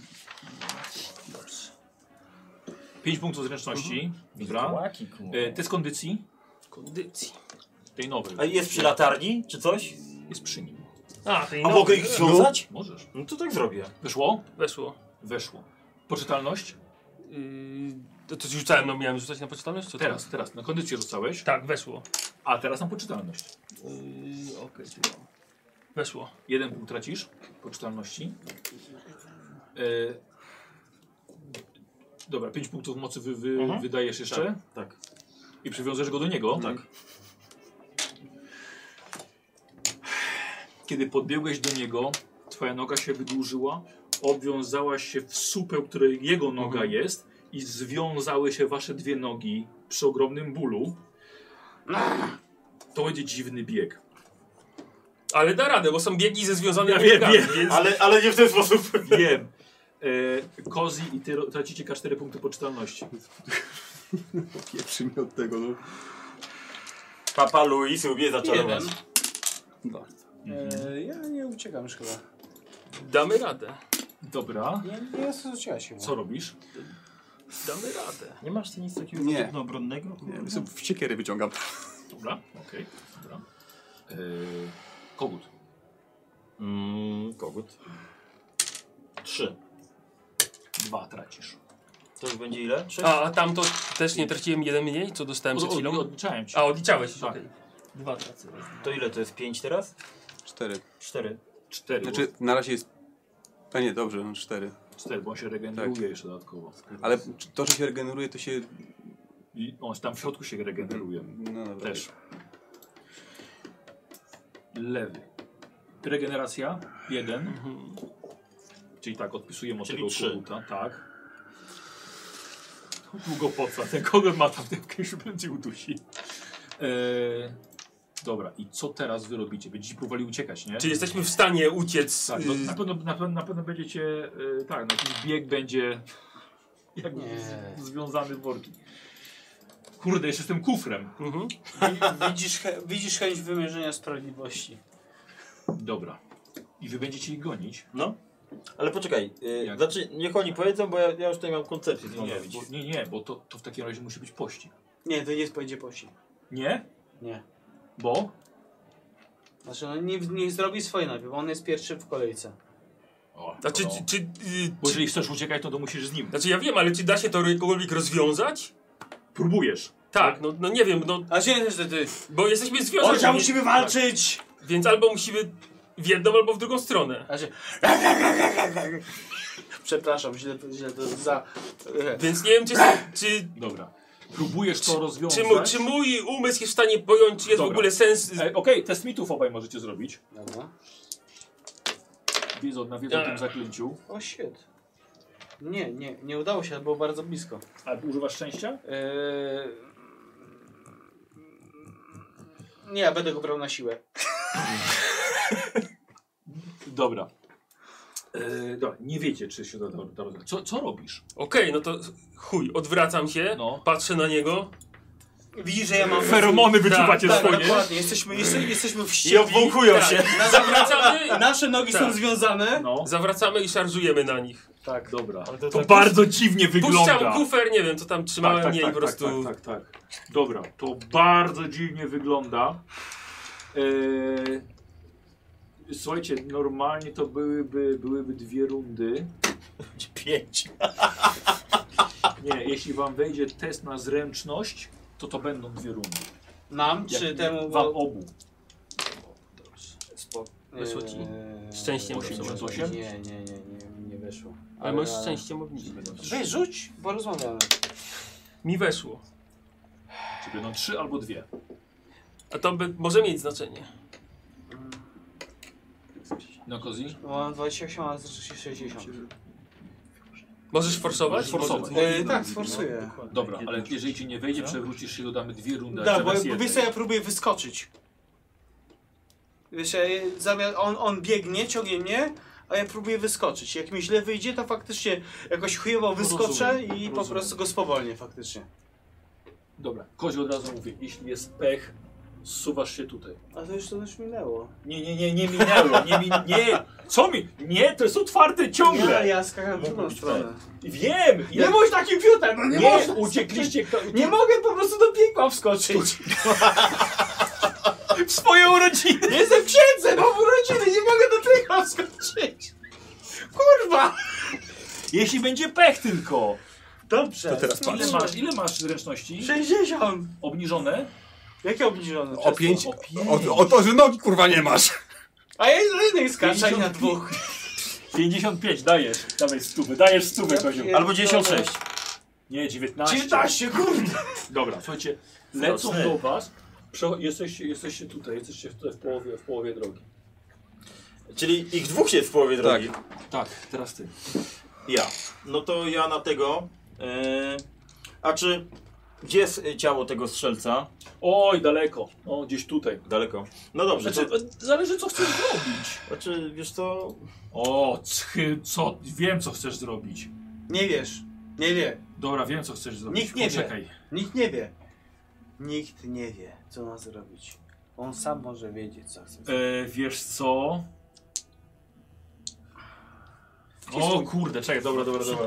5 punktów zręczności. Dobra. Kołaki, kurwa. Test kondycji. Kondycji. Tej nowej. A jest przy latarni, czy coś? Jest przy nim. tej A mogę ich związać? Możesz. No to tak zrobię. Wyszło? Weszło. Weszło. Poczytalność? To rzucałem, no miałem rzucać na poczytalność? Czy Teraz. Na kondycję rzucałeś. Tak, weszło. A teraz na poczytalność. Okej, czyli mam. Weszło. 1 punkt tracisz poczytalności. Dobra, 5 punktów mocy wydajesz jeszcze. Tak. I przywiążesz go do niego. Tak. Kiedy podbiegłeś do niego, twoja noga się wydłużyła, obwiązałaś się w supeł, której jego noga jest i związały się wasze dwie nogi przy ogromnym bólu. To będzie dziwny bieg. Ale da radę, bo są biegi ze związanymi Ja wiem, nogami, wiem. więc... Ale nie w ten sposób. Wiem. Kozi i ty tracicie K4 punkty poczytalności. Pieprzy mnie od tego, no. Papa Louis lubię zaczarować. 1. Dwa. Ja nie uciekam już chyba. Damy radę. Dobra. Nie jest co uciekać chyba. Co robisz? Damy radę. Nie masz ty nic takiego Nie. obronnego? Nie, sobie wściekiery wyciągam. Dobra, okej. Dobra. Kogut. Kogut. 3. 2 tracisz. To już będzie ile? 6? A tam to też nie traciłem 1 mniej, co dostałem przed chwilą? Odliczałem ci. A, odliczałeś? Tak. Okej. 2 tracę. To ile to jest? 5 teraz? 4. 4. 4. Znaczy, na razie jest... A nie, dobrze, 4. 4, bo on się regeneruje jeszcze dodatkowo. Ale to, że się regeneruje, to się... I on tam w środku się regeneruje. No dobra. Też. Lewy. Regeneracja 1. Czyli tak, odpisujemy od Czyli tego 3. koguta. Tak. Długo potrwa. Ten kogut ma tam już będzie udusi. Dobra, i co teraz wy robicie? Będziecie próbowali uciekać, nie? Czy jesteśmy w stanie uciec? Tak, no, na pewno będziecie. Tak, no, jakiś bieg będzie. Jakby związany w worki. Kurde, jeszcze z tym kufrem. Widzisz chęć wymierzenia sprawiedliwości. Dobra. I wy będziecie ich gonić. No. Ale poczekaj, Jak? znaczy niech oni powiedzą, bo ja już tutaj mam koncepcję, co mam robić. Bo to w takim razie musi być pościg. Nie, to nie będzie pościg. Nie? Nie. Bo? Znaczy, no niech zrobi swoje najpierw, bo on jest pierwszy w kolejce. O, Znaczy, no. Bo jeżeli chcesz uciekać, to musisz z nim. Znaczy ja wiem, ale czy da się to kogokolwiek rozwiązać? Próbujesz. Tak, no nie wiem, no... A gdzie niestety? Bo jesteśmy związani. Ocia, musimy walczyć! Więc albo musimy w jedną, albo w drugą stronę. Znaczy... Przepraszam, źle to za... Więc nie wiem, czy Dobra. Próbujesz to rozwiązać. czy mój umysł jest w stanie pojąć, czy jest Dobra. w ogóle sens... Okej, test mitów obaj możecie zrobić. Dobra. Wiedzą o tym zaklęciu. O shit. Nie udało się, było bardzo blisko. A używasz szczęścia? Nie, ja będę go brał na siłę. Dobra. Dobra, nie wiecie, czy się da rozwiązać. Co robisz? Okej, no to chuj, odwracam się, No. patrzę na niego. Widzisz, że ja mam... Feromony wyczuwacie Tak, swoje. dokładnie. Jesteśmy I wściekli. obwąchują się. Zawracamy, Nasze nogi są związane. No. zawracamy i szarżujemy na nich. Tak. Dobra. to To tak bardzo dziwnie wygląda. Puszczam kufer, nie wiem, co tam trzymałem, nie i po prostu... Tak. Dobra, to bardzo dziwnie wygląda. Słuchajcie, normalnie to byłyby 2 rundy. 5. Nie, jeśli wam wejdzie test na zręczność, to będą 2 rundy. Nam czy temu... Wam obu. Wyszło ci? Szczęściem 88? Nie wyszło. Ale masz szczęściem obniżone. Weź, rzuć, bo rozmawiamy. Mi weszło. Czy będą 3 albo 2? A to może mieć znaczenie. No Kozi? Mam 28, a znaczy 60. Możesz forsować? Forsować. Tak, sforsuję. Dobra, ale jeżeli ci nie wejdzie, przewrócisz się, dodamy 2 rundy. Tak, bo zamiast wiesz jednej. co, ja próbuję wyskoczyć. Wiesz, on biegnie, ciągnie mnie, a ja próbuję wyskoczyć. Jak mi źle wyjdzie, to faktycznie jakoś chujowo wyskoczę Rozumiem, i po prostu go spowolnię faktycznie. Dobra, Kozi od razu mówię, jeśli jest pech, zsuwasz się tutaj. A to już minęło. Nie minęło, nie. Co mi? Nie, to jest otwarte ciągle. Ja skakam w drugą stronę. Wiem. Nie bądź takim fiutem, no nie można. Uciekliście. Nie mogę po prostu do piekła wskoczyć. w swoją urodzinę. Jestem księdzem, mam urodziny, nie mogę do piekła wskoczyć. Kurwa. Jeśli będzie pech tylko. Dobrze. To teraz patrz. Ile masz zręczności? 60. Obniżone? Jakie obniżone? O 5. O to, że nogi kurwa nie masz. A ja na jednej skaczę i na 2. 55, dajesz. Dawaj stówę, dajesz stówę, kozioł. Albo 96. Nie, 19. 19, kurde! Dobra, słuchajcie, lecą do was. Jesteście tutaj w połowie drogi. Czyli ich dwóch jest w połowie drogi. Tak, teraz ty. Ja. No to ja na tego. A czy... Gdzie jest ciało tego strzelca? Oj, daleko. O, gdzieś tutaj. Daleko. No dobrze. Znaczy, zależy co chcesz zrobić. Znaczy, wiesz co... O, co? Wiem co chcesz zrobić. Nie wiesz. Nie wie. Dobra, wiem co chcesz zrobić. Nikt nie Poczekaj. wie. Nikt nie wie. Nikt nie wie, co ma zrobić. On sam może wiedzieć, co chce zrobić. Wiesz co? O kurde, czekaj, dobra.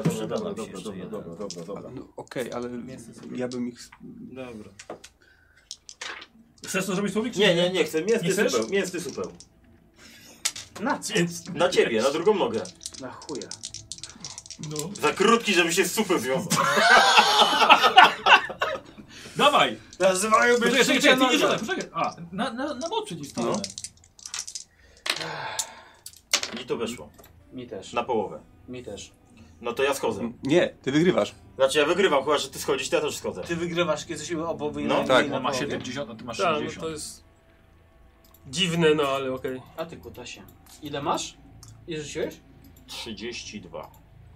No, okej, ale ja bym ich... Dobra. Chcesz to zrobić słowik? Nie chcę. Nie chcesz? Mięsny supeł. Na co? Na ciebie, na drugą nogę. Na chuja. No. Za krótki, żeby się z supem związał. Dawaj! Nazywają mnie Poczekaj, ty nie rzucaj, poczekaj. A, na moc przeciwstawną. No. I to weszło. Mi też. Na połowę. Mi też. No to ja schodzę. Nie, ty wygrywasz. Znaczy ja wygrywam, chyba że ty schodzisz, to ja też schodzę. Ty wygrywasz, kiedy jesteśmy oboje No, na tak. na On ma połowie. 70, a ty masz Tak, no 60. to jest dziwne, no ale okej. A ty kutasie. Ile masz? Ile rzuciłeś? 32.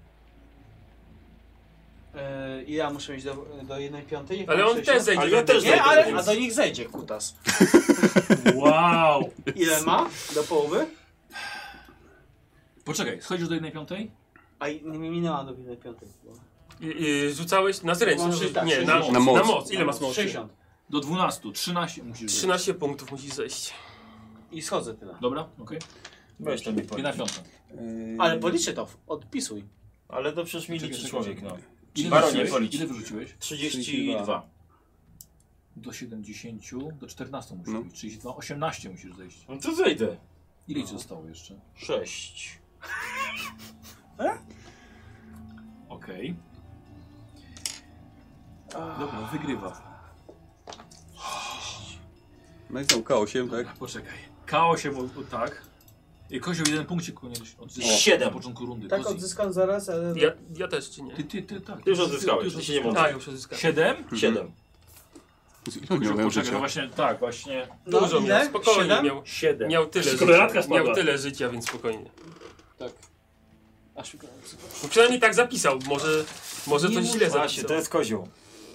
I ja muszę mieć do 1/5. Ale on też zejdzie. Ale ja do też tego. Nie, zejdę. ale a do nich zejdzie kutas. Wow! Ile ma? Do połowy? Poczekaj, schodzisz do 1/5? A nie minęła do 1/5. Rzucałeś na zręczność? Może tak, Nie, na 60. moc. Na Na moc. moc. Ile masz mocy? 60. Do 12, 13 musisz zrobić. 13 punktów musisz zejść. I schodzę tyle. Dobra, okej. Weź tam mi 1/5. Ale policzę to, odpisuj. Ale to przecież mi liczy człowiek, no. Ile Baronie wyrzuciłeś? policz. Ile wyrzuciłeś? 32. Do 70, do 14 musisz No. być. 32, 18 musisz zejść. No to zejdę. Ile ci zostało jeszcze? 6. Okej. Dobra, wygrywa. No i są K8, tak? Poczekaj. K8, tak. I kozioł jeden punkcik powinieneś odzyskać. 7. Na początku rundy. Tak Kozi. odzyskam zaraz, ale... Ja też, czy nie? Ty, tak. Ty już odzyskałeś, ty się nie odzyskałeś. mądrz. Tak, już odzyskałem. 7? 7. Ile nie miałem Poczekaj, życia? no właśnie, tak, właśnie. No, Dużo ile? miał, spokojnie 7? miał. 7. Miał tyle Czekoladka życia, spadła. miał tyle życia, więc spokojnie. Tak. Aż No przynajmniej tak zapisał, może Nie coś mów źle właśnie, zapisał. to jest kozioł.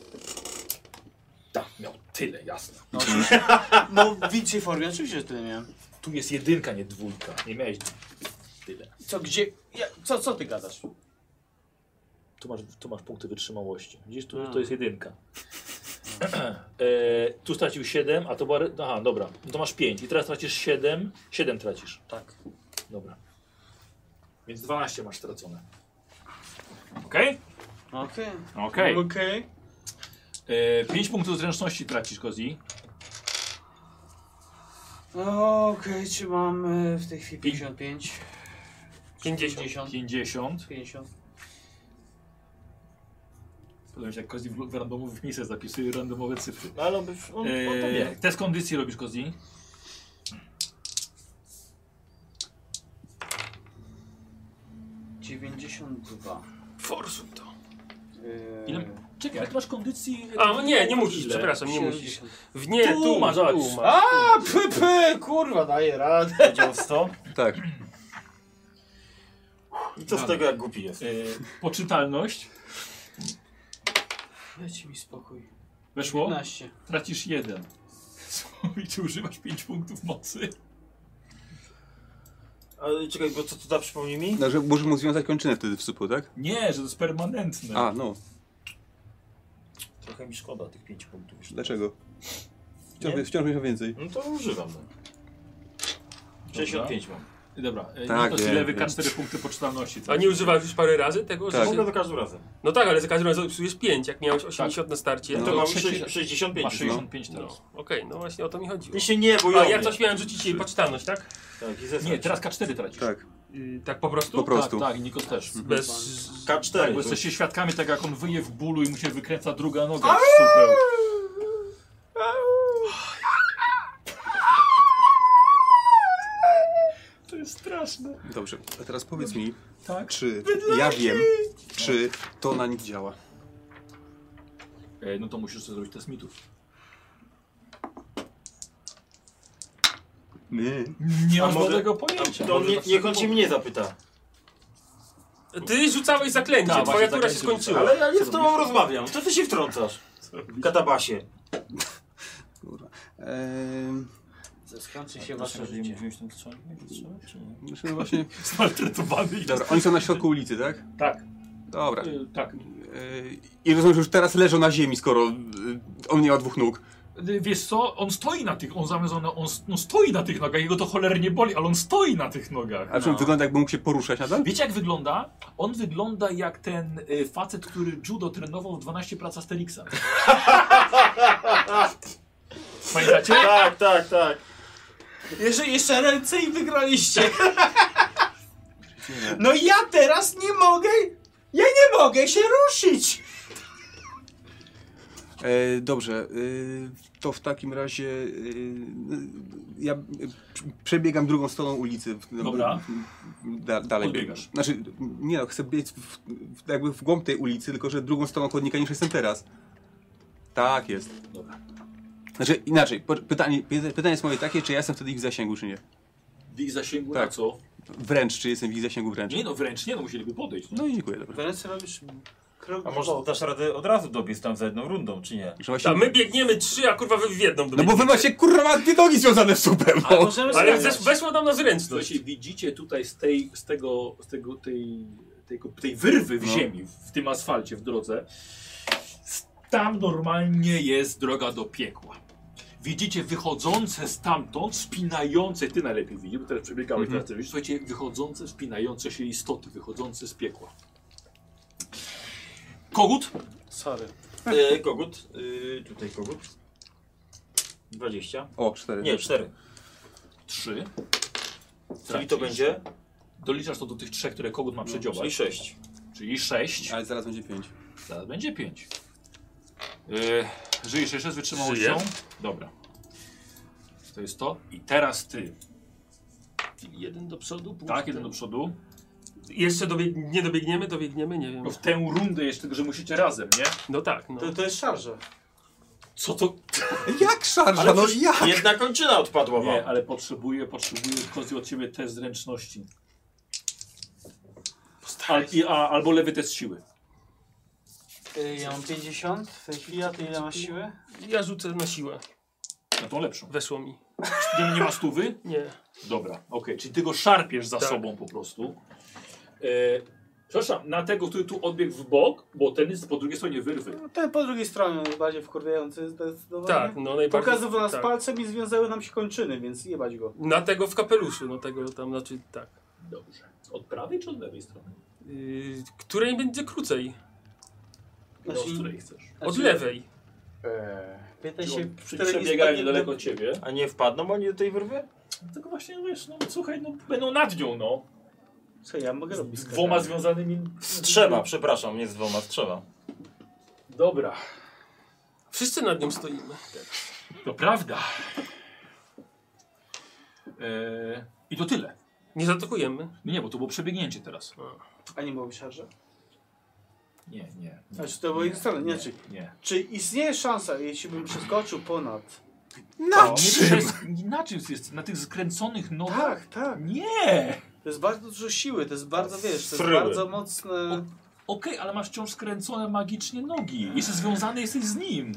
Tak, miał tyle, jasne. No w większej formie oczywiście, że tyle miałem. Tu jest jedynka, nie dwójka. Nie miałeś tyle. Co, gdzie... Co ty gadasz? Tu masz punkty wytrzymałości. Widzisz, to jest jedynka. Tu stracił 7, a to była... Aha, dobra. No to masz 5 i teraz tracisz 7. 7 tracisz. Tak. Dobra. Więc 12 masz stracone. Okej? Okej. Okej. Okej. 5 punktów zręczności tracisz, Kozi. Okej, czy mam w tej chwili 55? 50. 50. 50. Podoba mi się, jak Kozi w randomowych miejscach zapisuje randomowe cyfry. No ale on to wie. Test kondycji robisz, Kozi. Forsuj to. Ile? Czekaj, ale ty masz kondycji... A, nie musisz, Ile? przepraszam, nie 70. musisz. Nie, Tu masz, zobacz. tu masz. A, kurwa, daję radę. Powiedział 100. Tak. I co z tego, jak głupi jest? Poczytalność. Dajcie mi spokój. Weszło? 15. Tracisz 1. I czy używasz 5 punktów mocy? Ale czekaj, bo co to da, przypomnij mi? No, że możesz mu związać kończynę wtedy w supu, tak? Nie, że to jest permanentne. A, no. Trochę mi szkoda tych 5 punktów. Już. Dlaczego? Nie? Wciąż miał więcej. No to używam. No. 65 mam. Dobra, Tak, no to wiem, lewy wiem. K4 punkty poczytalności. A nie używałeś już parę razy tego? Tak. Że Mogę za każdym razem. No tak, ale za każdym razem psujesz 5, jak miałeś 80 na starcie. No to to mam sześć- 65. Masz No. 65 No, teraz. okej, no właśnie o to mi chodziło. Mi się nie A boją. jak coś miałem rzucić jej poczytalność, tak? Tak, i zesrać. Nie, teraz K4 tracisz. Tak. Tak po prostu? Po prostu. Tak, i Nikos też. Bez... K4. Tak, bo to- jesteście świadkami tego, jak on wyje w bólu i mu się wykręca druga noga w supeł. Dobrze, a teraz powiedz mi, Tak. czy ja wiem, czy to na nich działa. No to musisz sobie zrobić test mitów. My. Nie masz może- żadnego pojęcia. To niech on się mnie zapyta. Ty rzucałeś zaklęcie, Tak, twoja właśnie tura się zaklęcie skończyła. Ale ja nie z tobą rozmawiam. Co ty się wtrącasz? Katabasie. Kurwa. Skończy się wasze Możemy życie. wziąć ten strzał? Czy nie? Myślę, że właśnie... Zmaltretowany. Dobra, oni są na środku ulicy, tak? Tak. Dobra. Tak. I rozumiem, że już teraz leżą na ziemi, skoro on nie ma dwóch nóg. Wiesz co, on stoi na tych, on stoi na tych nogach, jego to cholernie boli, ale on stoi na tych nogach. A czym wygląda, jakby mógł się poruszać nadal? Wiecie jak wygląda? On wygląda jak ten facet, który judo trenował w 12 prac Asterixa. Pamiętacie? Tak. Jeszcze ręce i wygraliście. No ja teraz nie mogę. Ja nie mogę się ruszyć. Dobrze, to w takim razie ja przebiegam drugą stroną ulicy. Dobra. Dalej. Odbiegasz. Znaczy, nie no, chcę biec jakby w głąb tej ulicy, tylko że drugą stroną chodnika niż jestem teraz. Tak jest. Dobra. Znaczy inaczej, pytanie jest moje takie, czy ja jestem wtedy w ich zasięgu, czy nie? W ich zasięgu Tak. na co? Wręcz, czy jestem w ich zasięgu wręcz? Nie no, wręcz nie, no musieliby podejść. No i dziękuję, dobra. W ręce robisz krok A w może bok. dasz radę od razu dobiec tam za jedną rundą, czy nie? Że właśnie... A my biegniemy 3, a kurwa wy w jedną No bo wy macie kurwa dwie nogi związane z supem, Ale no. możemy Ale sprawdzać. weszła nam na zręczność. Słuchajcie, widzicie tutaj tej wyrwy w No. ziemi, w tym asfalcie, w drodze. Tam normalnie jest droga do piekła. Widzicie wychodzące stamtąd, spinające, ty najlepiej widzisz, bo teraz przebiegałeś, teraz też widzisz, słuchajcie, wychodzące, spinające się istoty, wychodzące z piekła. Kogut? Sorry. Kogut. Tutaj kogut. 20. O, 4. Nie, 4. 3. Czyli to będzie? Doliczasz to do tych 3, które kogut ma Czyli przedziobać. 6. Czyli 6. Ale zaraz będzie 5. Zaraz będzie 5. Żyjesz jeszcze z wytrzymałością? Żyję. Dobra. To jest to. I teraz ty. Jeden do przodu, pół. Tak, jeden do przodu. Jeszcze nie dobiegniemy, nie wiem. No w tę rundę jeszcze, tylko że musicie razem, nie? No tak, no. To jest szarża. Co to? Jak szarża, Ale no przecież jak? jedna kończyna odpadła wam. Nie, ale potrzebuję Kozi od ciebie test zręczności. Albo lewy test siły. Ja mam 50 w tej chwili, a ty ile masz siły? Ja rzucę na siłę. Na tą lepszą. Weszło mi. Nie ma stówy? Nie. Dobra, okej, czyli ty go szarpiesz za Tak. sobą po prostu. Przepraszam, na tego, który tu odbiegł w bok, bo ten jest po drugiej stronie wyrwy. No, ten po drugiej stronie jest bardziej wkurwiający zdecydowanie. Tak, no najbardziej. Pokazywał nas tak. palcem i związały nam się kończyny, więc jebać go. Na tego w kapeluszu, no tego tam, znaczy tak. Dobrze. Od prawej czy od lewej strony? Której będzie krócej? No, z której chcesz? Od lewej. Pytaj Czy się, on w której przebiegają jest niedaleko od ciebie. A nie wpadną oni do tej wyrwy? Tylko właśnie, wiesz, no słuchaj, no będą nad nią, no. Co ja mogę robić? Z dwoma związanymi... Strzeba, przepraszam, nie z dwoma, strzeba. Dobra. Wszyscy nad nią stoimy. To prawda. I to tyle. Nie zaatakujemy. No nie, bo to było przebiegnięcie teraz. A nie byłoby szarża? Nie. Znaczy to było ich strony, nie, Nie. Czy istnieje szansa, jeśli bym przeskoczył ponad? Na Na czym jest? Na tych skręconych nogach? Tak. Nie! To jest bardzo dużo siły, to jest bardzo, wiesz, to jest Fryły. bardzo mocne... Okej, ale masz wciąż skręcone magicznie nogi. Jeszcze związany jesteś z nim.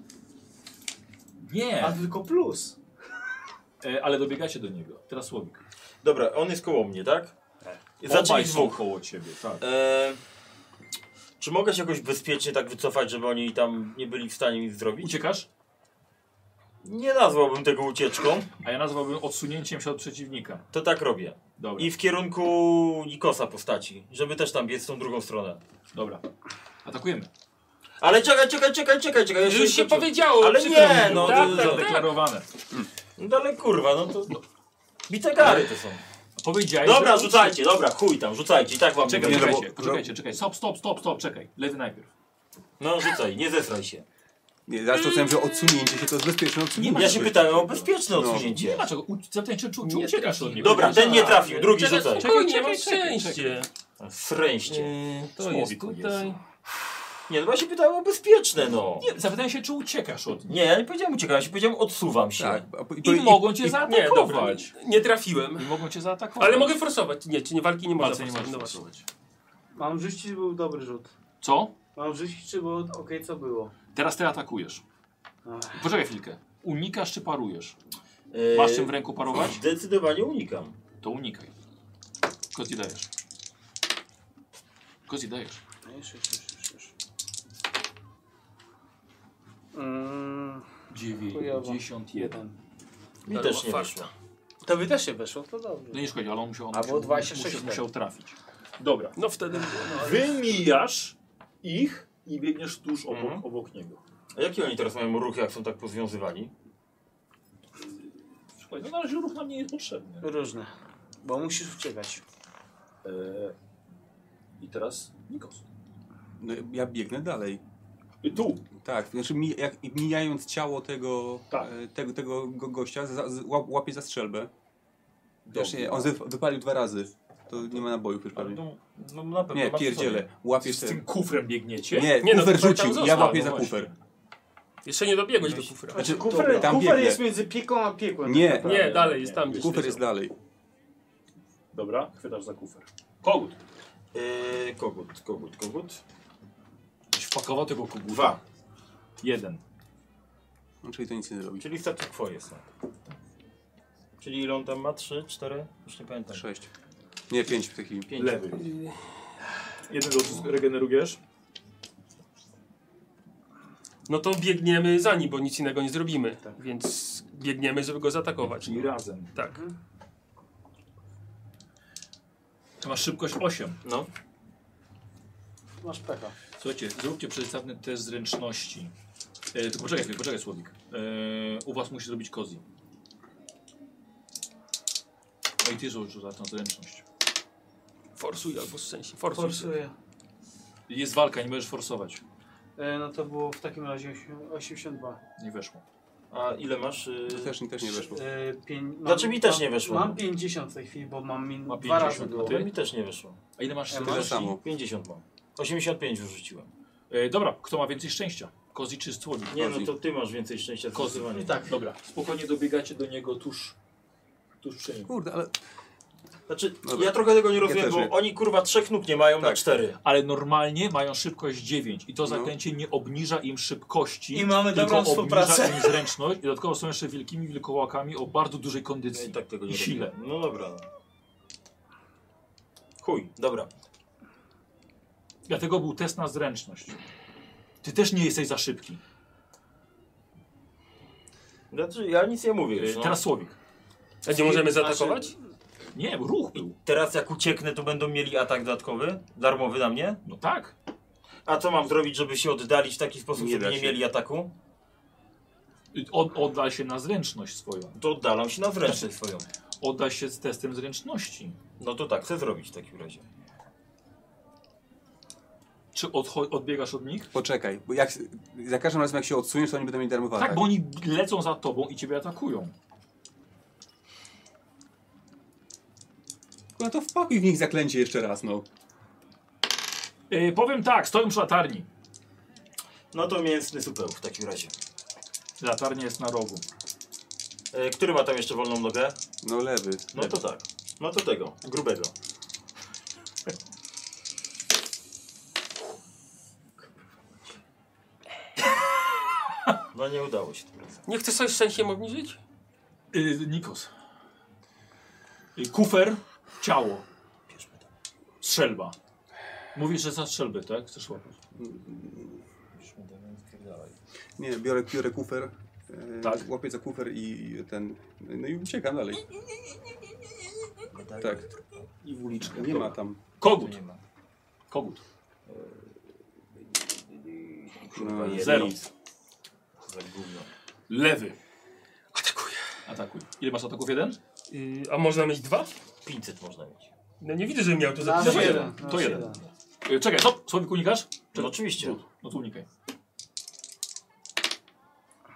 Nie. A tylko plus. Ale dobiegacie do niego. Teraz Słowik. Dobra, on jest koło mnie, tak? Obaj Zaczęli są dwóch. koło ciebie, tak. Czy mogę się jakoś bezpiecznie tak wycofać, żeby oni tam nie byli w stanie nic zrobić? Uciekasz? Nie nazwałbym tego ucieczką. A ja nazwałbym odsunięciem się od przeciwnika. To tak robię. Dobra. I w kierunku Nikosa postaci, żeby też tam biec w tą drugą stronę. Dobra. Atakujemy. Ale czekaj. Już się powiedziało. Ale przykro nie, mi. no, tak, to- tak, tak. Zadeklarowane. No ale kurwa, no to... Bite gary to są. Powiedziałeś, Dobra, że... rzucajcie, dobra, chuj tam, rzucajcie, i tak wam Czekaj, nie poczekajcie. Stop, czekaj. Lewy najpierw. No rzucaj, nie zesraj się. Nie, ja stwierdzałem, że odsunięcie się to jest bezpieczne odsunięcie. Ja się pytałem o bezpieczne odsunięcie. Nie ma czego. Zapytaj, czy uciekasz od niego. Dobra, ten nie trafił, drugi rzucaj. Spokojnie, mam szczęście. Sręście. To jest tutaj. Nie, no ja się pytałem o bezpieczne, no. Nie, zapytałem się, czy uciekasz od nich. Nie, ja nie powiedziałem uciekałem, się powiedziałem odsuwam się. Tak. I mogą cię Nie, dobra, zaatakować. nie trafiłem. I mogą cię zaatakować. Ale mogę forsować. Nie, czy nie walki nie można Walce nie forsować. możesz No właśnie. forsować. Mam rzucić, czy był dobry rzut? Co? Mam rzucić, czy było okej, co było? Teraz ty atakujesz. Ach. Poczekaj chwilkę. Unikasz czy parujesz? Masz czym w ręku parować? Zdecydowanie unikam. To unikaj. Kozi dajesz. Kozi dajesz. Już. 91. Mi też nie wyszło. To by też się weszło, to dobrze. No nie szkodzi, ale on Albo 26 musiał trafić. Dobra. No wtedy... Wymijasz ich i biegniesz tuż obok niego. A jakie oni teraz mają ruchy, jak są tak pozwiązywani? Słuchaj, no na razie ruch nam nie jest potrzebny. Różne. Bo musisz uciekać. I teraz Nikos. No, ja biegnę dalej. I tu. Tak, znaczy mijając ciało tego, Tak. tego gościa, łapię za strzelbę. Wiesz, Dobra. nie, on wypalił 2 razy. To nie ma nabojów już Ale pewnie. no na pewno Nie, masz pierdzielę. Łapię Z tym kufrem biegniecie? Nie, no, kufer to tam rzucił, został, ja łapię no za właśnie. kufer. Jeszcze nie dobiegłeś do kufra. Znaczy, Dobra, tam kufer biegnę. jest między pieką a piekłem. Nie, tak naprawdę. Nie, dalej, jest tam gdzieś. Kufer jest dalej. Dobra, chwytasz za kufer. Kogut. Kogut. Wpakował tego koguta. 2. 1. No, czyli to nic nie zrobi. Czyli status quo jest. No. Czyli ile on tam ma? 3, 4? Już nie pamiętam. 6. Nie, 5 w tej chwili. 5. Lewy. Jednego regenerujesz. No to biegniemy za nim, bo nic innego nie zrobimy. Więc biegniemy, żeby go zaatakować. Czyli razem. Tak. To masz szybkość 8. No. Masz pecha. Słuchajcie, zróbcie przedstawny test zręczności. Tylko poczekaj Słowik. U was musi zrobić Kozi. No i ty rzucasz na zręczność. Forsuj albo w sensie. Forsuj. Forsuję. Jest walka, nie możesz forsować. No to było w takim razie 82. Nie weszło. A ile masz? Też nie weszło. Znaczy mi też nie weszło. Mam 50 w tej chwili, bo mam Ma 2 razy 50, było. a ty? Mi też nie weszło. A ile masz? Tyle samo. 50 mam. 85 już rzuciłem. Dobra, kto ma więcej szczęścia? Kozi czy Słowik? Nie, no to ty masz więcej szczęścia. Kozi. zdecydowanie. Tak. Dobra, spokojnie dobiegacie do niego tuż przy nim. Kurde, ale... Znaczy, Dobra. ja trochę tego nie rozumiem, też bo nie. oni kurwa 3 nóg nie mają na Tak. 4. Ale normalnie mają szybkość 9 i to No. zaklęcie nie obniża im szybkości, I mamy tylko dobrą obniża współpracę. im zręczność i dodatkowo są jeszcze wielkimi wilkołakami o bardzo dużej kondycji I tak tego nie i sile. rozumiem. No dobra. Chuj, dobra. Dlatego był test na zręczność. Ty też nie jesteś za szybki. Znaczy, ja nic nie mówię już, no. Teraz Słowik. A nie możemy zaatakować? Nie, ruch był. Teraz jak ucieknę, to będą mieli atak dodatkowy? Darmowy na mnie? No tak. A co mam zrobić, żeby się oddalić w taki sposób, Nie żeby da nie się. mieli ataku? Oddal się na zręczność swoją. To oddalam się na zręczność swoją. Oddal się z testem zręczności. No to tak, chcę zrobić w takim razie. Czy odbiegasz od nich? Poczekaj, bo jak, za każdym razem jak się odsuniesz, to oni będą mieli darmowy atak. Tak, bo oni lecą za tobą i ciebie atakują. No to wpakuj w nich zaklęcie jeszcze raz, no. Powiem tak, stoją przy latarni. No to mięsny supeł w takim razie. Latarnia jest na rogu. Który ma tam jeszcze wolną nogę? No lewy. No to tak. No to tego, grubego. No nie udało się tym razem. Nie chcesz sobie szczęściem obniżyć? Nikos. Kufer, ciało. Strzelba. Mówisz, że za strzelby, tak? Chcesz łapać? Nie, biorę kufer. Tak. Łapię za kufer i ten... No i uciekam dalej. Tak. I w uliczkę. Nie ma tam. Kogut. Kogut. No, Zero. nic. Za gówno. Lewy. Atakuję. Atakuj. Ile masz ataków? 1? A można mieć 2? 500 można mieć. No nie widzę, że miał to Na zapisane. jeden. To jeden. Czekaj, co? Słowik unikasz? No oczywiście. No to unikaj.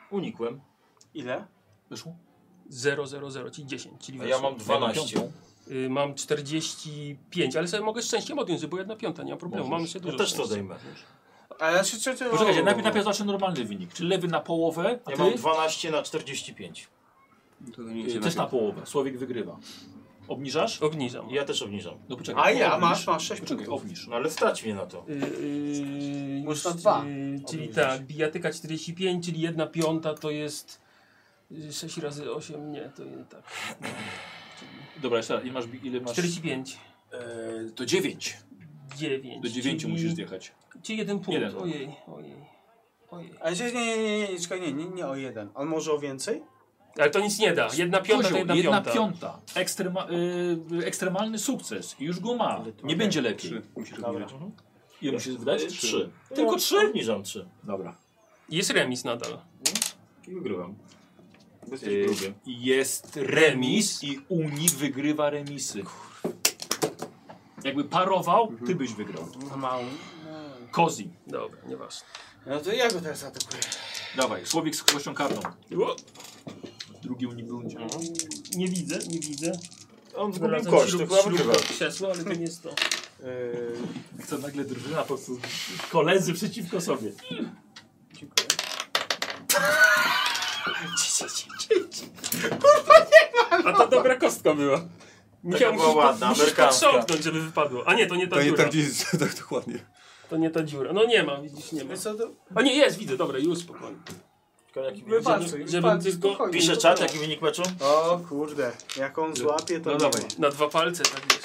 Unikłem. Ile? Wyszło? 0, 0, 0, czyli 10, czyli A ja weszło. mam 12. Mam 45, ale sobie mogę szczęściem odjąć, bo 1/5, nie ma problemu. Mamy jeszcze Ja dużo też to szczęścia. dejmę. Ale czy Poczekajcie, najpierw zacznę normalny wynik. Czy lewy na połowę, a Ja ty? mam 12 na 45. To nie Też na połowę. Słowik wygrywa. Obniżasz? Obniżam. Ja też obniżam. No poczekaj. A ja, obniż. masz 6 Poczekaj, punktów. obniż. No ale stać mnie na to. Możesz na 2 Czyli obniżyć. tak, bijatyka 45, czyli 1/5 to jest 6 razy 8, nie, to nie tak. Dobra, jeszcze raz. Ile masz? 45, To 9. 9. Do 9 czyli, musisz zjechać. Czyli 1 punkt. Jeden. Ojej. Ale nie, czekaj, nie o 1. On może o więcej? Ale to nic nie da. 1/5 to 1/5. 1/5. Ekstremalny sukces. I już go ma. Nie będzie lepiej. 3. Musisz Dobra. obniżać. Ile musisz wydać? 3. Tylko 3? Obniżam 3. Dobra. Jest remis nadal. I wygrywam. Bo jesteś Yy, gruby. Jest remis i Unik wygrywa remisy. Jakby parował, ty byś wygrał. No mało. Kozi. Dobra, nieważne. No to ja go teraz atakuję. Dawaj, Słowik z kością karną. Drugi Unik w rundzie. Nie widzę. On zgubił Znalazłem kość, to chyba wygrywa. do krzesła, ale to nie jest to. Co nagle drużyna, po prostu koledzy przeciwko sobie. Dziękuję. A to dobra kostka była. Taka była ładna, musisz amerykańska. potrząsnąć, żeby wypadło. A nie, to nie ta To nie dziura. tak gdzieś, tak dokładnie. To nie ta dziura. No nie ma, widzisz, nie ma. Wiesz co, to A nie, jest, widzę, dobra, już spokojnie. wypalcuj, tylko- Pisze czat, jaki wynik meczu? O kurde, jak on złapie to... No dawaj. Na 2 palce, tak wiesz.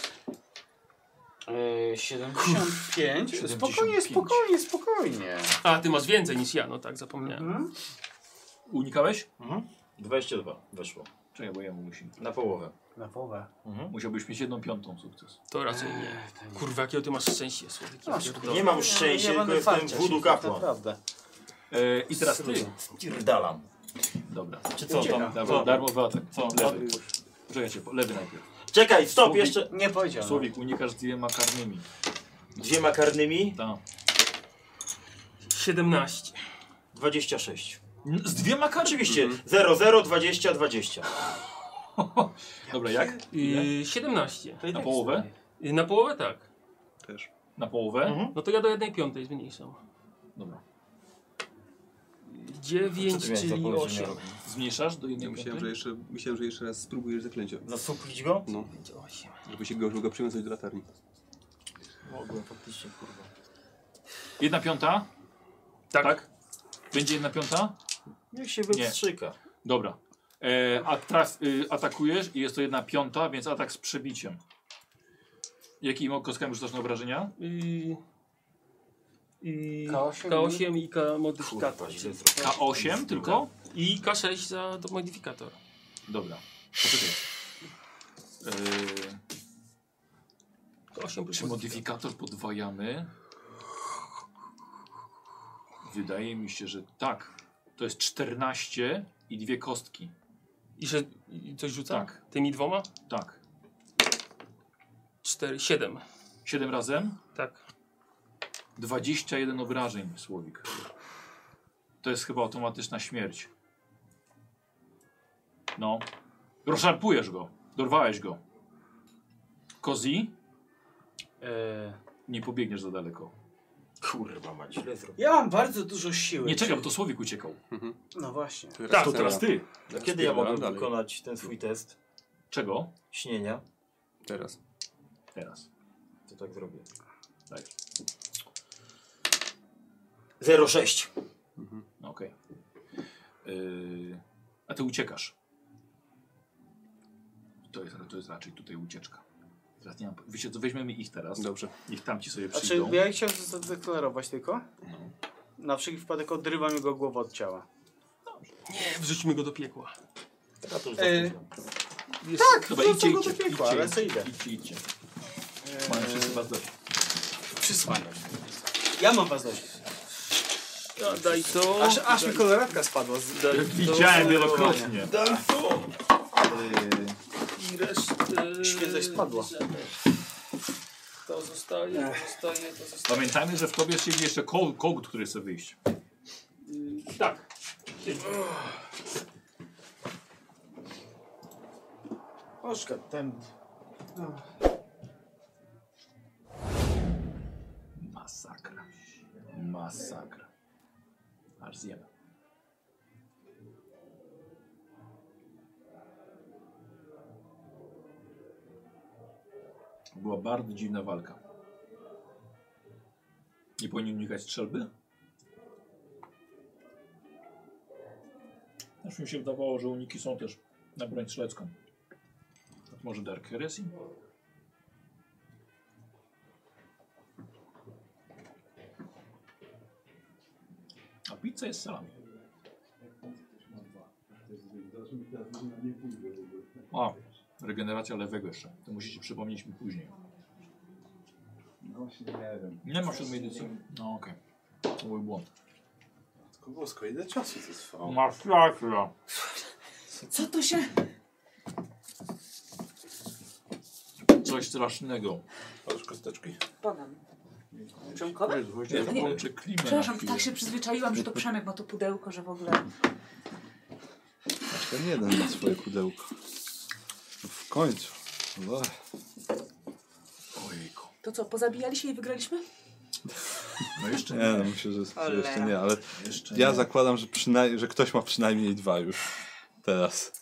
75? 75. Spokojnie. A, ty masz więcej niż ja, no tak, zapomniałem. Mhm. Unikałeś? 22 weszło. Czekaj, bo ja musi. Na połowę. Na połowę. Musiałbyś mieć 1/5 sukces. To raczej nie. Kurwa, jakie ty masz szczęście, Słowik. Ja pierdolę. Nie mam szczęścia, Ja tylko będę jestem farciać, voodoo kapłan. naprawdę. I teraz ty. Pierdalam. Dobra. Czy co tam? Dobra, darmowy atak. Co? Lewy. Poczekajcie, lewy najpierw. Czekaj, stop, Słowik- jeszcze Nie powiedział. Słowik, unikasz z 2 karnymi. 2 karnymi. Tak. 17. 26. Z 2 karnymi? Oczywiście, 0, 0, 20, 20. Dobra, jak? 17. Na połowę? Na połowę tak. Też. Na połowę? No to ja do 1/5 zmniejszam. Dobra. 9, Co ty miałeś czyli za pomysł, 8. że Zmniejszasz do 1 Ja myślałem, że jeszcze raz spróbujesz zaklęcia. Zasłupić go? No, 8. żeby się go przywiązać do latarni. Mogłem faktycznie, kurwa. 1/5? Tak. Będzie 1/5? Niech się wystrzyka. Dobra. A teraz atakujesz i jest to 1/5, więc atak z przebiciem. Jakimi kostkami rzucasz na obrażenia? K8 i K modyfikator. Kurwa, źle zrobiłem. K8 tylko? I K6 za modyfikator. Dobra. Poczekaj. K8 plus Czy modyfikator podwajamy? Wydaje mi się, że tak. To jest 14 i 2 kostki. I że i coś rzuca? Tak. Tymi dwoma? Tak. 4, 7. 7 razem? Tak. 21 obrażeń, Słowik. To jest chyba automatyczna śmierć. No. Rozszarpujesz go. Dorwałeś go. Kozi? Nie pobiegniesz za daleko. Kurwa, mać, źle zrobiłem. Ja mam bardzo dużo siły. Nie czekaj, bo to Słowik uciekał. No właśnie. Tak, to teraz ty. Kiedy ja mogłem wykonać ten swój test Czego? śnienia? Teraz. Teraz. To tak zrobię. Tak. 0,6. No, okej. A ty uciekasz. To jest raczej tutaj ucieczka. Teraz nie mam, wiecie co, weźmiemy ich teraz. Dobrze. Niech tam ci sobie Znaczy, przyjdą. ja chciałem zadeklarować tylko. Na wszelki wypadek odrywam jego głowę od ciała. Nie, wrzućmy go do piekła. Ja to już Tak, Chyba wrzucam idźcie, go do idźcie, piekła, idźcie, ale co idę? idźcie. Mają wszyscy was dość. Przysłaniasz. Ja mam was dość. Daj to. Aż mi koloratka spadła. Widziałem wielokrotnie. I resztę. Świeżość spadła. To zostaje. Pamiętajmy, że w tobie siedzi jeszcze kogut, który chce wyjść. Tak. Oszka, ten... Masakra. Masakra. Aż zjemy. Była bardzo dziwna walka. Nie powinien unikać strzelby? Aż mi się wydawało, że uniki są też na broń strzelecką. Może Dark Heresy? A pizza jest salami. O, regeneracja lewego jeszcze. To musicie przypomnieć mi później. No właśnie nie wiem. Nie ma 7 edycji? No okej. To był błąd. Tylko bosko, ile czasu to trwało? Masz rację. Co to się... Coś strasznego. Patrz kosteczki. Podam. Przemkowe? Właśnie włączę klimę. Przepraszam, tak się przyzwyczaiłam, że to Przemek ma to pudełko, że w ogóle... Ten jeden ma swoje pudełko. W końcu. Ojejku. To co, pozabijali się i wygraliśmy? No jeszcze Nie, nie. no myślę, że Cholera. jeszcze nie, ale Jeszcze ja nie. zakładam, że ktoś ma przynajmniej 2 już teraz.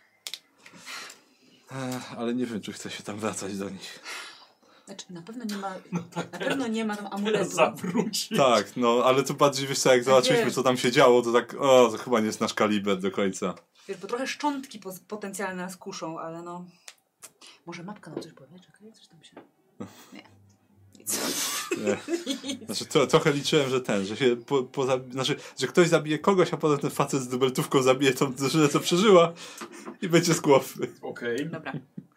Ale nie wiem, czy chce się tam wracać do nich. Znaczy, na pewno nie ma... Na pewno nie ma tam amuletu. Zawróci. Tak, no, ale to bardziej, wiesz co, jak zobaczyliśmy, co tam się działo, to tak, to chyba nie jest nasz kaliber do końca. Wiesz, bo trochę szczątki potencjalnie nas kuszą, ale no... Może mapka nam coś powie? Czekaj, coś tam się... Nie. Nic. Nie. Znaczy, trochę liczyłem, że się znaczy, że ktoś zabije kogoś, a potem ten facet z dubeltówką zabije tą drużynę, co przeżyła i będzie z głowy. Okej. Dobra.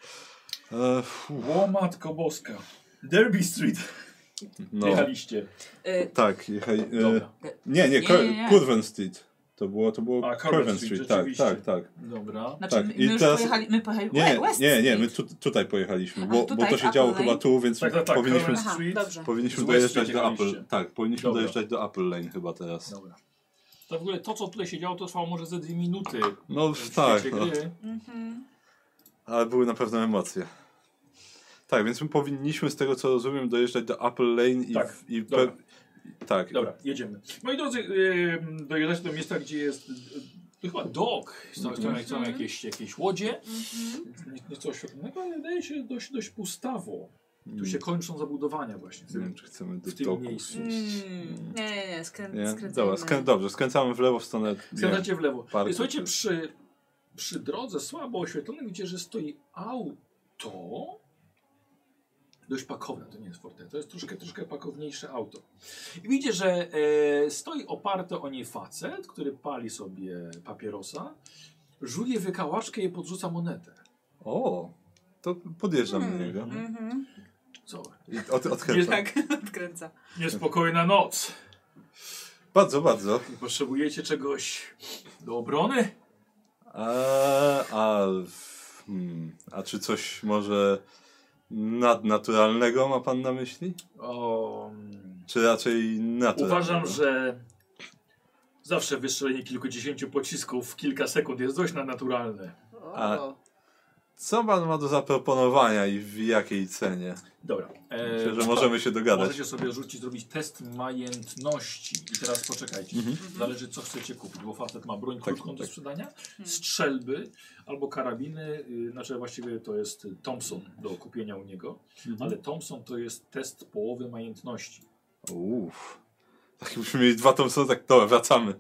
O matko boska. Derby Street. No, Jechaliście. tak, jechali... Dobra. Nie, Nie. Curwen Street. To było A, Curwen Street, tak, rzeczywiście. tak. Dobra. Znaczy, Tak, my i już teraz- pojechali West Nie, Street. my tutaj pojechaliśmy, A, bo tutaj to w się działo Apple chyba Lane? tu, więc Tak, powinniśmy, Curwen Aha, Street. dobrze. powinniśmy Z West dojeżdżać Street do Apple. jechaliście. Tak, powinniśmy Dobra. dojeżdżać do Apple Lane chyba teraz. Dobra. To w ogóle to, co tutaj się działo, to trwało może ze 2 minuty. No W tak, świecie no. gry. Mhm. Ale były na pewno emocje. Tak, więc my powinniśmy z tego, co rozumiem, dojeżdżać do Apple Lane i... Tak, i dobra. tak. Dobra, jedziemy. Moi drodzy, dojeżdżacie do miejsca, gdzie jest to chyba dok. Są jakieś łodzie. Nieco oświetlonego, ale wydaje się dość pustawo. Tu się kończą zabudowania właśnie Nie wiem, czy chcemy do w tym doku. miejscu. Nie, Nie? skręcamy. Dobra, dobrze, skręcamy w lewo w stronę... Skręcacie w lewo. Parku, Słuchajcie, czy- przy drodze słabo oświetlonej widzicie, że stoi auto. Dość pakowne, to nie jest Forte, to jest troszkę pakowniejsze auto. I widzicie, że stoi oparty o nie facet, który pali sobie papierosa, żuje wykałaczkę i podrzuca monetę. O, to podjeżdżam do niego. Co? I odkręcam. Tak, odkręca. Niespokojna noc. Bardzo, bardzo. Potrzebujecie czegoś do obrony? A czy coś może nadnaturalnego ma pan na myśli? Czy raczej naturalnego? Uważam, że zawsze wystrzelenie kilkudziesięciu pocisków w kilka sekund jest dość naturalne. A co pan ma do zaproponowania i w jakiej cenie? Dobra. Myślę, że możemy się dogadać. Możecie sobie zrobić test majętności. I teraz poczekajcie. Zależy, co chcecie kupić, bo facet ma broń krótką do sprzedania, strzelby albo karabiny. Znaczy właściwie to jest Thompson do kupienia u niego, ale Thompson to jest test połowy majętności. Tak jakbyśmy mieli 2 Thompsony, tak dobra, wracamy.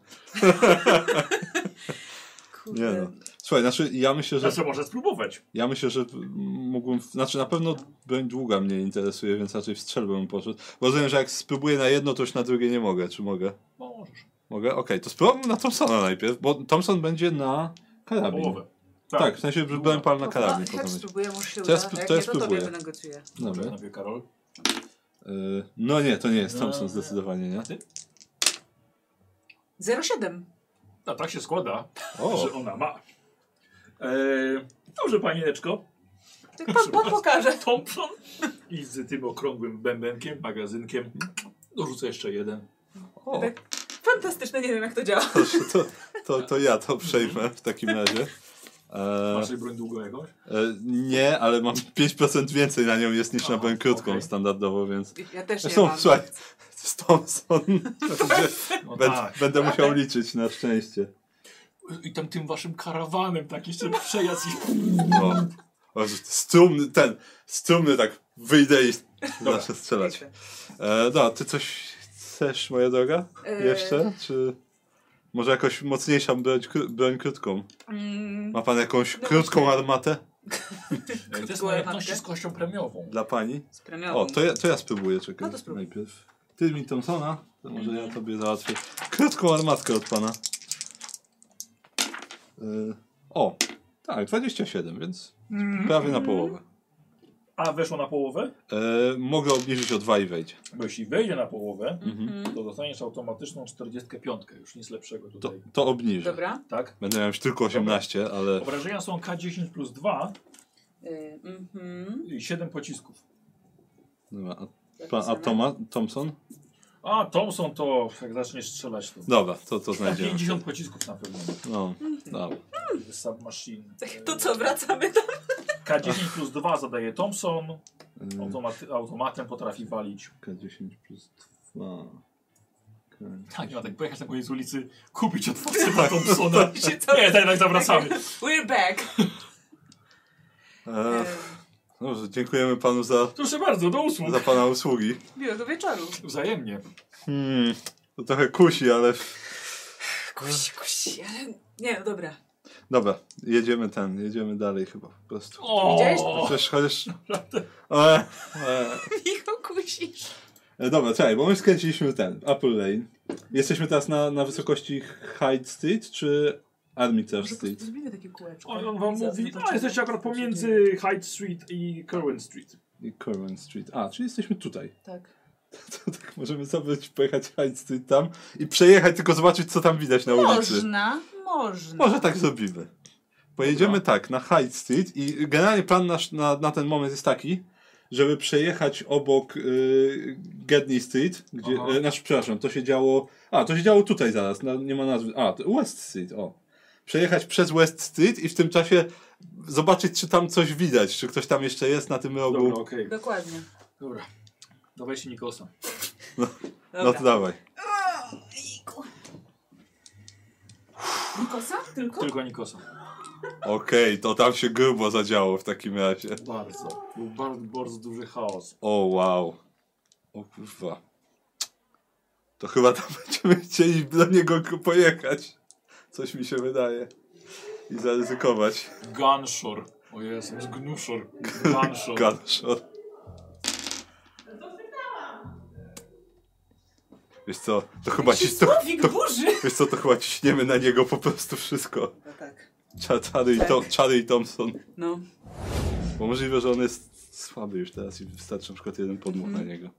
Nie no. Słuchaj, znaczy ja myślę, że... Znaczy może spróbować. Ja myślę, że mógłbym... Znaczy na pewno broń długa mnie interesuje, więc raczej w strzelbę bym poszedł. Bo rozumiem, że jak spróbuję na jedno, to już na drugie nie mogę. Czy mogę? Możesz. Mogę? Okej, to spróbujmy na Thompsona najpierw, bo Thompson będzie na karabin. Połowę. Tak, w sensie, że broń palna na karabin. Ja spróbuję, może się To ja uda. sp- Jak to ja nie, to tobie spróbuję. wynegocjuję. Dobra. Najpierw Karol. No nie, to nie jest Thompson zdecydowanie, nie? 0,7. A tak się składa, O. że ona ma. Dobrze, panieneczko. Pan pokaże. Thompson. I z tym okrągłym bębenkiem, magazynkiem. Dorzucę jeszcze jeden. O. Tak. Fantastyczne, nie wiem jak to działa. to ja to przejmę w takim razie. Masz sobie broń długą jakąś? Nie, ale mam 5% więcej na nią jest niż na broń krótką standardowo, więc... Ja też nie Zresztą, mam. słuchaj, z Thompson No będę musiał liczyć na szczęście. I tam tym waszym karawanem tak jeszcze przejazd i... No. Strumny tak wyjdę i zacznę strzelać. No, ty coś chcesz, moja droga? Jeszcze? Czy może jakąś mocniejszą broń krótką? Ma pan jakąś krótką armatę? To jest majętności z kością premiową. Dla pani? Z premiową. O, to ja spróbuję, czekaj. No to spróbuj. Najpierw. Ty mi Thompsona, to może ja tobie załatwię. Krótką armatkę od pana. O, tak, 27, więc prawie na połowę. A weszło na połowę? Mogę obniżyć o 2 i wejdzie. Bo jeśli wejdzie na połowę, to dostaniesz automatyczną 45. Już nic lepszego tutaj. To obniżę. Dobra. Tak? Będę miał już tylko 18, ale... Obrażenia są K10 plus 2 i 7 pocisków. Dobra, a Thompson? A, Thompson to jak zaczniesz strzelać to... Dobra, to znajdziemy. 50 pocisków na pewno. No, dobra. Submachine. To co, wracamy tam? K10 plus 2 zadaje Thompson. Automatem potrafi walić. K10 plus 2... Tak, nie ma tak pojechać na koniec ulicy, kupić od faceta Thompsona. Nie, tak zawracamy. We're back. Dobrze, dziękujemy panu za Proszę bardzo, do usług. Za pana usługi. Miłego wieczoru. Wzajemnie. To trochę kusi, ale... Kusi, ale... Nie, no dobra. Dobra, jedziemy dalej chyba po prostu. Widziałeś? Chociaż... Michał, kusisz. Dobra, czekaj, bo my skręciliśmy Apple Lane. Jesteśmy teraz na wysokości Hyde Street, czy Armitage Street? Zrobimy takie kółeczko. On wam mówi, jesteście akurat pomiędzy Hyde Street i Curwen Street. I Curwen Street. A, czyli jesteśmy tutaj. Tak. To tak możemy sobie pojechać Hyde Street tam i przejechać, tylko zobaczyć, co tam widać na ulicy. Można. Może tak zrobimy. Pojedziemy tak, na Hyde Street i generalnie plan nasz na ten moment jest taki, żeby przejechać obok Gedney Street, gdzie, przepraszam, to się działo tutaj zaraz, nie ma nazwy, West Street, Przejechać przez West Street i w tym czasie zobaczyć, czy tam coś widać, czy ktoś tam jeszcze jest na tym rogu. Dobra, okej. Dokładnie. Dobra, dawajcie Nikosa. No to dawaj. Nikosa? Tylko Nikosa. Okej, to tam się grubo zadziało w takim razie. Bardzo. Był bardzo duży chaos. O wow. O kurwa. To chyba tam będziemy chcieli do niego pojechać. Coś mi się wydaje. I zaryzykować. Gunshore. O Jezu, jest Gnushore. Gunshore. Gunshore. Wiesz co, to chyba wiesz co, to chyba ciśniemy na niego po prostu wszystko. No tak. Czary i Thompson. No. Bo możliwe, że on jest słaby już teraz i wystarczy na przykład jeden podmuch na niego.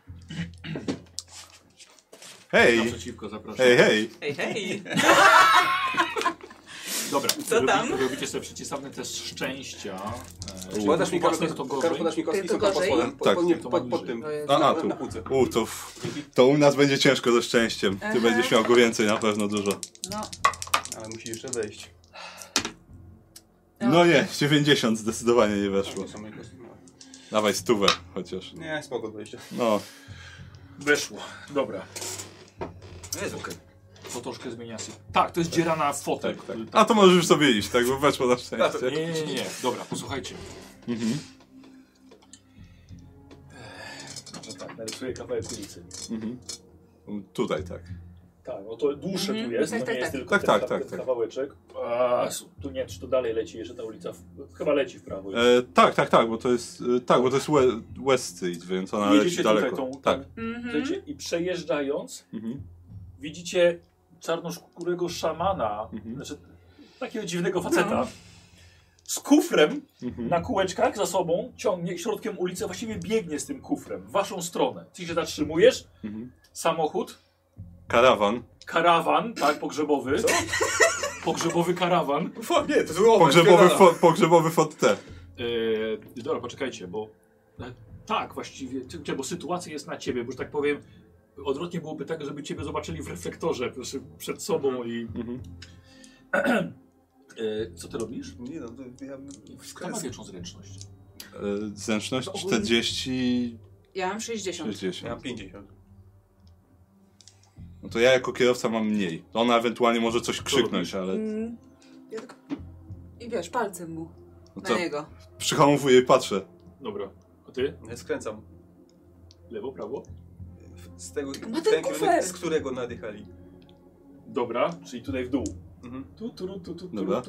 Hej! Naprzeciwko, zapraszam. Hej! Hej! Dobra, Co tam? robicie sobie przeciwstawny test szczęścia. Podasz mi to gorzej. podasz mi kostki, To są gorzej? pod tym. Tu. Na półce. To u nas będzie ciężko ze szczęściem. Ty będziesz miał go więcej na pewno dużo. No. Ale musi jeszcze wejść. No nie, 90 zdecydowanie nie weszło. To są moje kostki. Dawaj 100 chociaż. Nie, spoko 20. No. Weszło. Dobra. Jest okej. To troszkę zmienia się. Tak, to jest dzierana fotel. Tak. A to możesz już sobie iść, tak? Bo weszło na szczęście. Nie. Dobra, posłuchajcie. Znaczy tak, narysuję kawałek ulicy. Tutaj, tak. Tak, no to dłuższe tu jest, to nie jest tylko ten kawałeczek. Tu nie wiem, czy to dalej leci jeszcze ta ulica. Chyba leci w prawo. Tak, bo to jest West Street, więc ona leci daleko. Słuchajcie, i przejeżdżając widzicie czarnoskórego szamana, znaczy takiego dziwnego faceta z kufrem na kółeczkach za sobą, ciągnie środkiem ulicy, właściwie biegnie z tym kufrem w waszą stronę. Ty się zatrzymujesz, samochód. Karawan, tak, pogrzebowy. Co? Pogrzebowy karawan. Nie, to jest Pogrzebowy Ford T. Dobra, poczekajcie, bo tak, właściwie, bo sytuacja jest na ciebie, bo że tak powiem, odwrotnie byłoby tak, żeby ciebie zobaczyli w reflektorze przed sobą i... Co ty robisz? Nie no, to ja... Kto ma większą zręczność? Zręczność To ogólnie- 40... Ja mam 60. 60. Ja mam 50. No to ja jako kierowca mam mniej. Ona ewentualnie może coś krzyknąć, ale... Ja tylko... I wiesz, palcem mu. No Na to niego. przyhamowuję i patrzę. Dobra. A ty? Ja skręcam. Lewo, prawo? Z tego, Ma w ten ten kufer. kierunek, z którego nadjechali. Dobra, czyli tutaj w dół. Mhm. Tu. Dobra.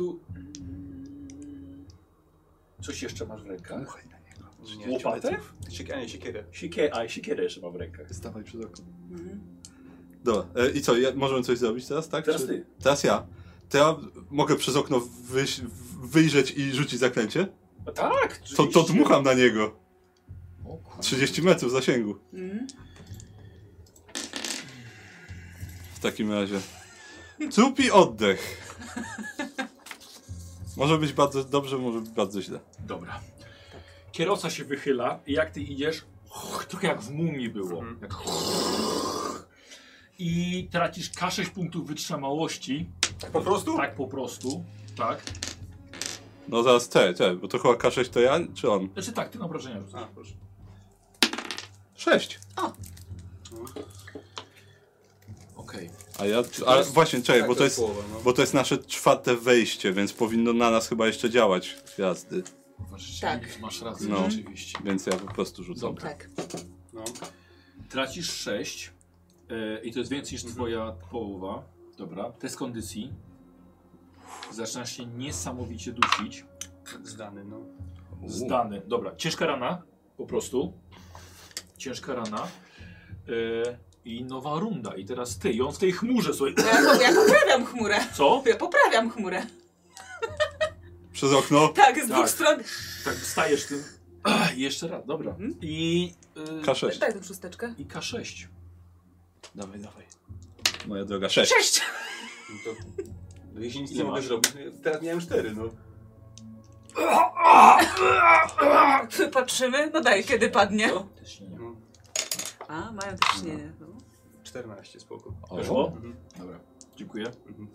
Coś jeszcze masz w rękach? Nie, Łopatę? Siekierę. Siekierę jeszcze mam w rękach. Stawaj przed okno. Mhm. Dobra, i co, możemy coś zrobić teraz, tak? Teraz ty. Teraz ja. To ja mogę przez okno wyjrzeć i rzucić zaklęcie? A tak! To oczywiście. dmucham na niego. O kurwa. 30 metrów zasięgu. Mhm. W takim razie. Trupi oddech. Może być bardzo dobrze, może być bardzo źle. Dobra. Kierowca się wychyla i jak ty idziesz, trochę jak w mumii było. Jak... I tracisz K6 punktów wytrzymałości. Tak po prostu? Tak po prostu. Tak. No zaraz, bo to chyba K6 to ja, czy on? Znaczy tak, ty na obrażenia rzucasz. A, proszę. 6. Okej. A ja, ale właśnie, czekaj, Tak, bo połowa, no. bo to jest nasze 4. wejście, więc powinno na nas chyba jeszcze działać gwiazdy. Tak. Masz rację, No. rzeczywiście. Więc ja po prostu rzucam. Dobra. Tak. No. Tracisz 6 i to jest więcej niż twoja połowa. Dobra. Test kondycji. Zaczynasz się niesamowicie dusić. Zdany, no. Zdany. Dobra. Ciężka rana. Po prostu. Ciężka rana. I nowa runda. I teraz ty. I on w tej chmurze, słuchaj. Ja poprawiam chmurę. Co? Ja poprawiam chmurę. Przez okno. Tak, z dwóch Tak. stron. Tak, stajesz tym. Jeszcze raz, dobra. I K6. Daj tą szósteczkę. i K6. Dawaj. Moja droga, 6. 6! No to... No jeśli nic Ile nie mogę masz? zrobić, teraz miałem 4, no. Patrzymy? No daj, kiedy padnie. Co? Też nie. No. A, mają też ciśnienie. No. 14, spoko. Weszło? Mhm. Dobra. Dziękuję. Mhm.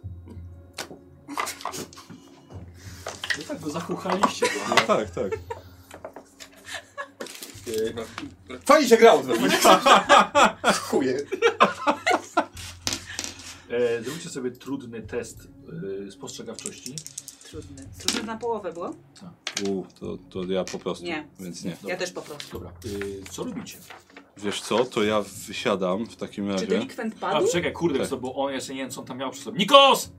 No tak, bo zachuchaliście go. No tak. Fajnie się grało znowu. Chuje. Zróbcie sobie trudny test spostrzegawczości. Trudny. Trudny na połowę było? To ja po prostu, Nie. więc nie. Ja też po prostu. Dobra. Co robicie? Wiesz co, to ja wysiadam w takim Czy razie. delikwent A padł? czekaj, kurde, Tak. to, bo on jeszcze nie wiem co on tam miał przy sobie. Nikos!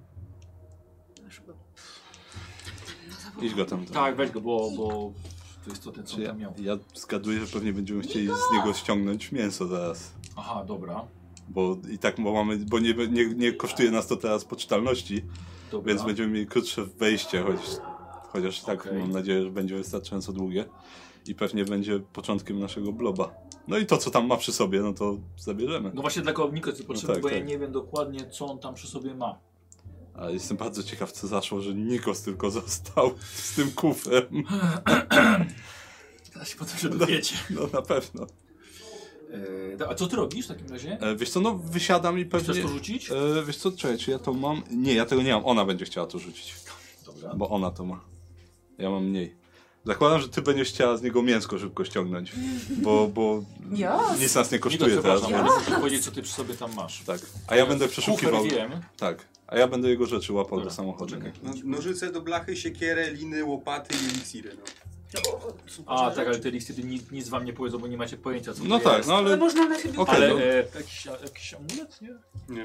Idź go tam. Tak, weź go, bo to jest to ten co on Ja, tam miał. ja zgaduję, że pewnie będziemy chcieli z niego ściągnąć mięso zaraz. Aha, dobra. Bo i tak bo nie kosztuje nas to teraz poczytalności, Dobra. więc będziemy mieli krótsze wejście, chociaż tak Okej. mam nadzieję, że będzie wystarczająco długie. I pewnie będzie początkiem naszego bloba. No i to, co tam ma przy sobie, no to zabierzemy. No właśnie dlatego Nikos jest potrzebny, tak, bo ja tak. nie wiem dokładnie co on tam przy sobie ma. Ale jestem bardzo ciekaw, co zaszło, że Nikos tylko został z tym kufrem. Teraz się potem się dowiecie. No na pewno. A co ty robisz w takim razie? Wiesz co, no wysiadam i pewnie... Chcesz to rzucić? Wiesz co, czekaj, czy ja to mam? Nie, ja tego nie mam. Ona będzie chciała to rzucić. Dobra. Bo ona to ma. Ja mam mniej. Zakładam, że ty będziesz chciała z niego mięsko szybko ściągnąć. Bo Jas. nic nas nie kosztuje Nikos, teraz. przepraszam, ale muszę powiedzieć co ty przy sobie tam masz. Tak. A ja będę przeszukiwał. Kufer wiem. Tak. A ja będę jego rzeczy łapał Dobra, do samochodu. poczekaj. Nożyce do blachy, siekierę, liny, łopaty i eliksiry, no. A tak, ale te listy nic wam nie powiedzą, bo nie macie pojęcia co No to tak, jest. no Ale ale... można na chybił. Okej, Ale no. jakiś amulet, nie? Nie.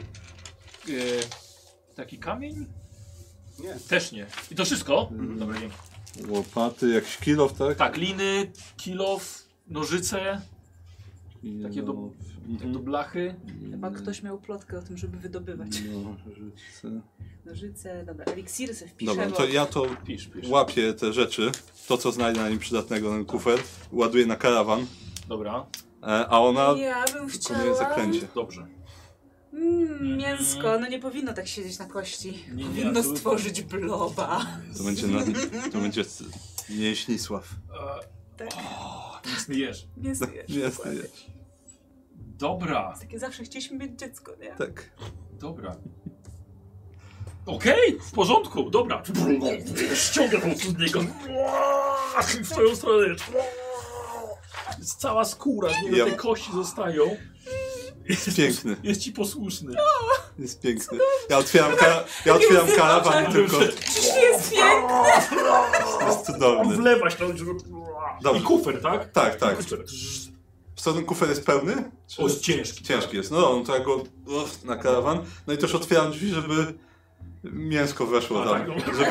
Taki kamień? Nie. Też nie. I to wszystko? Dobra, dzięki. Łopaty, jakiś kilof, tak? Tak, liny, kilof, nożyce, takie do blachy. Chyba ktoś miał plotkę o tym, żeby wydobywać. Nożyce. Nożyce, dobra, eliksiry sobie wpiszę, Dobra, bo... to ja to Pisz. łapię te rzeczy, to co znajdę na nim przydatnego, ten kufer, ładuję na karawan, Dobra, a ona Ja bym wykonuje chciała... zaklęcie. dobrze. Mięsko, no nie powinno tak siedzieć na kości. Nie, Powinno absolutnie. stworzyć bloba. To będzie mięśnisław. Tak, Nic nie jesz. mięso jesz. dokładnie. Dobra, Takie zawsze chcieliśmy mieć dziecko, nie? Tak. dobra. Okej, w porządku, dobra. Ściągam po prostu z niego. W twoją stronę. Jest cała skóra, z niego te kości zostają. Jest piękny. Jest ci posłuszny. Jest piękny. Ja otwieram karawan tylko. Jest piękny! Jest cudowny. Wlewać to. Dobrze. I kufer, tak? Tak, tak. Kufer. Co, ten kufer jest pełny? Czy... O, jest ciężki. Ciężki jest. No, to ja go na karawan. No i też otwieram drzwi, żeby mięsko weszło tam.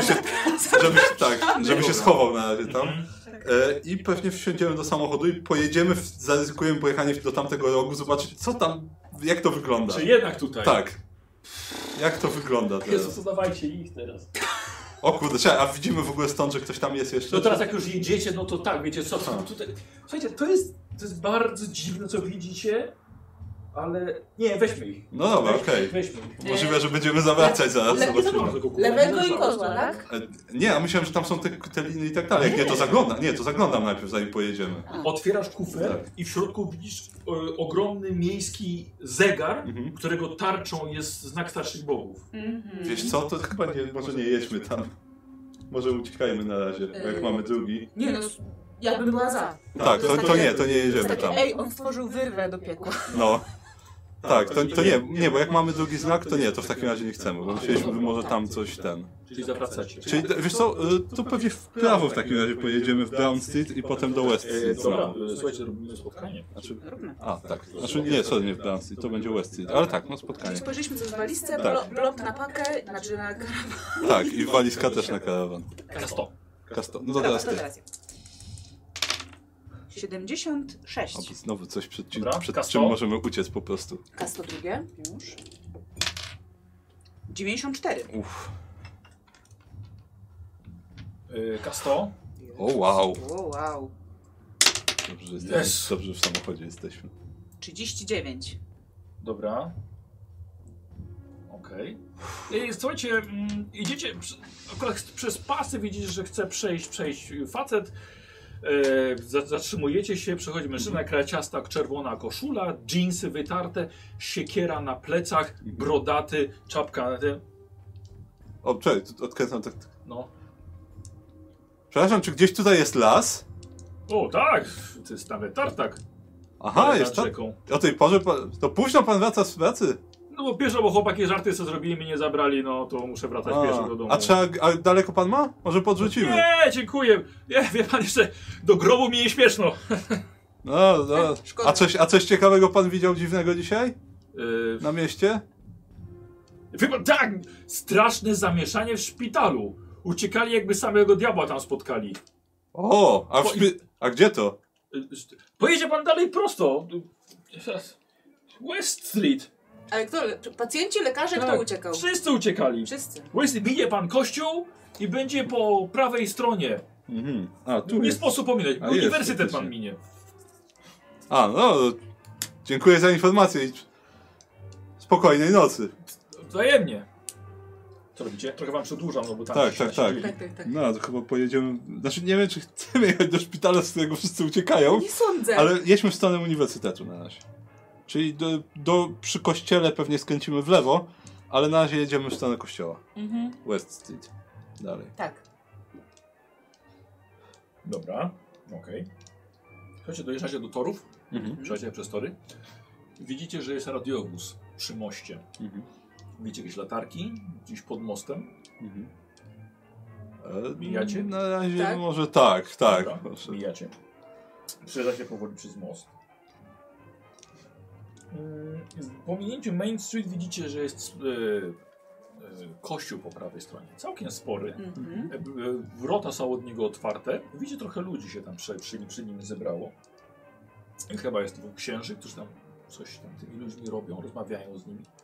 Żeby się schował na razie tam. I pewnie wsiądziemy do samochodu i pojedziemy, zaryzykujemy pojechanie do tamtego rogu, zobaczyć co tam, jak to wygląda. Czy jednak tutaj? Tak. Jak to wygląda teraz? Jezu, to dawajcie ich teraz. O kurde, czekaj, a widzimy w ogóle stąd, że ktoś tam jest jeszcze? No teraz jak już jedziecie, no to tak, wiecie co, tutaj... Słuchajcie, to jest bardzo dziwne, co widzicie, ale... Nie, weźmy ich. No dobra, okej. Weźmy ich. Możliwe, że będziemy zawracać zaraz. Lewego i kozła, tak? Nie, a myślałem, że tam są te liny i tak dalej. Jak nie, to zaglądam. Nie, to zaglądam najpierw, zanim pojedziemy. Otwierasz kufer Tak. i w środku widzisz ogromny miejski zegar, którego tarczą jest znak starszych bogów. Wiesz co, to chyba nie, może nie jedźmy tam. Może uciekajmy na razie, jak mamy drugi. Nie no, ja bym była za. Tak, to nie jedziemy tam. Ej, on stworzył wyrwę do piekła. No. Tak, to nie, bo jak mamy drugi znak, to nie, to w takim razie nie chcemy, bo myśleliśmy, że może tam coś Czyli zawracacie. Czyli wiesz co, to pewnie w prawo w takim razie pojedziemy w Brown Street i potem do West Street. Dobra, słuchajcie, robimy spotkanie. Znaczy, tak. Znaczy nie w Brown Street, to będzie West Street, ale tak, no spotkanie. Spojrzeliśmy co w walizce, Tak. blok na pakę, znaczy na karawan. Tak, i walizka też na karawan. K100. No to teraz ty. 76. Oby znowu coś przed Dobra, czym K100. możemy uciec po prostu. K100 drugie. Już. 94. Uff. K100. O wow. O wow. Dobrze, że w samochodzie jesteśmy. 39. Dobra. Okej. Słuchajcie, idziecie akurat przez pasy, widzisz, że chce przejść facet. Zatrzymujecie się, przechodzi mężczyzna, kraciasta, czerwona koszula, dżinsy wytarte, siekiera na plecach, brodaty, czapka na tym. O, czekaj, odkręcam tak. No. Przepraszam, czy gdzieś tutaj jest las? O tak, to jest nawet tartak. Aha, jest tam. O tej porze, to późno pan wraca z pracy? No bo pierwsze, bo chłopaki żarty co zrobili, mnie nie zabrali, no to muszę wracać pieszo do domu. A daleko pan ma? Może podrzucimy? Nie, dziękuję. Nie, wie pan, jeszcze do grobu mi nie śmieszno. No. A coś ciekawego pan widział dziwnego dzisiaj? Na mieście? Wie pan, tak, straszne zamieszanie w szpitalu. Uciekali, jakby samego diabła tam spotkali. O, a gdzie to? Pojedzie pan dalej prosto. West Street. Ale kto? Pacjenci, lekarze, kto uciekał? Wszyscy uciekali. Wszyscy. West, bije pan kościół i będzie po prawej stronie. A, tu Nie jest. sposób pominąć. A, jest, Uniwersytet pan faktycznie. minie. A, no, dziękuję za informację i spokojnej nocy. Wzajemnie. Co robicie? Trochę wam przedłużam, no bo tam... Tak. Tak. No, to chyba pojedziemy, znaczy nie wiem, czy chcemy jechać do szpitala, z którego wszyscy uciekają, Nie sądzę. ale jedźmy w stronę uniwersytetu na razie. Czyli przy kościele pewnie skręcimy w lewo, ale na razie jedziemy w stronę kościoła. West Street. Dalej. Tak. Dobra, okej. Słuchajcie, dojeżdżacie do torów, przejeżdżacie przez tory. Widzicie, że jest radiowóz przy moście. Widzicie jakieś latarki gdzieś pod mostem. Mijacie? Na razie Tak? może tak. Dobra, Proszę. mijacie. Przejeżdżacie powoli przez most. Po minięciu Main Street widzicie, że jest kościół po prawej stronie. Całkiem spory. Wrota są od niego otwarte. Widzicie, trochę ludzi się tam przy nim zebrało. Chyba jest dwóch księży, którzy tam coś tam tymi ludźmi robią, rozmawiają z nimi.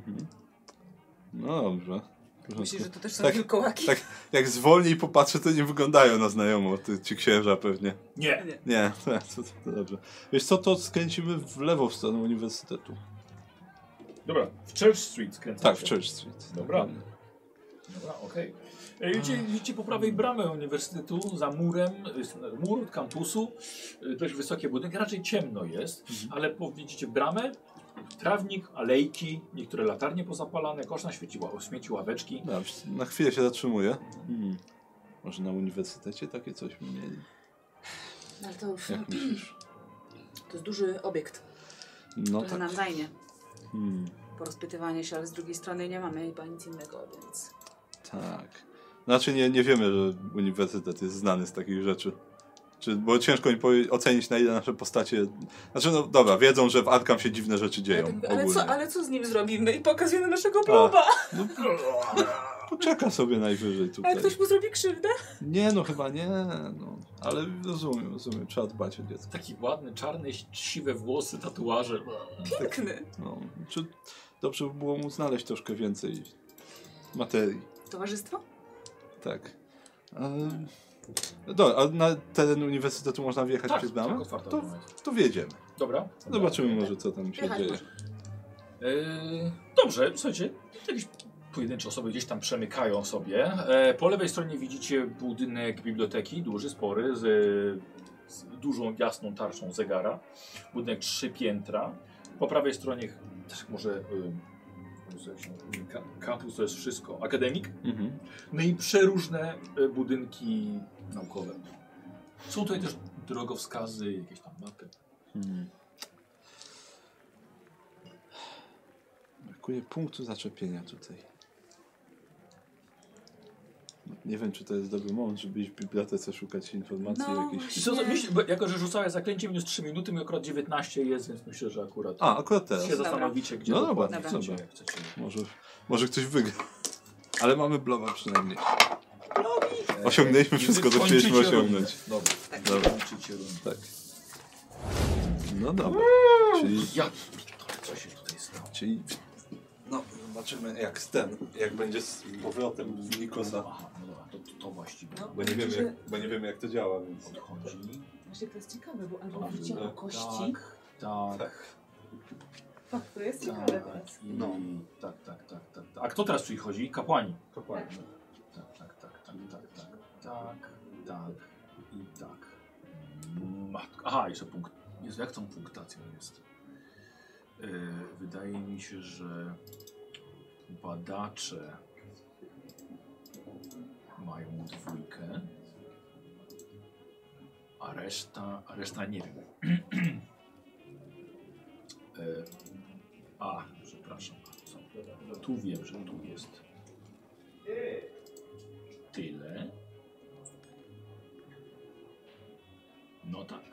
No dobrze. Myślisz, że to też są Tak, wilkołaki? tak, jak zwolniej popatrzę, to nie wyglądają na znajomo, ci księża pewnie. Nie. Nie, to dobrze. Wiesz co, to skręcimy w lewo w stronę uniwersytetu. Dobra, w Church Street skręcacie. Tak, w Church Street. Dobra, okej. Widzicie po prawej bramę uniwersytetu, za murem, jest mur kampusu, dość wysokie budynki, raczej ciemno jest, ale widzicie bramę Trawnik, alejki, niektóre latarnie pozapalane, kosz na śmieci, ławeczki. Na chwilę się zatrzymuję. Może na uniwersytecie takie coś mieli? Ale to już... Jak myślisz? To jest duży obiekt. No Trochę tak. nam zajmie. Porozpytywanie się, ale z drugiej strony nie mamy chyba nic innego, więc... Tak. Znaczy nie wiemy, że uniwersytet jest znany z takich rzeczy. Bo ciężko mi ocenić, na ile nasze postacie... Znaczy, no dobra, wiedzą, że w Arkham się dziwne rzeczy dzieją Ale co z nim zrobimy? I pokazujemy naszego bloba. Poczeka sobie najwyżej tutaj. Ale ktoś mu zrobi krzywdę? Nie, no chyba nie. No. Ale rozumiem. Trzeba dbać o dziecko. Taki ładny, czarny, siwe włosy, tatuaże. Piękny. No. Czy dobrze by było mu znaleźć troszkę więcej materii. Towarzystwo? Tak. A na teren uniwersytetu można wjechać przez bramę? Tak, otwarta To wjedziemy. Dobra. Zobaczymy może, co tam się dzieje. Dobrze, słuchajcie, jakieś pojedyncze osoby gdzieś tam przemykają sobie. Po lewej stronie widzicie budynek biblioteki, duży, spory, z dużą, jasną tarczą zegara. Budynek 3 piętra. Po prawej stronie, tak może kampus to jest wszystko, akademik. No i przeróżne budynki naukowe. Są tutaj też drogowskazy, jakieś tam mapy. Brakuje punktu zaczepienia tutaj. Nie wiem, czy to jest dobry moment, żeby iść w bibliotece szukać informacji jakichś. Jako, że rzucałeś zaklęcie minus 3 minuty, mi akurat 19 jest, więc myślę, że akurat teraz. się zastanowicie, gdzie dokładnie chcecie. Może ktoś wygra. Ale mamy bloba przynajmniej. Osiągnęliśmy wszystko, co chcieliśmy osiągnąć. Dobra. Tak. No dobra. Czyli... Co się tutaj stało? Czyli... No, zobaczymy jak będzie z powrotem z Nikosa. Aha, no dobra, to właściwie. No, Bo nie wiemy jak to działa, więc... Odchodzi. Właśnie to jest ciekawe, bo albo widziała kości. Tak. Fakt, to jest ciekawe teraz. Tak. A kto teraz przychodzi? Kapłani. Kapłani. Tak. I tak. Matko. Aha, jeszcze punkt. Jezu, jak tą punktacją jest? Wydaje mi się, że badacze mają 2, a reszta nie wiem. Przepraszam. Tu wiem, że tu jest tyle. No tak.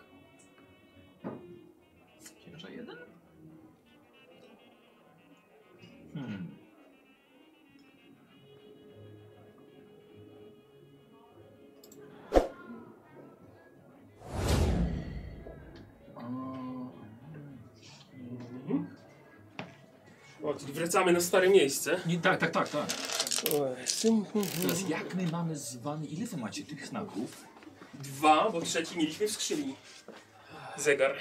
Księża 1? O, czyli wracamy na stare miejsce. Tak. Teraz jak my mamy z wami... Ile wy macie tych znaków? 2, bo 3 mieliśmy w skrzyni. Zegar.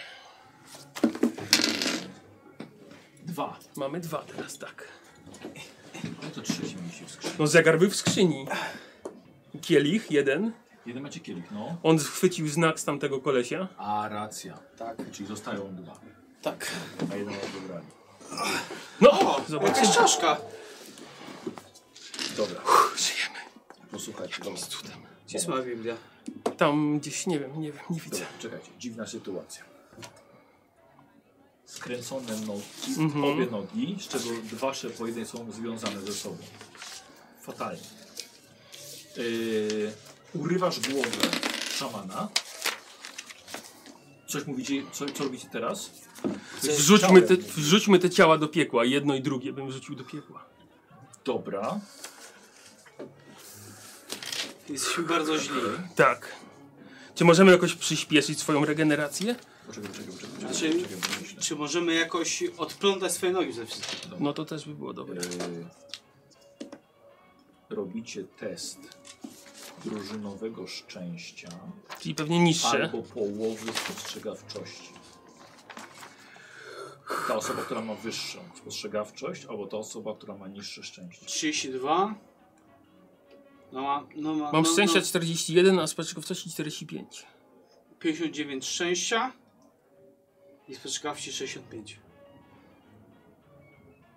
2. Mamy 2 teraz, tak. No to 3 mieliście w skrzyni. No zegar był w skrzyni. Kielich, 1. Jeden macie kielich, no. On chwycił znak z tamtego kolesia. A, racja. Tak. Czyli zostają 2. Tak. A jeden odebrali. No, zobaczymy. Jakaś czaszka. Dobra. Żyjemy. Posłuchajcie. Gdzie jest moja Biblia? Tam gdzieś, nie wiem, nie widzę. Dobra, czekajcie. Dziwna sytuacja. Skręcone nogi, obie nogi, z czego 2 po jednej są związane ze sobą. Fatalnie. Urywasz głowę Coś mówicie, co robicie teraz? Wrzućmy te ciała do piekła. Jedno i drugie bym wrzucił do piekła. Dobra. Jesteśmy bardzo źli. Tak. Czy możemy jakoś przyspieszyć swoją regenerację? Poczekaj. Czy możemy jakoś odplątać swoje nogi ze wszystkim? No to też by było dobre. Robicie test drużynowego szczęścia. Czyli pewnie niższe. Albo połowy spostrzegawczości. Ta osoba, która ma wyższą spostrzegawczość, albo ta osoba, która ma niższe szczęście. 32. Mam szczęścia 41, a spostrzegawczości 45. 59 szczęścia i spostrzegawczości 65.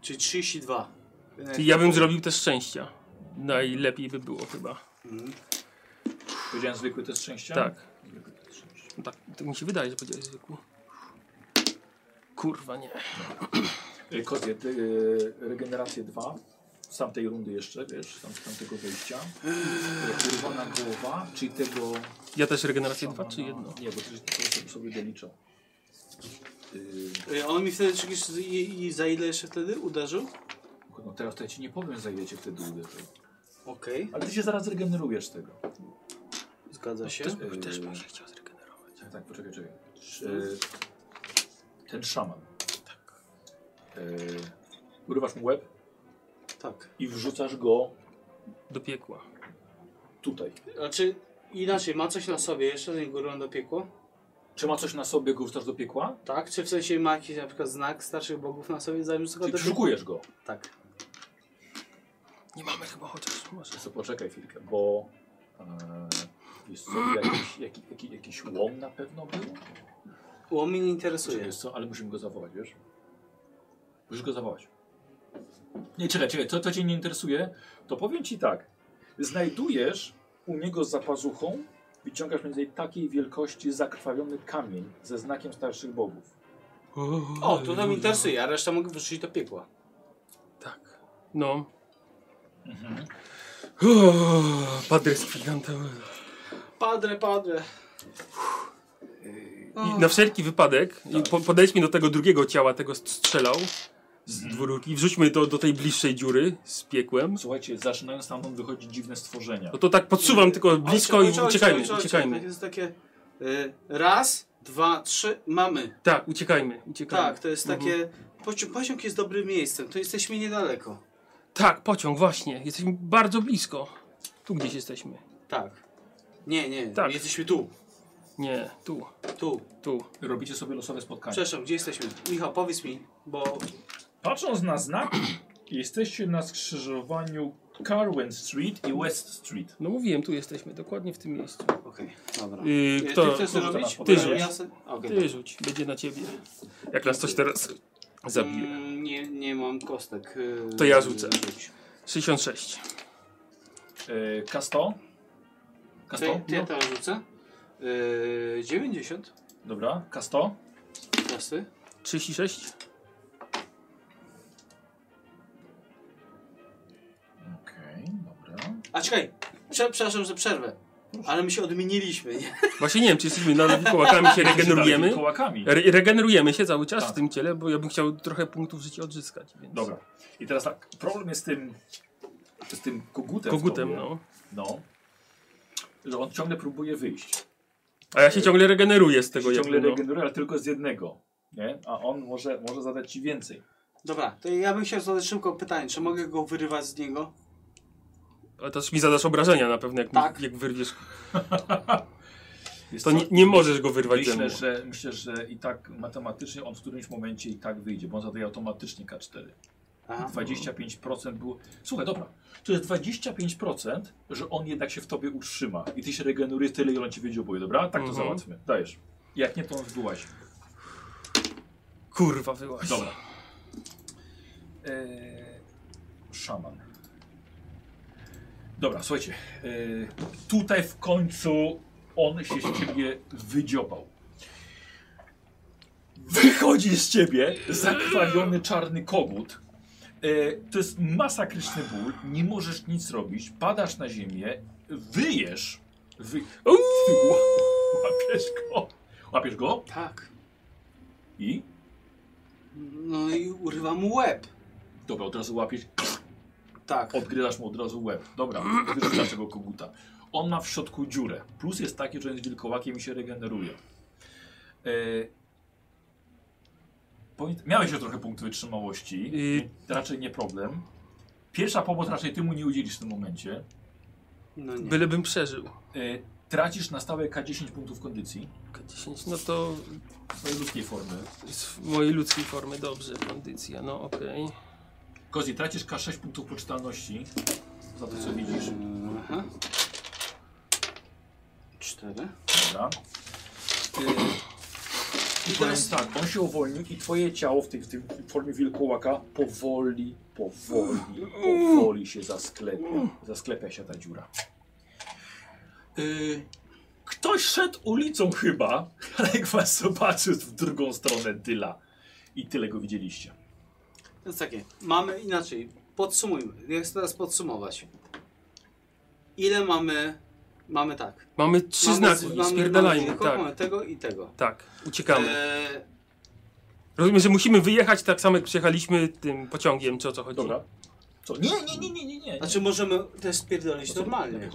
Czyli 32. Ja bym zrobił test szczęścia. Najlepiej by było chyba. Powiedziałem zwykły test szczęścia? Tak. No tak, to mi się wydaje, że powiedziałeś zwykły. Kurwa, nie. Kozie, regenerację 2. Z tamtej rundy jeszcze, wiesz, z tamtego wejścia. Urwana głowa, czyli tego... Ja też regenerację 2 czy jedno? Nie, bo to sobie doliczał. On mi wtedy czegoś i za ile jeszcze wtedy uderzył? No teraz to ja ci nie powiem, za ile cię wtedy uderzył. Okej. Ale ty się zaraz zregenerujesz z tego. Zgadza się. Też bym się chciał zregenerować. Tak, poczekaj. Ten szaman. Tak. Urywasz mu łeb Tak. i wrzucasz go Do piekła. tutaj. Znaczy, inaczej, ma coś na sobie jeszcze, nie górą do piekła? Czy ma coś na sobie, go wrzucasz do piekła? Tak? Czy w sensie ma jakiś na przykład znak starszych bogów na sobie, zanim go Czyli do piekła? przeszukujesz go. Tak. Nie mamy chyba chociaż. Może. To poczekaj chwilkę, bo... jest jakiś łom na pewno był? Łom mnie nie interesuje. Wiesz co, ale musimy go zawołać, wiesz? Musisz go zawołać. Nie, czekaj, to cię nie interesuje? To powiem ci tak. Znajdujesz u niego za pazuchą, wyciągasz między innymi takiej wielkości zakrwawiony kamień ze znakiem starszych bogów. O, to nam interesuje, a resztę mogę wyrzucić do piekła. Tak. No. Mhm. Padre Spiganta. Padre. I na wszelki wypadek podejdźmy do tego drugiego ciała, tego strzelał z dwururki. Wrzućmy to do tej bliższej dziury z piekłem. Słuchajcie, zaczynają stamtąd wychodzić dziwne stworzenia. No to tak podsuwam tylko blisko i uciekajmy. To jest takie... raz, dwa, trzy, mamy. Tak, uciekajmy. Tak, to jest takie... Pociąg jest dobrym miejscem, to jesteśmy niedaleko. Tak, pociąg, właśnie. Jesteśmy bardzo blisko. Tu gdzieś jesteśmy. Tak. Nie, Tak. jesteśmy tu. Nie, tu. Tu. Robicie sobie losowe spotkanie. Przepraszam, gdzie jesteśmy? Michał, powiedz mi, bo... Patrząc na znaki, jesteście na skrzyżowaniu Carwen Street i West Street. No mówiłem, tu jesteśmy, dokładnie w tym miejscu. Okej, dobra. Kto? Ty chcesz robić? Ty rzuć. Ty rzuć, będzie na ciebie. Jak nas coś teraz zabije. Nie mam kostek. To ja rzucę. 66. Kasto? Ja teraz rzucę. 90. Dobra, Kasto? Kasy. 36. Okej, dobra. A czekaj, przepraszam, że przerwę. Ale my się odmieniliśmy, nie? Właśnie nie wiem, czy jesteśmy nadal kołakami, się regenerujemy. Kołakami. Regenerujemy się cały czas Tak. w tym ciele, bo ja bym chciał trochę punktów życia odzyskać. Więc... Dobra. I teraz tak, problem jest z tym kogutem. Kogutem, w tobie, no. Że on ciągle próbuje wyjść. A ja się ciągle regeneruję z tego Ciągle jakby, regeneruje, ale tylko z jednego. Nie? A on może zadać ci więcej. Dobra, to ja bym chciał zadać szybko pytanie, czy mogę go wyrywać z niego? A też mi zadasz obrażenia na pewno, Tak. jak wyrwiesz. Wiesz To co? nie możesz go wyrwać ze mną. Myślę, że i tak matematycznie on w którymś momencie i tak wyjdzie, bo on zadaje automatycznie K4. Aha. 25% było... Słuchaj, dobra, to jest 25%, że on jednak się w tobie utrzyma i ty się regenerujesz tyle, ile on ci wydziobuje, dobra? Tak to załatwmy. Dajesz. Jak nie, to on wyłazi. Kurwa, wyłaź. Dobra. Szaman. Dobra, słuchajcie. Tutaj w końcu on się z ciebie wydziobał. Wychodzi z ciebie zakrwawiony czarny kogut. To jest masakryczny ból. Nie możesz nic robić. Padasz na ziemię. Wyjesz. Łapiesz go. Łapiesz go? Tak. I? No i urywam mu łeb. Dobra, od razu łapiesz. Tak. Odgryzasz mu od razu łeb. Dobra, wyrzucasz tego koguta. On ma w środku dziurę. Plus jest taki, że jest wilkołakiem i się regeneruje. Miałeś już trochę punktów wytrzymałości. Raczej nie problem. Pierwsza pomoc raczej ty mu nie udzielisz w tym momencie. No nie. Bylebym przeżył. Tracisz na stałe K10 punktów kondycji. K10, no to W swojej ludzkiej formy. z mojej ludzkiej formy, dobrze, kondycja, no okej. Kozi, tracisz K6 punktów poczytalności. Za to co widzisz. Aha. 4. Dobra. I teraz tak, on się uwolnił i twoje ciało w tej formie wilkołaka powoli się zasklepia. Zasklepia się ta dziura. Ktoś szedł ulicą chyba, ale jak was zobaczył w drugą stronę tyla. I tyle go widzieliście. To jest takie, mamy inaczej, podsumujmy. Ja chcę teraz podsumować. Ile mamy tak. Mamy 3 znaki, spierdalajmy, tak. Mamy tego i tego. Tak, uciekamy. Rozumiem, że musimy wyjechać tak samo jak przyjechaliśmy tym pociągiem, czy o co chodzi? Dobra. Co? Nie. Znaczy możemy też spierdolić normalnie.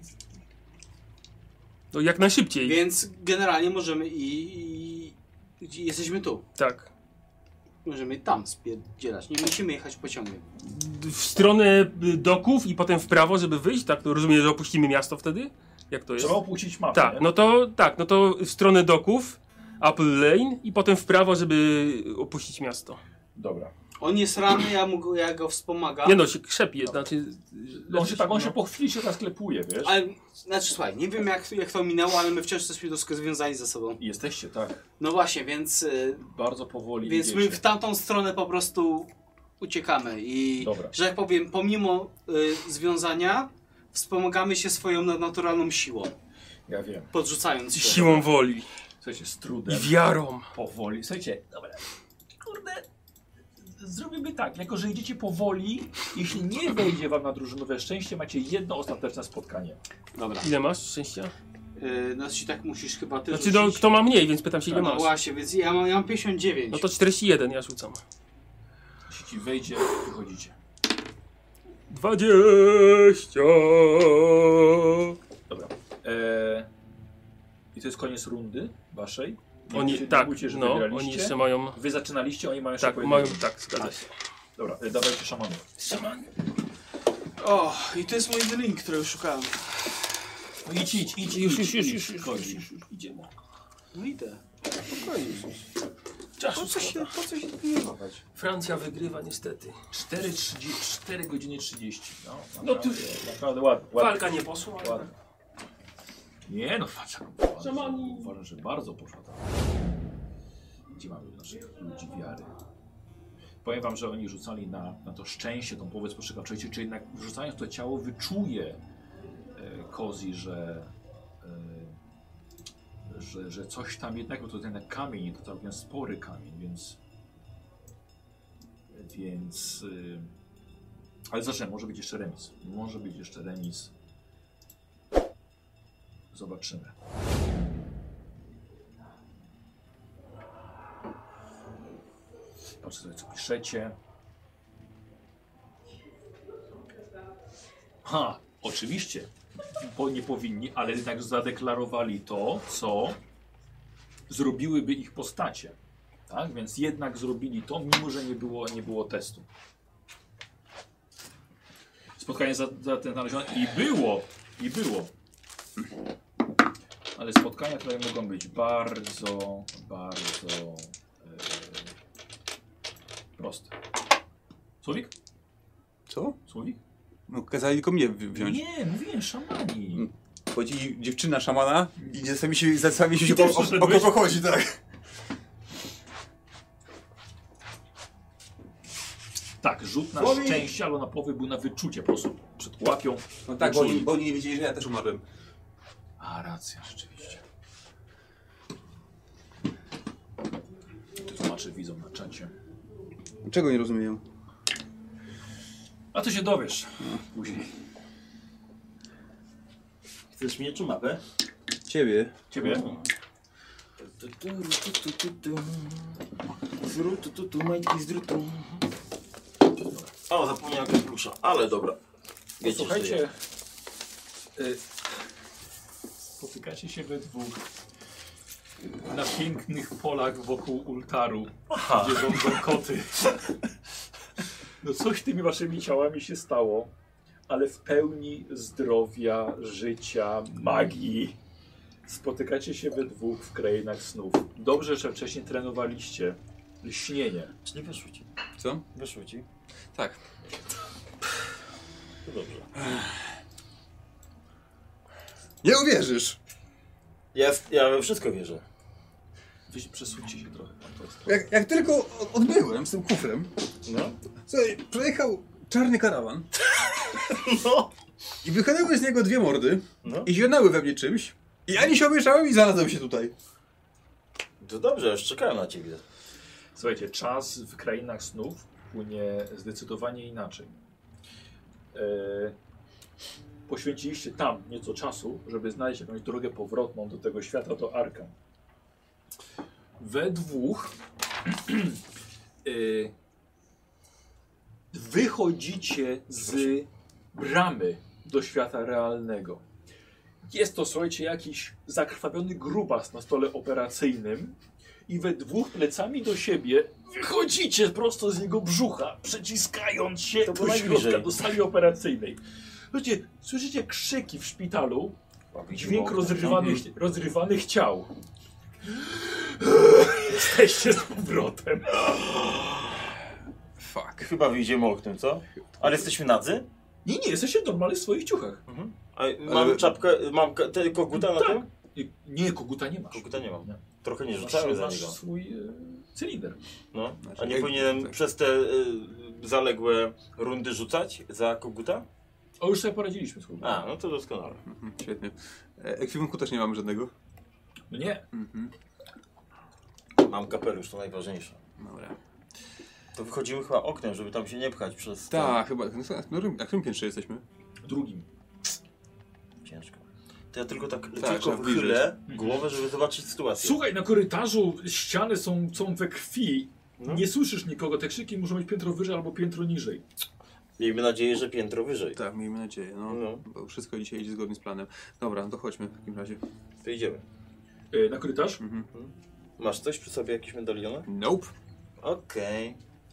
No jak najszybciej. Więc generalnie możemy jesteśmy tu. Tak. Możemy tam spierdzielać. Nie musimy jechać pociągiem. W stronę doków i potem w prawo, żeby wyjść, tak? To rozumiem, że opuścimy miasto wtedy? Jak to jest? Trzeba opuścić mapę. Tak, no to w stronę doków, Apple Lane i potem w prawo, żeby opuścić miasto. Dobra. On jest ranny, ja go wspomagam. Nie no, się krzepie, znaczy... On się po chwili się zasklepuje, wiesz? Ale, znaczy słuchaj, nie wiem jak to minęło, ale my wciąż jesteśmy troszkę związani ze sobą. Jesteście, tak. No właśnie, więc... Bardzo powoli Więc idziecie. my w tamtą stronę po prostu uciekamy i, Dobra. że tak powiem, pomimo związania wspomagamy się swoją nadnaturalną siłą. Ja wiem. Podrzucając się. Siłą woli. Słuchajcie, z trudem. I wiarą. Powoli. Słuchajcie, dobra. Kurde. Zrobimy tak, jako że idziecie powoli, jeśli nie wejdzie wam na drużynowe szczęście, macie jedno ostateczne spotkanie. Dobra. Ile masz szczęścia? Znaczy tak musisz chyba ty Znaczy no, kto ma mniej, więc pytam się ile No masz. właśnie, więc ja mam 59. No to 41 ja rzucam. Jeśli ci wejdzie, wychodzicie. 20. Dobra. I to jest koniec rundy waszej. Oni, tak, no, oni jeszcze mają... Wy zaczynaliście, oni mają jeszcze Tak, po jednym. mają, tak, zgadza się. Dobra, dawajcie szamanów. Szaman. O, i to jest mój link, który szukałem. No idź. Już, Idziemy. No idę. Spokojnie. Po co się denerwować? Francja wygrywa niestety. 4 godziny 30. No ty... Naprawdę ładnie. Walka nie poszła. Ładnie. Nie no, Szamani. uważam, że bardzo poszła tam. Gdzie mamy naszych ludzi wiary? Powiem wam, że oni rzucali na to szczęście, tą powiedz postrzegawczości, czy jednak wrzucając to ciało wyczuje Kozi, że coś tam jednak, bo to jest jednak kamień, to całkiem spory kamień, więc ale zaczynamy, może być jeszcze remis. Zobaczymy. Patrzcie sobie, co piszecie. Oczywiście. Nie powinni, ale jednak zadeklarowali to, co zrobiłyby ich postacie. Tak? Więc jednak zrobili to, mimo że nie było testu. Spotkanie znalezione i było. Ale spotkania tutaj mogą być bardzo proste. Słowik? Co? Słowik? No kazali tylko mnie wziąć. Nie, mówiłem szamani. Chodzi dziewczyna szamana i zastanawi się o kogo chodzi, tak? Tak, rzut na szczęście, albo na połowie był na wyczucie, po prostu łapią. No tak, bo oni nie wiedzieli, że ja też umarłem. A, racja, rzeczywiście. To tłumaczy widzą na czacie. Czego nie rozumieją? A to się dowiesz później. Chcesz mnie czy mapę? Ciebie. Majtki z drutu. O, zapomniałem plusza, ale dobra. Wiecie, Słuchajcie, spotykacie się we dwóch na pięknych polach wokół ultaru, gdzie rządzą koty. No coś tymi waszymi ciałami się stało, ale w pełni zdrowia, życia, magii. Spotykacie się we dwóch w krainach snów. Dobrze, że wcześniej trenowaliście śnienie. Czyli wyszło ci. Co? Wyszło ci. Tak. To dobrze. Nie uwierzysz! Ja we wszystko wierzę. Przesuńcie się trochę. Jak tylko odbyłem z tym kufrem, No. słuchaj, przejechał czarny karawan No. i wychodziły z niego dwie mordy No. i zionęły we mnie czymś i ani się obejrzałem i znalazłem się tutaj. To dobrze, już czekałem na ciebie. Słuchajcie, czas w krainach snów płynie zdecydowanie inaczej. Poświęciliście tam nieco czasu, żeby znaleźć jakąś drogę powrotną do tego świata, do Arkham. We dwóch wychodzicie z bramy do świata realnego. Jest to, słuchajcie, jakiś zakrwawiony grubas na stole operacyjnym i we dwóch plecami do siebie wychodzicie prosto z jego brzucha, przeciskając się To do było środka, najbliżej. do sali operacyjnej. Słuchajcie, słyszycie krzyki w szpitalu, dźwięk rozrywanych ciał. Jesteście z powrotem. Fuck. Chyba wyjdziemy oknem, co? Ale jesteśmy nadzy? Nie, jesteście normalnie w swoich ciuchach. Mhm. A mam czapkę, mam koguta na Tak. tym? Nie, koguta nie masz. Koguta nie mam. Nie. Trochę nie rzucałem za Masz niego. swój cylinder. No. Znaczy, A nie powinienem przez te zaległe rundy rzucać za koguta? O, już sobie poradziliśmy z kogutem. A, no to doskonale. Świetnie. Ekwipunku też nie mamy żadnego. No nie. Mam kapelusz, to najważniejsze. Dobra. To wychodzimy chyba oknem, żeby tam się nie pchać przez... Tak, chyba. No, na którym piętrze jesteśmy? Drugim. Ciężko. To ja tylko tak trzeba tylko bliżej. wychylę głowę, żeby zobaczyć sytuację. Słuchaj, na korytarzu ściany są we krwi. No. Nie słyszysz nikogo. Te krzyki muszą być piętro wyżej albo piętro niżej. Miejmy nadzieję, że piętro wyżej. Tak, miejmy nadzieję. No, bo wszystko dzisiaj idzie zgodnie z planem. Dobra, to chodźmy w takim razie. To idziemy. Na korytarz? Masz coś przy sobie, jakieś medaliony? Nope. Okej.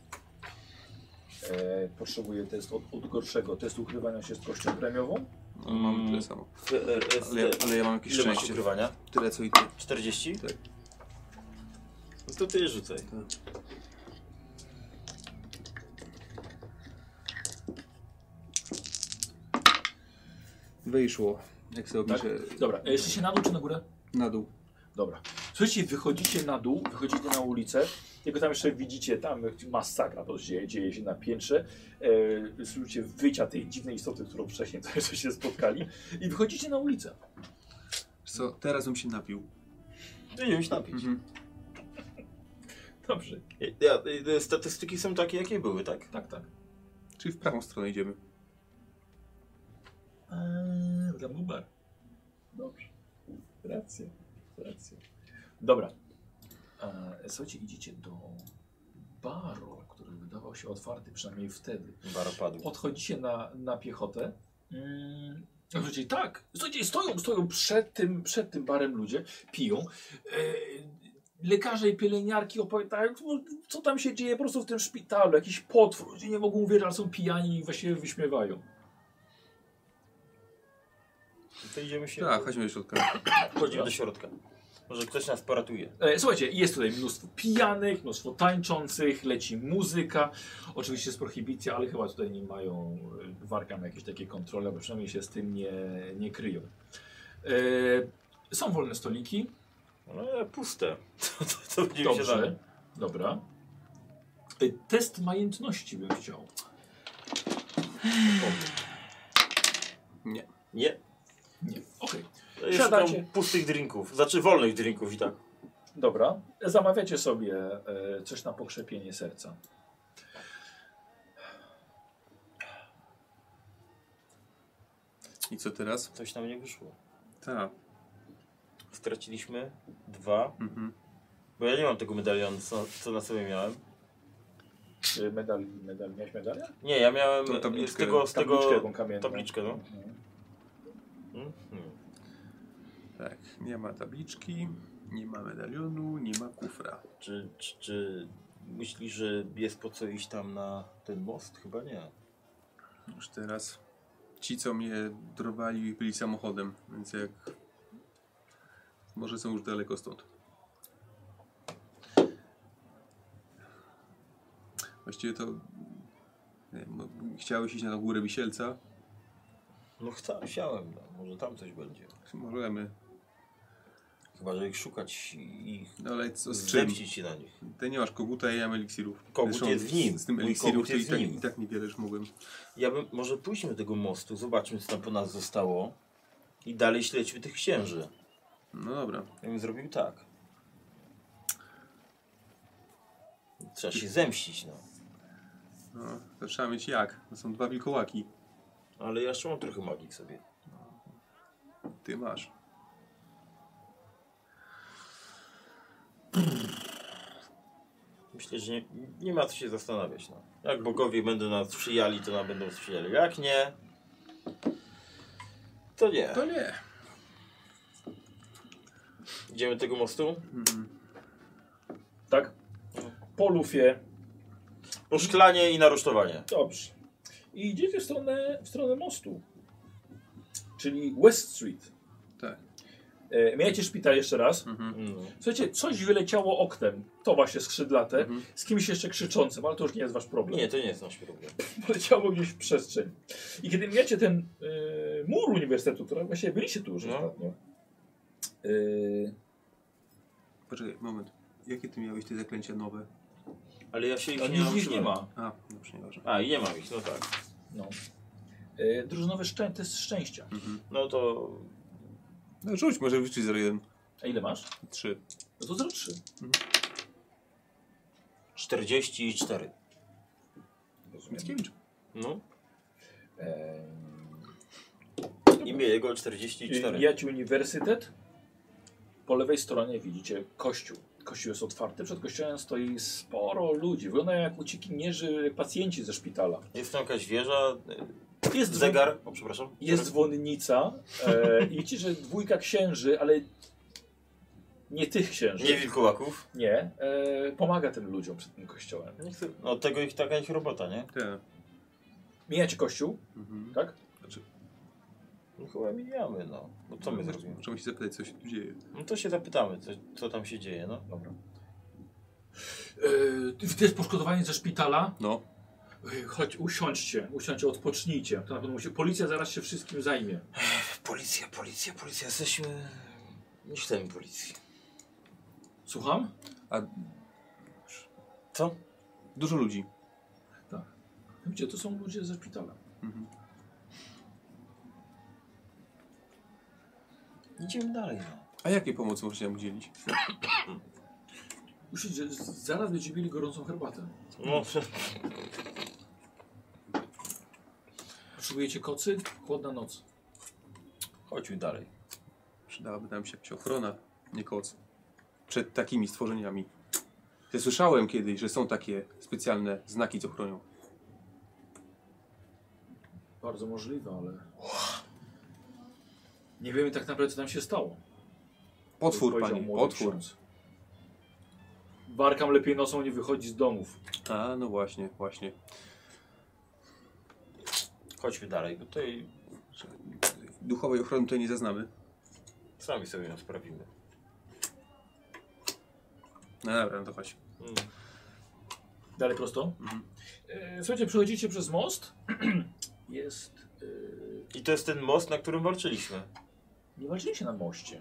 Potrzebuję test od gorszego. Test ukrywania się z kością premiową. No, mamy tyle samo. Ale ja mam jakieś Ile masz szczęście. ukrywania? Tyle co i ty. 40? Tak. No to ty rzucaj. Wyszło. Jak sobie Tak? opiszę Dobra, jeszcze się na dół czy na górę? na dół. Dobra. Słuchajcie, wychodzicie na dół, wychodzicie na ulicę. Tylko tam jeszcze widzicie, tam masakra to dzieje się na piętrze. Słyszycie wycia tej dziwnej istoty, którą wcześniej to jeszcze się spotkali. I wychodzicie na ulicę. Wiesz co, teraz bym się napił. Idziemy się napić. Dobrze. Statystyki są takie, jakie były, tak? Tak, tak. Czyli w prawą stronę idziemy. Tam był bar. Dobrze. Racja. Dobra. Słuchajcie, idziecie do baru, który wydawał się otwarty, przynajmniej wtedy. Bar padł. Podchodzicie na piechotę. Słuchajcie, tak. Słuchajcie, stoją przed tym barem ludzie, piją. Lekarze i pielęgniarki opowiadają, co tam się dzieje po prostu w tym szpitalu. Jakiś potwór. Ludzie nie mogą uwierzyć, ale są pijani i właściwie wyśmiewają. To idziemy się... Tak, chodźmy do środka. Chodzimy do środka. Może ktoś nas poratuje. Słuchajcie, jest tutaj mnóstwo pijanych, mnóstwo tańczących, leci muzyka. Oczywiście jest prohibicja, ale chyba tutaj nie mają w Arkham jakieś takie kontrole, bo przynajmniej się z tym nie kryją. Są wolne stoliki. No, puste. To będziemy się dalej. Dobrze, dobra. Test majętności bym chciał. Nie. Nie. Nie, okej. Jest Siadacie. tam pustych drinków. Znaczy wolnych drinków i tak. Dobra, zamawiacie sobie coś na pokrzepienie serca. I co teraz? Coś nam nie wyszło. Tak. Straciliśmy 2. Bo ja nie mam tego medalionu, co na sobie miałem. Medal, miałeś medalię? Nie, ja miałem Tą tabliczkę. z tego Taką kamienną. tabliczkę, no. Tak. Nie ma tabliczki, nie ma medalionu, nie ma kufra. Czy myślisz, że jest po co iść tam na ten most? Chyba nie. Już teraz ci, co mnie drowali, byli samochodem, więc jak... Może są już daleko stąd. Właściwie to... Nie wiem, no, chciałeś iść na tą górę Chyba, że ich szukać i ich No ale co z czym? zemścić się na nich. Ty nie masz koguta, ja nie mam eliksirów. Kogut Zresztą jest w nim. Z tym Mój eliksirów kogut to jest w nim. i tak niewiele już mogłem. Ja bym, może pójdźmy do tego mostu, zobaczmy co tam po nas zostało i dalej śledźmy tych księży. No dobra. Ja bym zrobił tak. Trzeba się zemścić, no. No, to trzeba mieć jak? To są 2 wilkołaki. Ale ja jeszcze mam trochę magii w sobie. Ty masz. Myślę, że nie ma co się zastanawiać. No. Jak bogowie będą nas sprzyjali, to nam będą sprzyjali. Jak nie, to nie. To nie. Idziemy do tego mostu? Tak? Po lufie. Po szklanie i na rusztowanie. Dobrze. I idziecie w stronę mostu. Czyli West Street. Tak. Miałeś szpital jeszcze raz. No. Słuchajcie, coś wyleciało oknem. To właśnie skrzydlate. Z kimś jeszcze krzyczącym, ale to już nie jest wasz problem. Nie, to nie jest nasz problem. Poleciało gdzieś w przestrzeń. I kiedy mijacie ten mur uniwersytetu, który właściwie byliście tu już ostatnio. Poczekaj, moment. Jakie ty miałeś te zaklęcia nowe? Ale ja się ich No, nie nic nauczyłem. nie ma. A, dobrze, nieważne. A, i nie mam ich, no tak. No. Drużynowe test szczęścia. No to... No rzuć, może wyczyć 0,1. A ile masz? 3. No to 0,3. 44. Mickiewicz. No. Imię jego 44. Mijacie uniwersytet. Po lewej stronie widzicie kościół. Kościół jest otwarty. Przed kościołem stoi sporo ludzi. Wyglądają jak uciekinierzy, pacjenci ze szpitala. Jest tam jakaś wieża, Jest zegar, o przepraszam. Jest dzwonnica i widzicie, że 2 księży, ale nie tych księży. Nie wilkołaków. Nie. Pomaga tym ludziom przed tym kościołem. Nie chcę. No tego ich taka ich robota, nie? Tak. Mijacie kościół, tak? Znaczy, No chyba mijamy, no. Bo co my zrobimy? możemy się zapytać, co się tu dzieje. No to się zapytamy, co tam się dzieje, no. Dobra. Ty jest poszkodowanie ze szpitala. No. Chodź, usiądźcie, odpocznijcie. To na pewno policja zaraz się wszystkim zajmie. Policja. Jesteśmy... Nie chcemy policji. Słucham? A Co? dużo ludzi. Tak. Gdzie to są ludzie ze szpitala? Idziemy dalej, no. A jakie pomocy możecie nam udzielić? Musicie, zaraz będziecie mieli gorącą herbatę. No, Potrzebujecie kocy? Chłodna noc. chodźmy dalej. Przydałaby nam się jakaś ochrona, nie koc. Przed takimi stworzeniami. Ja słyszałem kiedyś, że są takie specjalne znaki, co chronią. Bardzo możliwe, ale... Nie wiemy tak naprawdę, co tam się stało. Potwór, Powiedział panie, młody potwór. ksiądz. Warkam lepiej nocą nie wychodzi z domów. A, no właśnie, właśnie. Chodźmy dalej, bo tutaj Duchowej ochrony tutaj nie zaznamy. sami sobie ją sprawimy. No dobra, no to chodź. Dalej prosto. Słuchajcie, przechodzicie przez most. Jest... I to jest ten most, na którym walczyliśmy. Nie walczyliście na moście.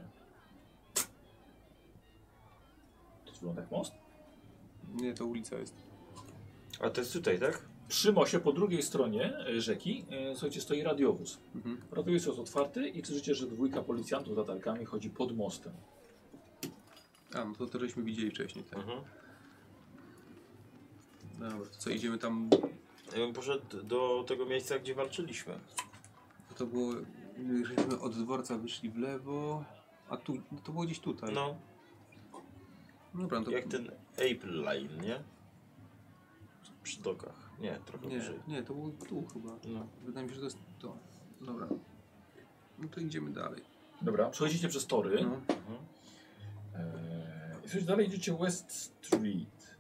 To wygląda jak most? Nie, to ulica jest. A to jest tutaj, tak? Przy moście, po drugiej stronie rzeki, słuchajcie, stoi radiowóz. Radiowóz jest otwarty i słyszycie, że 2 policjantów z latarkami chodzi pod mostem. A, no to żeśmy widzieli wcześniej, tak. Mhm. Dobra, to co, idziemy tam... Ja bym poszedł do tego miejsca, gdzie walczyliśmy. To było... Żeśmy od dworca wyszli w lewo... A tu, no to było gdzieś tutaj. No, Dobra, no to... jak ten April Line, nie? Przy dokach. Nie, trochę wyżej. Nie, to było tu chyba. No. Wydaje mi się, że to jest to. Dobra. No to idziemy dalej. Dobra, przechodzicie przez tory. No. I słuchajcie, dalej idziecie West Street.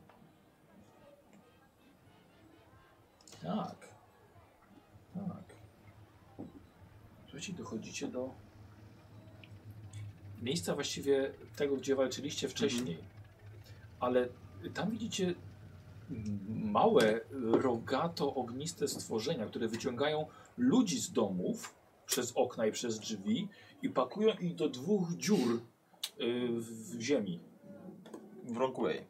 Tak. Tak. Słuchajcie, dochodzicie do miejsca właściwie tego, gdzie walczyliście wcześniej. Ale tam widzicie małe, rogato-ogniste stworzenia, które wyciągają ludzi z domów przez okna i przez drzwi i pakują ich do 2 dziur w ziemi. W Rockway.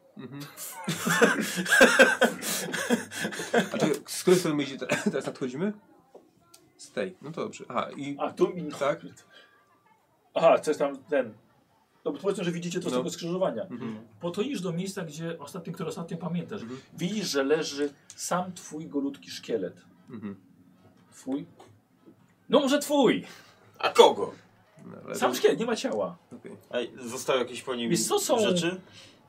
A czy, z której strony my idzie teraz nadchodzimy? Z tej. No to dobrze. Aha, A tu tak? Aha, coś tam ten. No bo powiedzmy, że widzicie to z No. tego skrzyżowania. Po to idziesz do miejsca, gdzie które ostatnio pamiętasz. Widzisz, że leży sam twój golutki szkielet. Twój? No może twój! A kogo? No, ale Sam szkielet, nie ma ciała. okay. A zostały jakieś po nim Wiesz co są? rzeczy?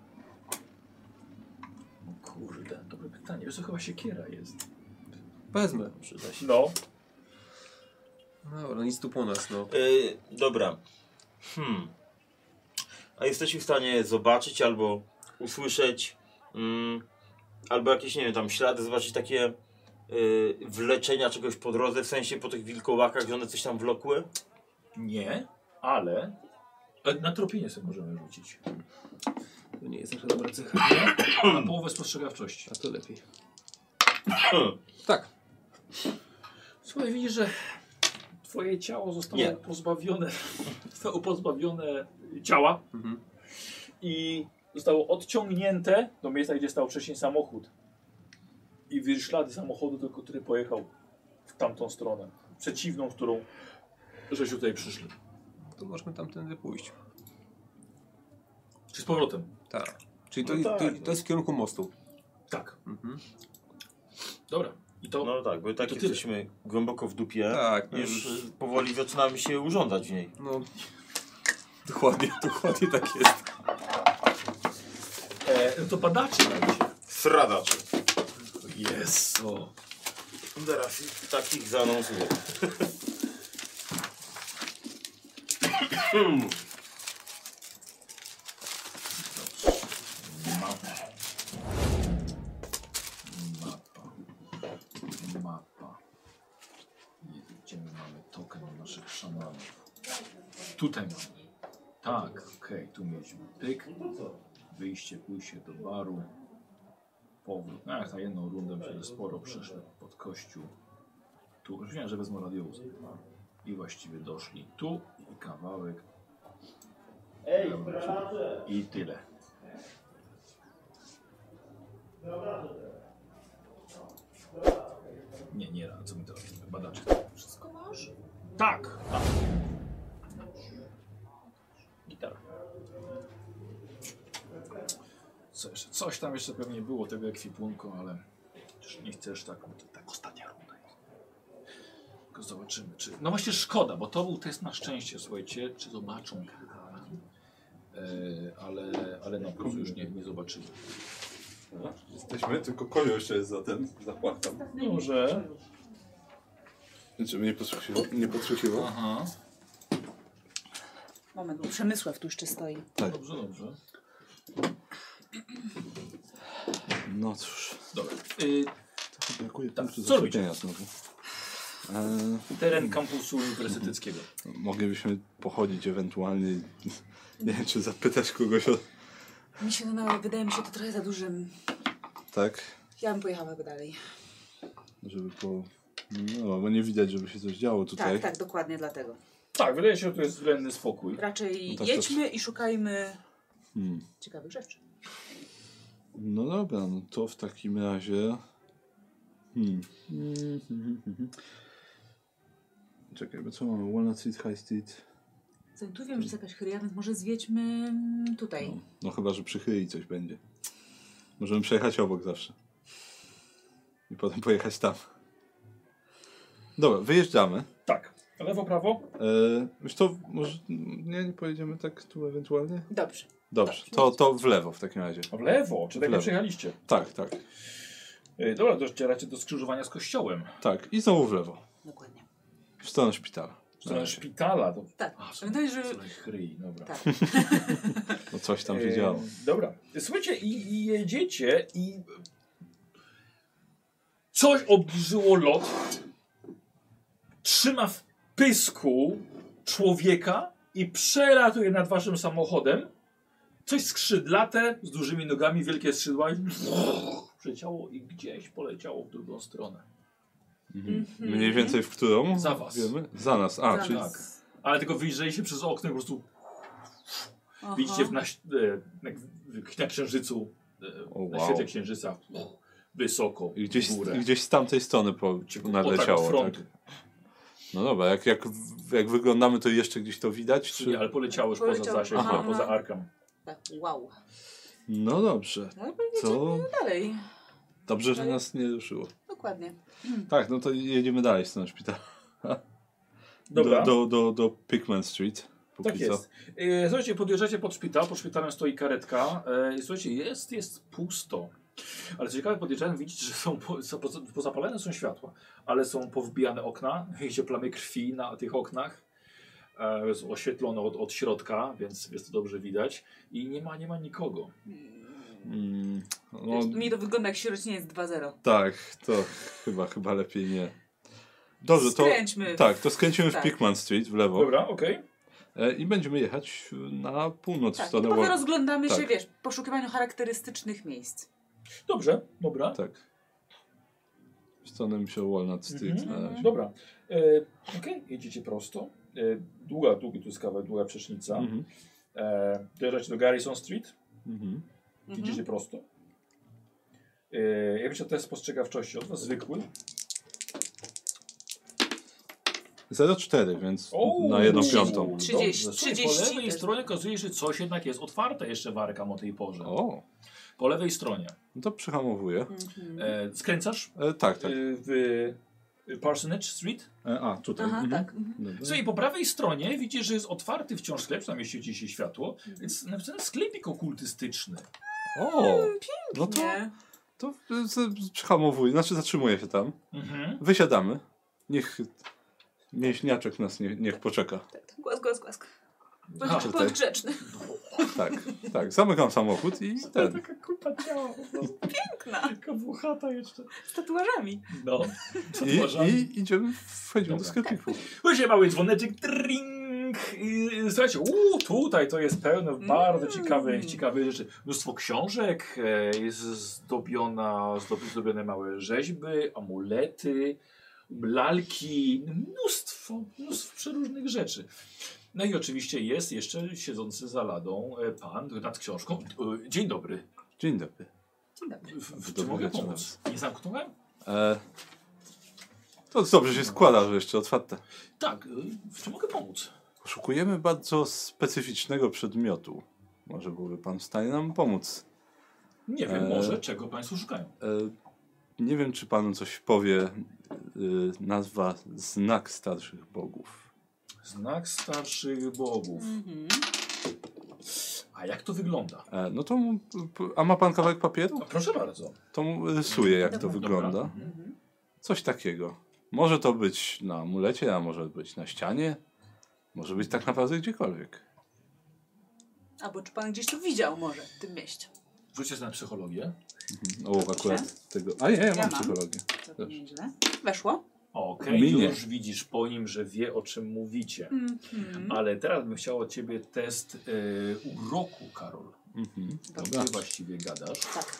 O kurde, dobre pytanie. Wiesz co, chyba siekiera jest. Wezmę. Przyda się. No. No nic tu po nas, no. Dobra. A jesteście w stanie zobaczyć albo usłyszeć, albo jakieś, nie wiem, tam ślady, zobaczyć takie wleczenia czegoś po drodze, w sensie po tych wilkołakach, gdzie one coś tam wlokły? Nie, ale na tropienie sobie możemy rzucić. To nie jest nasza dobra cecha. Na połowę spostrzegawczości. A to lepiej. Tak. Słuchaj, widzisz, że twoje ciało zostało pozbawione ciała i zostało odciągnięte do miejsca, gdzie stał wcześniej samochód. I widzisz ślady samochodu, tylko który pojechał w tamtą stronę. Przeciwną, którą żeście tutaj przyszli. To możemy tamtędy pójść. Czy z powrotem? Tak. Czyli to jest w kierunku mostu. Tak. Dobra. I to... No tak, bo tak jesteśmy głęboko w dupie. Tak. Już powoli zaczynamy się urządzać w niej. No. Dokładnie tak jest. To badacze robicie. Sradacze. Jezu. Teraz takich zaanonsuję. Mapa. Gdzie my mamy token naszych szamanów? Tutaj mamy. Tak, okej, tu mieliśmy pyk. Wyjście, pójście do baru. Powrót. No jak na jedną rundę myślę, że sporo przeszły pod kościół. Tu, już wiem, że wezmę radiowóz. I właściwie doszli tu i kawałek. I tyle. Nie, co my teraz robimy? Badacze. Wszystko masz? Tak. Gitara. Coś tam jeszcze pewnie było tego ekwipunku, ale też nie chcesz tak, bo to tak ostatnia runda jest. Tylko zobaczymy, czy... No właśnie szkoda, bo to był test na szczęście, słuchajcie, czy zobaczą Karla. Ale na plus już nie zobaczyli. No, jesteśmy, tylko Kolio jeszcze jest za płachtem. Może. Żeby nie podsłuchiwał. Aha. Moment, bo Przemysław tu jeszcze stoi. Tak. Dobrze. No cóż. Dobra. Brakuje tak, punktu co zaszczepienia znowu. Teren kampusu uniwersyteckiego. Moglibyśmy pochodzić ewentualnie. Nie wiem, czy zapytać kogoś o... Wydaje mi się to trochę za dużym. Tak? Ja bym pojechała chyba dalej. Żeby No, bo nie widać, żeby się coś działo tutaj. Tak, dokładnie dlatego. Tak, wydaje się, że to jest względny spokój. Raczej No tak, jedźmy i szukajmy Hmm. ciekawych rzeczy. No dobra, no to w takim razie... Czekaj, bo co mamy? Walnut Street, High Street... Tu wiem, że jest jakaś chyria, więc może zwiedźmy tutaj. No chyba, że przy chyrii coś będzie. Możemy przejechać obok zawsze. I potem pojechać tam. Dobra, wyjeżdżamy. Tak. Lewo, prawo? Już to może nie pojedziemy tak tu ewentualnie? Dobrze. To w lewo w takim razie. W lewo? Czy tak nie przejechaliście? Tak. Dobra, docieracie do skrzyżowania z kościołem. Tak, i znowu w lewo. Dokładnie. W stronę szpitala. W stronę szpitala. To... Tak. Pamiętaj, że... Dobra. Tak. No coś tam się działo. Dobra. Słuchajcie, i jedziecie i... Coś obniżyło lot. Trzyma w pysku człowieka i przelatuje nad waszym samochodem. Coś skrzydlate, z dużymi nogami, wielkie skrzydła. Przeciało i gdzieś poleciało w drugą stronę. Mniej więcej w którą? Za was. Wiemy? Za nas. Za czyli... nas. Tak. Ale tylko wyjrzeli się przez okno i po prostu... Aha. Widzicie na księżycu, na świetle księżyca, wysoko, I w górę. gdzieś z tamtej strony nadleciało. od frontu. Tak? No dobra, jak wyglądamy, to jeszcze gdzieś to widać? Czy... Nie, ale poleciało już poza zasięg, Aha. poza Arkham. Tak, wow. No dobrze. No To jedziemy dalej. dobrze, że nas nie ruszyło. Dokładnie. Tak, no to jedziemy dalej z tego szpitala. Dobra. Do Pickman Street. Póki Tak co. jest. Słuchajcie, podjeżdżacie pod szpital, pod szpitalem stoi karetka. Słuchajcie, jest pusto. Ale co ciekawe, podjeżdżają, widzicie, że są pozapalone są światła, ale są powbijane okna, widzicie plamy krwi na tych oknach. Jest oświetlone od środka, więc jest to dobrze widać. I nie ma nikogo. No, Mi to wygląda jak sierociniec 2.0. tak, to chyba lepiej nie. Dobrze, Skręćmy. to skręcimy Tak. w Pickman Street w lewo. Dobra, okej. I będziemy jechać na północ w Tak, i stronę trochę Wall. rozglądamy się, Tak. wiesz, w poszukiwaniu charakterystycznych miejsc. Dobrze, dobra. Tak. W stronę mi się Walnut Street na razie. Dobra. Okej, jedziecie prosto. Długi tu jest kawałek, długa przecznica. Mhm. Dojeżdżacie do Garrison Street. Mhm. Jedziecie prosto. Ja myślę, że test spostrzegawczości od was zwykły. 0,4, więc na 1/5. 30. Dobrze. Słuchaj, 30 po lewej też. stronie okazuje się, że coś jednak jest otwarte jeszcze w Arkham o tej porze. O, Po lewej stronie. no to przyhamowuję. Skręcasz Tak. w Parsonage Street. Tutaj. Aha, Mhm. tak. Mhm. Dobra. Słuchaj, po prawej stronie widzisz, że jest otwarty wciąż sklep, tam świeci się światło. Więc napisany sklepik okultystyczny. O, no to, Nie. to przyhamowuję, znaczy zatrzymuję się tam. Mhm. Wysiadamy. Niech mięśniaczek nas niech poczeka. Głask. A, Bądź grzeczny. Tak. Zamykam samochód i ten. Taka kupa ciała po prostu. Piękna. Taka włochata jeszcze. Z tatuażami. No. I idziemy, wchodzimy do Dobra. sklepiku. Właśnie mały dzwoneczek, tring. I słuchajcie, tutaj to jest pełno bardzo ciekawych rzeczy. Mnóstwo książek, jest zdobione małe rzeźby, amulety, lalki, mnóstwo przeróżnych rzeczy. No i oczywiście jest jeszcze siedzący za ladą pan nad książką. Dzień dobry. Dzień dobry. W czym mogę pomóc? Nie zamknąłem? To dobrze się składa, że jeszcze otwarte. Tak, w czym mogę pomóc? Poszukujemy bardzo specyficznego przedmiotu. Może byłby pan w stanie nam pomóc. Nie wiem, może czego państwo szukają. Nie wiem, czy panu coś powie nazwa Znak Starszych Bogów. Znak starszych bogów. A jak to wygląda? No to a ma pan kawałek papieru? No, proszę bardzo. To mu rysuję, jak to Dobra. wygląda. Dobra. Coś takiego. Może to być na amulecie, a może być na ścianie. Może być tak naprawdę gdziekolwiek. Albo czy pan gdzieś tu widział może w tym mieście? Rzućcie sobie na psychologię. O, akurat tego. A nie, ja mam mam. psychologię. To Też. nieźle. Weszło? Okej, Minie. już widzisz po nim, że wie, o czym mówicie. Ale teraz bym chciał od ciebie test uroku, Karol. Dobra. Ty właściwie gadasz. Tak.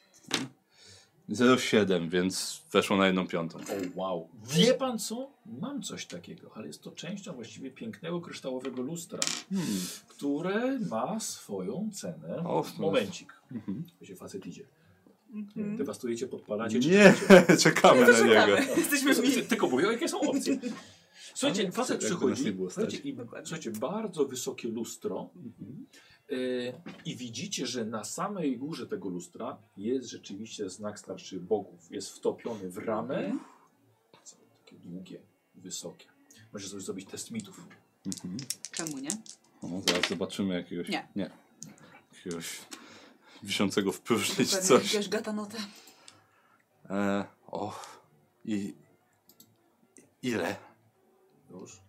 0,7, więc weszło na 1/5. O wow. Wie pan co? Mam coś takiego, ale jest to częścią właściwie pięknego kryształowego lustra, które ma swoją cenę. O, Momencik. Gdzie facet idzie. Dewastujecie, podpalacie. Nie, czekamy na niego. Jesteśmy w nim. Tylko mówię, jakie są opcje. Słuchajcie, Ale facet jakby nas przychodzi, nie było stać. słuchajcie, bardzo wysokie lustro i widzicie, że na samej górze tego lustra jest rzeczywiście znak starszych bogów. Jest wtopiony w ramę. Takie długie, wysokie. Możesz sobie zrobić test mitów. Czemu nie? Zaraz zobaczymy jakiegoś... Nie. Jakiegoś wiszącego w próżni czy Pewnie coś. jakiegoś gatanotę. Ile? Już.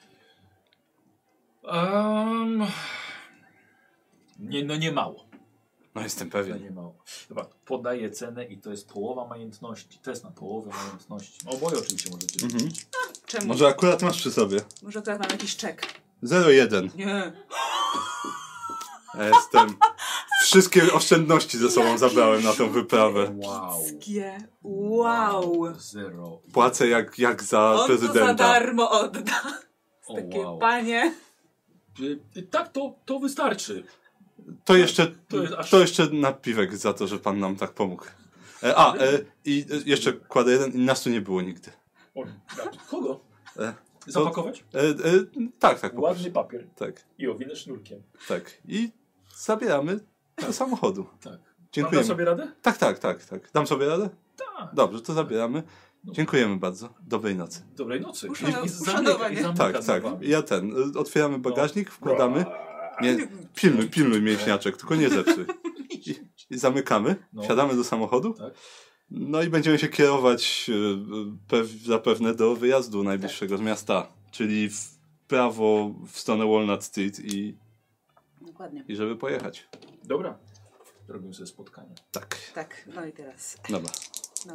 Nie mało. No jestem No pewien. nie mało. Chyba podaję cenę i to jest połowa majątności. Test na połowę majątności. Oboje oczywiście możecie zrobić. Czemu? Może akurat masz przy sobie. Może akurat mam jakiś czek. 0,1. Nie. Ja jestem... Wszystkie oszczędności ze sobą zabrałem na tą wyprawę. Wow. Wow. Zero. Płacę jak za On to za prezydenta. darmo odda. O, Takie wow. panie. Tak, to wystarczy. To jeszcze, To jest aż- to jeszcze napiwek za to, że pan nam tak pomógł. I jeszcze kładę jeden i nas tu nie było nigdy. O, kogo? E, Zapakować? Tak. Ładny papier Tak, i owinę sznurkiem. tak. I zabieramy do samochodu. Tak. Dziękujemy. Mam sobie radę? Tak. Dam sobie radę? Tak. Dobrze, to zabieramy. Dziękujemy bardzo. Dobrej nocy. Dobrej nocy. Uszanowanie. zamyka Tak. za wami. Ja otwieramy bagażnik, wkładamy. Nie, pilnuj mięśniaczek, tylko nie zepsuj. I zamykamy, No. wsiadamy do samochodu. Tak. No i będziemy się kierować zapewne do wyjazdu najbliższego z miasta. Czyli w prawo w stronę Walnut Street Dokładnie. i żeby pojechać. Dobra. Robimy sobie spotkanie. Tak. Tak, no i teraz. Dobra. No.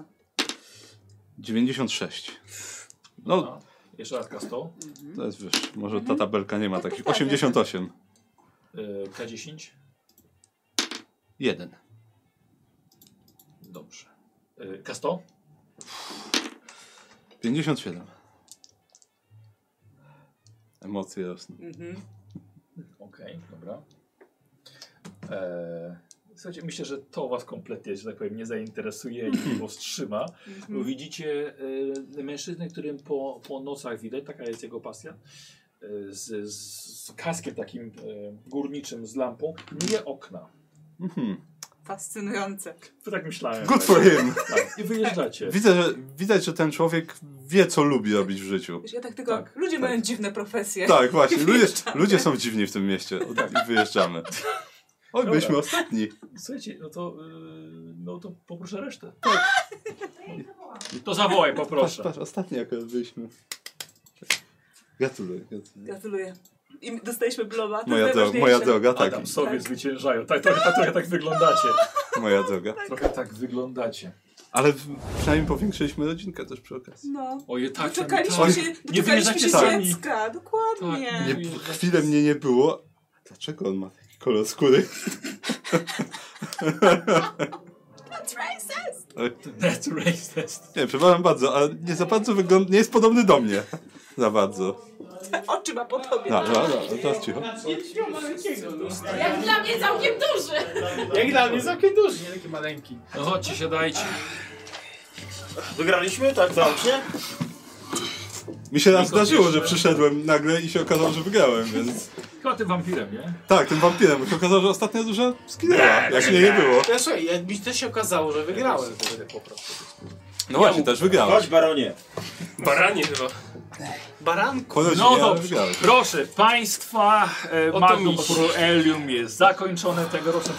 96. No, Jeszcze raz K100. to jest wyższe. Może ta tabelka nie ma Tak, takich. tak, 88. K10. 1. Dobrze. K100. 57. Emocje rosną. Okej, dobra. Słuchajcie, myślę, że to was kompletnie, że tak powiem, nie zainteresuje i powstrzyma. Bo widzicie mężczyznę, którym po nocach widać, taka jest jego pasja, z kaskiem takim górniczym, z lampą, myje okna. Fascynujące. To tak myślałem. Good for him. Tak, i wyjeżdżacie. Widać, że ten człowiek wie, co lubi robić w życiu. Wiesz, ja tak tylko, Tak, ludzie mają dziwne profesje. Tak, właśnie. Wyjeżdżamy. Ludzie są dziwni w tym mieście. I wyjeżdżamy. Oj, Dobra. byliśmy ostatni. Słuchajcie, no to poproszę resztę. To zawołaj, poproszę. Patrz, ostatni jak byliśmy. Gratuluję. Gratuluję. I dostaliśmy blowa. To Moja najważniejsze. droga, tak. Adam sobie zwyciężają. Trochę tak wyglądacie. Moja droga. Trochę tak wyglądacie. Ale przynajmniej powiększyliśmy rodzinkę też przy okazji. No. Oje, tak, Doczekaliśmy się, nie doczekaliśmy wyjeżdżacie się sami. dziecka. Dokładnie. Tak. Nie, chwilę mnie nie było. Dlaczego on ma taki kolor skóry? That's racist. That's racist. Nie, przepraszam bardzo, ale nie za bardzo wygląda. Nie jest podobny do mnie. Za bardzo. Oczy ma po tobie. No, teraz cicho. Jak dla mnie całkiem duży. Jak dla mnie całkiem duży, nie taki maleńki. No chodźcie, siadajcie. Wygraliśmy? Tak, całkiem? Mi się raz zdarzyło, że przyszedłem nagle i się okazało, że wygrałem, więc... Chyba tym wampirem, nie? Tak, tym wampirem, bo się okazało, że ostatnia duża skinęła, jak mnie nie było. Ja słuchaj, jakby też się okazało, że wygrałem, to będę po prostu. No właśnie, też wygrałem. Chodź, baronie. Baranie chyba. Baranko. No dobrze, proszę Państwa, Magnum mistrz. Proelium jest zakończone tegoroczne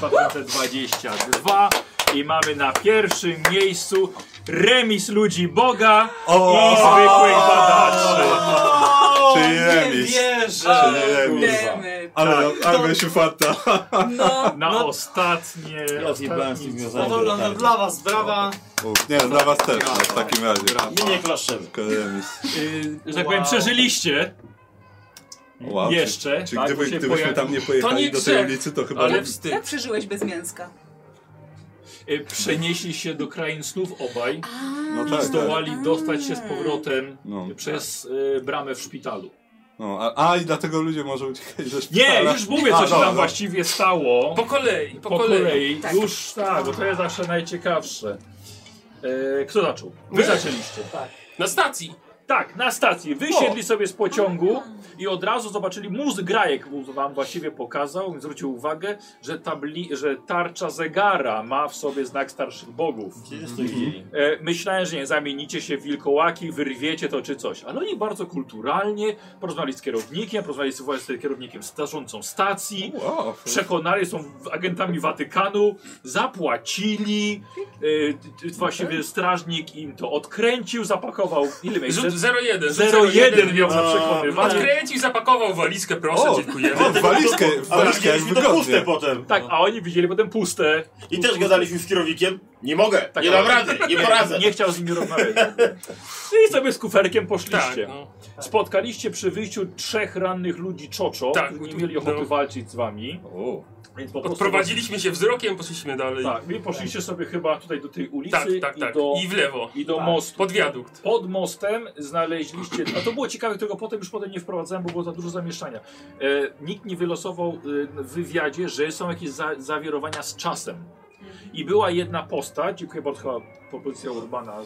2022 i mamy na pierwszym miejscu remis ludzi Boga i zwykłych badaczy. Czyli remis. Czyli remis. Demy. Ale mieliśmy farta. No. Na ostatnie... Ja zjebałem z tym No to dla was brawa. Nie, dla was też, no, w takim razie. My nie klaszczemy. Tylko remis. Że tak powiem, przeżyliście Wow, jeszcze. Czy tak, bo się gdybyśmy tam nie To pojechali nie do tej grzech, ulicy, to chyba... ale wstyd. Jak przeżyłeś bez mięska? przenieśli się do krain snów obaj No i tak, tak. zdołali dostać się z powrotem No. przez bramę w szpitalu. No, i dlatego ludzie może uciekać ze szpitala. Nie, już mówię, co się dobra. tam właściwie stało. Po kolei, po Po kolei. kolei. Tak. Już tak, bo to jest zawsze najciekawsze. Kto zaczął? Wy zaczęliście. Na stacji. Tak, na stacji. Wysiedli sobie z pociągu i od razu zobaczyli, grajek wam właściwie pokazał, zwrócił uwagę, że tarcza zegara ma w sobie znak starszych bogów. Gdzie to widzieli? Myślałem, że nie zamienicie się w wilkołaki, wyrwiecie to czy coś, ale oni bardzo kulturalnie porozmawiali z kierownikiem, porozmawiali z kierownikiem zarządcą stacji, Wow. przekonali, są agentami Watykanu, zapłacili, właściwie strażnik im to odkręcił, zapakował, ile mieli? 01. 01 miał za przekonywanie. Odkręcił, zapakował walizkę, proszę, dziękujemy. Walizkę Ale jak widzieliśmy to puste wygodnie. potem. Tak, a oni widzieli potem puste. I też gadaliśmy z kierownikiem. Nie mogę, Tak, nie dam rady, nie poradzę. Nie chciał z nimi rozmawiać. I sobie z kuferkiem poszliście. Tak, no. Spotkaliście przy wyjściu 3 rannych ludzi czoczo, Tak, którzy nie mieli ochoty no. walczyć z wami. Więc po prostu Odprowadziliśmy się wzrokiem, poszliśmy dalej. Tak, wy poszliście sobie chyba tutaj do tej ulicy Tak. I w lewo. i do mostu. Pod wiadukt. Pod mostem znaleźliście, a to było ciekawe, którego potem nie wprowadzałem, bo było za dużo zamieszczania. Nikt nie wylosował w wywiadzie, że są jakieś zawirowania z czasem. I była jedna postać, chyba propozycja Urbana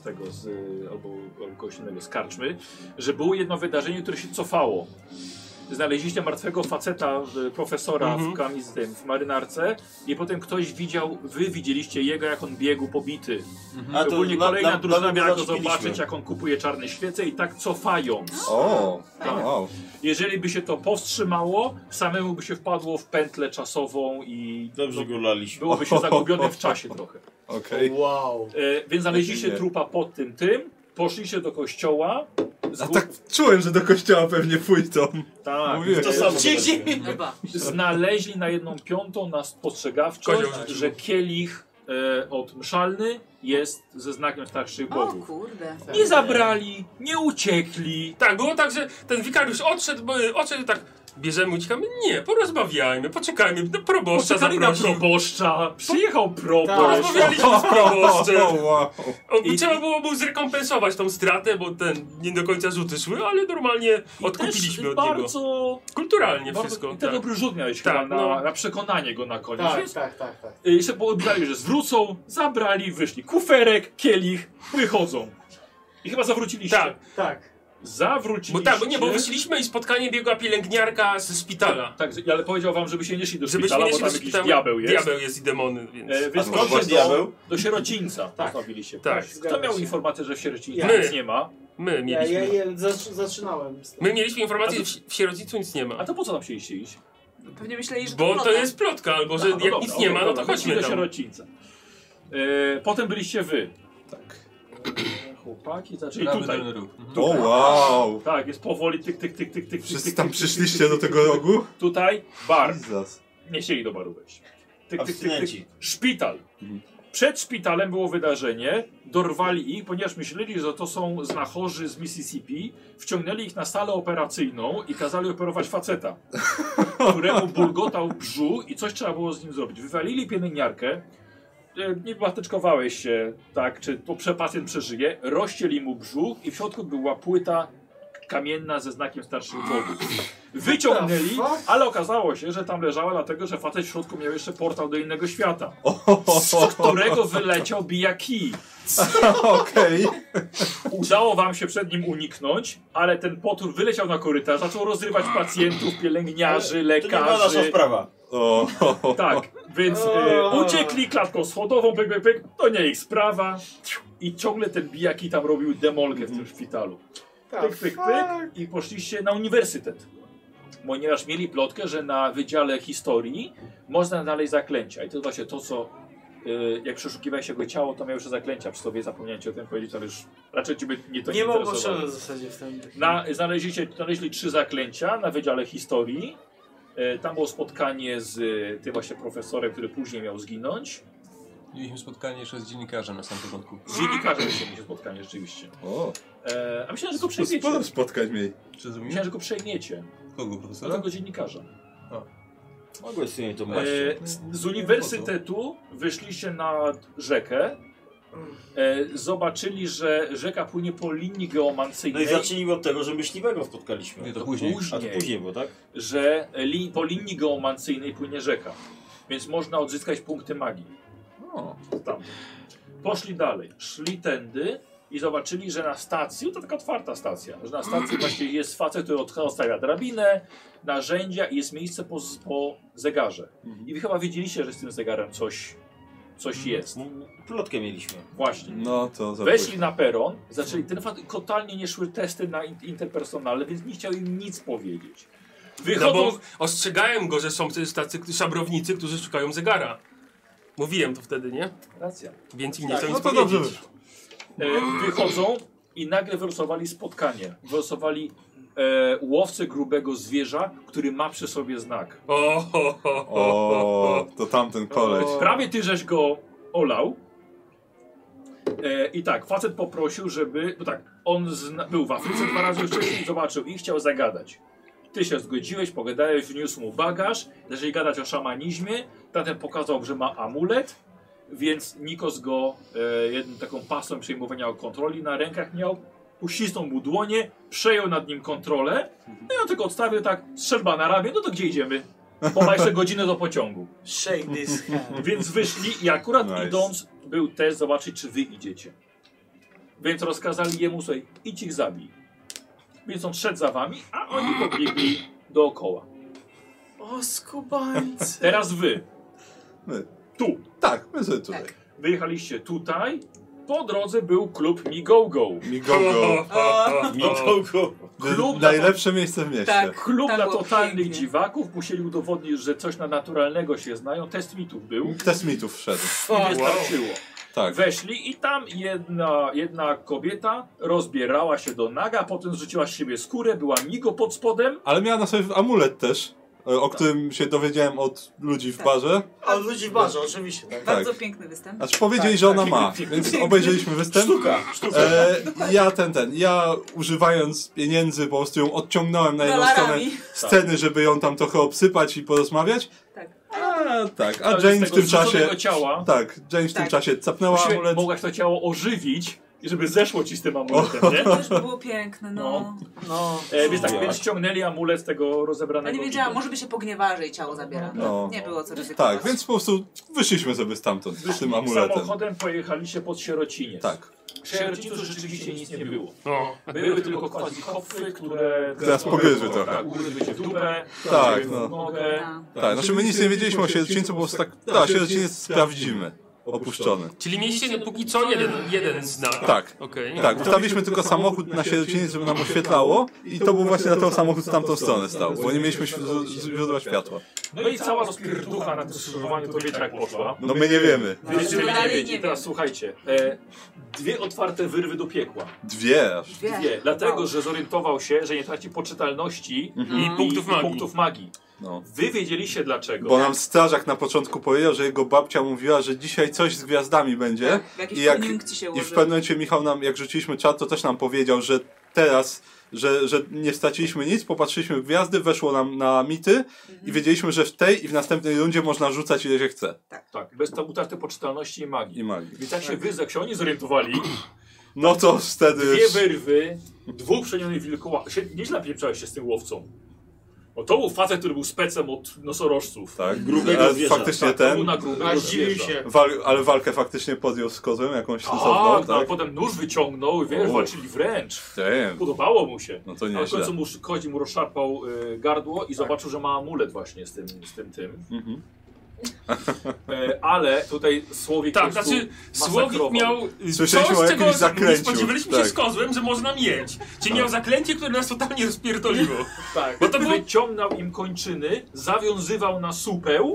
albo kogoś innego z karczmy, że było jedno wydarzenie, które się cofało. Znaleźliście martwego faceta, profesora w marynarce i potem ktoś wy widzieliście jego, jak on biegł pobity. A to Ogólnie kolejna drużyna miała go zaczepiliśmy. zobaczyć, jak on kupuje czarne świece i tak cofając. O, Tak. wow. Jeżeli by się to powstrzymało, samemu by się wpadło w pętlę czasową i Dobrze go laliśmy. byłoby się zagubione w czasie trochę. Okej. Wow. Więc znaleźliście Nie. trupa pod tym, poszliście do kościoła. A tak czułem, że do kościoła pewnie pójdą. Tak. Mówiłem. To samo. Chyba. Znaleźli na 1/5 na spostrzegawczość, Kozioł rzucił. że kielich odmszalny jest ze znakiem starszych O bogów. kurde. Nie zabrali, nie uciekli. Tak, było tak, że ten wikariusz odszedł tak, bierzemy, uciekamy. Nie, porozmawiajmy, poczekajmy, no proboszcza Poczekali na zaprosił. proboszcza, przyjechał proboszcz. Rozmawialiśmy z proboszczem. wow. Trzeba było mu zrekompensować tą stratę, bo nie do końca rzuty szły, ale normalnie odkupiliśmy od niego. Bardzo Kulturalnie bardzo, wszystko. i ten Tak. dobry rzut miałeś Tak, chyba no. na przekonanie go na koniec. Więc, Tak. jeszcze poobiegali, że zwrócą, zabrali, wyszli. Kuferek, kielich, wychodzą. I chyba zawróciliście. Tak. Zawróciliście. Bo wyszliśmy i spotkanie biegła pielęgniarka ze szpitala. Tak, ale powiedział wam, żebyście nie szli do Żebyśmy szpitala, nie bo szli tam do jakiś szpitala. diabeł jest. Diabeł jest i demony, więc... Więc skąd proszę diabeł? do sierocińca postawiliście. Tak. Kto miał informację, że w sierocińcu My. nic nie ma? My mieliśmy. Zaczynałem z tym. My mieliśmy informację, że w sierocińcu nic nie A ma. to po co tam chcieliście iść? Pewnie myśleli, że Bo to plota. jest plotka, albo że No jak dobra, nic nie ma, no to dobra, chodźmy do tam. sierocińca. Potem byliście wy. Tak. Chłopaki, zaczęli Prawy tutaj. dolny róg. O, wow. Tak, jest powoli tyk. Wszyscy tam przyszliście do tego rogu? Tutaj bar. Jesus. Nie chcieli do baru wejść. Abstynenci. Szpital. Przed szpitalem było wydarzenie, dorwali ich, ponieważ myśleli, że to są znachorzy z Mississippi, wciągnęli ich na salę operacyjną i kazali operować faceta, któremu bulgotał brzuch i coś trzeba było z nim zrobić. Wywalili pielęgniarkę, nie batyczkowałeś się, tak, czy to pacjent przeżyje, rozcięli mu brzuch i w środku była płyta kamienna ze znakiem starszych bogów. Wyciągnęli, ale okazało się, że tam leżała dlatego, że facet w środku miał jeszcze portal do innego świata, z którego wyleciał bijaki. Okej. Udało wam się przed nim uniknąć, ale ten potwór wyleciał na korytarz, zaczął rozrywać pacjentów, pielęgniarzy, To nie była nasza lekarzy. sprawa. O, Tak, więc uciekli klatką schodową, pyk, to nie ich sprawa. I ciągle ten bijaki tam robił demolkę w tym szpitalu. Pyk i poszliście na uniwersytet. Ponieważ mieli plotkę, że na Wydziale Historii można znaleźć zaklęcia. I to jest właśnie to, co jak przeszukiwałeś jego ciało, to miał jeszcze zaklęcia przy sobie. Zapomniałem ci o tym powiedzieć, ale już raczej ciebie nie to Nie mam interesowało. potrzeby w zasadzie w tym. Znaleźli 3 zaklęcia na Wydziale Historii. Tam było spotkanie z tym właśnie profesorem, który później miał zginąć. Mieliśmy spotkanie jeszcze z dziennikarzem na samym początku. Z dziennikarzem jeszcze mieliście spotkanie rzeczywiście. o. A myślałem, że go przejmiecie. Sporo spotkań miej. Czy zrobimy? Myślałem, że go przejmiecie. Kogo, Do profesora? tego dziennikarza. Mogłeś sobie to macie. Z uniwersytetu wyszliście na rzekę. Zobaczyli, że rzeka płynie po linii No geomancyjnej. i zacznijmy od tego, że myśliwego spotkaliśmy. Nie, to później. A to później było, tak? Że po linii geomancyjnej płynie rzeka. Więc można odzyskać punkty magii. O. Tam. Poszli dalej. Szli tędy i zobaczyli, że na stacji, to taka otwarta stacja, że na stacji właśnie jest facet, który odstawia drabinę, narzędzia i jest miejsce po zegarze. I wy chyba wiedzieliście, że z tym zegarem coś jest. Plotkę mieliśmy. Właśnie. No to Weszli na peron, zaczęli, totalnie nie szły testy na interpersonalne, więc nie chciał im nic powiedzieć. No Wychodzą, bo ostrzegałem go, że są tacy szabrownicy, którzy szukają zegara. Mówiłem to wtedy, nie? racja. Więc im nie chcą no nic to dobrze powiedzieć. Wychodzą i nagle wylosowali spotkanie. Wylosowali łowcę grubego zwierza, który ma przy sobie znak. O, to tamten koleś. Prawie ty żeś go olał. I tak, facet poprosił, żeby... Bo tak, on był w Afryce 2 razy wcześniej, zobaczył i chciał zagadać. Ty się zgodziłeś, pogadałeś, wniósł mu bagaż. Zaczęli gadać o szamanizmie. Tamten pokazał, że ma amulet, więc Nikos go jedną taką pasą przejmowania kontroli na rękach miał. Uścisnął mu dłonie, przejął nad nim kontrolę. No i on tylko odstawił tak, strzelba na ramię, no to gdzie idziemy? Bo ma jeszcze godzinę do pociągu. Shake this hand. Więc wyszli i akurat Nice. idąc był test zobaczyć, czy wy idziecie. Więc rozkazali jemu, słuchaj, idź ich zabij. Więc on szedł za wami, a oni pobiegli dookoła. O, skubańcy. Teraz wy. My. Tu. Tak, my sobie tutaj. Tak. Wyjechaliście tutaj. Po drodze był klub Migogo. Migogo. Migogo. Klub Najlepsze miejsce w mieście. Tak. Klub Tam dla było totalnych pięknie. dziwaków. Musieli udowodnić, że coś na naturalnego się znają. Test mitów był. Test mitów wszedł. I wystarczyło. Tak. Weszli i tam jedna kobieta rozbierała się do naga, a potem zrzuciła z siebie skórę, była migo pod spodem. Ale miała na sobie amulet też, o którym się dowiedziałem od ludzi w Tak. barze. A ludzi w barze, oczywiście. Tak. Bardzo piękny występ. Znaczy powiedzieli, że ona ma, więc obejrzeliśmy występ. Ja używając pieniędzy po prostu ją odciągnąłem na jedną stronę Dolarami. sceny, żeby ją tam trochę obsypać i porozmawiać. Tak. A Jane w tym czasie... Ciała, Tak, Jane w tym czasie capnęła amulet. mogłaś to ciało ożywić i żeby zeszło ci z tym amuletem, nie? To już było piękne, no. Więc tak, więc ściągnęli amulet z tego Ja rozebranego. nie wiedziałam, może by się pogniewała, że jej ciało zabiera. No. Nie było co ryzykować. Tak, więc po prostu wyszliśmy sobie stamtąd z tym amuletem. Samochodem pojechaliście pod Sierociniec. Tak. W Sierocińcu rzeczywiście nic nie było. No. Były tylko quasi-hopfy, które... Teraz pogryzły trochę. Tak, ugryzły cię w dupę, Tak, w no. nogę. No. Tak, znaczy my nic nie wiedzieliśmy o Sierocińcu, po prostu tak... Tak, Sierociniec sprawdzimy. Opuszczony. Czyli mieliście póki co jeden znak. Tak. Okej. Tak, ustawiliśmy tylko samochód na Sierociniec, żeby nam oświetlało i to był właśnie na ten samochód w tamtą stronę stał, bo nie mieliśmy źródła światła. No i cała rozpierducha na tym skrzyżowaniu, to wiecie jak poszła. No my nie wiemy. Wiecie, wy nie dalej wiecie. nie Teraz słuchajcie. Dwie otwarte wyrwy do piekła. Dwie aż. Dwie. Dlatego, że zorientował się, że nie traci poczytalności I punktów magii. No. Wy wiedzieliście dlaczego. Bo nam strażak na początku powiedział, że jego babcia mówiła, że dzisiaj coś z gwiazdami będzie. Tak, w jakiś koniunkcji się I w ułożył. pewnym momencie Michał nam, jak rzuciliśmy czat, to też nam powiedział, że teraz, że nie straciliśmy nic, popatrzyliśmy w gwiazdy, weszło nam na mity i wiedzieliśmy, że w tej i w następnej rundzie można rzucać ile się chce. Tak, bez utraty poczytalności i magii. I magii. Więc jak się jak się oni zorientowali, No to wtedy... dwie wyrwy, dwóch przenionych wilkołaków. Nieźle pieprzałeś się z tym łowcą. Bo to był facet, który był specem od nosorożców. Tak, Grubego zwierza. faktycznie Tak, to był ten... na grubego Zdziwił zwierza. się. Ale walkę faktycznie podjął z kozłem, jakąś Tak, sensowną, ale tak? potem nóż wyciągnął i wiesz, O. walczyli wręcz. Damn. Podobało mu się. No to A w nieźle. końcu Kozi mu rozszarpał gardło i zobaczył, że ma amulet właśnie z tym. Mhm. Ale tutaj Słowik Tak, po prostu znaczy Słowik masakrował. miał Słyszeliśmy coś, o czego jakimś nie zaklęciu, spodziewaliśmy tak. się z kozłem, że można mieć. Czyli miał zaklęcie, które nas totalnie rozpierdoliło. Tak, Bo to było- wyciągnął im kończyny, zawiązywał na supeł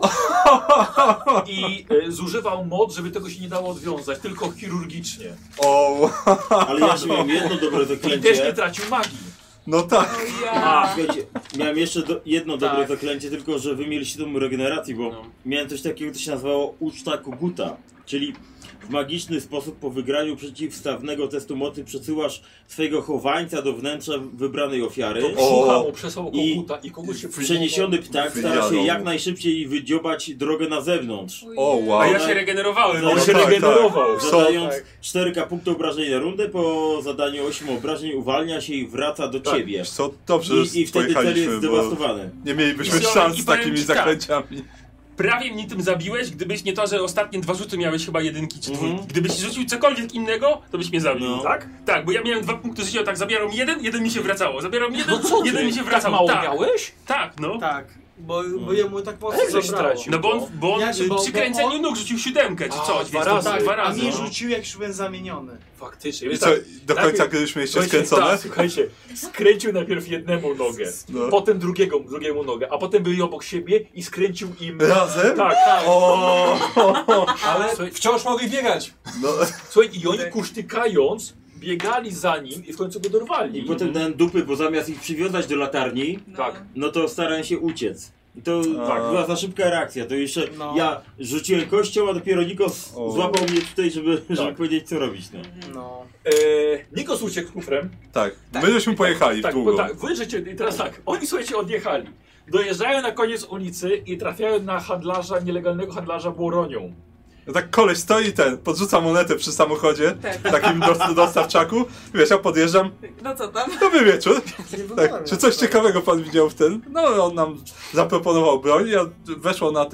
i zużywał moc, żeby tego się nie dało odwiązać, tylko chirurgicznie. O, Ale ja jeszcze miałem jedno dobre I też nie zaklęcie. tracił magii. no tak. A, słuchajcie, miałem jeszcze jedno dobre Tak. zaklęcie, tylko że wy mieliście tą regeneracji, bo No. miałem coś takiego, co się nazywało uczta koguta. Czyli w magiczny sposób po wygraniu przeciwstawnego testu mocy przesyłasz swojego chowańca do wnętrza wybranej ofiary. To brzucha mu przesłał koguta i kogoś się Przeniesiony ptak stara się Wyjadą. jak najszybciej wydziobać drogę na zewnątrz. O, wow. A ja się regenerowałem. No, On no się tak, regenerował. tak. Zadając 4 punktów obrażeń na rundę, po zadaniu 8 obrażeń uwalnia się i wraca do ciebie. Wiesz co, dobrze, że I wtedy cel jest pojechaliśmy, bo zdewastowany. nie mielibyśmy I co, szans i z powiem takimi ci tak. zaklęciami. Prawie mnie tym zabiłeś, gdybyś nie to, że ostatnie 2 rzuty miałeś chyba jedynki czy dwójki. Mhm. Gdybyś rzucił cokolwiek innego, to byś mnie zabił. No. Tak? Tak, bo ja miałem 2 punkty życia, tak zabierał mi jeden mi się wracało. Zabierał mi jeden, No co ty? jeden mi się Tak wracał. mało tak, miałeś? tak, no. Tak, bo jemu tak mocno Jak żeś zabrało. stracił? No bo on Ja się- bo- przy bo kręceniu on- nóg rzucił 7 czy coś. dwa więc to razy. tak, 2 razy. A mnie no. rzucił jak już byłem zamieniony. Faktycznie. I Więc co, tak, do końca najpierw- gry już mieliście Słuchajcie, skręcone? tak, słuchajcie, skręcił najpierw jednemu nogę, No. potem drugiemu nogę, a potem byli obok siebie i skręcił im... Razem? Tak, O, Ale Słuchaj- wciąż mogli biegać. no, słuchaj, i oni kusztykając biegali za nim i w końcu go dorwali. I potem dałem dupy, bo zamiast ich przywiązać do latarni, Tak. no to starałem się uciec. I to tak, była za szybka reakcja. To jeszcze ja rzuciłem kością, a dopiero Nikos złapał mnie tutaj, żeby powiedzieć, co robić. No. Nikos uciekł z kufrem. Tak. My żeśmy pojechali w długo. Tak, wy żeście, i teraz tak, oni słuchajcie odjechali. Dojeżdżają na koniec ulicy i trafiają na handlarza, nielegalnego handlarza bronią. No tak koleś stoi podrzuca monetę przy samochodzie, takim dostawczaku. Wiesz, ja podjeżdżam. No co tam? Dobry wieczór. Tak, czy coś ciekawego pan widział w tym? No on nam zaproponował broń i weszło na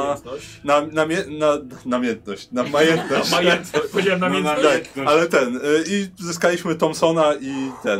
namiętność. Powiedziałem namiętność. Tak, ale i zyskaliśmy Thompsona i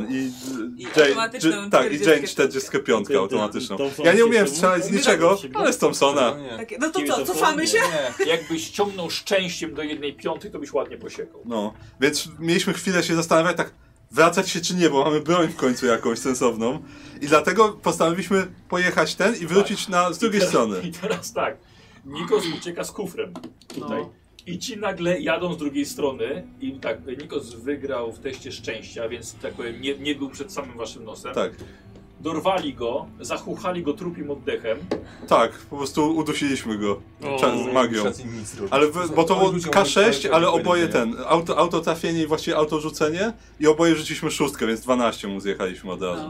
Jane 45 automatyczną. Ja nie umiałem strzelać z niczego, ale z Thompsona. No to co, cofamy się? Jakbyś ściągnął szczęściem do 1/5, to byś ładnie posiekał. No, więc mieliśmy chwilę się zastanawiać, tak wracać się czy nie, bo mamy broń w końcu jakąś sensowną. I dlatego postanowiliśmy pojechać i wrócić z drugiej strony. I teraz tak, Nikos ucieka z kufrem tutaj. I ci nagle jadą z drugiej strony i tak, Nikos wygrał w teście szczęścia, więc tak powiem, nie był przed samym waszym nosem. Tak. Dorwali go, zachuchali go trupim oddechem. Tak, po prostu udusiliśmy go magią. Ale bo to było K6, ale oboje autotrafienie i właściwie autorzucenie i oboje rzuciliśmy 6, więc 12 mu zjechaliśmy od razu.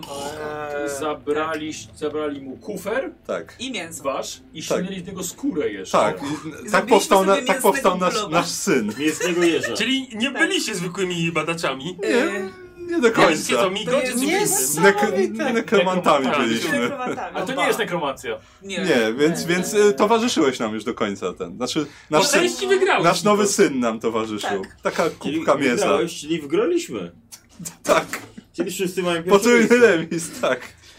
Zabrali mu kufer i mięso wasz i ściągnęli z niego skórę jeszcze. Tak, tak powstał nasz syn. Mięsnego jeża. Czyli nie byliście zwykłymi badaczami? Nie do końca. Nekromantami byliśmy. A to nie jest nekromancja. Nie, więc towarzyszyłeś nam już do końca Znaczy, nasz nowy syn nam towarzyszył. Taka kubka mięsa. Czyli wygraliśmy. Tak. Czyli wszyscy mają potrójny remis, tak.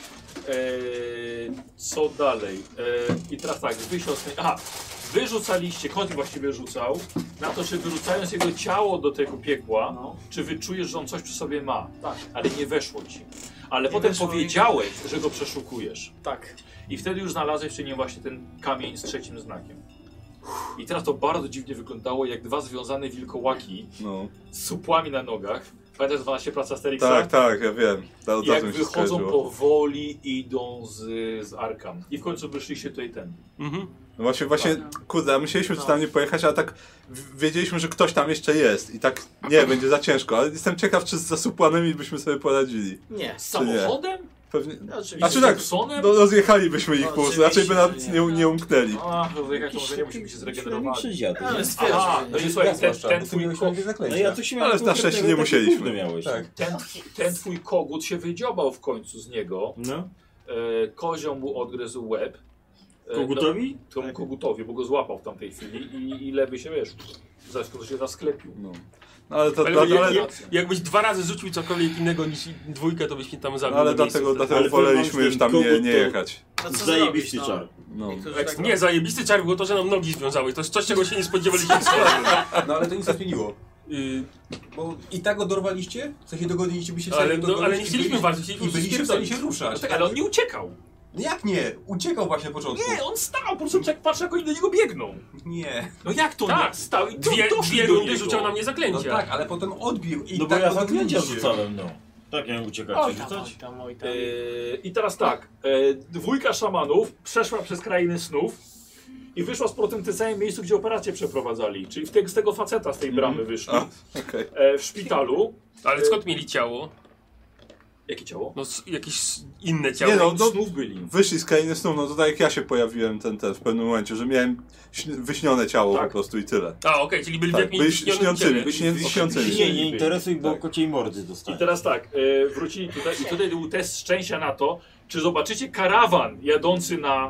Co dalej? I teraz tak, wyrzucaliście, Koty właściwie rzucał, na to, czy wyrzucając jego ciało do tego piekła, czy wyczujesz, że on coś przy sobie ma. Tak. Ale nie weszło ci. Ale potem powiedziałeś, że go przeszukujesz. Tak. I wtedy już znalazłeś przy nim właśnie ten kamień z 3. znakiem. I teraz to bardzo dziwnie wyglądało, jak dwa związane wilkołaki z supłami na nogach. Pamiętasz 12 praca Asterixa? Tak, ja wiem. Jak wychodzą powoli, idą z Arkham. I w końcu wyszliście tutaj No właśnie, kurde, myśleliśmy, czy tam nie pojechać, ale tak wiedzieliśmy, że ktoś tam jeszcze jest i tak będzie za ciężko, ale jestem ciekaw, czy z zasupłanymi byśmy sobie poradzili. Nie. Z samochodem? Pewnie. Znaczy tak, rozjechalibyśmy ich po prostu, raczej by nam nie umknęli. Rozjechać to może nie musimy się zregenerować. Ale na szczęście nie musieliśmy. Ten twój kogut się wydziobał w końcu z niego. Kozioł mu odgryzł łeb. Kogutowi? Kogutowi, bo go złapał w tamtej chwili i lewy się, się zasklepił. Ale jakbyś 2 razy rzucił cokolwiek innego niż 2, to byś mnie tam zabił. Ale dlatego woleliśmy już tam nie jechać. Zajebisty czar. Nie, zajebisty czar było to, że nam nogi związały. To jest coś, czego się nie spodziewaliśmy. No ale to nic nie zmieniło. Bo i tak go dorwaliście? W sensie dogoniliście by się ale nie chcieliśmy walczyć. I byliście w stanie się ruszać. Ale on nie uciekał. Jak nie? Uciekał właśnie na początku. Nie, on stał, po prostu patrz jak oni do niego biegną. Nie. No jak to nie? Stał i dwie rundy rzucał na mnie zaklęcia. No tak, ale potem odbił i no bo ja zaklęcia rzucałem, Tak, ja uciekać. I teraz tak, 2 szamanów przeszła przez krainy snów i wyszła z powrotem w tym samym miejscu, gdzie operację przeprowadzali. Czyli z tego faceta z tej bramy wyszli. W szpitalu. Ale skąd mieli ciało? Jakie ciało? No jakieś inne ciało. Nie snów byli. Wyszli z krainy snów, no to tak jak ja się pojawiłem w pewnym momencie, że miałem wyśnione ciało po prostu i tyle. Czyli byli w jakimś śniącymi. Nie interesuj, bo kociej mordy dostali. I teraz tak, wrócili tutaj i tutaj był test szczęścia na to, czy zobaczycie karawan jadący na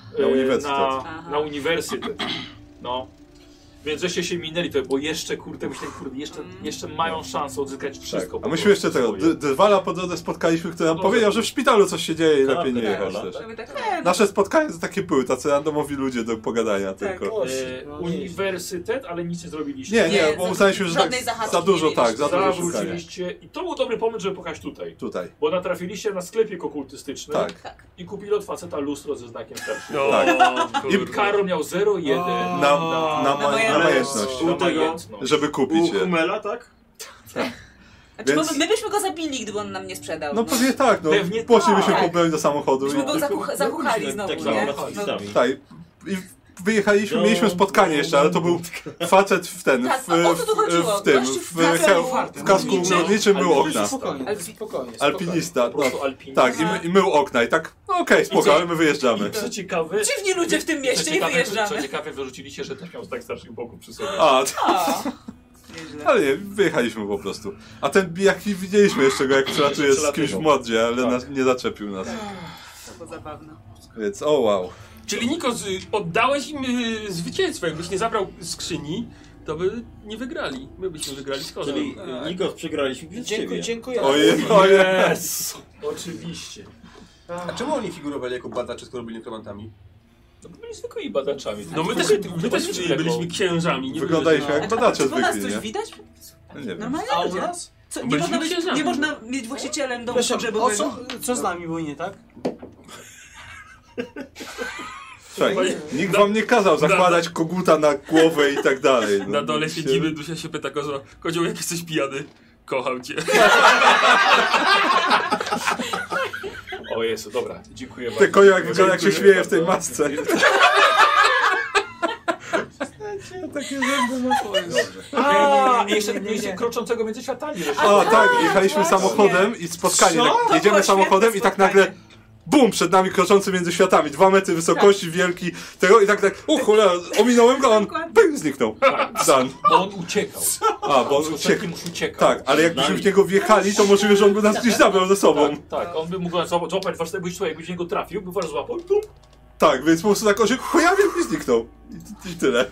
uniwersytet. No. Więc żeście się minęli, bo jeszcze, jeszcze mają szansę odzyskać wszystko. A myśmy jeszcze Drwala po drodze spotkaliśmy, który nam powiedział, że w szpitalu coś się dzieje i lepiej nie jechać też. Nasze spotkania to takie były, tacy randomowi ludzie do pogadania tylko. Uniwersytet, ale nic nie zrobiliście. Nie, bo uznaliśmy, że za dużo wróciliście. I to był dobry pomysł, żeby pokazać tutaj. Bo natrafiliście na sklepik okultystyczny i kupili od faceta lustro ze znakiem starszym. I Karol miał 0,1 na majętność, żeby kupić je. Humela, tak? Znaczy, bo my byśmy go zabili, gdyby on nam nie sprzedał. No pewnie tak, no. Pewnie Poszlibyśmy tak. po broń do samochodu. Byśmy go zakuchali znowu, Tak nie? samo No. pacifistami. Tak. I wyjechaliśmy, mieliśmy spotkanie jeszcze, ale to był facet w ten, Tak, o co tu chodziło? w tym, Gościu w kasku górniczym mył okna. Spokojnie. Alpinista, Po no. prostu alpinista. Tak, i mył okna i tak, no okej, spoko, ale my wyjeżdżamy. Co ciekawe... Dziwni ludzie w tym mieście i Co wyjeżdżamy. ciekawe, wyrzuciliście, że też miał tak starszych boków przy sobie. A, O, nieźle. ale nie, wyjechaliśmy po prostu. A ten bijaki widzieliśmy jeszcze go, jak przelatuje z kimś w mordzie, ale Tak. nie zaczepił nas. To było zabawne. Więc, o wow. Czyli Nikos, oddałeś im zwycięstwo. Jakbyś nie zabrał skrzyni, to by nie wygrali. My byśmy wygrali z kozą. Czyli Nikos przegraliśmy przez ciebie. Dziękuję. Ojej, Yes! Oczywiście. A czemu oni figurowali jako badacze, skoro byli nekromantami? No bo byli zwykłymi badaczami. No my też byliśmy księżami. Nie wyglądaliśmy jak badacze Czy u nas zwykli, coś nie? widać? No nie wiem. Normalnie A u ludzie. nas? Co, nie, Byliśmy można być, księżami. nie można mieć właścicielem domu Proszę, o pogrzebowego. co z nami było nie tak? Słuchaj, nikt wam nie kazał zakładać koguta na głowę i tak dalej. No, Na dole się- siedzimy, Dusia się pyta Kozioł, jak jesteś pijany? Kocham cię. O Jezu, dobra, dziękuję Ty bardzo. Kozioł jak wygląda, jak się śmieje w tej masce. Takie zęby ma. A, jeszcze mieliście kroczącego między światami. O tak, jechaliśmy samochodem i spotkanie. Co? Tak, To jedziemy było samochodem świetne i tak spotkanie. nagle bum, przed nami kroczący między światami. 2 metry wysokości, wielki. Tego i tak, o cholera, ominąłem go, on pyk, zniknął. Dan. Bo on uciekał. A, bo on uciekł. Uciekł. Już uciekał. Tak, ale jakbyśmy w niego wjechali, to możliwe, że on by nas gdzieś zabrał ze sobą. Tak, on by mógł nas złapać was, jakbyś w niego trafił, by was złapał i tu. Tak, więc po prostu tak on się pojawił i zniknął. I tyle.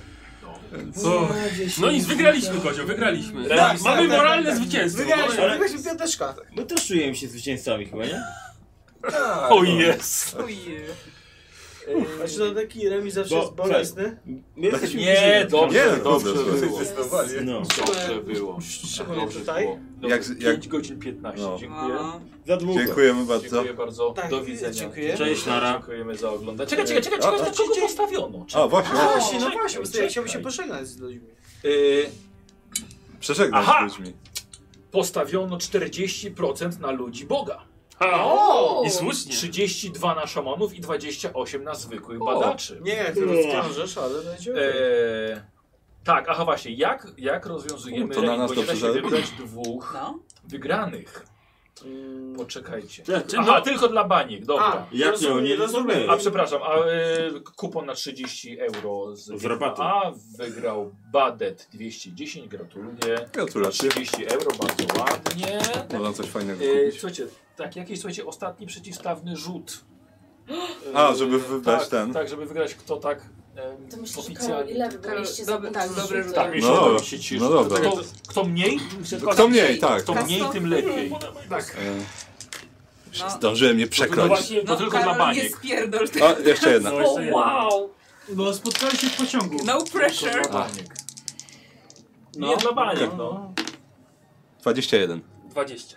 No i wygraliśmy, Kozioł, wygraliśmy. Tak, Mamy tak, moralne tak. zwycięstwo. Wygraliśmy piąteczka. My też czujemy się zwycięzcami chyba, nie? O jest. Ojej. Znaczy to taki remis zawsze Bo- jest bolesny. My jesteśmy Nie, dobrze, Nie, dobrze dobrze. było. No. Dobrze było. Szczególnie Dobrze tutaj. było. Jak- 5 godzin 15, No. dziękuję. Za długo. Dziękujemy bardzo. Dziękuję bardzo, Tak, do widzenia. dziękuję. Cześć, nara. Dziękujemy za oglądanie. Czekaj, kogo postawiono? A, właśnie. Właśnie, no Czekaj, właśnie, bo czekaj. chciałbym się pożegnać z ludźmi. Przeżegnaj Aha! z ludźmi. Postawiono 40% na ludzi Boga. I słusznie. 32 na szamanów i 28 na zwykłych badaczy. Nie, ty rozwiążesz, ale będzie Tak, aha właśnie, jak rozwiązujemy To na remis, nas bo to nie da się przyszedł. wybrać 2 No. wygranych. Poczekajcie. Tak, Aha, tylko dla baniek, dobra. Jak nie, nie rozumiem. A przepraszam, kupon na 30 euro Z rabatu. A wygrał Badet 210, gratuluję. Gratulacje. 30 euro, bardzo ładnie. Można coś fajnego E, kupić. słuchajcie, tak, jakiś ostatni przeciwstawny rzut. A, żeby wybrać tak, ten. Tak, żeby wygrać kto tak To myślę, że Karol, oficjalnie. ile wybraliście za Dobre- tak, buty dobre rzuty? Tak, mi się, No dobra, się cieszy. no dobra. Kto mniej? Kto mniej, tak. Kto mniej, tym lepiej. Tak. No. Zdążyłem je No przekląć. właśnie, to No, tylko dla Karol, nie baniek. spierdol. A, jeszcze jedna. No, jeszcze jeden. Bo spotkali się w pociągu. No pressure. Tylko dla baniek. Nie dla baniek, no. 21. 20.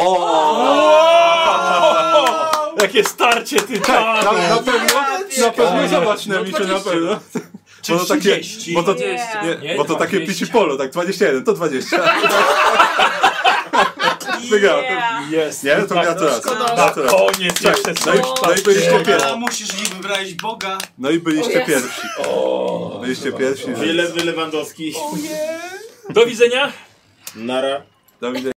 Jakie starcie ty Tak, na pewno zobacz na No liczę, na 20. pewno. Czy Bo to takie, 30? bo to, Nie. nie, bo to takie 20. pici polo, tak 21, to 20. Wygrał. Jest. Nie, to gratulacje. Na Gratulacje. koniec jeszcze No i, coś no i byliście pierwsi. musisz nie wybrać Boga. No i byliście pierwsi. Byliście pierwsi. Wiele Lewandowski. Do widzenia. Nara. Do widzenia.